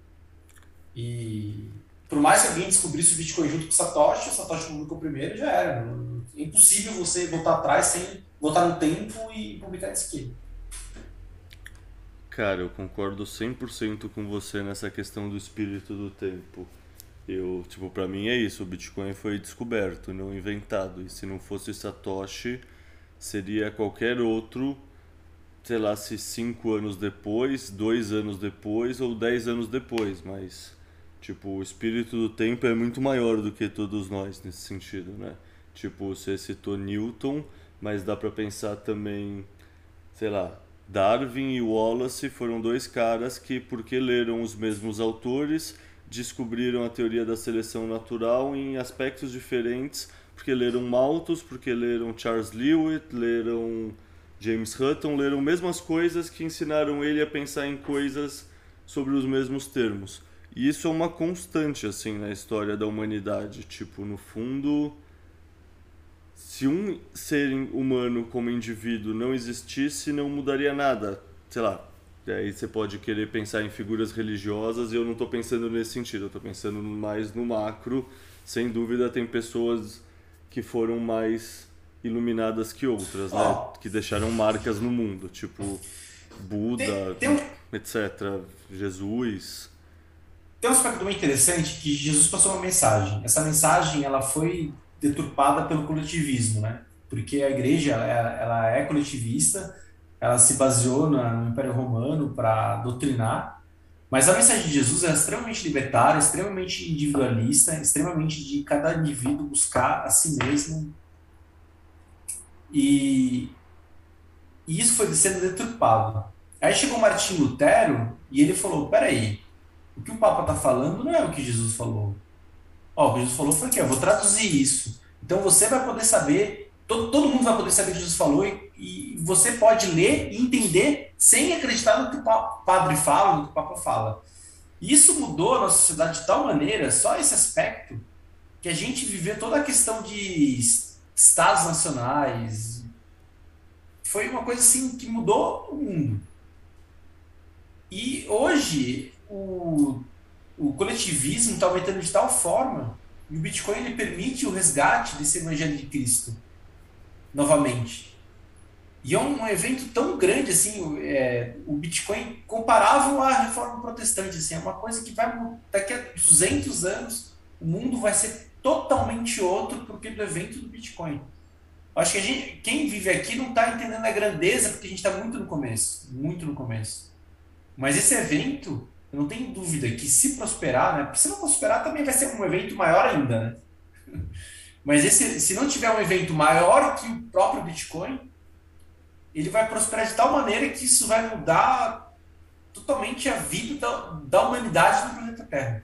[SPEAKER 3] E por mais que alguém descobrisse o Bitcoin junto com o Satoshi publicou primeiro e já era. É impossível você voltar atrás sem voltar no tempo e publicar isso aqui.
[SPEAKER 1] Cara, eu concordo 100% com você nessa questão do espírito do tempo. Tipo, pra mim é isso, o Bitcoin foi descoberto, não inventado. E se não fosse Satoshi, seria qualquer outro, sei lá, se 5 anos depois, 2 anos depois ou 10 anos depois. Mas, tipo, o espírito do tempo é muito maior do que todos nós nesse sentido, né? Tipo, você citou Newton, mas dá pra pensar também, sei lá, Darwin e Wallace foram dois caras que, porque leram os mesmos autores, descobriram a teoria da seleção natural em aspectos diferentes, porque leram Malthus, porque leram Charles Leavitt, leram James Hutton, leram mesmas coisas que ensinaram ele a pensar em coisas sobre os mesmos termos. E isso é uma constante, assim, na história da humanidade. Tipo, no fundo, se um ser humano como indivíduo não existisse, não mudaria nada. Sei lá, aí você pode querer pensar em figuras religiosas e eu não estou pensando nesse sentido, eu estou pensando mais no macro. Sem dúvida tem pessoas que foram mais iluminadas que outras, né?
[SPEAKER 3] Ó,
[SPEAKER 1] Que deixaram marcas no mundo, tipo Buda,
[SPEAKER 3] tem um,
[SPEAKER 1] etc. Jesus.
[SPEAKER 3] tem um aspecto muito interessante que Jesus passou uma mensagem. Essa mensagem ela foi deturpada pelo coletivismo, né? Porque a igreja ela é coletivista, ela se baseou no Império Romano para doutrinar, mas a mensagem de Jesus é extremamente libertária, extremamente individualista, extremamente de cada indivíduo buscar a si mesmo. E, e isso foi sendo deturpado. Aí chegou Martim Lutero e ele falou: peraí, o que o Papa está falando não é o que Jesus falou. Ó, o que Jesus falou foi que eu vou traduzir isso. Então você vai poder saber, todo mundo vai poder saber o que Jesus falou e você pode ler e entender sem acreditar no que o padre fala, no que o Papa fala. E isso mudou a nossa sociedade de tal maneira, só esse aspecto, que a gente viveu toda a questão de estados nacionais. Foi uma coisa assim que mudou o mundo. E hoje o coletivismo está aumentando de tal forma e o Bitcoin ele permite o resgate desse evangelho de Cristo novamente. E é um evento tão grande assim, o Bitcoin comparável à Reforma Protestante, assim, é uma coisa que vai daqui a 200 anos o mundo vai ser totalmente outro porque do evento do Bitcoin. Eu acho que quem vive aqui não está entendendo a grandeza porque a gente está muito no começo, muito no começo. Mas esse evento, eu não tenho dúvida que se prosperar, né? Porque se não prosperar também vai ser um evento maior ainda, né? Mas se não tiver um evento maior que o próprio Bitcoin, ele vai prosperar de tal maneira que isso vai mudar totalmente a vida da humanidade no planeta Terra.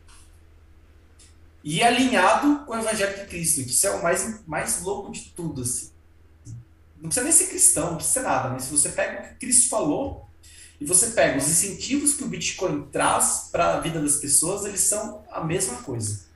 [SPEAKER 3] E alinhado com o Evangelho de Cristo, que isso é o mais louco de tudo. Assim. Não precisa nem ser cristão, não precisa ser nada, mas se você pega o que Cristo falou e você pega os incentivos que o Bitcoin traz para a vida das pessoas, eles são a mesma coisa.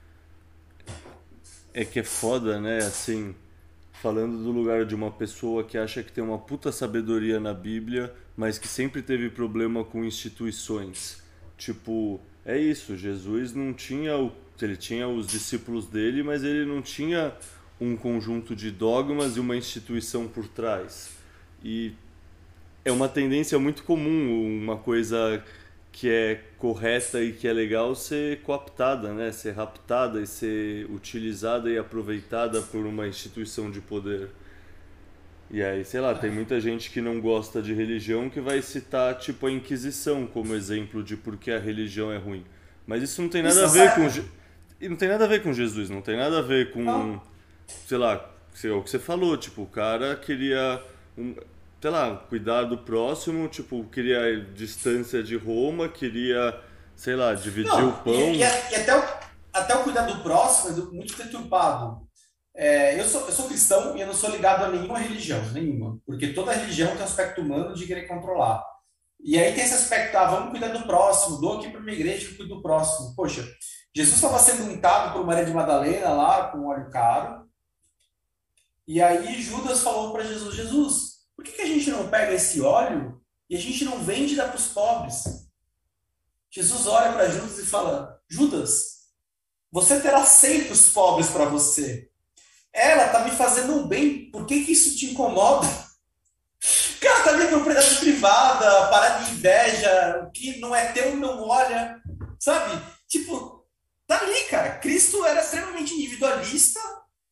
[SPEAKER 1] É que é foda, né? Assim, falando do lugar de uma pessoa que acha que tem uma puta sabedoria na Bíblia, mas que sempre teve problema com instituições. Tipo, é isso, Jesus não tinha ele tinha os discípulos dele, mas ele não tinha um conjunto de dogmas e uma instituição por trás. E é uma tendência muito comum, uma coisa que é correta e que é legal ser cooptada, né? Ser raptada e ser utilizada e aproveitada por uma instituição de poder. E aí, sei lá, tem muita gente que não gosta de religião que vai citar, tipo, a Inquisição como exemplo de por que a religião é ruim. Mas isso não tem nada a ver com... E não tem nada a ver com Jesus, não tem nada a ver com... Sei lá, é o que você falou, tipo, o cara queria... sei lá, cuidar do próximo, tipo, queria distância de Roma, queria, sei lá, dividir o pão.
[SPEAKER 3] E até o cuidar do próximo é muito deturpado. Eu sou cristão e eu não sou ligado a nenhuma religião, nenhuma. Porque toda religião tem um aspecto humano de querer controlar. E aí tem esse aspecto, vamos cuidar do próximo, dou aqui para minha igreja que cuido do próximo. Poxa, Jesus estava sendo untado por Maria de Madalena lá, com óleo caro. E aí Judas falou para Jesus, Jesus, por que a gente não pega esse óleo e a gente não vende e dá para os pobres? Jesus olha para Judas e fala, Judas, você terá sempre os pobres para você. Ela está me fazendo um bem, por que isso te incomoda? Cara, tá minha propriedade privada, parar de inveja, o que não é teu não olha, sabe? Tipo, tá ali, cara. Cristo era extremamente individualista,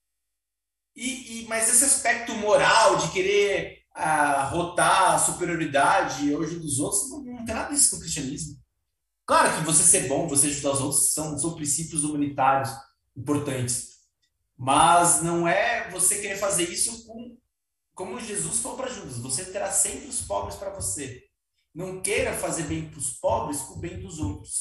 [SPEAKER 3] mas esse aspecto moral de querer rotar a superioridade hoje dos outros, não tem nada disso com o cristianismo. Claro que você ser bom, você ajudar os outros, são princípios humanitários importantes. Mas não é você querer fazer isso como Jesus falou para Judas, você terá sempre os pobres para você. Não queira fazer bem para os pobres com o bem dos outros.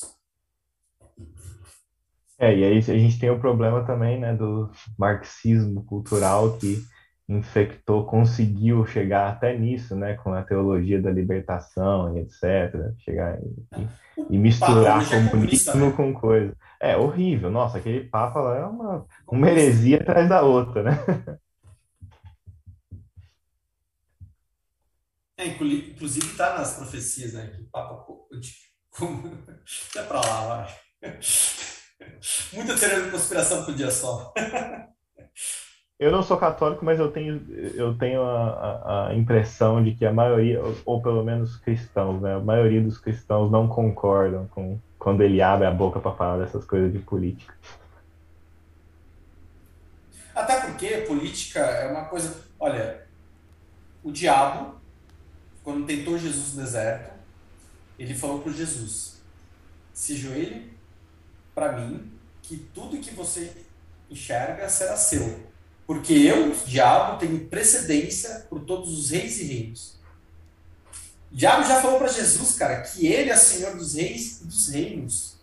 [SPEAKER 4] E aí a gente tem o problema também, né, do marxismo cultural que infectou, conseguiu chegar até nisso, né, com a teologia da libertação e etc. Chegar e
[SPEAKER 3] O Papa
[SPEAKER 4] misturar
[SPEAKER 3] hoje é comunista,
[SPEAKER 4] comunismo
[SPEAKER 3] né?
[SPEAKER 4] com coisa. É horrível. Nossa, aquele Papa lá é uma
[SPEAKER 3] Comunista.
[SPEAKER 4] heresia atrás da outra, né?
[SPEAKER 3] Inclusive está nas profecias, né? Que o Papa. Até para lá, vai. Muita teoria da conspiração por dia só.
[SPEAKER 4] Eu não sou católico, mas eu tenho a impressão de que a maioria, ou pelo menos cristãos, né? A maioria dos cristãos não concordam com quando ele abre a boca para falar dessas coisas de política.
[SPEAKER 3] Até porque política é uma coisa. Olha, o diabo, quando tentou Jesus no deserto, ele falou para Jesus: se joelhe para mim, que tudo que você enxerga será seu. Porque eu, diabo, tenho precedência por todos os reis e reinos. O diabo já falou para Jesus, cara, que ele é Senhor dos reis e dos reinos.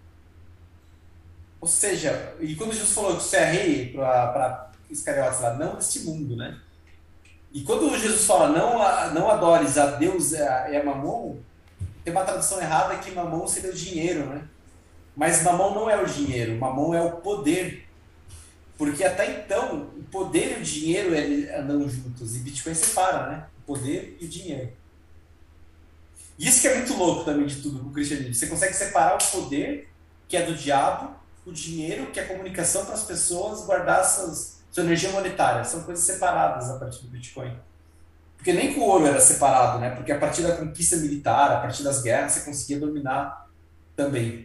[SPEAKER 3] Ou seja, e quando Jesus falou que você é rei para Iscariotes lá, não deste mundo, né? E quando Jesus fala não adores a Deus e a Mamon, tem uma tradução errada que Mamon seria o dinheiro, né? Mas Mamon não é o dinheiro, Mamon é o poder. Porque até então, o poder e o dinheiro andam juntos. E Bitcoin separa, né? O poder e o dinheiro. E isso que é muito louco também de tudo com o cristianismo. Você consegue separar o poder, que é do diabo, o dinheiro, que é a comunicação para as pessoas, guardar sua energia monetária. São coisas separadas a partir do Bitcoin. Porque nem com o ouro era separado, né? Porque a partir da conquista militar, a partir das guerras, você conseguia dominar também.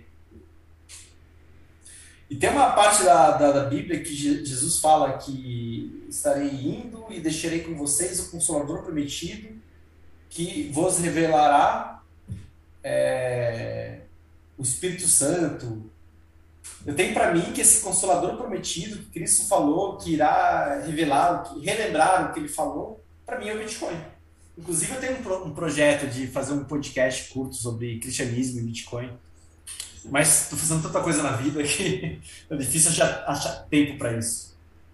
[SPEAKER 3] E tem uma parte da Bíblia que Jesus fala que estarei indo e deixarei com vocês o Consolador prometido, que vos revelará o Espírito Santo. Eu tenho para mim que esse Consolador prometido, que Cristo falou, que irá relembrar o que ele falou, para mim é o Bitcoin. Inclusive eu tenho um projeto de fazer um podcast curto sobre cristianismo e Bitcoin. Mas estou fazendo tanta coisa na vida que é difícil achar tempo para isso.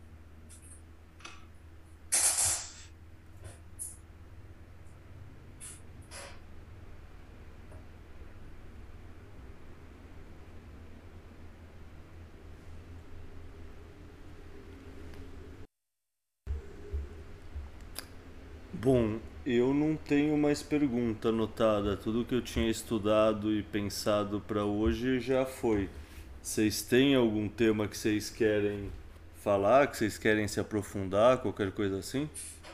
[SPEAKER 1] Bom, eu não tenho mais pergunta anotada. Tudo que eu tinha estudado e pensado para hoje já foi. Vocês têm algum tema que vocês querem falar, que vocês querem se aprofundar, qualquer coisa assim?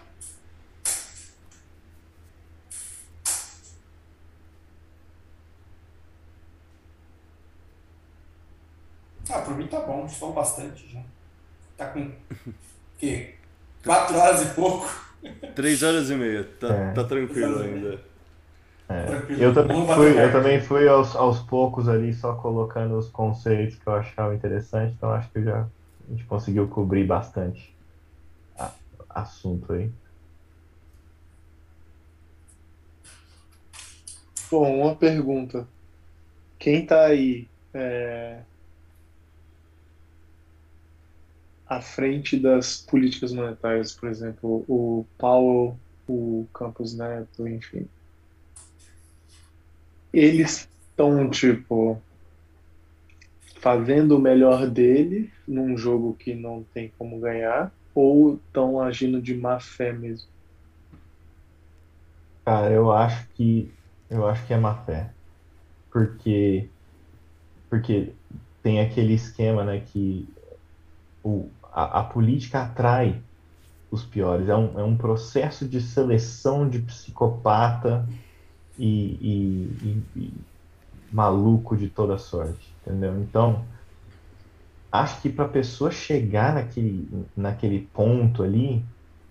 [SPEAKER 3] Por mim tá bom, estou bastante já. Tá com o quê? 4 horas e pouco.
[SPEAKER 1] 3 horas e meia, tá
[SPEAKER 4] É,
[SPEAKER 1] tranquilo ainda.
[SPEAKER 4] Eu
[SPEAKER 3] Tranquilo.
[SPEAKER 4] também
[SPEAKER 3] Vamos bater
[SPEAKER 4] fui, eu
[SPEAKER 3] recorde.
[SPEAKER 4] também fui aos poucos ali, só colocando os conceitos que eu achava interessante, então acho que a gente conseguiu cobrir bastante a- assunto aí.
[SPEAKER 2] Bom, uma pergunta. Quem está aí à frente das políticas monetárias, por exemplo, o Powell, o Campos Neto, enfim, eles estão, tipo, fazendo o melhor dele num jogo que não tem como ganhar, ou estão agindo de má fé mesmo?
[SPEAKER 4] Cara, eu acho que é má fé, porque porque tem aquele esquema, né, que a política atrai os piores. É um processo de seleção de psicopata e maluco de toda sorte, entendeu? Então, acho que para a pessoa chegar naquele ponto ali,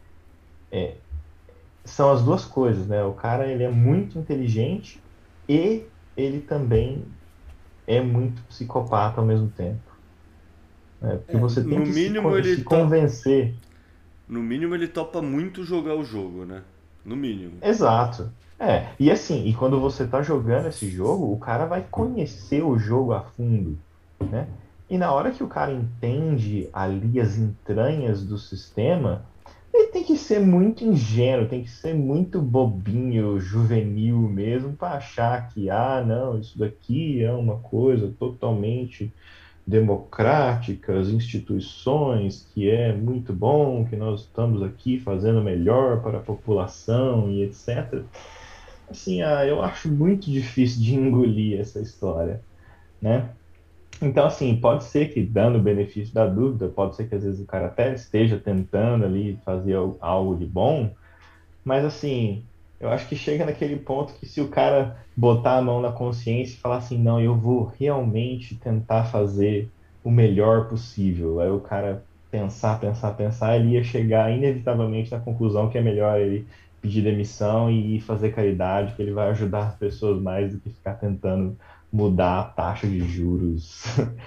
[SPEAKER 4] são as duas coisas, né? O cara, ele é muito inteligente e ele também é muito psicopata ao mesmo tempo, né? Porque você tem
[SPEAKER 1] No
[SPEAKER 4] que se,
[SPEAKER 1] mínimo ele
[SPEAKER 4] se
[SPEAKER 1] tá.
[SPEAKER 4] convencer.
[SPEAKER 1] no mínimo ele topa muito jogar o jogo, né? No mínimo.
[SPEAKER 4] Exato. É, e assim, e quando você tá jogando esse jogo, o cara vai conhecer o jogo a fundo, né? E na hora que o cara entende ali as entranhas do sistema, ele tem que ser muito ingênuo, tem que ser muito bobinho, juvenil mesmo, para achar que, ah, não, isso daqui é uma coisa totalmente democráticas, instituições, que é muito bom, que nós estamos aqui fazendo melhor para a população e etc. Assim, eu acho muito difícil de engolir essa história, né? Então, assim, pode ser que dando o benefício da dúvida, pode ser que às vezes o cara até esteja tentando ali fazer algo de bom, mas assim, eu acho que chega naquele ponto que se o cara botar a mão na consciência e falar assim, não, eu vou realmente tentar fazer o melhor possível, aí o cara pensar, pensar, pensar, ele ia chegar inevitavelmente na conclusão que é melhor ele pedir demissão e fazer caridade, que ele vai ajudar as pessoas mais do que ficar tentando mudar a taxa de juros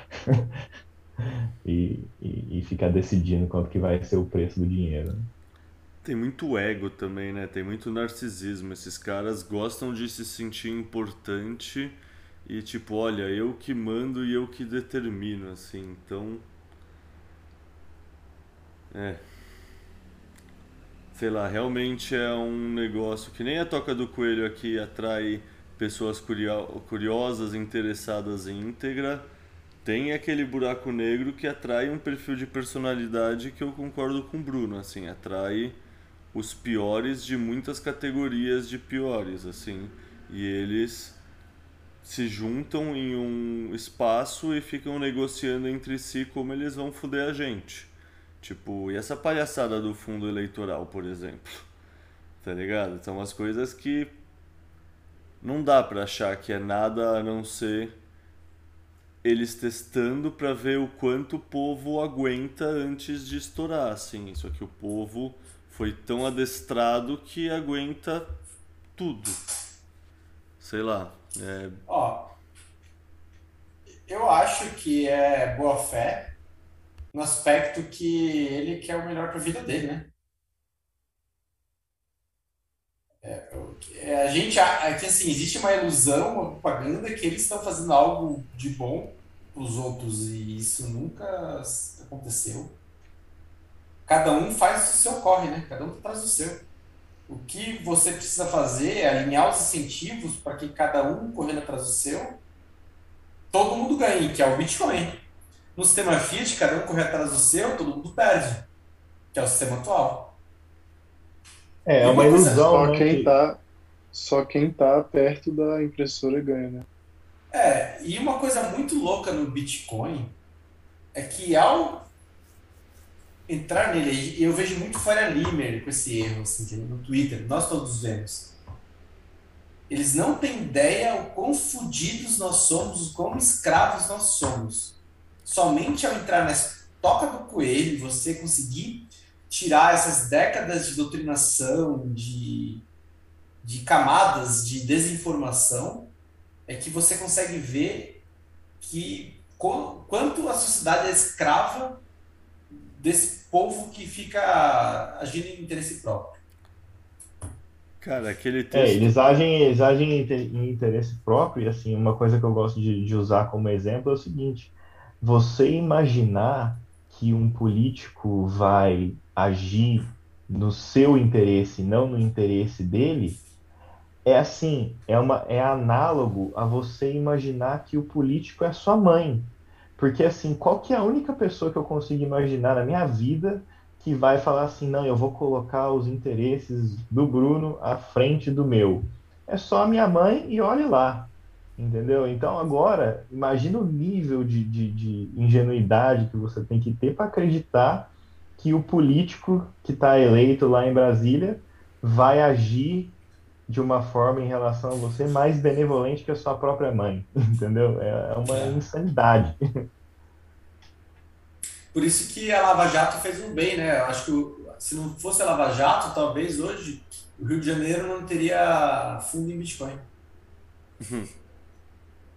[SPEAKER 4] e ficar decidindo quanto que vai ser o preço do dinheiro, né?
[SPEAKER 1] Tem muito ego também, né? Tem muito narcisismo. Esses caras gostam de se sentir importante e tipo, olha, eu que mando e eu que determino, assim. Então, é, sei lá, realmente é um negócio que nem a Toca do Coelho aqui atrai pessoas curiosas, interessadas em íntegra. Tem aquele buraco negro que atrai um perfil de personalidade que eu concordo com o Bruno, assim, atrai os piores de muitas categorias de piores, assim, e eles se juntam em um espaço e ficam negociando entre si como eles vão foder a gente. Tipo, e essa palhaçada do fundo eleitoral, por exemplo, tá ligado? São umas coisas que não dá pra achar que é nada a não ser eles testando pra ver o quanto o povo aguenta antes de estourar, assim. Só que o povo foi tão adestrado que aguenta tudo. Sei lá.
[SPEAKER 3] Ó, eu acho que é boa fé no aspecto que ele quer o melhor para a vida dele, né? A gente, é que assim, existe uma ilusão, uma propaganda que eles estão fazendo algo de bom para os outros e isso nunca aconteceu. Cada um faz o seu corre, né? Cada um faz o seu. O que você precisa fazer é alinhar os incentivos para que cada um correndo atrás do seu, todo mundo ganhe, que é o Bitcoin. No sistema Fiat, cada um correr atrás do seu, todo mundo perde, que é o sistema atual.
[SPEAKER 4] É
[SPEAKER 3] E
[SPEAKER 4] uma
[SPEAKER 3] uma coisa,
[SPEAKER 4] ilusão,
[SPEAKER 2] Só
[SPEAKER 4] né?
[SPEAKER 2] quem tá, só quem tá perto da impressora ganha, né?
[SPEAKER 3] e uma coisa muito louca no Bitcoin é que ao entrar nele, e eu vejo muito Faria Limer com esse erro, assim, no Twitter, nós todos vemos. Eles não têm ideia o quão fodidos nós somos, o quão escravos nós somos. Somente ao entrar nessa toca do coelho, você conseguir tirar essas décadas de doutrinação, de camadas de desinformação, é que você consegue ver que quanto a sociedade é escrava desse povo que fica agindo em interesse próprio.
[SPEAKER 1] Cara, aquele texto.
[SPEAKER 4] Eles agem em interesse próprio, e assim, uma coisa que eu gosto de usar como exemplo é o seguinte: você imaginar que um político vai agir no seu interesse, não no interesse dele, é assim, é análogo a você imaginar que o político é sua mãe. Porque assim, qual que é a única pessoa que eu consigo imaginar na minha vida que vai falar assim, não, eu vou colocar os interesses do Bruno à frente do meu? É só a minha mãe e olhe lá. Entendeu? Então agora, imagina o nível de ingenuidade que você tem que ter para acreditar que o político que está eleito lá em Brasília vai agir de uma forma em relação a você mais benevolente que a sua própria mãe, entendeu? É uma
[SPEAKER 3] É.
[SPEAKER 4] insanidade.
[SPEAKER 3] Por isso que a Lava Jato fez um bem, né? Eu acho que se não fosse a Lava Jato, talvez hoje o Rio de Janeiro não teria fundo em Bitcoin.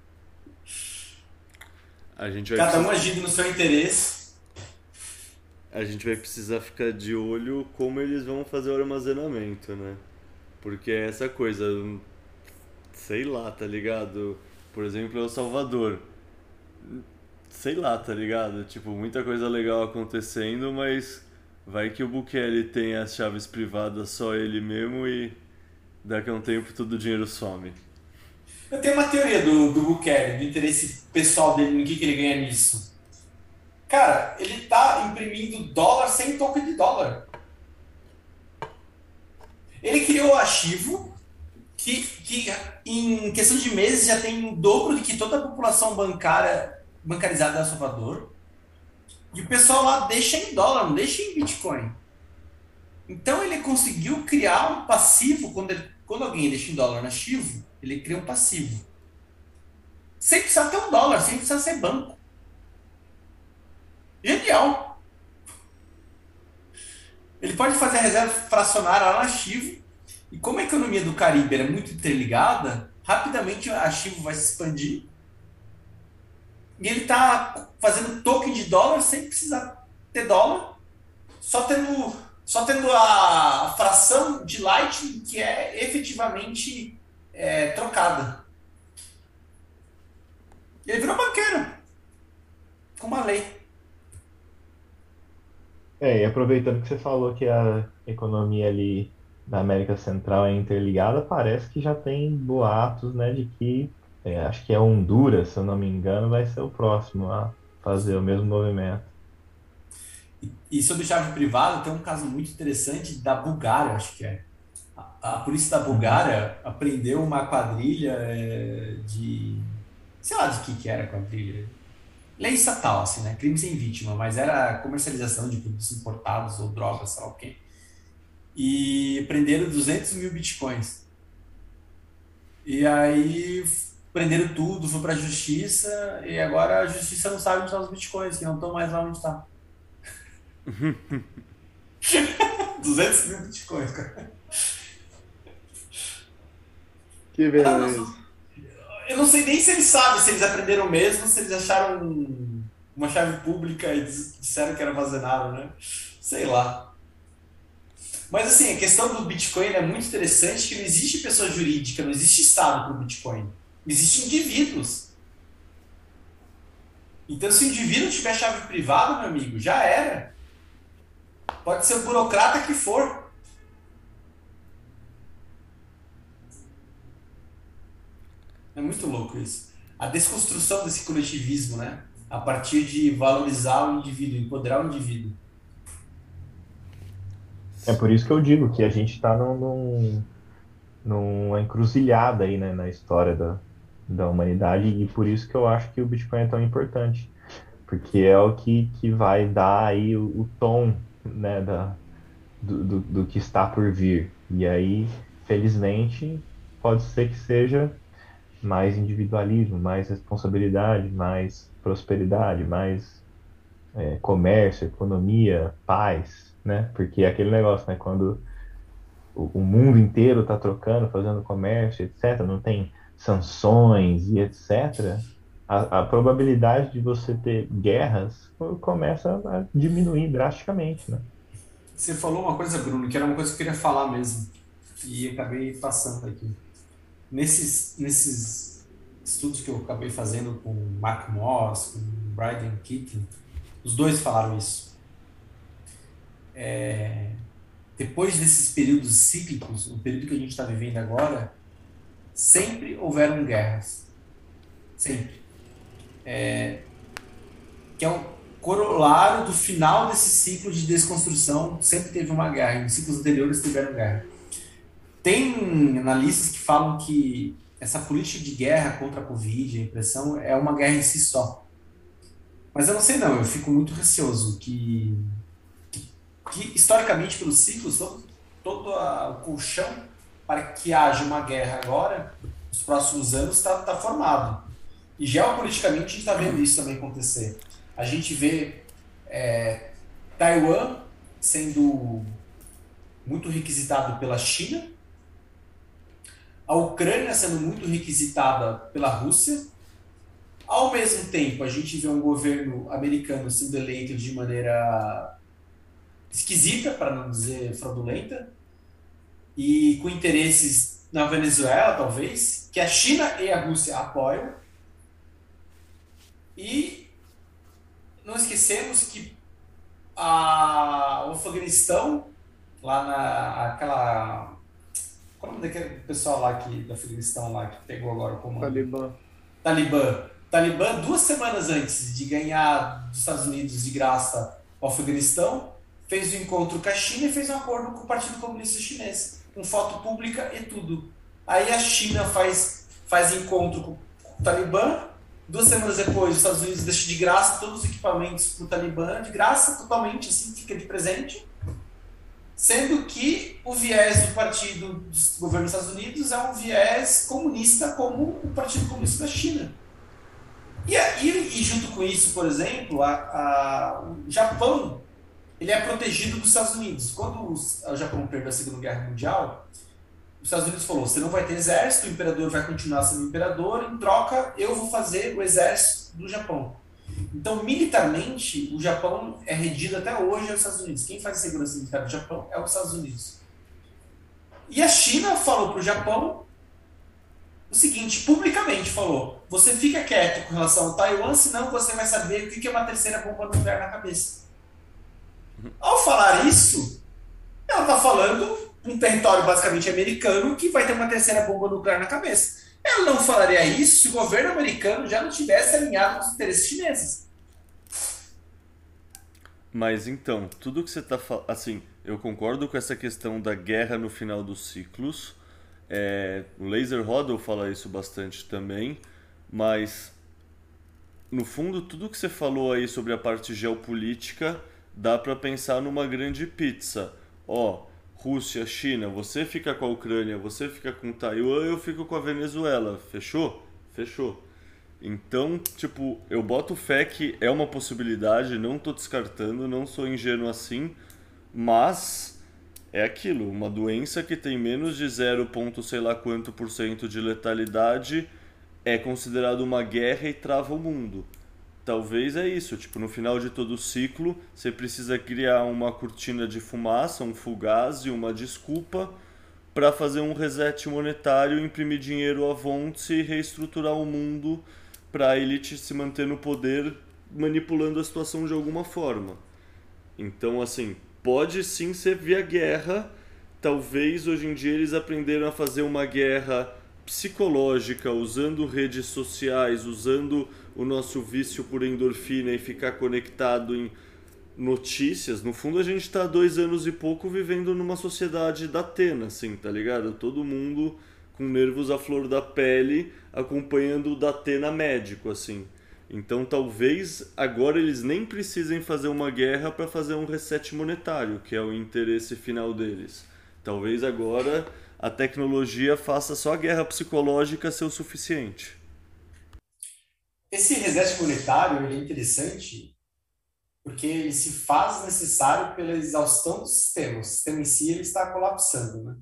[SPEAKER 1] A gente vai
[SPEAKER 3] Cada um
[SPEAKER 1] precisar.
[SPEAKER 3] agindo no seu interesse.
[SPEAKER 1] a gente vai precisar ficar de olho como eles vão fazer o armazenamento, né? Porque é essa coisa, sei lá, tá ligado? Por exemplo, El Salvador. Sei lá, tá ligado? Tipo, muita coisa legal acontecendo, mas vai que o Bukele tem as chaves privadas só ele mesmo e daqui a um tempo todo o dinheiro some.
[SPEAKER 3] Eu tenho uma teoria do Bukele, do interesse pessoal dele, no que ele ganha nisso. Cara, ele tá imprimindo dólar sem token de dólar. Ele criou o Ativo, que em questão de meses já tem o dobro de que toda a população bancarizada de El Salvador. E o pessoal lá deixa em dólar, não deixa em Bitcoin. Então ele conseguiu criar um passivo, quando alguém deixa em dólar no Ativo, ele cria um passivo. Sem precisar ter um dólar, sem precisar ser banco. Genial! Ele pode fazer a reserva fracionária lá no Ativo, e como a economia do Caribe é muito interligada, rapidamente o Ativo vai se expandir, e ele está fazendo token de dólar sem precisar ter dólar, só tendo a fração de Lightning que é efetivamente trocada. E ele virou banqueiro, com uma lei.
[SPEAKER 4] E aproveitando que você falou que a economia ali da América Central é interligada, parece que já tem boatos, né, de que, acho que é Honduras, se eu não me engano, vai ser o próximo a fazer o mesmo movimento.
[SPEAKER 3] E sobre chave privada, tem um caso muito interessante da Bulgária, acho que é. A polícia da Bulgária prendeu uma quadrilha de... Sei lá de que era a quadrilha. Lei estatal, assim, né? Crime sem vítima, mas era comercialização de produtos importados ou drogas, sei lá o quê. E prenderam 200 mil bitcoins. E aí prenderam tudo, foi pra justiça, e agora a justiça não sabe onde estão os bitcoins, que não estão mais lá onde está. 200 mil bitcoins, cara.
[SPEAKER 2] Que beleza.
[SPEAKER 3] Eu não sei nem se eles sabem, se eles aprenderam mesmo, se eles acharam uma chave pública e disseram que era armazenado, né? Sei lá. Mas assim, a questão do Bitcoin é muito interessante, que não existe pessoa jurídica, não existe Estado para o Bitcoin. Existem indivíduos. Então, se o indivíduo tiver chave privada, meu amigo, já era. Pode ser o burocrata que for. É muito louco isso. A desconstrução desse coletivismo, né? A partir de valorizar o indivíduo, empoderar o indivíduo.
[SPEAKER 4] É por isso que eu digo que a gente está numa encruzilhada aí, né, na história da humanidade, e por isso que eu acho que o Bitcoin é tão importante, porque é o que vai dar aí o tom, né, do que está por vir. E aí, felizmente, pode ser que seja mais individualismo, mais responsabilidade, mais prosperidade, mais comércio, economia, paz, né? Porque é aquele negócio, né? Quando o mundo inteiro está trocando, fazendo comércio, etc., não tem sanções e etc., a probabilidade de você ter guerras começa a diminuir drasticamente, né?
[SPEAKER 3] Você falou uma coisa, Bruno, que era uma coisa que eu queria falar mesmo. E acabei passando aqui. Nesses estudos que eu acabei fazendo com o Mark Moss, com o Brian Keating, os dois falaram isso. Depois desses períodos cíclicos, o período que a gente está vivendo agora, sempre houveram guerras. Sempre. Que é um corolário do final desse ciclo de desconstrução, sempre teve uma guerra. Em ciclos anteriores tiveram guerra. Tem analistas que falam que essa política de guerra contra a Covid, a repressão, é uma guerra em si só. Mas eu não sei não, eu fico muito receoso que historicamente, pelos ciclos, todo o colchão para que haja uma guerra agora, nos próximos anos, está formado. E geopoliticamente a gente está vendo isso também acontecer. A gente vê Taiwan sendo muito requisitado pela China, a Ucrânia sendo muito requisitada pela Rússia. Ao mesmo tempo, a gente vê um governo americano sendo eleito de maneira esquisita, para não dizer fraudulenta, e com interesses na Venezuela, talvez, que a China e a Rússia apoiam. E não esquecemos que o Afeganistão, lá aquela. Qual é o nome daquele pessoal lá do Afeganistão lá que pegou agora o comando?
[SPEAKER 2] Talibã.
[SPEAKER 3] Talibã. Talibã, 2 semanas antes de ganhar dos Estados Unidos de graça o Afeganistão, fez um encontro com a China e fez um acordo com o Partido Comunista Chinês, com foto pública e tudo. Aí a China faz encontro com o Talibã, 2 semanas depois os Estados Unidos deixam de graça todos os equipamentos para o Talibã, de graça, totalmente, assim, fica de presente. Sendo que o viés do partido do governo dos Estados Unidos é um viés comunista como o Partido Comunista da China. E junto com isso, por exemplo, o Japão ele é protegido dos Estados Unidos. Quando o Japão perdeu a Segunda Guerra Mundial, os Estados Unidos falou, você não vai ter exército, o imperador vai continuar sendo imperador, em troca eu vou fazer o exército do Japão. Então, militarmente, o Japão é regido até hoje aos Estados Unidos. Quem faz a segurança militar do Japão é os Estados Unidos. E a China falou para o Japão o seguinte, publicamente falou, você fica quieto com relação ao Taiwan, senão você vai saber o que é uma terceira bomba nuclear na cabeça. Ao falar isso, ela está falando um território basicamente americano que vai ter uma terceira bomba nuclear na cabeça. Ela não falaria isso se o governo americano já não tivesse alinhado com os interesses chineses.
[SPEAKER 1] Mas então, tudo que você está falando... Assim, eu concordo com essa questão da guerra no final dos ciclos. O Laser Hodel fala isso bastante também. Mas, no fundo, tudo que você falou aí sobre a parte geopolítica dá para pensar numa grande pizza. Rússia, China, você fica com a Ucrânia, você fica com Taiwan, eu fico com a Venezuela. Fechou? Fechou. Então, tipo, eu boto fé que é uma possibilidade, não tô descartando, não sou ingênuo assim, mas é aquilo, uma doença que tem menos de 0, sei lá quanto por cento de letalidade é considerado uma guerra e trava o mundo. Talvez é isso, tipo, no final de todo o ciclo, você precisa criar uma cortina de fumaça, um fugazi, uma desculpa para fazer um reset monetário, imprimir dinheiro a vontes e reestruturar o mundo para a elite se manter no poder, manipulando a situação de alguma forma. Então, assim, pode sim ser via guerra. Talvez hoje em dia eles aprenderam a fazer uma guerra psicológica, usando redes sociais, usando o nosso vício por endorfina e ficar conectado em notícias. No fundo, a gente está há 2 anos e pouco vivendo numa sociedade da Atena, assim, tá ligado? Todo mundo com nervos à flor da pele, acompanhando o Datena médico, assim. Então, talvez agora eles nem precisem fazer uma guerra para fazer um reset monetário, que é o interesse final deles. Talvez agora a tecnologia faça só a guerra psicológica ser o suficiente.
[SPEAKER 3] Esse reset monetário ele é interessante porque ele se faz necessário pela exaustão do sistema. O sistema em si ele está colapsando, né?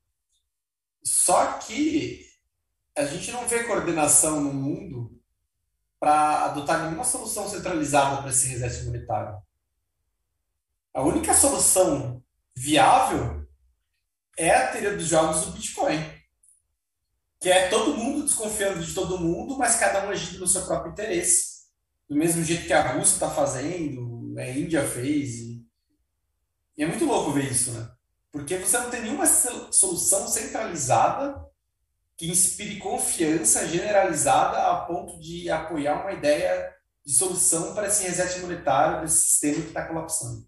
[SPEAKER 3] Só que a gente não vê coordenação no mundo para adotar nenhuma solução centralizada para esse reset monetário. A única solução viável é a teoria dos jogos do Bitcoin, que é todo mundo desconfiando de todo mundo, mas cada um agindo no seu próprio interesse. Do mesmo jeito que a Rússia está fazendo, a Índia fez. E é muito louco ver isso, né? Porque você não tem nenhuma solução centralizada que inspire confiança generalizada a ponto de apoiar uma ideia de solução para esse reset monetário desse sistema que está colapsando.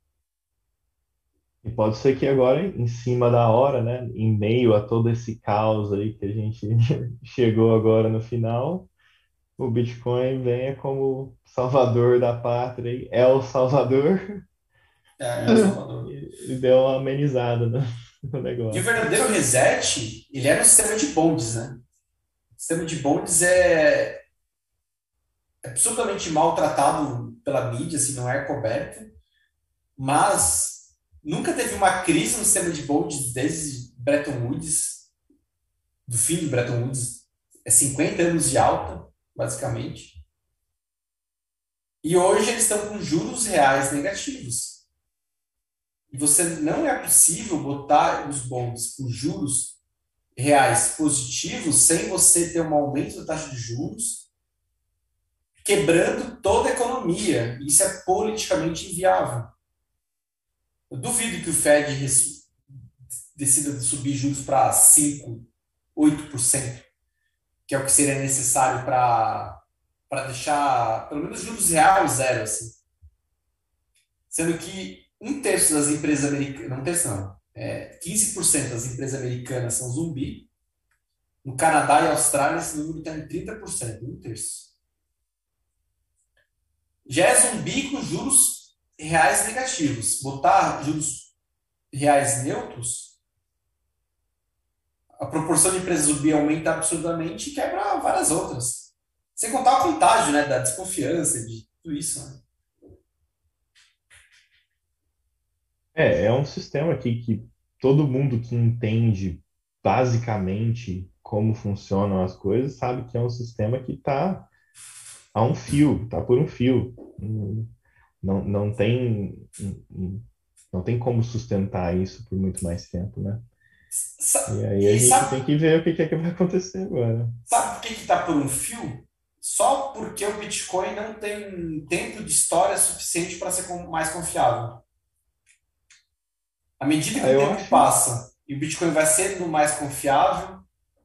[SPEAKER 4] E pode ser que agora, em cima da hora, né, em meio a todo esse caos aí que a gente chegou agora no final, o Bitcoin venha como salvador da pátria, aí, é o salvador,
[SPEAKER 3] É o Salvador.
[SPEAKER 4] e deu uma amenizada no
[SPEAKER 3] E o
[SPEAKER 4] negócio.
[SPEAKER 3] verdadeiro reset, ele é no sistema de bonds, né? O sistema de bonds é absolutamente maltratado pela mídia, assim, não é coberto, mas nunca teve uma crise no sistema de bonds desde Bretton Woods, do fim de Bretton Woods, é 50 anos de alta, basicamente. E hoje eles estão com juros reais negativos. E você não é possível botar os bonds com juros reais positivos sem você ter um aumento da taxa de juros, quebrando toda a economia. Isso é politicamente inviável. Eu duvido que o Fed decida subir juros para 5, 8%, que é o que seria necessário para deixar pelo menos juros reais zero, assim. Sendo que um terço das empresas americanas, não um terço não, 15% das empresas americanas são zumbi. No Canadá e Austrália esse número está em 30%, um terço. Já é zumbi com juros reais negativos. Botar juros reais neutros, a proporção de empresas zumbi aumenta absurdamente e quebra várias outras. Sem contar o contágio, né, da desconfiança, de tudo isso. Né?
[SPEAKER 4] É um sistema aqui que todo mundo que entende basicamente como funcionam as coisas sabe que é um sistema que está a um fio, está por um fio. Não, não tem como sustentar isso por muito mais tempo, né? E aí a
[SPEAKER 3] E
[SPEAKER 4] gente tem
[SPEAKER 3] sabe,
[SPEAKER 4] que ver o que é que vai acontecer agora.
[SPEAKER 3] sabe por que está por um fio? Só porque o Bitcoin não tem tempo de história suficiente para ser mais confiável. À medida que
[SPEAKER 4] Ah,
[SPEAKER 3] o tempo passa e o Bitcoin vai sendo mais confiável,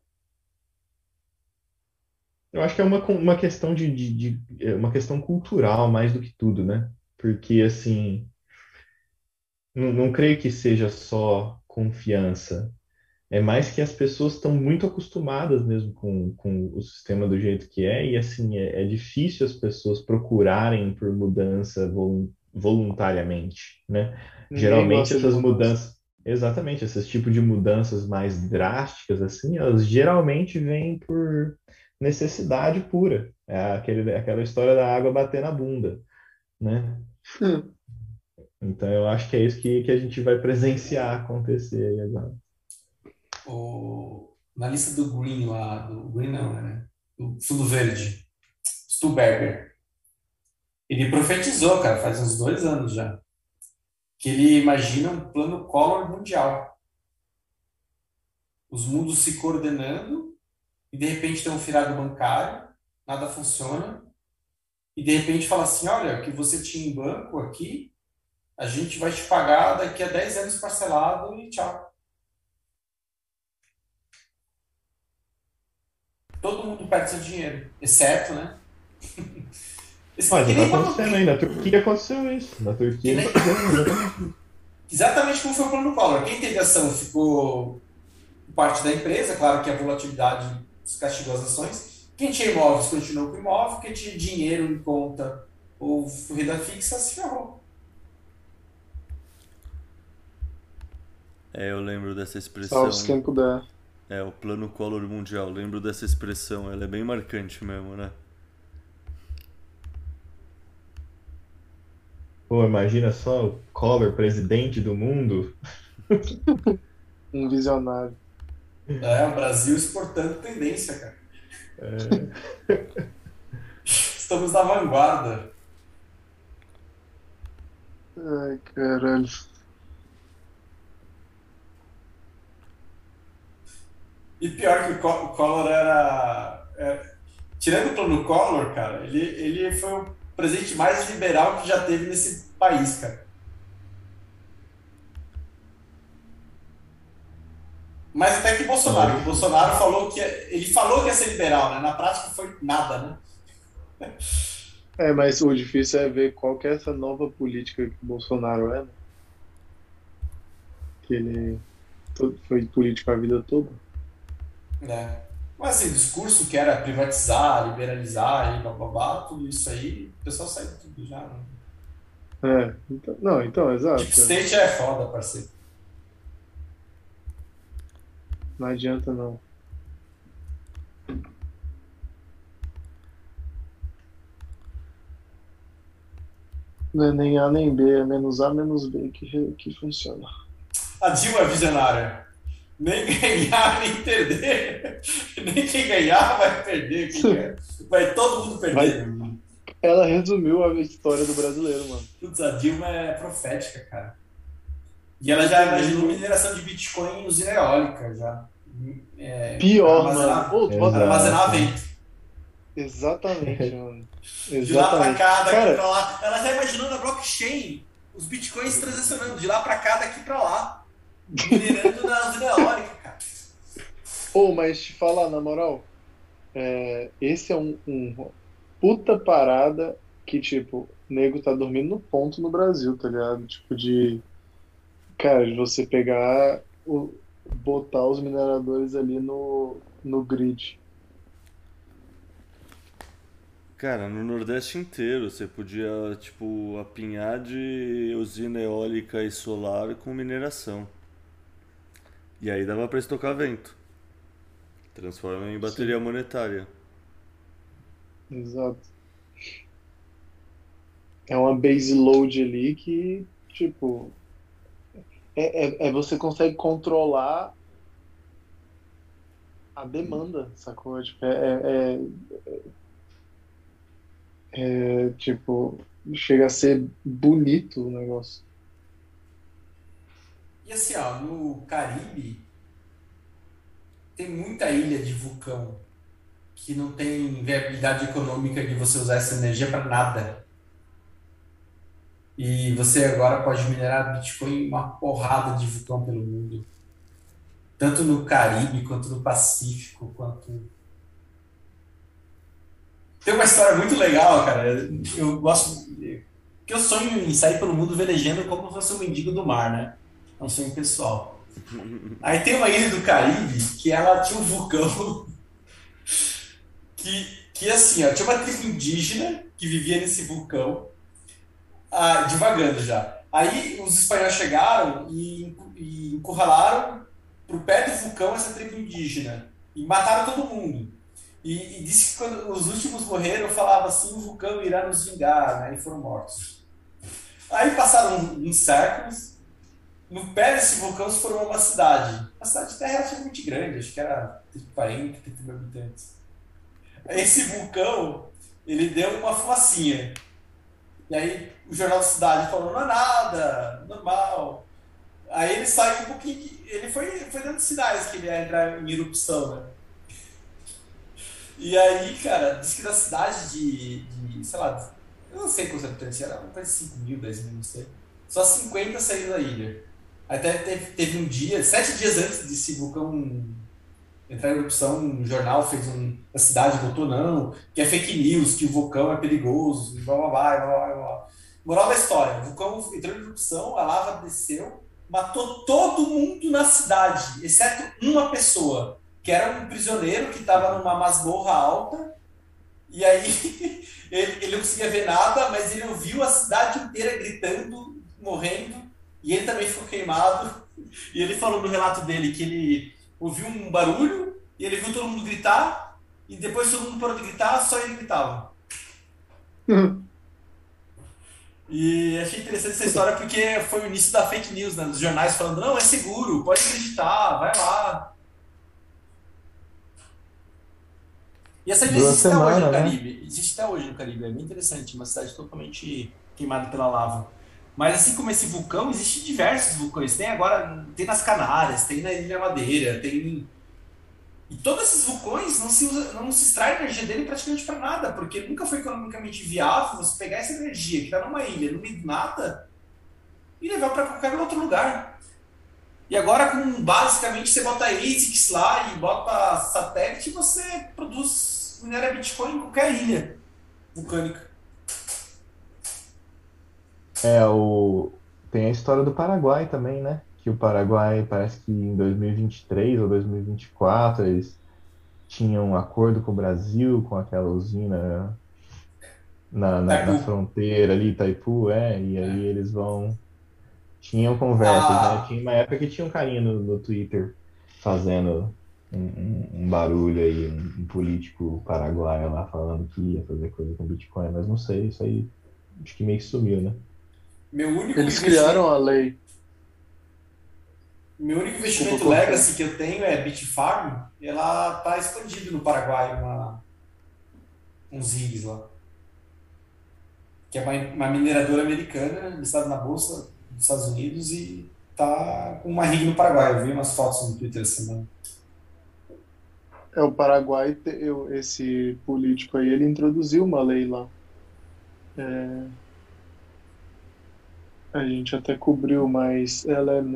[SPEAKER 4] eu acho que é uma questão é uma questão cultural mais do que tudo, né? Porque assim, não creio que seja só confiança. É mais que as pessoas estão muito acostumadas mesmo com o sistema do jeito que é, e assim, é difícil as pessoas procurarem por mudança voluntariamente, né?
[SPEAKER 2] Ninguém
[SPEAKER 4] Geralmente
[SPEAKER 2] gosta de
[SPEAKER 4] essas
[SPEAKER 2] mudança.
[SPEAKER 4] mudanças, exatamente, esses tipos de mudanças mais drásticas, assim, elas geralmente vêm por necessidade pura. Aquela história da água bater na bunda, né?
[SPEAKER 2] Hum.
[SPEAKER 4] Então eu acho que é isso que a gente vai presenciar acontecer aí agora.
[SPEAKER 3] na lista do Green lá, do Green não, né? Do Fundo Verde, Stuberger, ele profetizou, cara, faz uns 2 anos já, que ele imagina um plano Collor mundial. Os mundos se coordenando e de repente tem um feriado bancário, nada funciona, e de repente fala assim, olha, o que você tinha em banco aqui, a gente vai te pagar daqui a 10 anos parcelado e tchau. Todo mundo perde seu dinheiro, exceto, né?
[SPEAKER 4] Mas
[SPEAKER 3] Que
[SPEAKER 4] já está
[SPEAKER 3] nem quando,
[SPEAKER 4] acontecendo aí. Na Turquia aconteceu isso. Na
[SPEAKER 3] que
[SPEAKER 4] Turquia eles
[SPEAKER 3] nem,
[SPEAKER 4] fizeram exatamente isso.
[SPEAKER 3] exatamente como foi o plano Collor. Quem teve ação ficou parte da empresa, claro que a volatilidade castigou as ações. Quem tinha imóveis continuou com imóvel, quem tinha dinheiro em conta ou renda fixa se ferrou.
[SPEAKER 1] Eu lembro dessa
[SPEAKER 2] Salve-se
[SPEAKER 1] expressão.
[SPEAKER 2] quem puder.
[SPEAKER 1] O plano Collor mundial. Lembro dessa expressão. Ela é bem marcante mesmo, né?
[SPEAKER 4] Pô, imagina só o Collor, presidente do mundo.
[SPEAKER 2] Um visionário.
[SPEAKER 3] O Brasil exportando tendência, cara. Estamos na vanguarda.
[SPEAKER 2] Ai, caralho.
[SPEAKER 3] E pior que o Collor tirando o plano Collor, cara, ele foi o presidente mais liberal que já teve nesse país, cara. Mais até que Bolsonaro. O Bolsonaro falou ele falou que ia ser liberal, né? Na prática foi nada, né?
[SPEAKER 2] Mas o difícil é ver qual que é essa nova política que o Bolsonaro é, né? Que ele foi político a vida toda.
[SPEAKER 3] Mas assim, o discurso que era privatizar, liberalizar e bababá, tudo isso aí, o pessoal sai de tudo já. Né?
[SPEAKER 2] Então, exato.
[SPEAKER 3] Deep State é foda, parceiro.
[SPEAKER 2] Não adianta não. Não é nem A nem B, é menos A menos B que funciona.
[SPEAKER 3] A Dilma é visionária. Nem ganhar, nem perder. Nem quem ganhar vai perder. Vai todo mundo perder.
[SPEAKER 2] Ela resumiu a história do brasileiro, mano.
[SPEAKER 3] Putz, a Dilma é profética, cara. E ela já imaginou mineração de Bitcoin em usina eólica, já. Para
[SPEAKER 2] Pior, mano.
[SPEAKER 3] armazenar,
[SPEAKER 2] Pô, tu bota...
[SPEAKER 3] para armazenar
[SPEAKER 4] Exato.
[SPEAKER 3] vento.
[SPEAKER 2] Exatamente, mano.
[SPEAKER 3] De lá para
[SPEAKER 2] Exatamente.
[SPEAKER 3] cá, daqui
[SPEAKER 2] Cara,
[SPEAKER 3] para lá. Ela já imaginou na blockchain os Bitcoins transacionando de lá para cá, daqui para lá. Minerando na usina eólica, cara.
[SPEAKER 2] pô, mas te falar, na moral, esse é um puta parada que, tipo, o nego tá dormindo no ponto no Brasil, tá ligado? Tipo, cara, de você botar os mineradores ali no grid.
[SPEAKER 1] Cara, no Nordeste inteiro você podia, tipo, apinhar de usina eólica e solar com mineração. E aí dava pra estocar vento. Transforma em bateria
[SPEAKER 2] Sim,
[SPEAKER 1] monetária.
[SPEAKER 2] exato. É uma base load ali que, tipo, você consegue controlar a demanda, sacou? Tipo, tipo, chega a ser bonito o negócio.
[SPEAKER 3] E assim, ó, no Caribe tem muita ilha de vulcão que não tem viabilidade econômica de você usar essa energia para nada. E você agora pode minerar Bitcoin em uma porrada de vulcão pelo mundo. Tanto no Caribe, quanto no Pacífico, quanto... Tem uma história muito legal, cara. Eu gosto... Porque eu sonho em sair pelo mundo velejando como se fosse um mendigo do mar, né? É um sonho pessoal. Aí tem uma ilha do Caribe que ela tinha um vulcão que assim, ó, tinha uma tribo indígena que vivia nesse vulcão, divagando já. Aí os espanhóis chegaram e encurralaram pro pé do vulcão essa tribo indígena e mataram todo mundo. E disse que quando os últimos morreram, falava assim: o vulcão irá nos vingar, né? E foram mortos. Aí passaram uns séculos, no pé desse vulcão se formou uma cidade. Uma cidade até relativamente grande, acho que era 40, 30 mil habitantes. Esse vulcão, ele deu uma fumacinha. E aí o jornal da cidade falou: não é nada, normal. Aí ele saiu um pouquinho. Ele foi dando sinais que ele ia entrar em erupção, né? E aí, cara, diz que da cidade sei lá, eu não sei quantos habitantes era, não 5 mil, 10 mil, não sei. Só 50 saíram da ilha. Até teve um dia, 7 dias antes desse vulcão entrar em erupção, um jornal fez a cidade botou não, que é fake news, que o vulcão é perigoso, e blá blá blá, blá, blá, blá. Moral da história, o vulcão entrou em erupção, a lava desceu, matou todo mundo na cidade, exceto uma pessoa, que era um prisioneiro que estava numa masmorra alta, e aí ele não conseguia ver nada, mas ele ouviu a cidade inteira gritando, morrendo, e ele também ficou queimado. E ele falou no relato dele que ele ouviu um barulho e ele viu todo mundo gritar, e depois todo mundo parou de gritar, só ele gritava. E achei interessante essa história porque foi o início da fake news, né? Dos jornais falando: não, é seguro, pode acreditar, vai lá. E essa ilha
[SPEAKER 4] Duas
[SPEAKER 3] existe até hoje no
[SPEAKER 4] semanas, né?
[SPEAKER 3] Caribe. Existe até hoje no Caribe. É bem interessante. Uma cidade totalmente queimada pela lava. Mas assim como esse vulcão, existem diversos vulcões. Tem agora, tem nas Canárias, tem na Ilha Madeira, tem... E todos esses vulcões não se extrai energia dele praticamente para nada, porque nunca foi economicamente viável você pegar essa energia que está numa ilha, no meio do nada, e levar para qualquer outro lugar. E agora, com basicamente, você bota ASICs lá e bota satélite, você produz minera Bitcoin em qualquer ilha vulcânica.
[SPEAKER 4] É, tem a história do Paraguai também, né? Que o Paraguai parece que em 2023 ou 2024 eles tinham um acordo com o Brasil, com aquela usina na
[SPEAKER 3] Taipu.
[SPEAKER 4] fronteira ali, Itaipu, e aí
[SPEAKER 3] É.
[SPEAKER 4] eles vão. Tinham conversas, né?
[SPEAKER 3] A,
[SPEAKER 4] Tinha uma época que tinha um carinha no Twitter fazendo um barulho aí, um político paraguaio lá falando que ia fazer coisa com Bitcoin, mas não sei, isso aí acho que meio que sumiu, né?
[SPEAKER 3] meu único
[SPEAKER 2] Eles criaram
[SPEAKER 3] investimento,
[SPEAKER 2] a lei.
[SPEAKER 3] meu único
[SPEAKER 2] Desculpa
[SPEAKER 3] investimento
[SPEAKER 2] cortar.
[SPEAKER 3] legacy que eu tenho é Bitfarm. Ela está expandida no Paraguai, uns rigs lá. Que é uma mineradora americana, listada na Bolsa dos Estados Unidos, e tá com uma rig no Paraguai. Eu vi umas fotos no Twitter essa semana.
[SPEAKER 2] É, o Paraguai, esse político aí, ele introduziu uma lei lá. É, a gente até cobriu, mas ela é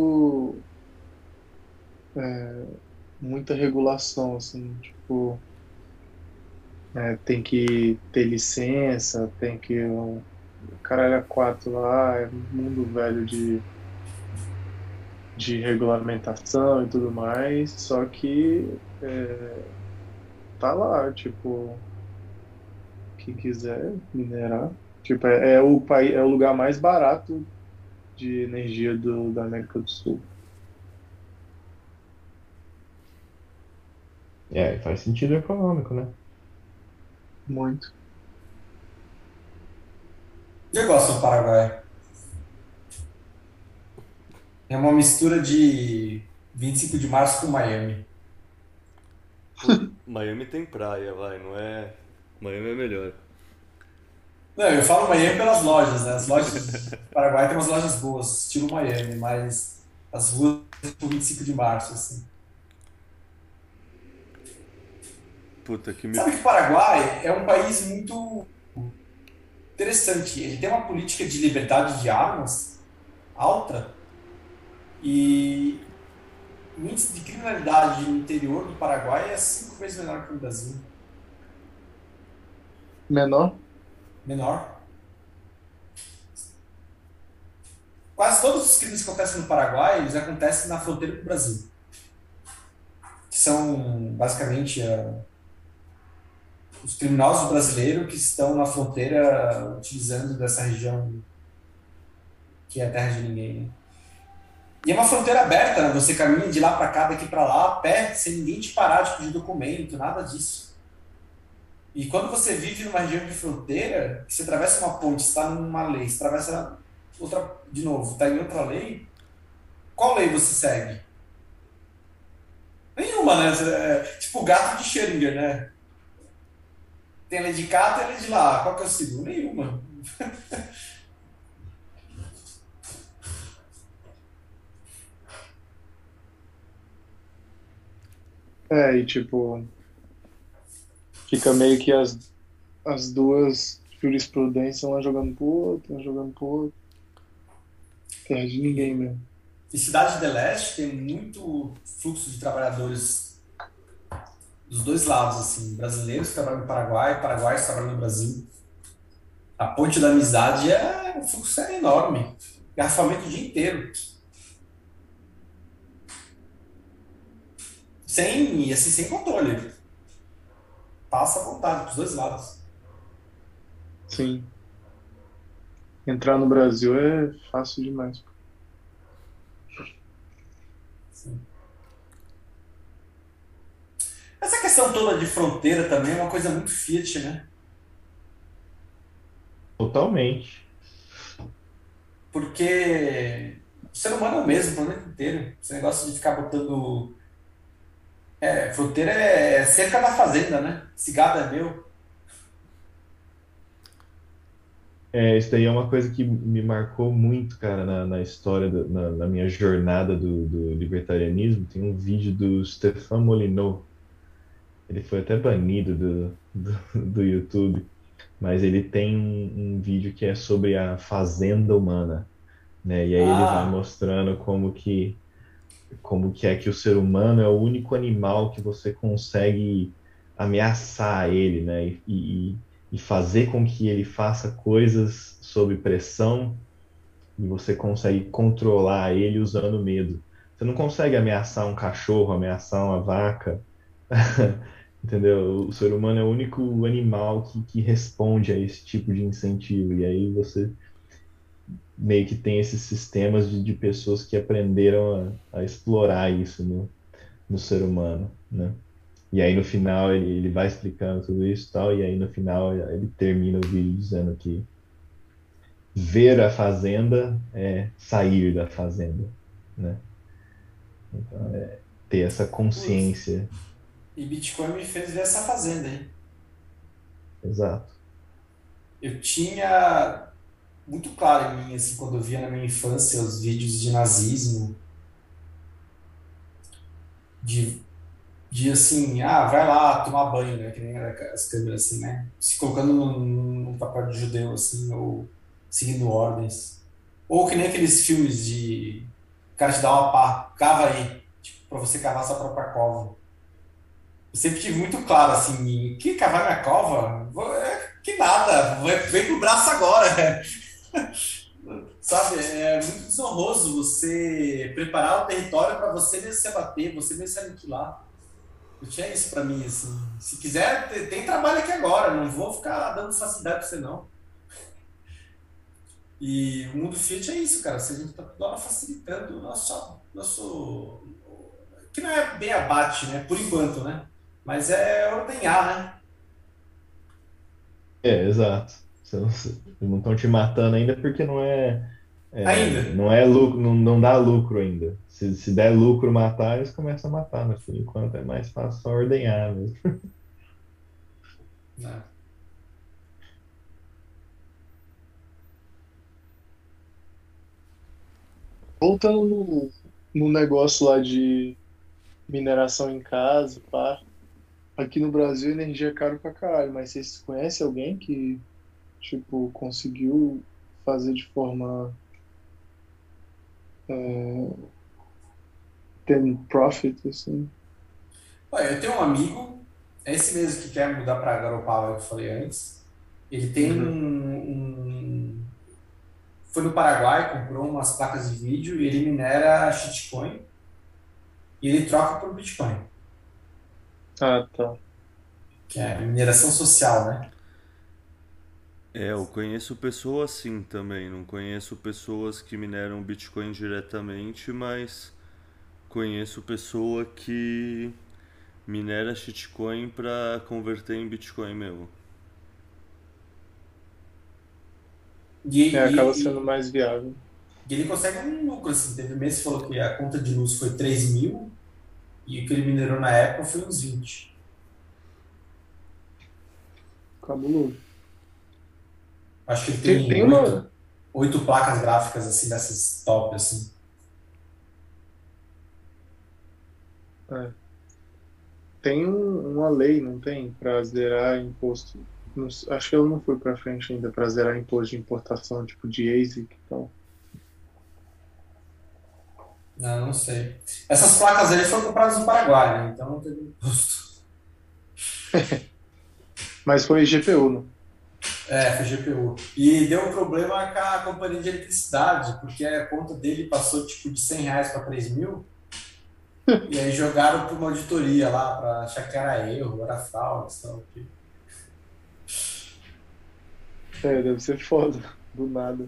[SPEAKER 2] muita regulação, assim, tipo, tem que ter licença, tem que caralho a quatro lá, é um mundo velho de regulamentação e tudo mais, só que tá lá, tipo, quem quiser minerar, tipo, é o país, é o lugar mais barato de energia da América do Sul.
[SPEAKER 4] Faz sentido econômico, né?
[SPEAKER 2] Muito.
[SPEAKER 3] Eu gosto do Paraguai. É uma mistura de 25 de março com Miami.
[SPEAKER 1] Miami tem praia, vai, não é? Miami é melhor.
[SPEAKER 3] Não, eu falo Miami pelas lojas, né? As lojas do Paraguai tem umas lojas boas, estilo Miami, mas as ruas por 25 de março, assim.
[SPEAKER 1] Puta que me.
[SPEAKER 3] Sabe que o Paraguai é um país muito interessante. Ele tem uma política de liberdade de armas alta e o índice de criminalidade no interior do Paraguai é 5 vezes menor que no Brasil.
[SPEAKER 2] Menor?
[SPEAKER 3] Menor. Quase todos os crimes que acontecem no Paraguai, eles acontecem na fronteira com o Brasil. Que são, basicamente, os criminosos brasileiros que estão na fronteira utilizando dessa região que é a terra de ninguém, né? E é uma fronteira aberta, né? Você caminha de lá para cá, daqui para lá, a pé, sem ninguém te parar de pedir documento, nada disso. E quando você vive numa região de fronteira, você atravessa uma ponte, está numa lei, você atravessa outra de novo, está em outra lei, qual lei você segue? Nenhuma, né? Tipo o gato de Schrödinger, né? Tem a lei de cá, tem a lei de lá. Qual que é o sigo? Nenhuma.
[SPEAKER 2] E tipo, fica meio que as duas jurisprudências, uma jogando pro outro, uma jogando pro outro. Terra de ninguém
[SPEAKER 3] E,
[SPEAKER 2] mesmo.
[SPEAKER 3] e Cidade de Leste tem muito fluxo de trabalhadores dos dois lados, assim, brasileiros que trabalham no Paraguai, paraguaios que trabalham no Brasil. A Ponte da Amizade o fluxo é enorme. Garrafamento o dia inteiro. Sem, assim, sem controle. Passa à vontade pros dois lados.
[SPEAKER 2] Sim. Entrar no Brasil é fácil demais.
[SPEAKER 3] Sim. Essa questão toda de fronteira também é uma coisa muito Fiat, né?
[SPEAKER 4] Totalmente.
[SPEAKER 3] Porque o ser humano é o mesmo, o planeta inteiro. Esse negócio de ficar botando. Fronteira é cerca da fazenda, né? Esse gado é meu.
[SPEAKER 4] Isso daí é uma coisa que me marcou muito, cara, na história, na minha jornada do libertarianismo. Tem um vídeo do Stéphane Molyneux. Ele foi até banido do YouTube, mas ele tem um vídeo que é sobre a fazenda humana, né? E aí ele vai
[SPEAKER 3] Ah,
[SPEAKER 4] mostrando como que é que o ser humano é o único animal que você consegue ameaçar ele, né? E fazer com que ele faça coisas sob pressão e você consegue controlar ele usando medo. Você não consegue ameaçar um cachorro, ameaçar uma vaca, entendeu? O ser humano é o único animal que responde a esse tipo de incentivo. E aí você meio que tem esses sistemas de pessoas que aprenderam a explorar isso no ser humano, né? E aí no final ele vai explicando tudo isso e tal, e aí no final ele termina o vídeo dizendo que ver a fazenda é sair da fazenda, né? Então é ter essa
[SPEAKER 3] putz.
[SPEAKER 4] consciência,
[SPEAKER 3] E Bitcoin me fez ver essa fazenda, hein?
[SPEAKER 4] exato.
[SPEAKER 3] Eu tinha muito claro em mim, assim, quando eu via na minha infância os vídeos de nazismo, de, de assim, vai lá tomar banho, né? Que nem era as câmeras, assim, né? Se colocando num papel de judeu, assim, ou seguindo ordens. Ou que nem aqueles filmes de o cara te dá uma pá, cava aí, tipo, pra você cavar sua própria cova. Eu sempre tive muito claro, assim, que cavar minha cova? Que nada, vem pro braço agora. Sabe, é muito desonroso você preparar o território para você mesmo se abater, você mesmo se aniquilar. Eu tinha isso para mim, assim. Se quiser, tem trabalho aqui agora, não vou ficar dando facilidade para você, não. E o mundo Fiat é isso, cara. Se a gente tá toda hora facilitando o nosso. Que não é bem abate, né? Por enquanto, né? Mas é ordenhar, né?
[SPEAKER 4] Exato. Não estão te matando ainda porque
[SPEAKER 3] Ainda.
[SPEAKER 4] não é lucro, não dá lucro ainda. Se der lucro matar, eles começam a matar, mas por enquanto é mais fácil só ordenhar mesmo.
[SPEAKER 3] Né?
[SPEAKER 2] Voltando no negócio lá de mineração em casa, pá. Aqui no Brasil, energia é caro pra caralho, mas vocês conhecem alguém que, tipo, conseguiu fazer de forma ten profit, assim?
[SPEAKER 3] Olha, eu tenho um amigo, é esse mesmo que quer mudar para Garopaba que eu falei antes. Ele tem
[SPEAKER 2] Uhum.
[SPEAKER 3] foi no Paraguai, comprou umas placas de vídeo e ele minera shitcoin e ele troca por Bitcoin,
[SPEAKER 2] Ah, tá.
[SPEAKER 3] que é mineração social, né?
[SPEAKER 1] Eu conheço pessoas assim também. Não conheço pessoas que mineram Bitcoin diretamente, mas conheço pessoa que minera shitcoin pra converter em Bitcoin mesmo.
[SPEAKER 3] E,
[SPEAKER 2] É, acaba
[SPEAKER 3] e,
[SPEAKER 2] sendo
[SPEAKER 3] e,
[SPEAKER 2] mais viável.
[SPEAKER 3] e ele consegue um lucro, assim. Teve um mês que falou que a conta de luz foi 3 mil e o que ele minerou na época foi uns 20.
[SPEAKER 2] Cabuloso.
[SPEAKER 3] Acho que ele
[SPEAKER 2] Tem,
[SPEAKER 3] tem
[SPEAKER 2] tem uma.
[SPEAKER 3] oito placas gráficas, assim, dessas top, assim.
[SPEAKER 2] É, tem uma lei, não tem? Pra zerar imposto. Acho que ela não foi pra frente ainda pra zerar imposto de importação, tipo de ASIC e tal.
[SPEAKER 3] Não, não sei. Essas placas aí foram compradas no Paraguai, né? Então não teve imposto.
[SPEAKER 2] Mas foi GPU, né?
[SPEAKER 3] É, foi GPU. E deu um problema com a companhia de eletricidade, porque a conta dele passou tipo de R$ 100 para 3 mil, e aí jogaram para uma auditoria lá para achar que era erro, era fraude, sei lá o quê.
[SPEAKER 2] É, deve ser foda, do nada.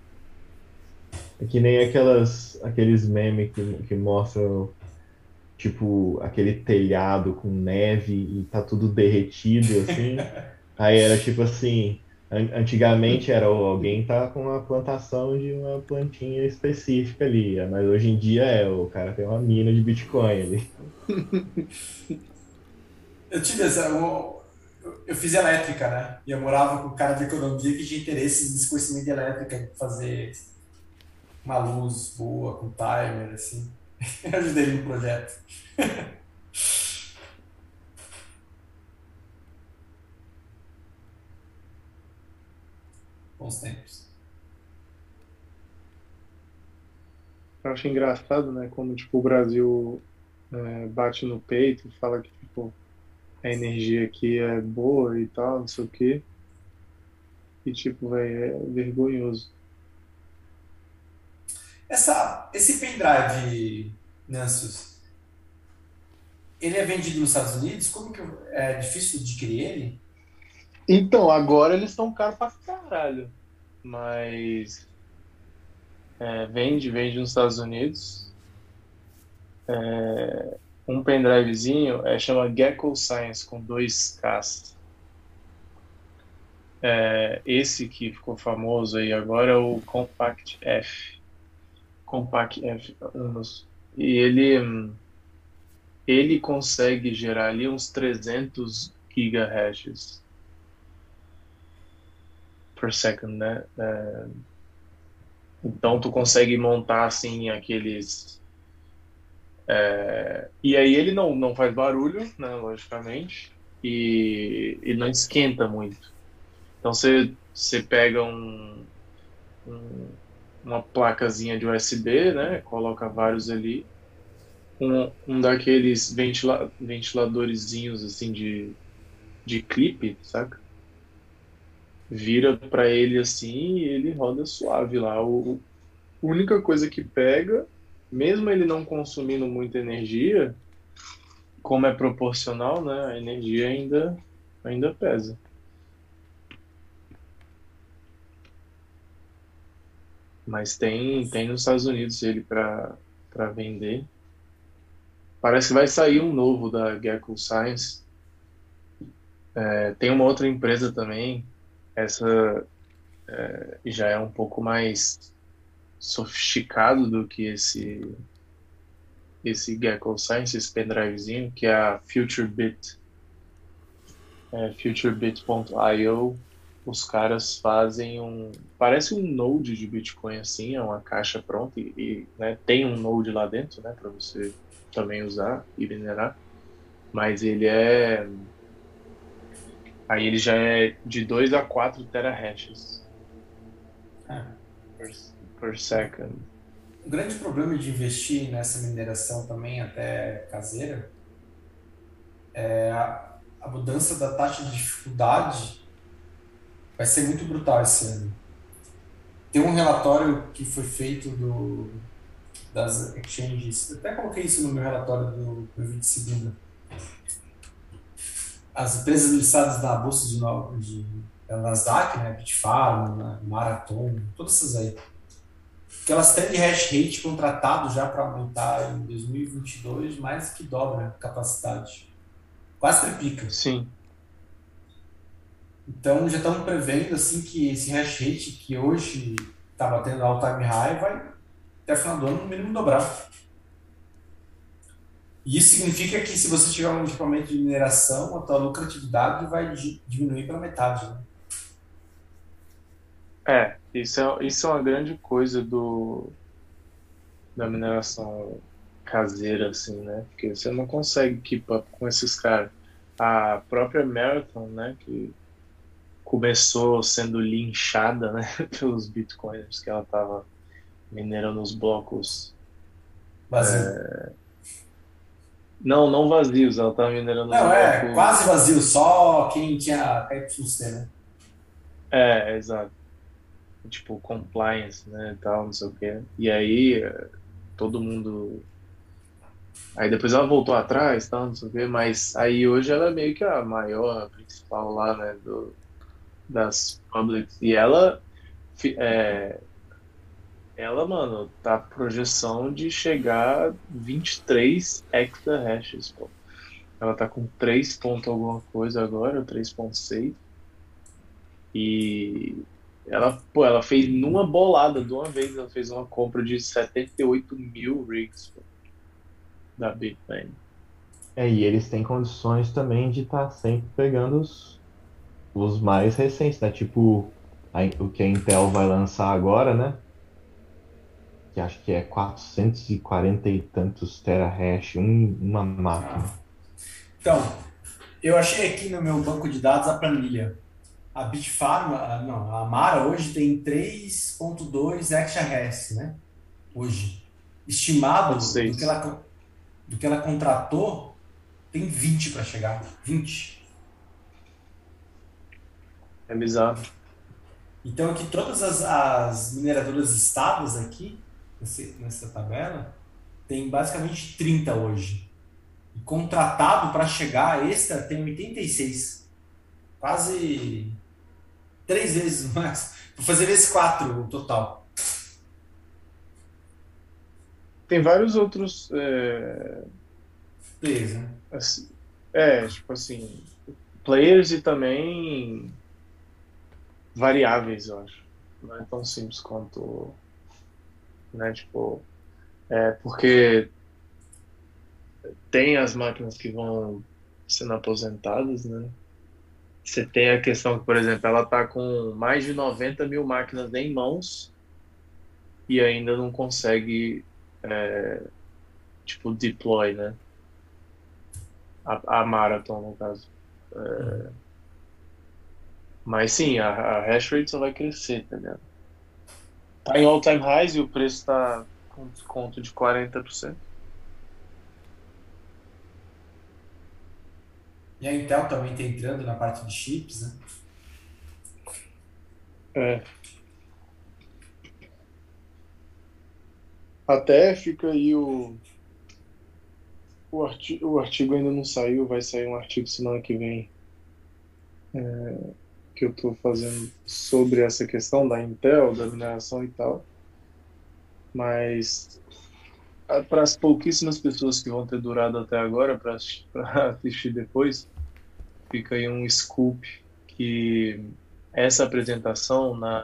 [SPEAKER 4] É que nem aqueles memes que mostram, tipo, aquele telhado com neve e tá tudo derretido, assim. Aí era tipo assim, antigamente era alguém tá com uma plantação de uma plantinha específica ali, mas hoje em dia o cara tem uma mina de Bitcoin ali.
[SPEAKER 3] Eu tive essa. Eu fiz elétrica, né? E eu morava com um cara de economia que tinha interesse nesse conhecimento de elétrica, fazer uma luz boa, com timer, assim. Eu ajudei ele no projeto. Bons tempos.
[SPEAKER 2] Eu acho engraçado, né? Como, tipo, o Brasil bate no peito e fala que, tipo, a energia aqui é boa e tal, não sei o quê. E, tipo, véi, é vergonhoso.
[SPEAKER 3] Esse pendrive, Nansus, ele é vendido nos Estados Unidos? Como que é difícil adquirir ele?
[SPEAKER 2] Então, agora eles estão caros pra caralho. Mas vende nos Estados Unidos. Um pendrivezinho chama Gecko Science, com dois Ks. Esse que ficou famoso aí agora é o Compact F. Compact F, e ele consegue gerar ali uns 300 gigahashes per second, né?
[SPEAKER 5] Então tu consegue montar assim aqueles. E aí ele não faz barulho, né, logicamente, e não esquenta muito. Então você pega um- uma placazinha de USB, né, coloca vários ali, um daqueles ventiladorzinhos assim de clipe, saca? Vira para ele assim e ele roda suave lá. A única coisa que pega, mesmo ele não consumindo muita energia, como é proporcional, né, a energia ainda pesa. Mas tem nos Estados Unidos ele para vender. Parece que vai sair um novo da Gecko Science. Tem uma outra empresa também, essa já é um pouco mais sofisticado do que esse Gecko Science, esse pendrivezinho, que é a FutureBit. FutureBit.io. Os caras fazem parece um node de Bitcoin assim, é uma caixa pronta né, tem um node lá dentro, né, para você também usar e minerar, mas aí ele já é de 2 a 4 terahashes
[SPEAKER 3] É.
[SPEAKER 5] per, per second.
[SPEAKER 3] O grande problema de investir nessa mineração também até caseira é a mudança da taxa de dificuldade vai ser muito brutal esse ano. Tem um relatório que foi feito das exchanges, até coloquei isso no meu relatório do 22º. As empresas listadas na bolsa da Nasdaq, né, Bitfarm, Marathon, todas essas aí, que elas têm de hash rate contratado já para aumentar em 2022 mais que dobra a capacidade. Quase triplica.
[SPEAKER 5] Sim,
[SPEAKER 3] Então já estamos prevendo assim que esse hash rate que hoje está batendo all time high vai até o final do ano no mínimo dobrar. E isso significa que se você tiver um equipamento de mineração, a tua lucratividade vai diminuir pela metade, né?
[SPEAKER 5] isso é uma grande coisa da mineração caseira, assim, né? Porque você não consegue keep up com esses caras. A própria Marathon, né, que começou sendo linchada, né, pelos bitcoiners, que ela estava minerando os blocos.
[SPEAKER 3] Vazio.
[SPEAKER 5] Não vazios, ela estava minerando os
[SPEAKER 3] Não, quase
[SPEAKER 5] blocos.
[SPEAKER 3] vazio, só quem tinha KYC, né?
[SPEAKER 5] Exato. Tipo, compliance, né, e tal, não sei o quê. E aí, todo mundo. Aí depois ela voltou atrás, tal, não sei o quê, mas aí hoje ela é meio que a maior, a principal lá, né, das publics. E fi- é, mano, tá projeção de chegar a 23 exahashes, pô. Ela tá com 3 ponto alguma coisa agora, 3,6. E ela fez numa bolada de uma vez, ela fez uma compra de 78 mil rigs, pô, da Bitmain.
[SPEAKER 4] E eles têm condições também de estar sempre pegando os mais recentes, né? Tipo, o que a Intel vai lançar agora, né? Que acho que é 440 e tantos terahash, uma máquina.
[SPEAKER 3] Então, eu achei aqui no meu banco de dados a planilha. A Bitfarm, não, a Mara hoje tem 3,2 exahash, né? Hoje. Estimado
[SPEAKER 5] Vocês.
[SPEAKER 3] do que ela contratou, tem 20 para chegar. 20.
[SPEAKER 5] É bizarro.
[SPEAKER 3] Então, aqui todas as mineradoras listadas aqui, nessa tabela, tem basicamente 30 hoje. E contratado para chegar extra tem 86. Quase 3 vezes mais. Vou fazer vezes 4 o total.
[SPEAKER 5] Tem vários outros.
[SPEAKER 3] Beleza, né?
[SPEAKER 5] Assim, tipo assim, players e também variáveis, eu acho. Não é tão simples quanto, né, tipo, porque tem as máquinas que vão sendo aposentadas, né? Você tem a questão que, por exemplo, ela está com mais de 90 mil máquinas em mãos e ainda não consegue, tipo, deploy, né? A Marathon, no caso. Mas sim, a hash rate só vai crescer, tá ligado? Tá em all time highs e o preço tá com desconto de 40%.
[SPEAKER 3] E a Intel também está entrando na parte de chips, né?
[SPEAKER 2] É. Até fica aí o artigo ainda não saiu, vai sair um artigo semana que vem, que eu estou fazendo sobre essa questão da Intel, da mineração e tal. Mas para as pouquíssimas pessoas que vão ter durado até agora para assistir depois, fica aí um scoop que essa apresentação na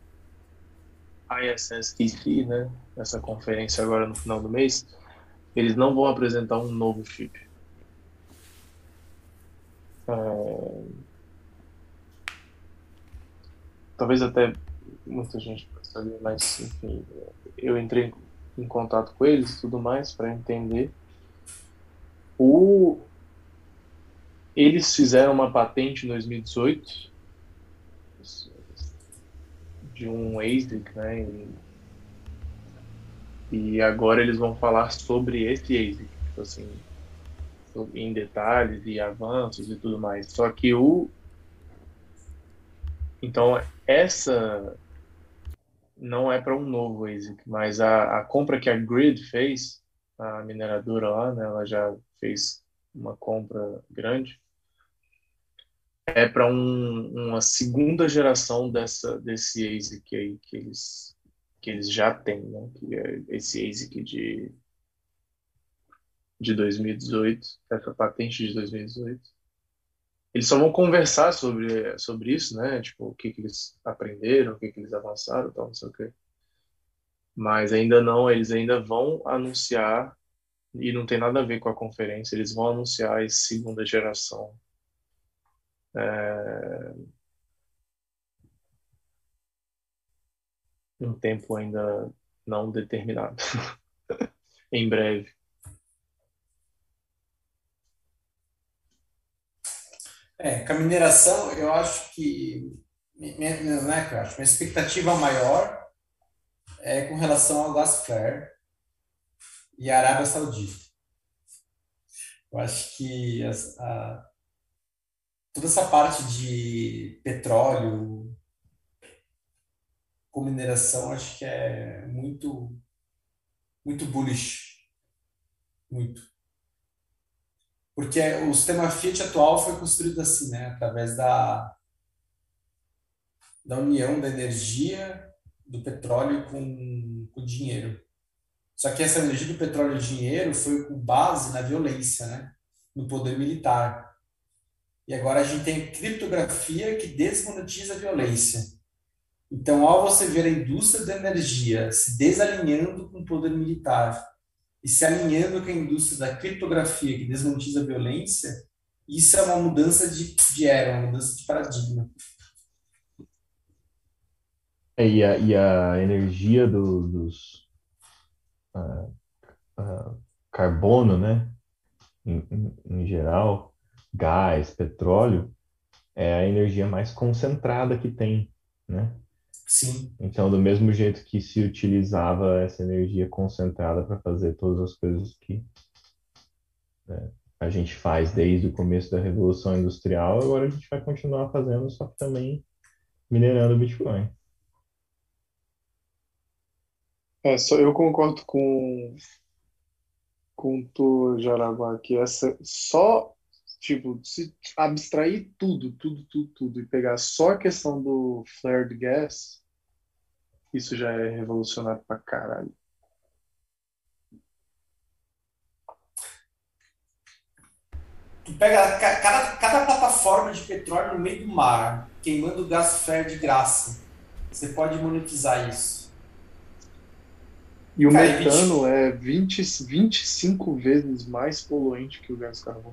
[SPEAKER 2] ISSTC, né, essa conferência agora no final do mês, eles não vão apresentar um novo chip. Talvez até muita gente possa saber, mas enfim, eu entrei em contato com eles e tudo mais para entender. Eles fizeram uma patente em 2018 de um ASIC, né? E agora eles vão falar sobre esse ASIC, tipo assim, em detalhes e avanços e tudo mais. Só que então essa não é para um novo ASIC, mas a compra que a Grid fez, a mineradora lá, né, ela já fez uma compra grande, é para uma segunda geração desse ASIC aí que eles já têm, né, que é esse ASIC de 2018, essa patente de 2018. Eles só vão conversar sobre isso, né? Tipo, o que eles aprenderam, o que eles avançaram, tal, não sei o quê. Mas ainda não, eles ainda vão anunciar, e não tem nada a ver com a conferência, eles vão anunciar essa segunda geração. Um tempo ainda não determinado. Em breve.
[SPEAKER 3] Com a mineração, eu acho que, não é que eu acho, minha expectativa maior é com relação ao gas flare e a Arábia Saudita. Eu acho que toda essa parte de petróleo com mineração, acho que é muito, muito bullish. Muito. Porque o sistema Fiat atual foi construído assim, né? Através da união da energia, do petróleo com o dinheiro. Só que essa energia do petróleo e dinheiro foi com base na violência, né? No poder militar. E agora a gente tem criptografia que desmonetiza a violência. Então, ao você ver a indústria da energia se desalinhando com o poder militar e se alinhando com a indústria da criptografia que desmonetiza a violência, isso é uma mudança de era, uma mudança de paradigma.
[SPEAKER 4] E a energia dos carbono, né? Em geral, gás, petróleo, é a energia mais concentrada que tem, né?
[SPEAKER 3] Sim.
[SPEAKER 4] Então, do mesmo jeito que se utilizava essa energia concentrada para fazer todas as coisas que, né, a gente faz desde o começo da Revolução Industrial, agora a gente vai continuar fazendo, só que também minerando o Bitcoin.
[SPEAKER 2] Só eu concordo com o Jaraguá, que essa só, tipo, se abstrair tudo, e pegar só a questão do flared gas, isso já é revolucionário pra caralho.
[SPEAKER 3] Tu pega cada plataforma de petróleo no meio do mar, queimando gás flare de graça. Você pode monetizar isso.
[SPEAKER 2] E o
[SPEAKER 3] Cara,
[SPEAKER 2] metano é 25 vezes mais poluente que o gás carbono.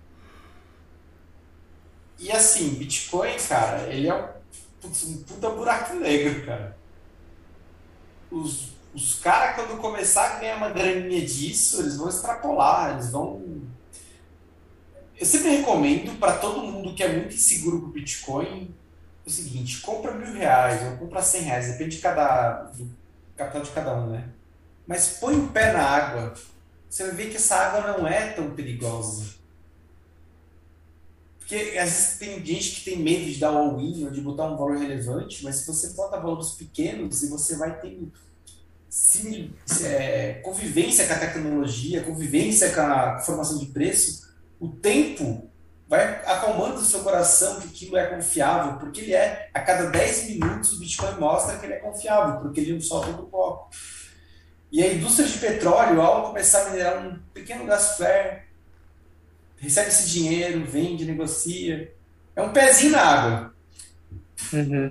[SPEAKER 3] E assim, Bitcoin, cara, ele é um puta buraco negro, cara. os caras, quando começar a ganhar uma graninha disso, eles vão extrapolar, eles vão... Eu sempre recomendo para todo mundo que é muito inseguro com o Bitcoin o seguinte: compra R$ 1.000 ou compra R$ 100, depende do capital de cada um, né? Mas põe o pé na água, você vai ver que essa água não é tão perigosa. Porque às vezes tem gente que tem medo de dar all-in ou de botar um valor relevante, mas se você bota valores pequenos e você vai ter convivência com a tecnologia, convivência com a formação de preço, o tempo vai acalmando o seu coração que aquilo é confiável, porque ele é. A cada 10 minutos o Bitcoin mostra que ele é confiável, porque ele não solta do bloco. E a indústria de petróleo, ao começar a minerar um pequeno gas flare, recebe esse dinheiro, vende, negocia. É um pezinho na água.
[SPEAKER 5] Uhum.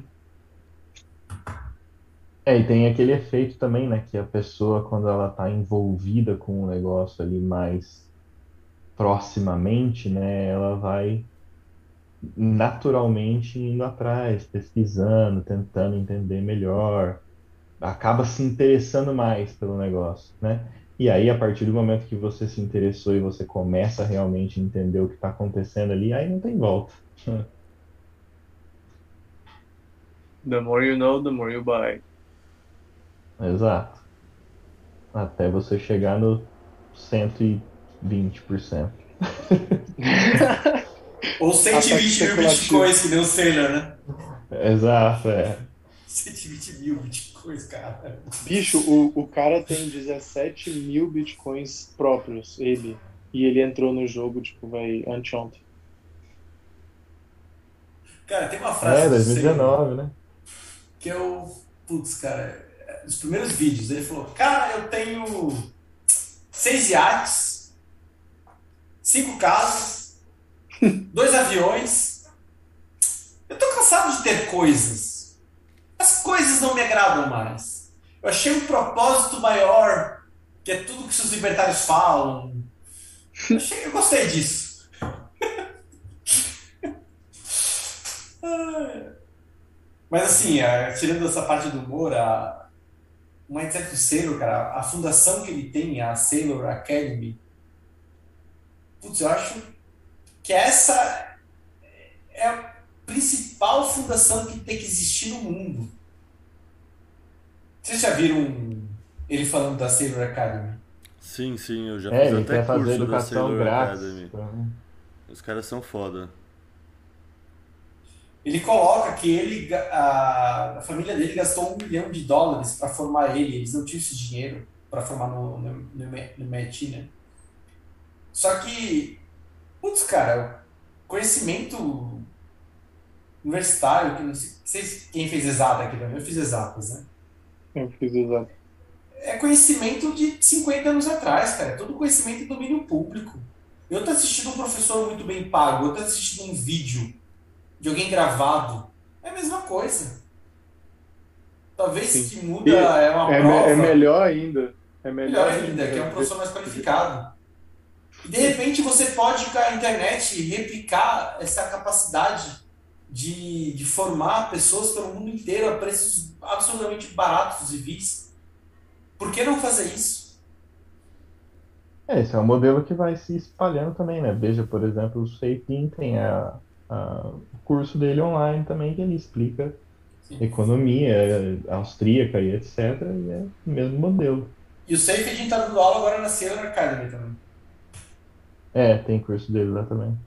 [SPEAKER 4] E tem aquele efeito também, né? Que a pessoa, quando ela está envolvida com o negócio ali mais proximamente, né? Ela vai naturalmente indo atrás, pesquisando, tentando entender melhor, acaba se interessando mais pelo negócio, né? E aí, a partir do momento que você se interessou e você começa a realmente entender o que está acontecendo ali, aí não tem volta.
[SPEAKER 5] The more you know, the more you buy.
[SPEAKER 4] Exato. Até você chegar no 120%.
[SPEAKER 3] Ou 120 mil bitcoins, que deu o Sailor, né?
[SPEAKER 4] Exato,
[SPEAKER 3] 120 mil bitcoins, cara.
[SPEAKER 2] Bicho, o cara tem 17 mil bitcoins próprios, ele. E ele entrou no jogo, tipo, anteontem.
[SPEAKER 3] Cara, tem uma frase do
[SPEAKER 4] 2019,
[SPEAKER 3] Sailor,
[SPEAKER 4] né?
[SPEAKER 3] que eu... Putz, cara, nos primeiros vídeos, ele falou: cara, eu tenho 6 iates, 5 casas, 2 aviões. Eu tô cansado de ter coisas. As coisas não me agradam mais. Eu achei um propósito maior, que é tudo que os libertários falam. Eu gostei disso. Mas assim, tirando essa parte do humor, o mindset do Sailor, cara, a fundação que ele tem, a Sailor Academy, putz, eu acho que essa é a principal fundação que tem que existir no mundo. Vocês já viram ele falando da Sailor Academy?
[SPEAKER 1] Sim, eu já fiz
[SPEAKER 4] Ele
[SPEAKER 1] até
[SPEAKER 4] quer fazer
[SPEAKER 1] curso da
[SPEAKER 4] educação
[SPEAKER 1] Sailor
[SPEAKER 4] grátis.
[SPEAKER 1] Academy. Os caras são foda.
[SPEAKER 3] Ele coloca que a família dele gastou $1 milhão para formar ele. Eles não tinham esse dinheiro para formar no MIT, né? Só que, putz, cara, conhecimento universitário, que não sei quem fez exato aqui também, eu fiz exatas, né?
[SPEAKER 2] Eu fiz exato.
[SPEAKER 3] É conhecimento de 50 anos atrás, cara. É todo conhecimento de domínio público. Eu tô assistindo um professor muito bem pago, eu tô assistindo um vídeo de alguém gravado. É a mesma coisa. Talvez
[SPEAKER 2] Sim.
[SPEAKER 3] que muda é uma prova.
[SPEAKER 2] É melhor ainda. É
[SPEAKER 3] Melhor ainda, que é um professor mais qualificado. E de repente você pode, com a internet, replicar essa capacidade de formar pessoas pelo mundo inteiro a preços absolutamente baratos e vis. Por que não fazer isso?
[SPEAKER 4] Esse é um modelo que vai se espalhando também, né? Veja, por exemplo, o Seipin tem o curso dele online também, que ele explica economia austríaca e etc. E é o mesmo modelo.
[SPEAKER 3] E o Seif a gente está dando aula agora na Sailor Academy também.
[SPEAKER 4] Tem curso dele lá também.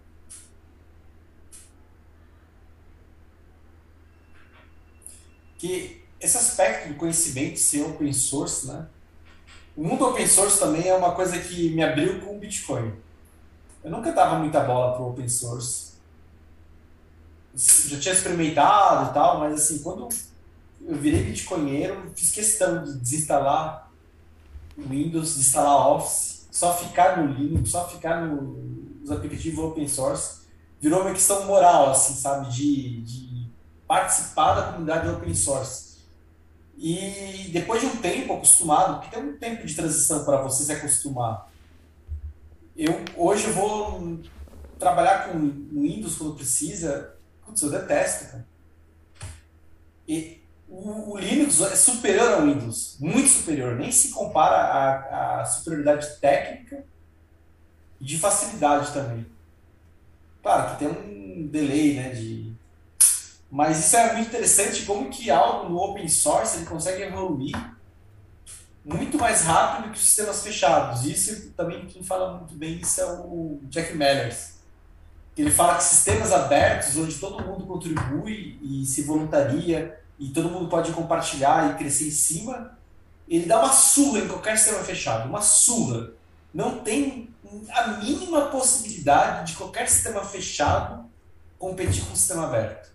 [SPEAKER 3] Que esse aspecto do conhecimento ser open source, né? O mundo open source também é uma coisa que me abriu com o Bitcoin. Eu nunca dava muita bola para o open source. Já tinha experimentado e tal, mas assim, quando eu virei bitcoinheiro, fiz questão de desinstalar o Windows, desinstalar Office, só ficar no Linux, só ficar nos aplicativos open source. Virou uma questão moral, assim, sabe? De participar da comunidade open source. E depois de um tempo acostumado, porque tem um tempo de transição para você se acostumar. Hoje eu vou trabalhar com Windows quando precisa. Putz, eu detesto, cara. E o Linux Linux é superior ao Windows, muito superior, nem se compara à superioridade técnica e de facilidade também. Claro que tem um delay, né, mas isso é muito interessante como que algo no open source ele consegue evoluir muito mais rápido que os sistemas fechados. Isso também quem fala muito bem isso é o Jack Mallers. Ele fala que sistemas abertos, onde todo mundo contribui e se voluntaria e todo mundo pode compartilhar e crescer em cima, ele dá uma surra em qualquer sistema fechado, uma surra. Não tem a mínima possibilidade de qualquer sistema fechado competir com um sistema aberto.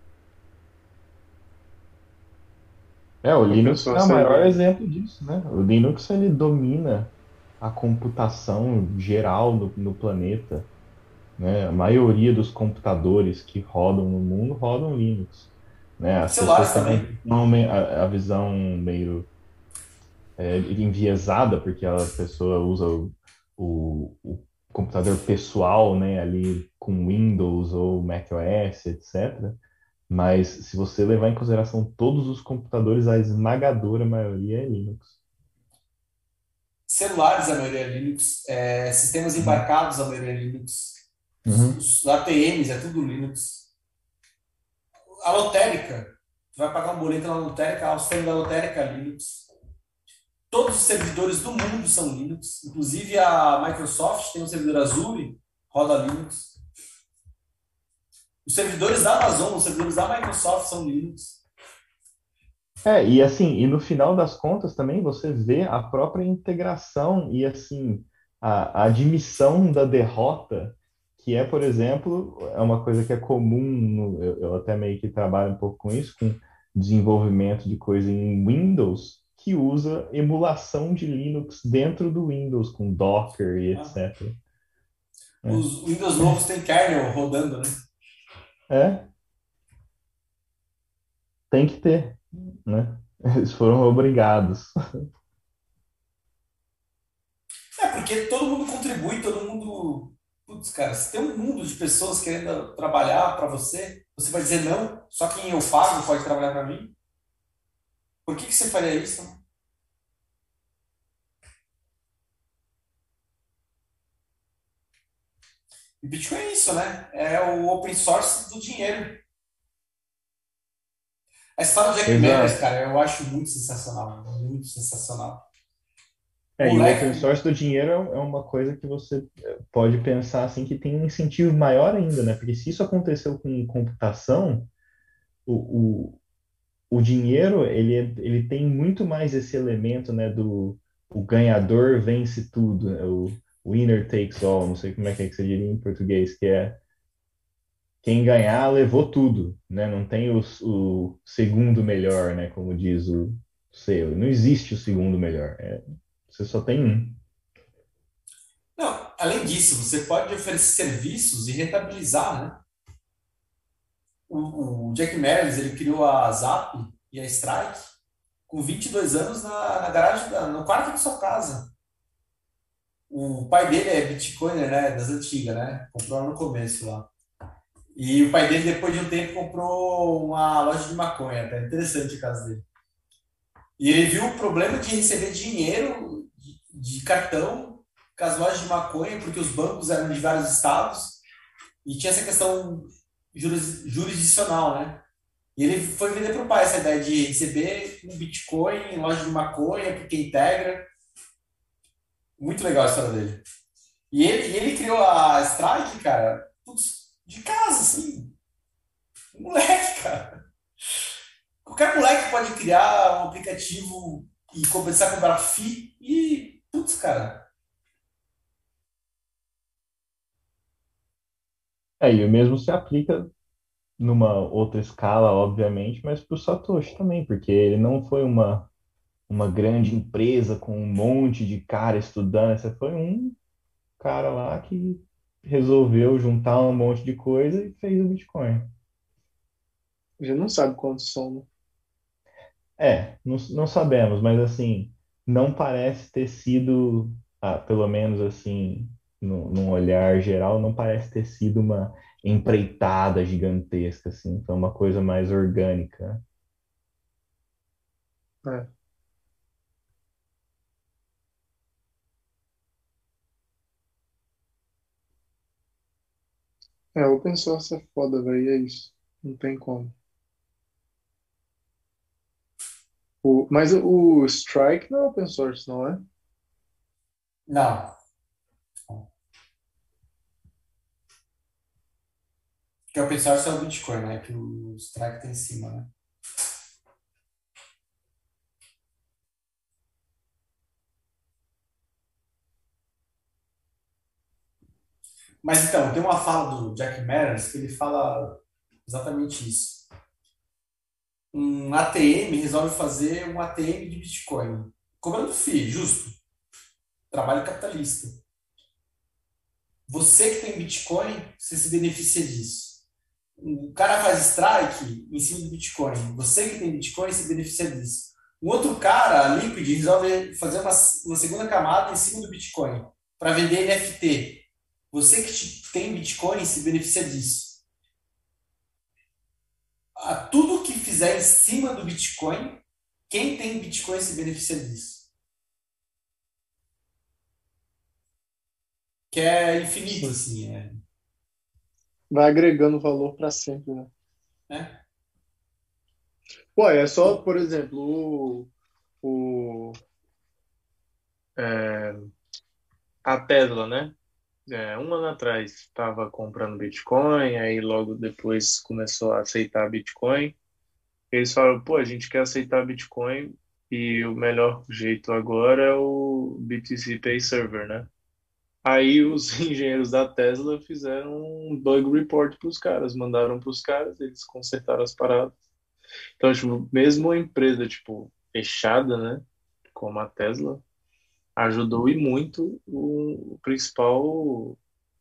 [SPEAKER 4] O
[SPEAKER 5] A
[SPEAKER 4] Linux
[SPEAKER 5] pessoa
[SPEAKER 4] é o maior
[SPEAKER 5] sabe.
[SPEAKER 4] exemplo disso, né? O Linux ele domina a computação geral no planeta, né? A maioria dos computadores que rodam no mundo rodam Linux, né? As pessoas
[SPEAKER 3] Celulares
[SPEAKER 4] têm
[SPEAKER 3] também.
[SPEAKER 4] a visão meio enviesada porque a pessoa usa o computador pessoal, né? Ali com Windows ou macOS, etc. Mas se você levar em consideração todos os computadores, a esmagadora maioria é Linux.
[SPEAKER 3] Celulares, a maioria é Linux. Sistemas
[SPEAKER 4] Uhum.
[SPEAKER 3] embarcados, a maioria é Linux.
[SPEAKER 4] Uhum.
[SPEAKER 3] Os ATMs, é tudo Linux. A lotérica, tu vai pagar um boleto na lotérica, o sistema da lotérica é Linux. Todos os servidores do mundo são Linux. Inclusive a Microsoft tem um servidor Azure, roda Linux. Os servidores da Amazon, os servidores da Microsoft são Linux.
[SPEAKER 4] E assim, e no final das contas também você vê a própria integração e assim, a admissão da derrota, que é, por exemplo, é uma coisa que é comum, eu até meio que trabalho um pouco com isso, com desenvolvimento de coisa em Windows, que usa emulação de Linux dentro do Windows, com Docker e
[SPEAKER 3] Ah,
[SPEAKER 4] etc. né?
[SPEAKER 3] os Windows novos têm kernel rodando, né?
[SPEAKER 4] É, tem que ter, né? Eles foram obrigados.
[SPEAKER 3] Porque todo mundo contribui, todo mundo. Putz, cara, se tem um mundo de pessoas querendo trabalhar para você, você vai dizer não, só quem eu pago pode trabalhar para mim? Por que você faria isso? E Bitcoin é isso, né? É o open source do dinheiro. A história do Jack Mallers,
[SPEAKER 4] Exato.
[SPEAKER 3] cara, eu acho muito sensacional. Muito sensacional.
[SPEAKER 4] E o
[SPEAKER 3] Moleque,
[SPEAKER 4] open source do dinheiro é uma coisa que você pode pensar assim que tem um incentivo maior ainda, né? Porque se isso aconteceu com computação, o, o dinheiro ele tem muito mais esse elemento, né? Do o ganhador vence tudo, né? O winner takes all, não sei como é que você diria em português, que é quem ganhar levou tudo, né? Não tem o segundo melhor, né? Como diz o seu, não existe o segundo melhor, você só tem um.
[SPEAKER 3] não, além disso, você pode oferecer serviços e rentabilizar, né? O Jack Mallers, ele criou a Zap e a Strike com 22 anos na garagem, no quarto de sua casa. O pai dele é Bitcoiner, né? Das antigas, né? Comprou no começo lá. E o pai dele, depois de um tempo, comprou uma loja de maconha. Até interessante a casa dele. E ele viu o problema de receber dinheiro de cartão com as lojas de maconha, porque os bancos eram de vários estados e tinha essa questão jurisdicional, né? E ele foi vender para o pai essa ideia de receber um Bitcoin em loja de maconha, porque integra. Muito legal a história dele. E ele criou a Strike, cara, putz, de casa, assim. Um moleque, cara. Qualquer moleque pode criar um aplicativo e começar a cobrar FII e, putz, cara.
[SPEAKER 4] E o mesmo se aplica numa outra escala, obviamente, mas para o Satoshi também, porque ele não foi uma grande empresa com um monte de cara estudando, essa foi um cara lá que resolveu juntar um monte de coisa e fez o Bitcoin.
[SPEAKER 5] A gente não sabe quantos são, né?
[SPEAKER 4] Não sabemos, mas assim, não parece ter sido, pelo menos assim, num olhar geral, não parece ter sido uma empreitada gigantesca, assim, foi uma coisa mais orgânica.
[SPEAKER 5] É.
[SPEAKER 2] É, open source é foda, velho, é isso. Não tem como. Mas o Strike não é open source, não é?
[SPEAKER 3] Não. Que o open source é o Bitcoin, né? Que o Strike tá em cima, né? Mas então, tem uma fala do Jack Mallers que ele fala exatamente isso. Um ATM resolve fazer um ATM de Bitcoin, cobrando FII, justo, trabalho capitalista. Você que tem Bitcoin, você se beneficia disso. O cara faz strike em cima do Bitcoin. Você que tem Bitcoin se beneficia disso. Um outro cara, a Liquid, resolve fazer uma segunda camada em cima do Bitcoin para vender NFT. Você que tem Bitcoin se beneficia disso. Tudo que fizer em cima do Bitcoin, quem tem Bitcoin se beneficia disso. Que é infinito, assim.
[SPEAKER 2] Vai agregando valor pra sempre, né?
[SPEAKER 3] Né?
[SPEAKER 2] Pô, é só, por exemplo,
[SPEAKER 5] É, a Tesla, né? Um ano atrás estava comprando Bitcoin, aí logo depois começou a aceitar Bitcoin. Eles falaram, pô, a gente quer aceitar Bitcoin e o melhor jeito agora é o BTC Pay Server, né? Aí os engenheiros da Tesla fizeram um bug report para os caras, mandaram para os caras, eles consertaram as paradas. Então, tipo, mesmo a empresa, tipo, fechada, né, como a Tesla, ajudou e muito o principal,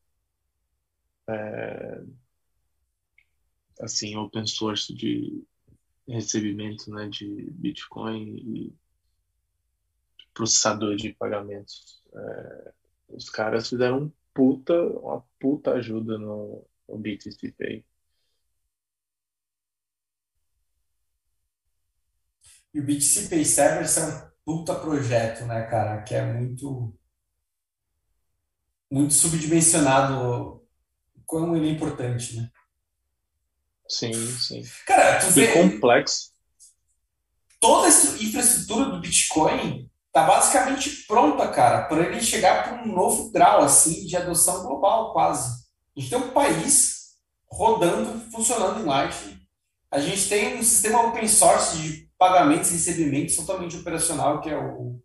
[SPEAKER 5] assim, open source de recebimento, né, de Bitcoin e processador de pagamentos. Os caras fizeram uma puta ajuda no BTC Pay.
[SPEAKER 3] E o BTC Pay Servers é um puta projeto, né, cara? Que é muito, muito subdimensionado quão ele é importante, né?
[SPEAKER 5] Sim, sim.
[SPEAKER 3] Cara, tu
[SPEAKER 5] E
[SPEAKER 3] vê
[SPEAKER 5] complexo.
[SPEAKER 3] toda a infraestrutura do Bitcoin tá basicamente pronta, cara, para ele chegar para um novo grau, assim, de adoção global, quase. A gente tem um país rodando, funcionando em Lightning. A gente tem um sistema open source de pagamentos e recebimentos totalmente operacional, que é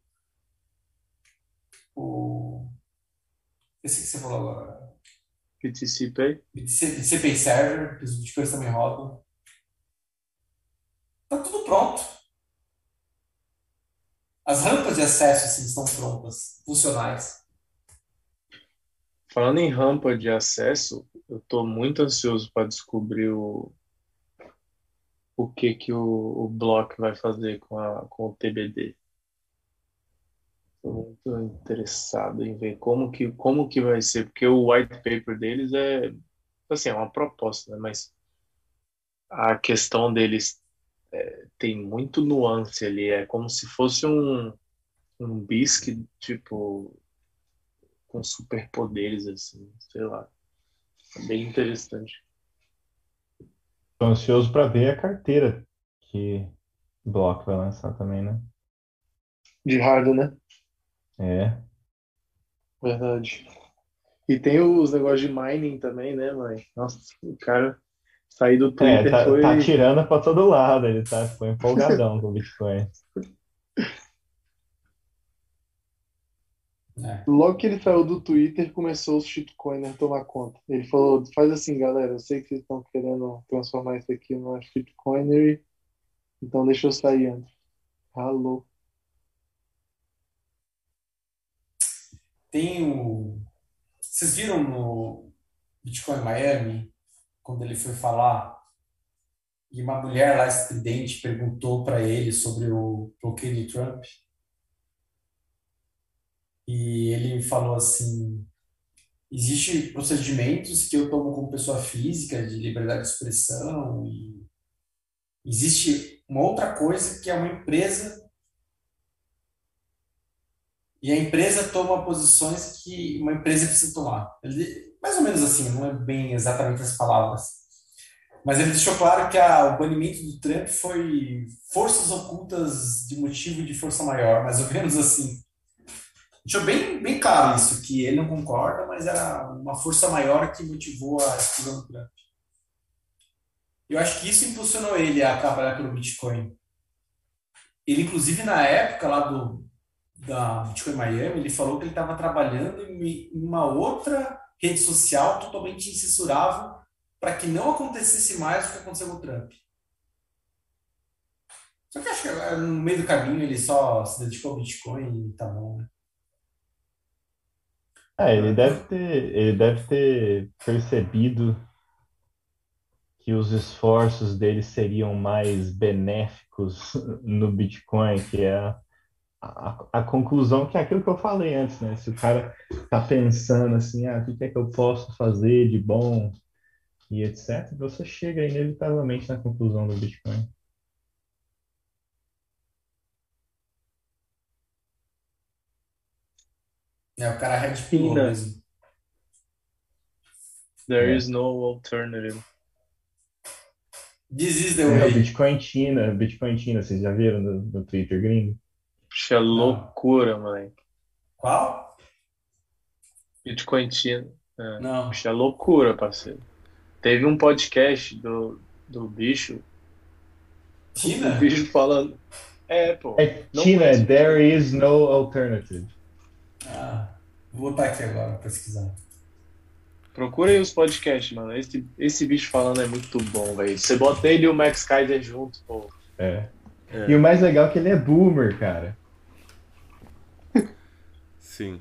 [SPEAKER 3] o esse que você falou agora,
[SPEAKER 5] BTC Pay.
[SPEAKER 3] BTC Pay Server, que os bitcoins também rodam. Tá tudo pronto. As rampas de acesso assim, estão prontas, funcionais.
[SPEAKER 5] Falando em rampa de acesso, eu estou muito ansioso para descobrir o que que o Block vai fazer com o TBD. Estou muito interessado em ver como que vai ser, porque o white paper deles assim, é uma proposta, né? Mas a questão deles tem muito nuance ali, é como se fosse um BISC, tipo, com superpoderes, assim, sei lá. É bem interessante.
[SPEAKER 4] Tô ansioso para ver a carteira que o Block vai lançar também, né?
[SPEAKER 2] de hardware, né?
[SPEAKER 4] É.
[SPEAKER 2] Verdade. E tem os negócios de mining também, né, mãe? Nossa, o cara sair do
[SPEAKER 4] É,
[SPEAKER 2] Twitter
[SPEAKER 4] tá
[SPEAKER 2] foi.
[SPEAKER 4] tirando para todo lado, ele ficou empolgadão com o Bitcoin.
[SPEAKER 3] Né?
[SPEAKER 2] Logo que ele saiu do Twitter, começou os shitcoiners a tomar conta. Ele falou: faz assim, galera, eu sei que vocês estão querendo transformar isso aqui numa shitcoinery, então deixa eu sair antes. Alô.
[SPEAKER 3] Tem o. Vocês viram no Bitcoin Miami, quando ele foi falar, e uma mulher lá estridente perguntou para ele sobre o bloqueio do Trump, e ele falou assim: existem procedimentos que eu tomo como pessoa física de liberdade de expressão, e existe uma outra coisa que é uma empresa e a empresa toma posições que uma empresa precisa tomar. Mais ou menos assim, não é bem exatamente as palavras. Mas ele deixou claro que o banimento do Trump foi forças ocultas de motivo de força maior, mais ou menos assim. Deixou bem claro isso, que ele não concorda, mas era uma força maior que motivou a exclusão do Trump. Eu acho que isso impulsionou ele a trabalhar pelo Bitcoin. Ele, inclusive, na época lá da Bitcoin Miami, ele falou que ele estava trabalhando em uma outra rede social totalmente incensurável para que não acontecesse mais o que aconteceu com o Trump. Só que acho que no meio do caminho ele só se dedicou ao Bitcoin e tá bom, né?
[SPEAKER 4] Ele deve ter percebido que os esforços dele seriam mais benéficos no Bitcoin, que é a conclusão, que é aquilo que eu falei antes, né? Se o cara tá pensando assim, o que é que eu posso fazer de bom e etc., você chega inevitavelmente na conclusão do Bitcoin.
[SPEAKER 3] O cara red pillou
[SPEAKER 5] China,
[SPEAKER 3] mesmo.
[SPEAKER 5] there
[SPEAKER 4] É.
[SPEAKER 5] is no alternative.
[SPEAKER 3] This is the
[SPEAKER 4] O
[SPEAKER 3] way.
[SPEAKER 4] Bitcoin China, vocês já viram no Twitter gringo?
[SPEAKER 5] Puxa, loucura, moleque.
[SPEAKER 3] Qual?
[SPEAKER 5] Bitcoin China.
[SPEAKER 3] Não.
[SPEAKER 5] Puxa, loucura, parceiro. Teve um podcast do bicho.
[SPEAKER 3] China?
[SPEAKER 5] O bicho falando. Pô. Não
[SPEAKER 4] China,
[SPEAKER 5] conheço
[SPEAKER 4] there
[SPEAKER 5] Bitcoin.
[SPEAKER 4] is no alternative.
[SPEAKER 3] Vou botar aqui agora, pesquisar.
[SPEAKER 5] Procura aí os podcasts, mano. Esse bicho falando é muito bom, velho. Você bota ele e o Max Kaiser junto, pô.
[SPEAKER 4] E o mais legal é que ele é boomer, cara.
[SPEAKER 1] Sim.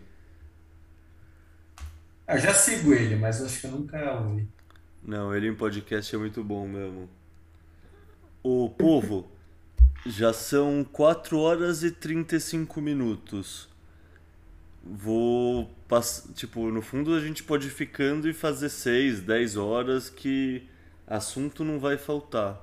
[SPEAKER 3] Eu já sigo ele, mas eu acho que eu nunca ouvi.
[SPEAKER 1] Não, ele em podcast é muito bom mesmo. O povo, já são 4 horas e 35 minutos. Vou passar. Tipo, no fundo a gente pode ir ficando e fazer 6, 10 horas que assunto não vai faltar.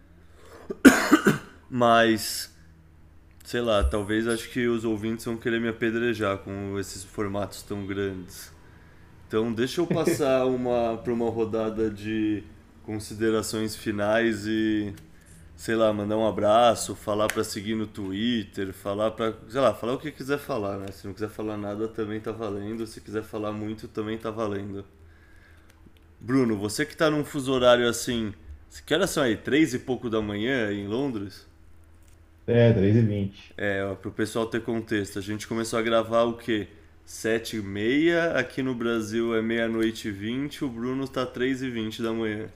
[SPEAKER 1] Mas, sei lá, talvez acho que os ouvintes vão querer me apedrejar com esses formatos tão grandes. Então deixa eu passar para uma rodada de considerações finais e, sei lá, mandar um abraço, falar pra seguir no Twitter, falar pra, sei lá, falar o que quiser falar, né? Se não quiser falar nada também tá valendo, se quiser falar muito também tá valendo. Bruno, você que tá num fuso horário assim, que horas são aí? 3 e pouco da manhã em Londres?
[SPEAKER 4] 3h20.
[SPEAKER 1] Pro pessoal ter contexto, a gente começou a gravar o quê? 7h30, aqui no Brasil é meia-noite e 20, o Bruno tá 3h20 da manhã.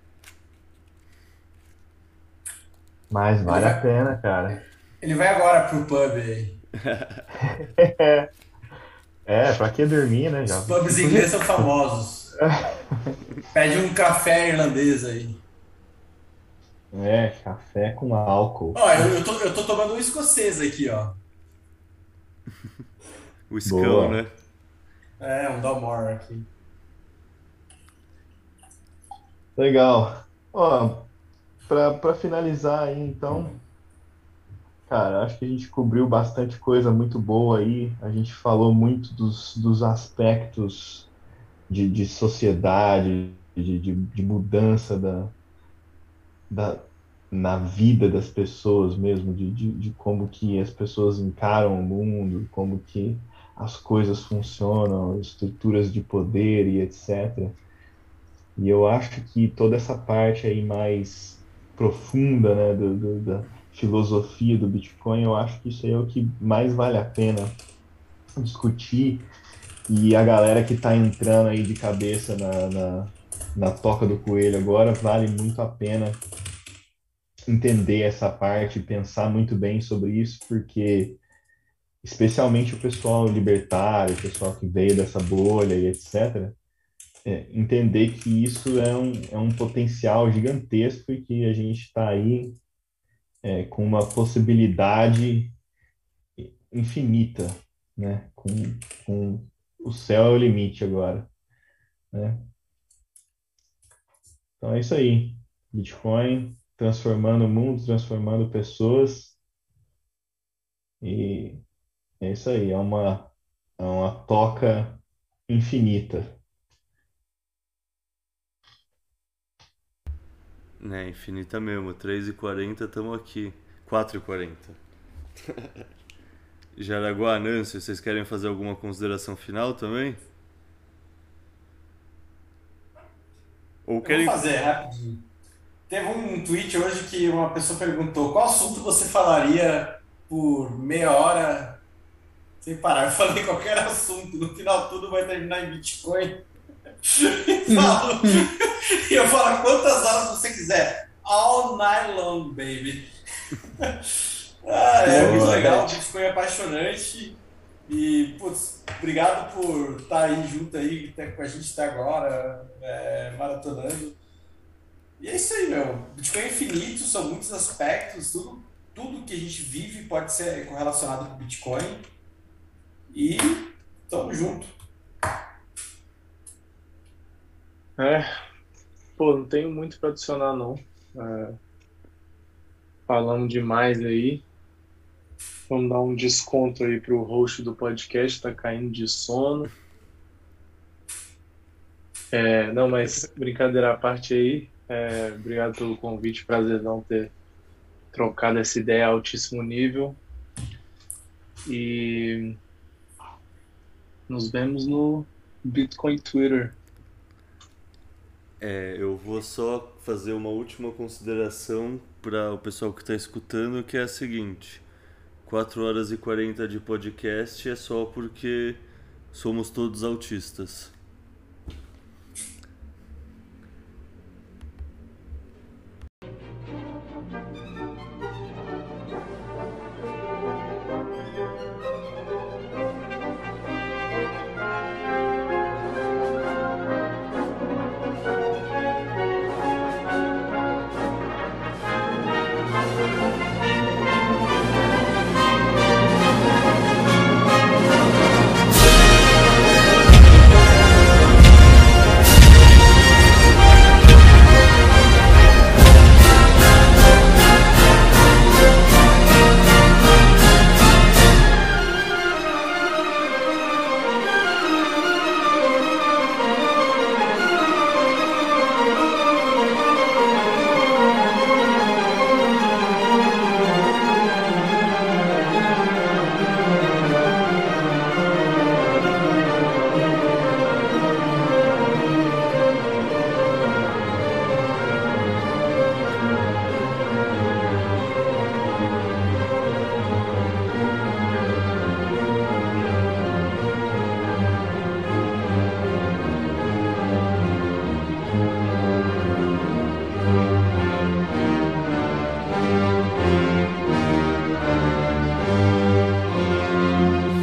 [SPEAKER 4] Mas vale a pena, cara.
[SPEAKER 3] Ele vai agora pro pub aí.
[SPEAKER 4] Pra que dormir, né?
[SPEAKER 3] Os pubs ingleses são famosos. Pede um café irlandês aí.
[SPEAKER 4] Café com álcool.
[SPEAKER 3] Ó, eu tô tomando um escocês aqui, ó.
[SPEAKER 1] O escão,
[SPEAKER 4] Boa.
[SPEAKER 1] né?
[SPEAKER 3] Um Dalmore aqui.
[SPEAKER 4] Legal. Ó, pra finalizar aí, então, cara, acho que a gente cobriu bastante coisa muito boa aí. A gente falou muito dos aspectos de sociedade, de mudança na vida das pessoas mesmo, de como que as pessoas encaram o mundo, como que as coisas funcionam, estruturas de poder e etc. E eu acho que toda essa parte aí mais profunda, né, da filosofia do Bitcoin, eu acho que isso aí é o que mais vale a pena discutir. E a galera que está entrando aí de cabeça na toca do coelho agora, vale muito a pena entender essa parte, pensar muito bem sobre isso, porque especialmente o pessoal libertário, o pessoal que veio dessa bolha e etc., entender que isso é um potencial gigantesco e que a gente está aí com uma possibilidade infinita, né? Com o céu é o limite agora, né? Então é isso aí. Bitcoin transformando o mundo, transformando pessoas e É isso aí, é uma toca infinita.
[SPEAKER 1] Né, infinita mesmo. 3h40 estamos aqui. 4h40. Jaraguá, Nancy, vocês querem fazer alguma consideração final também? Ou
[SPEAKER 3] Eu vou
[SPEAKER 1] querem.
[SPEAKER 3] fazer rapidinho. Teve um tweet hoje que uma pessoa perguntou qual assunto você falaria por meia hora sem parar. Eu falei qualquer assunto, no final tudo vai terminar em Bitcoin. E eu falo quantas horas você quiser. All night long, baby. É muito
[SPEAKER 4] Boa.
[SPEAKER 3] legal, o Bitcoin é apaixonante. E, putz, obrigado por estar aí junto aí, com a gente até agora, maratonando. E é isso aí, meu. Bitcoin é infinito, são muitos aspectos, tudo que a gente vive pode ser correlacionado com Bitcoin. E tamo junto.
[SPEAKER 5] É, pô, não tenho muito para adicionar, não. É, falando demais aí. Vamos dar um desconto aí pro host do podcast, tá caindo de sono. Não, mas brincadeira à parte aí. Obrigado pelo convite, prazerzão ter trocado essa ideia a altíssimo nível. E nos vemos no Bitcoin Twitter.
[SPEAKER 1] Eu vou só fazer uma última consideração para o pessoal que está escutando, que é a seguinte: 4h40 de podcast é só porque somos todos autistas.